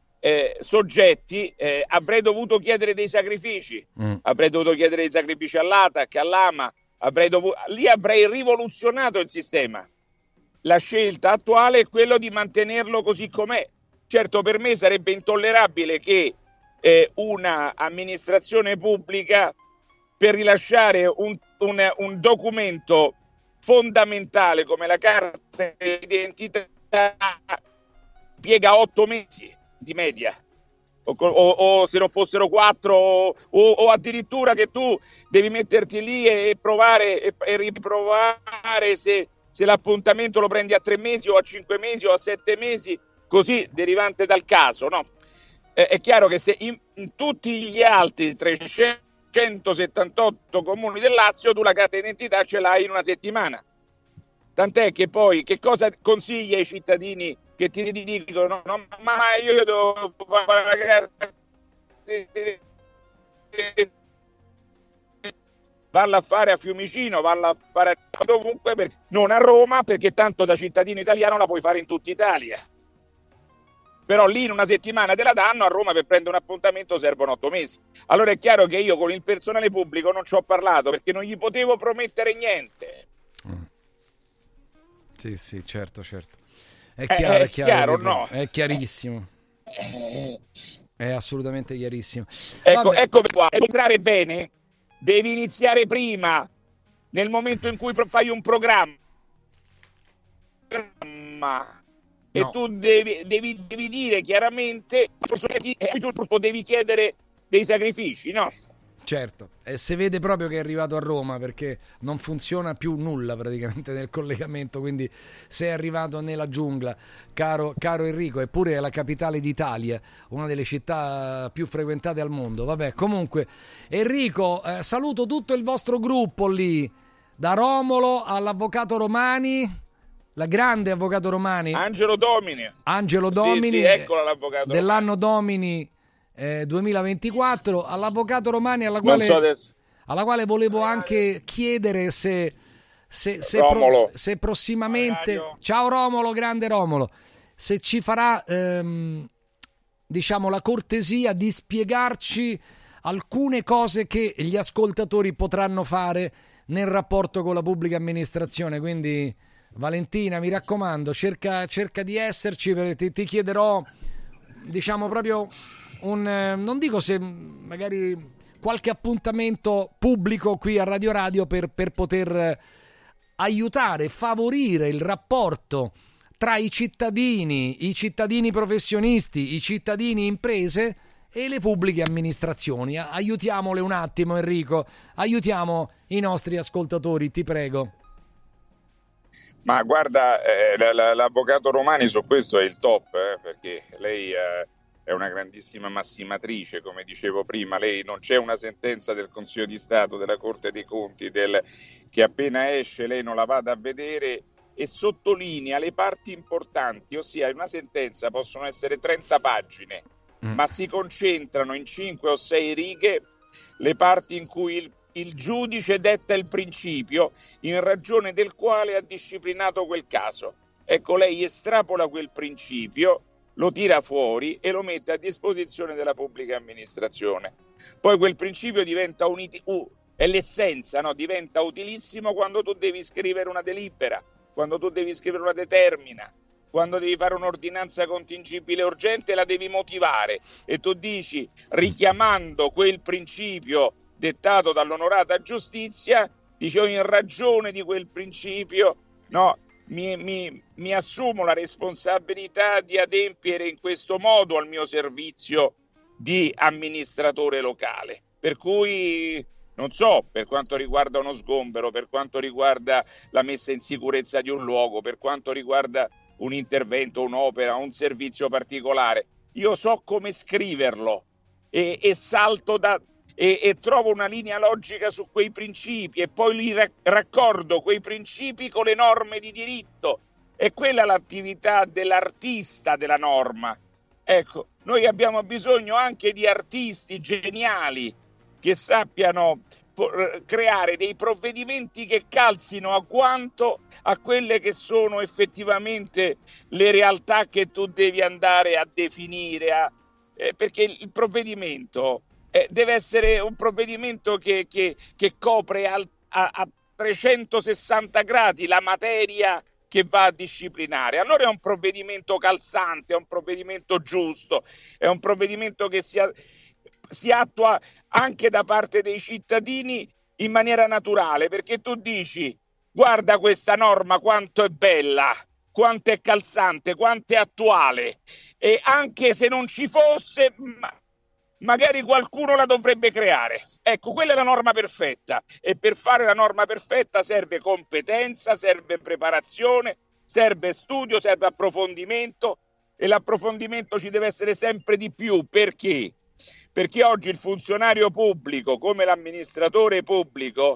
soggetti avrei dovuto chiedere dei sacrifici, avrei dovuto chiedere dei sacrifici all'ATAC, all'AMA, lì avrei rivoluzionato il sistema. La scelta attuale è quello di mantenerlo così com'è. Certo, per me sarebbe intollerabile che una amministrazione pubblica, per rilasciare un documento fondamentale come la carta d'identità, piega 8 mesi di media, o se non fossero 4, o addirittura che tu devi metterti lì e provare e riprovare se l'appuntamento lo prendi a 3 mesi o a 5 mesi o a 7 mesi, così derivante dal caso, no? È chiaro che se in tutti gli altri 378 comuni del Lazio tu la carta d'identità ce l'hai in una settimana, Tant'è che poi che cosa consiglia ai cittadini che ti dicono no, ma io devo fare la carta, valla a fare a Fiumicino, valla a fare dovunque, non a Roma, perché tanto da cittadino italiano la puoi fare in tutta Italia. Però lì in una settimana te la danno, a Roma per prendere un appuntamento servono 8 mesi. Allora è chiaro che io con il personale pubblico non ci ho parlato perché non gli potevo promettere niente. Sì, certo. È chiaro, no? È chiarissimo. È assolutamente chiarissimo. Ecco qua, per entrare bene devi iniziare prima, nel momento in cui fai un programma. E no. Tu devi dire chiaramente tu devi chiedere dei sacrifici, no? Certo, e si vede proprio che è arrivato a Roma perché non funziona più nulla praticamente nel collegamento, quindi sei arrivato nella giungla, caro Enrico, eppure è la capitale d'Italia, una delle città più frequentate al mondo. Vabbè, comunque Enrico, saluto tutto il vostro gruppo lì, da Romolo all'avvocato Romani, la grande avvocato Romani, Angelo Domini, sì, eccola l'avvocato dell'anno Domini 2024, all'avvocato Romani alla quale volevo anche chiedere se prossimamente ciao Romolo, grande Romolo, se ci farà diciamo la cortesia di spiegarci alcune cose che gli ascoltatori potranno fare nel rapporto con la pubblica amministrazione. Quindi Valentina, mi raccomando, cerca di esserci, perché ti chiederò, diciamo, proprio non dico se magari qualche appuntamento pubblico qui a Radio per poter aiutare, favorire il rapporto tra i cittadini professionisti, i cittadini imprese e le pubbliche amministrazioni. Aiutiamole un attimo, Enrico, aiutiamo i nostri ascoltatori, ti prego. Ma guarda, l'avvocato Romani su questo è il top, perché lei è una grandissima massimatrice, come dicevo prima. Lei, non c'è una sentenza del Consiglio di Stato, della Corte dei Conti, che appena esce lei non la vada a vedere e sottolinea le parti importanti, ossia in una sentenza possono essere 30 pagine, ma si concentrano in 5 o 6 righe le parti in cui il giudice detta il principio in ragione del quale ha disciplinato quel caso. Ecco, lei estrapola quel principio, lo tira fuori e lo mette a disposizione della pubblica amministrazione. Poi quel principio diventa è l'essenza, no? Diventa utilissimo quando tu devi scrivere una delibera, quando tu devi scrivere una determina, quando devi fare un'ordinanza contingibile urgente, la devi motivare e tu dici, richiamando quel principio dettato dall'onorata giustizia, dicevo, in ragione di quel principio, no, mi assumo la responsabilità di adempiere in questo modo al mio servizio di amministratore locale. Per cui, non so, per quanto riguarda uno sgombero, per quanto riguarda la messa in sicurezza di un luogo, per quanto riguarda un intervento, un'opera, un servizio particolare, io so come scriverlo e salto e trovo una linea logica su quei principi e poi li raccordo quei principi con le norme di diritto. E quella è l'attività dell'artista della norma. Ecco, noi abbiamo bisogno anche di artisti geniali che sappiano creare dei provvedimenti che calzino a quanto a quelle che sono effettivamente le realtà che tu devi andare a definire, perché il provvedimento deve essere un provvedimento che copre a 360 gradi la materia che va a disciplinare. Allora è un provvedimento calzante, è un provvedimento giusto, è un provvedimento che si attua anche da parte dei cittadini in maniera naturale, perché tu dici, guarda questa norma quanto è bella, quanto è calzante, quanto è attuale, e anche se non ci fosse, magari qualcuno la dovrebbe creare. Ecco, quella è la norma perfetta, e per fare la norma perfetta serve competenza, serve preparazione, serve studio, serve approfondimento, e l'approfondimento ci deve essere sempre di più. Perché? Perché oggi il funzionario pubblico, come l'amministratore pubblico,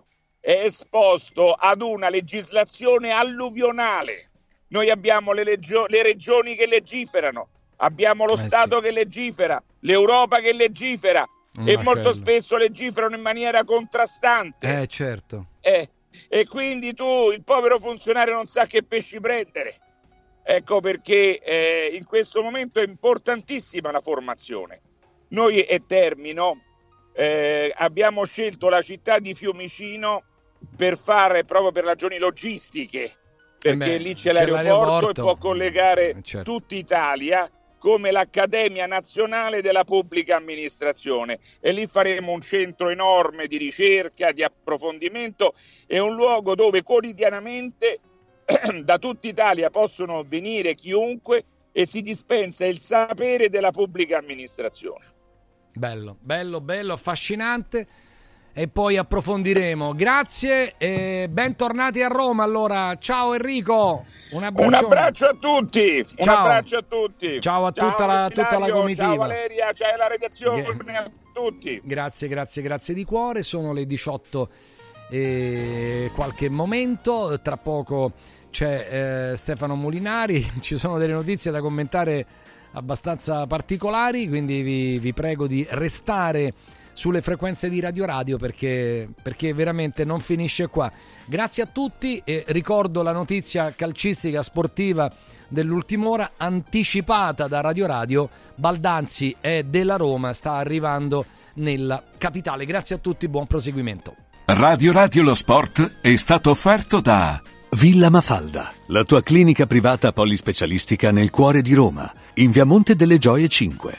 è esposto ad una legislazione alluvionale. Noi abbiamo le regioni che legiferano, abbiamo lo Stato che legifera, l'Europa che legifera e molto spesso legiferano in maniera contrastante. Certo. E quindi il povero funzionario non sa che pesci prendere. Ecco perché in questo momento è importantissima la formazione. Noi, e termino, abbiamo scelto la città di Fiumicino per fare proprio per ragioni logistiche, perché lì c'è l'aeroporto e può collegare tutta Italia, come l'Accademia Nazionale della Pubblica Amministrazione, e lì faremo un centro enorme di ricerca, di approfondimento e un luogo dove quotidianamente da tutta Italia possono venire chiunque e si dispensa il sapere della pubblica amministrazione. Bello, affascinante. E poi approfondiremo. Grazie e bentornati a Roma. Allora, ciao Enrico. Un abbraccio a tutti. Ciao. Un abbraccio a tutti. Ciao a tutta la comitiva. Ciao Valeria, ciao la redazione, a tutti. Grazie di cuore. Sono le 18 e qualche momento. Tra poco c'è Stefano Molinari. Ci sono delle notizie da commentare abbastanza particolari, quindi vi prego di restare sulle frequenze di Radio perché veramente non finisce qua. Grazie a tutti e ricordo la notizia calcistica sportiva dell'ultima ora anticipata da Radio. Baldanzi è della Roma, sta arrivando nella capitale. Grazie a tutti, buon proseguimento. Radio Lo Sport è stato offerto da Villa Mafalda, la tua clinica privata polispecialistica nel cuore di Roma, in via Monte delle Gioie 5,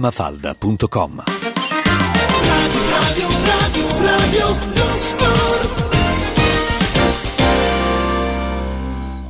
villamafalda.com. Radio Lo Sport.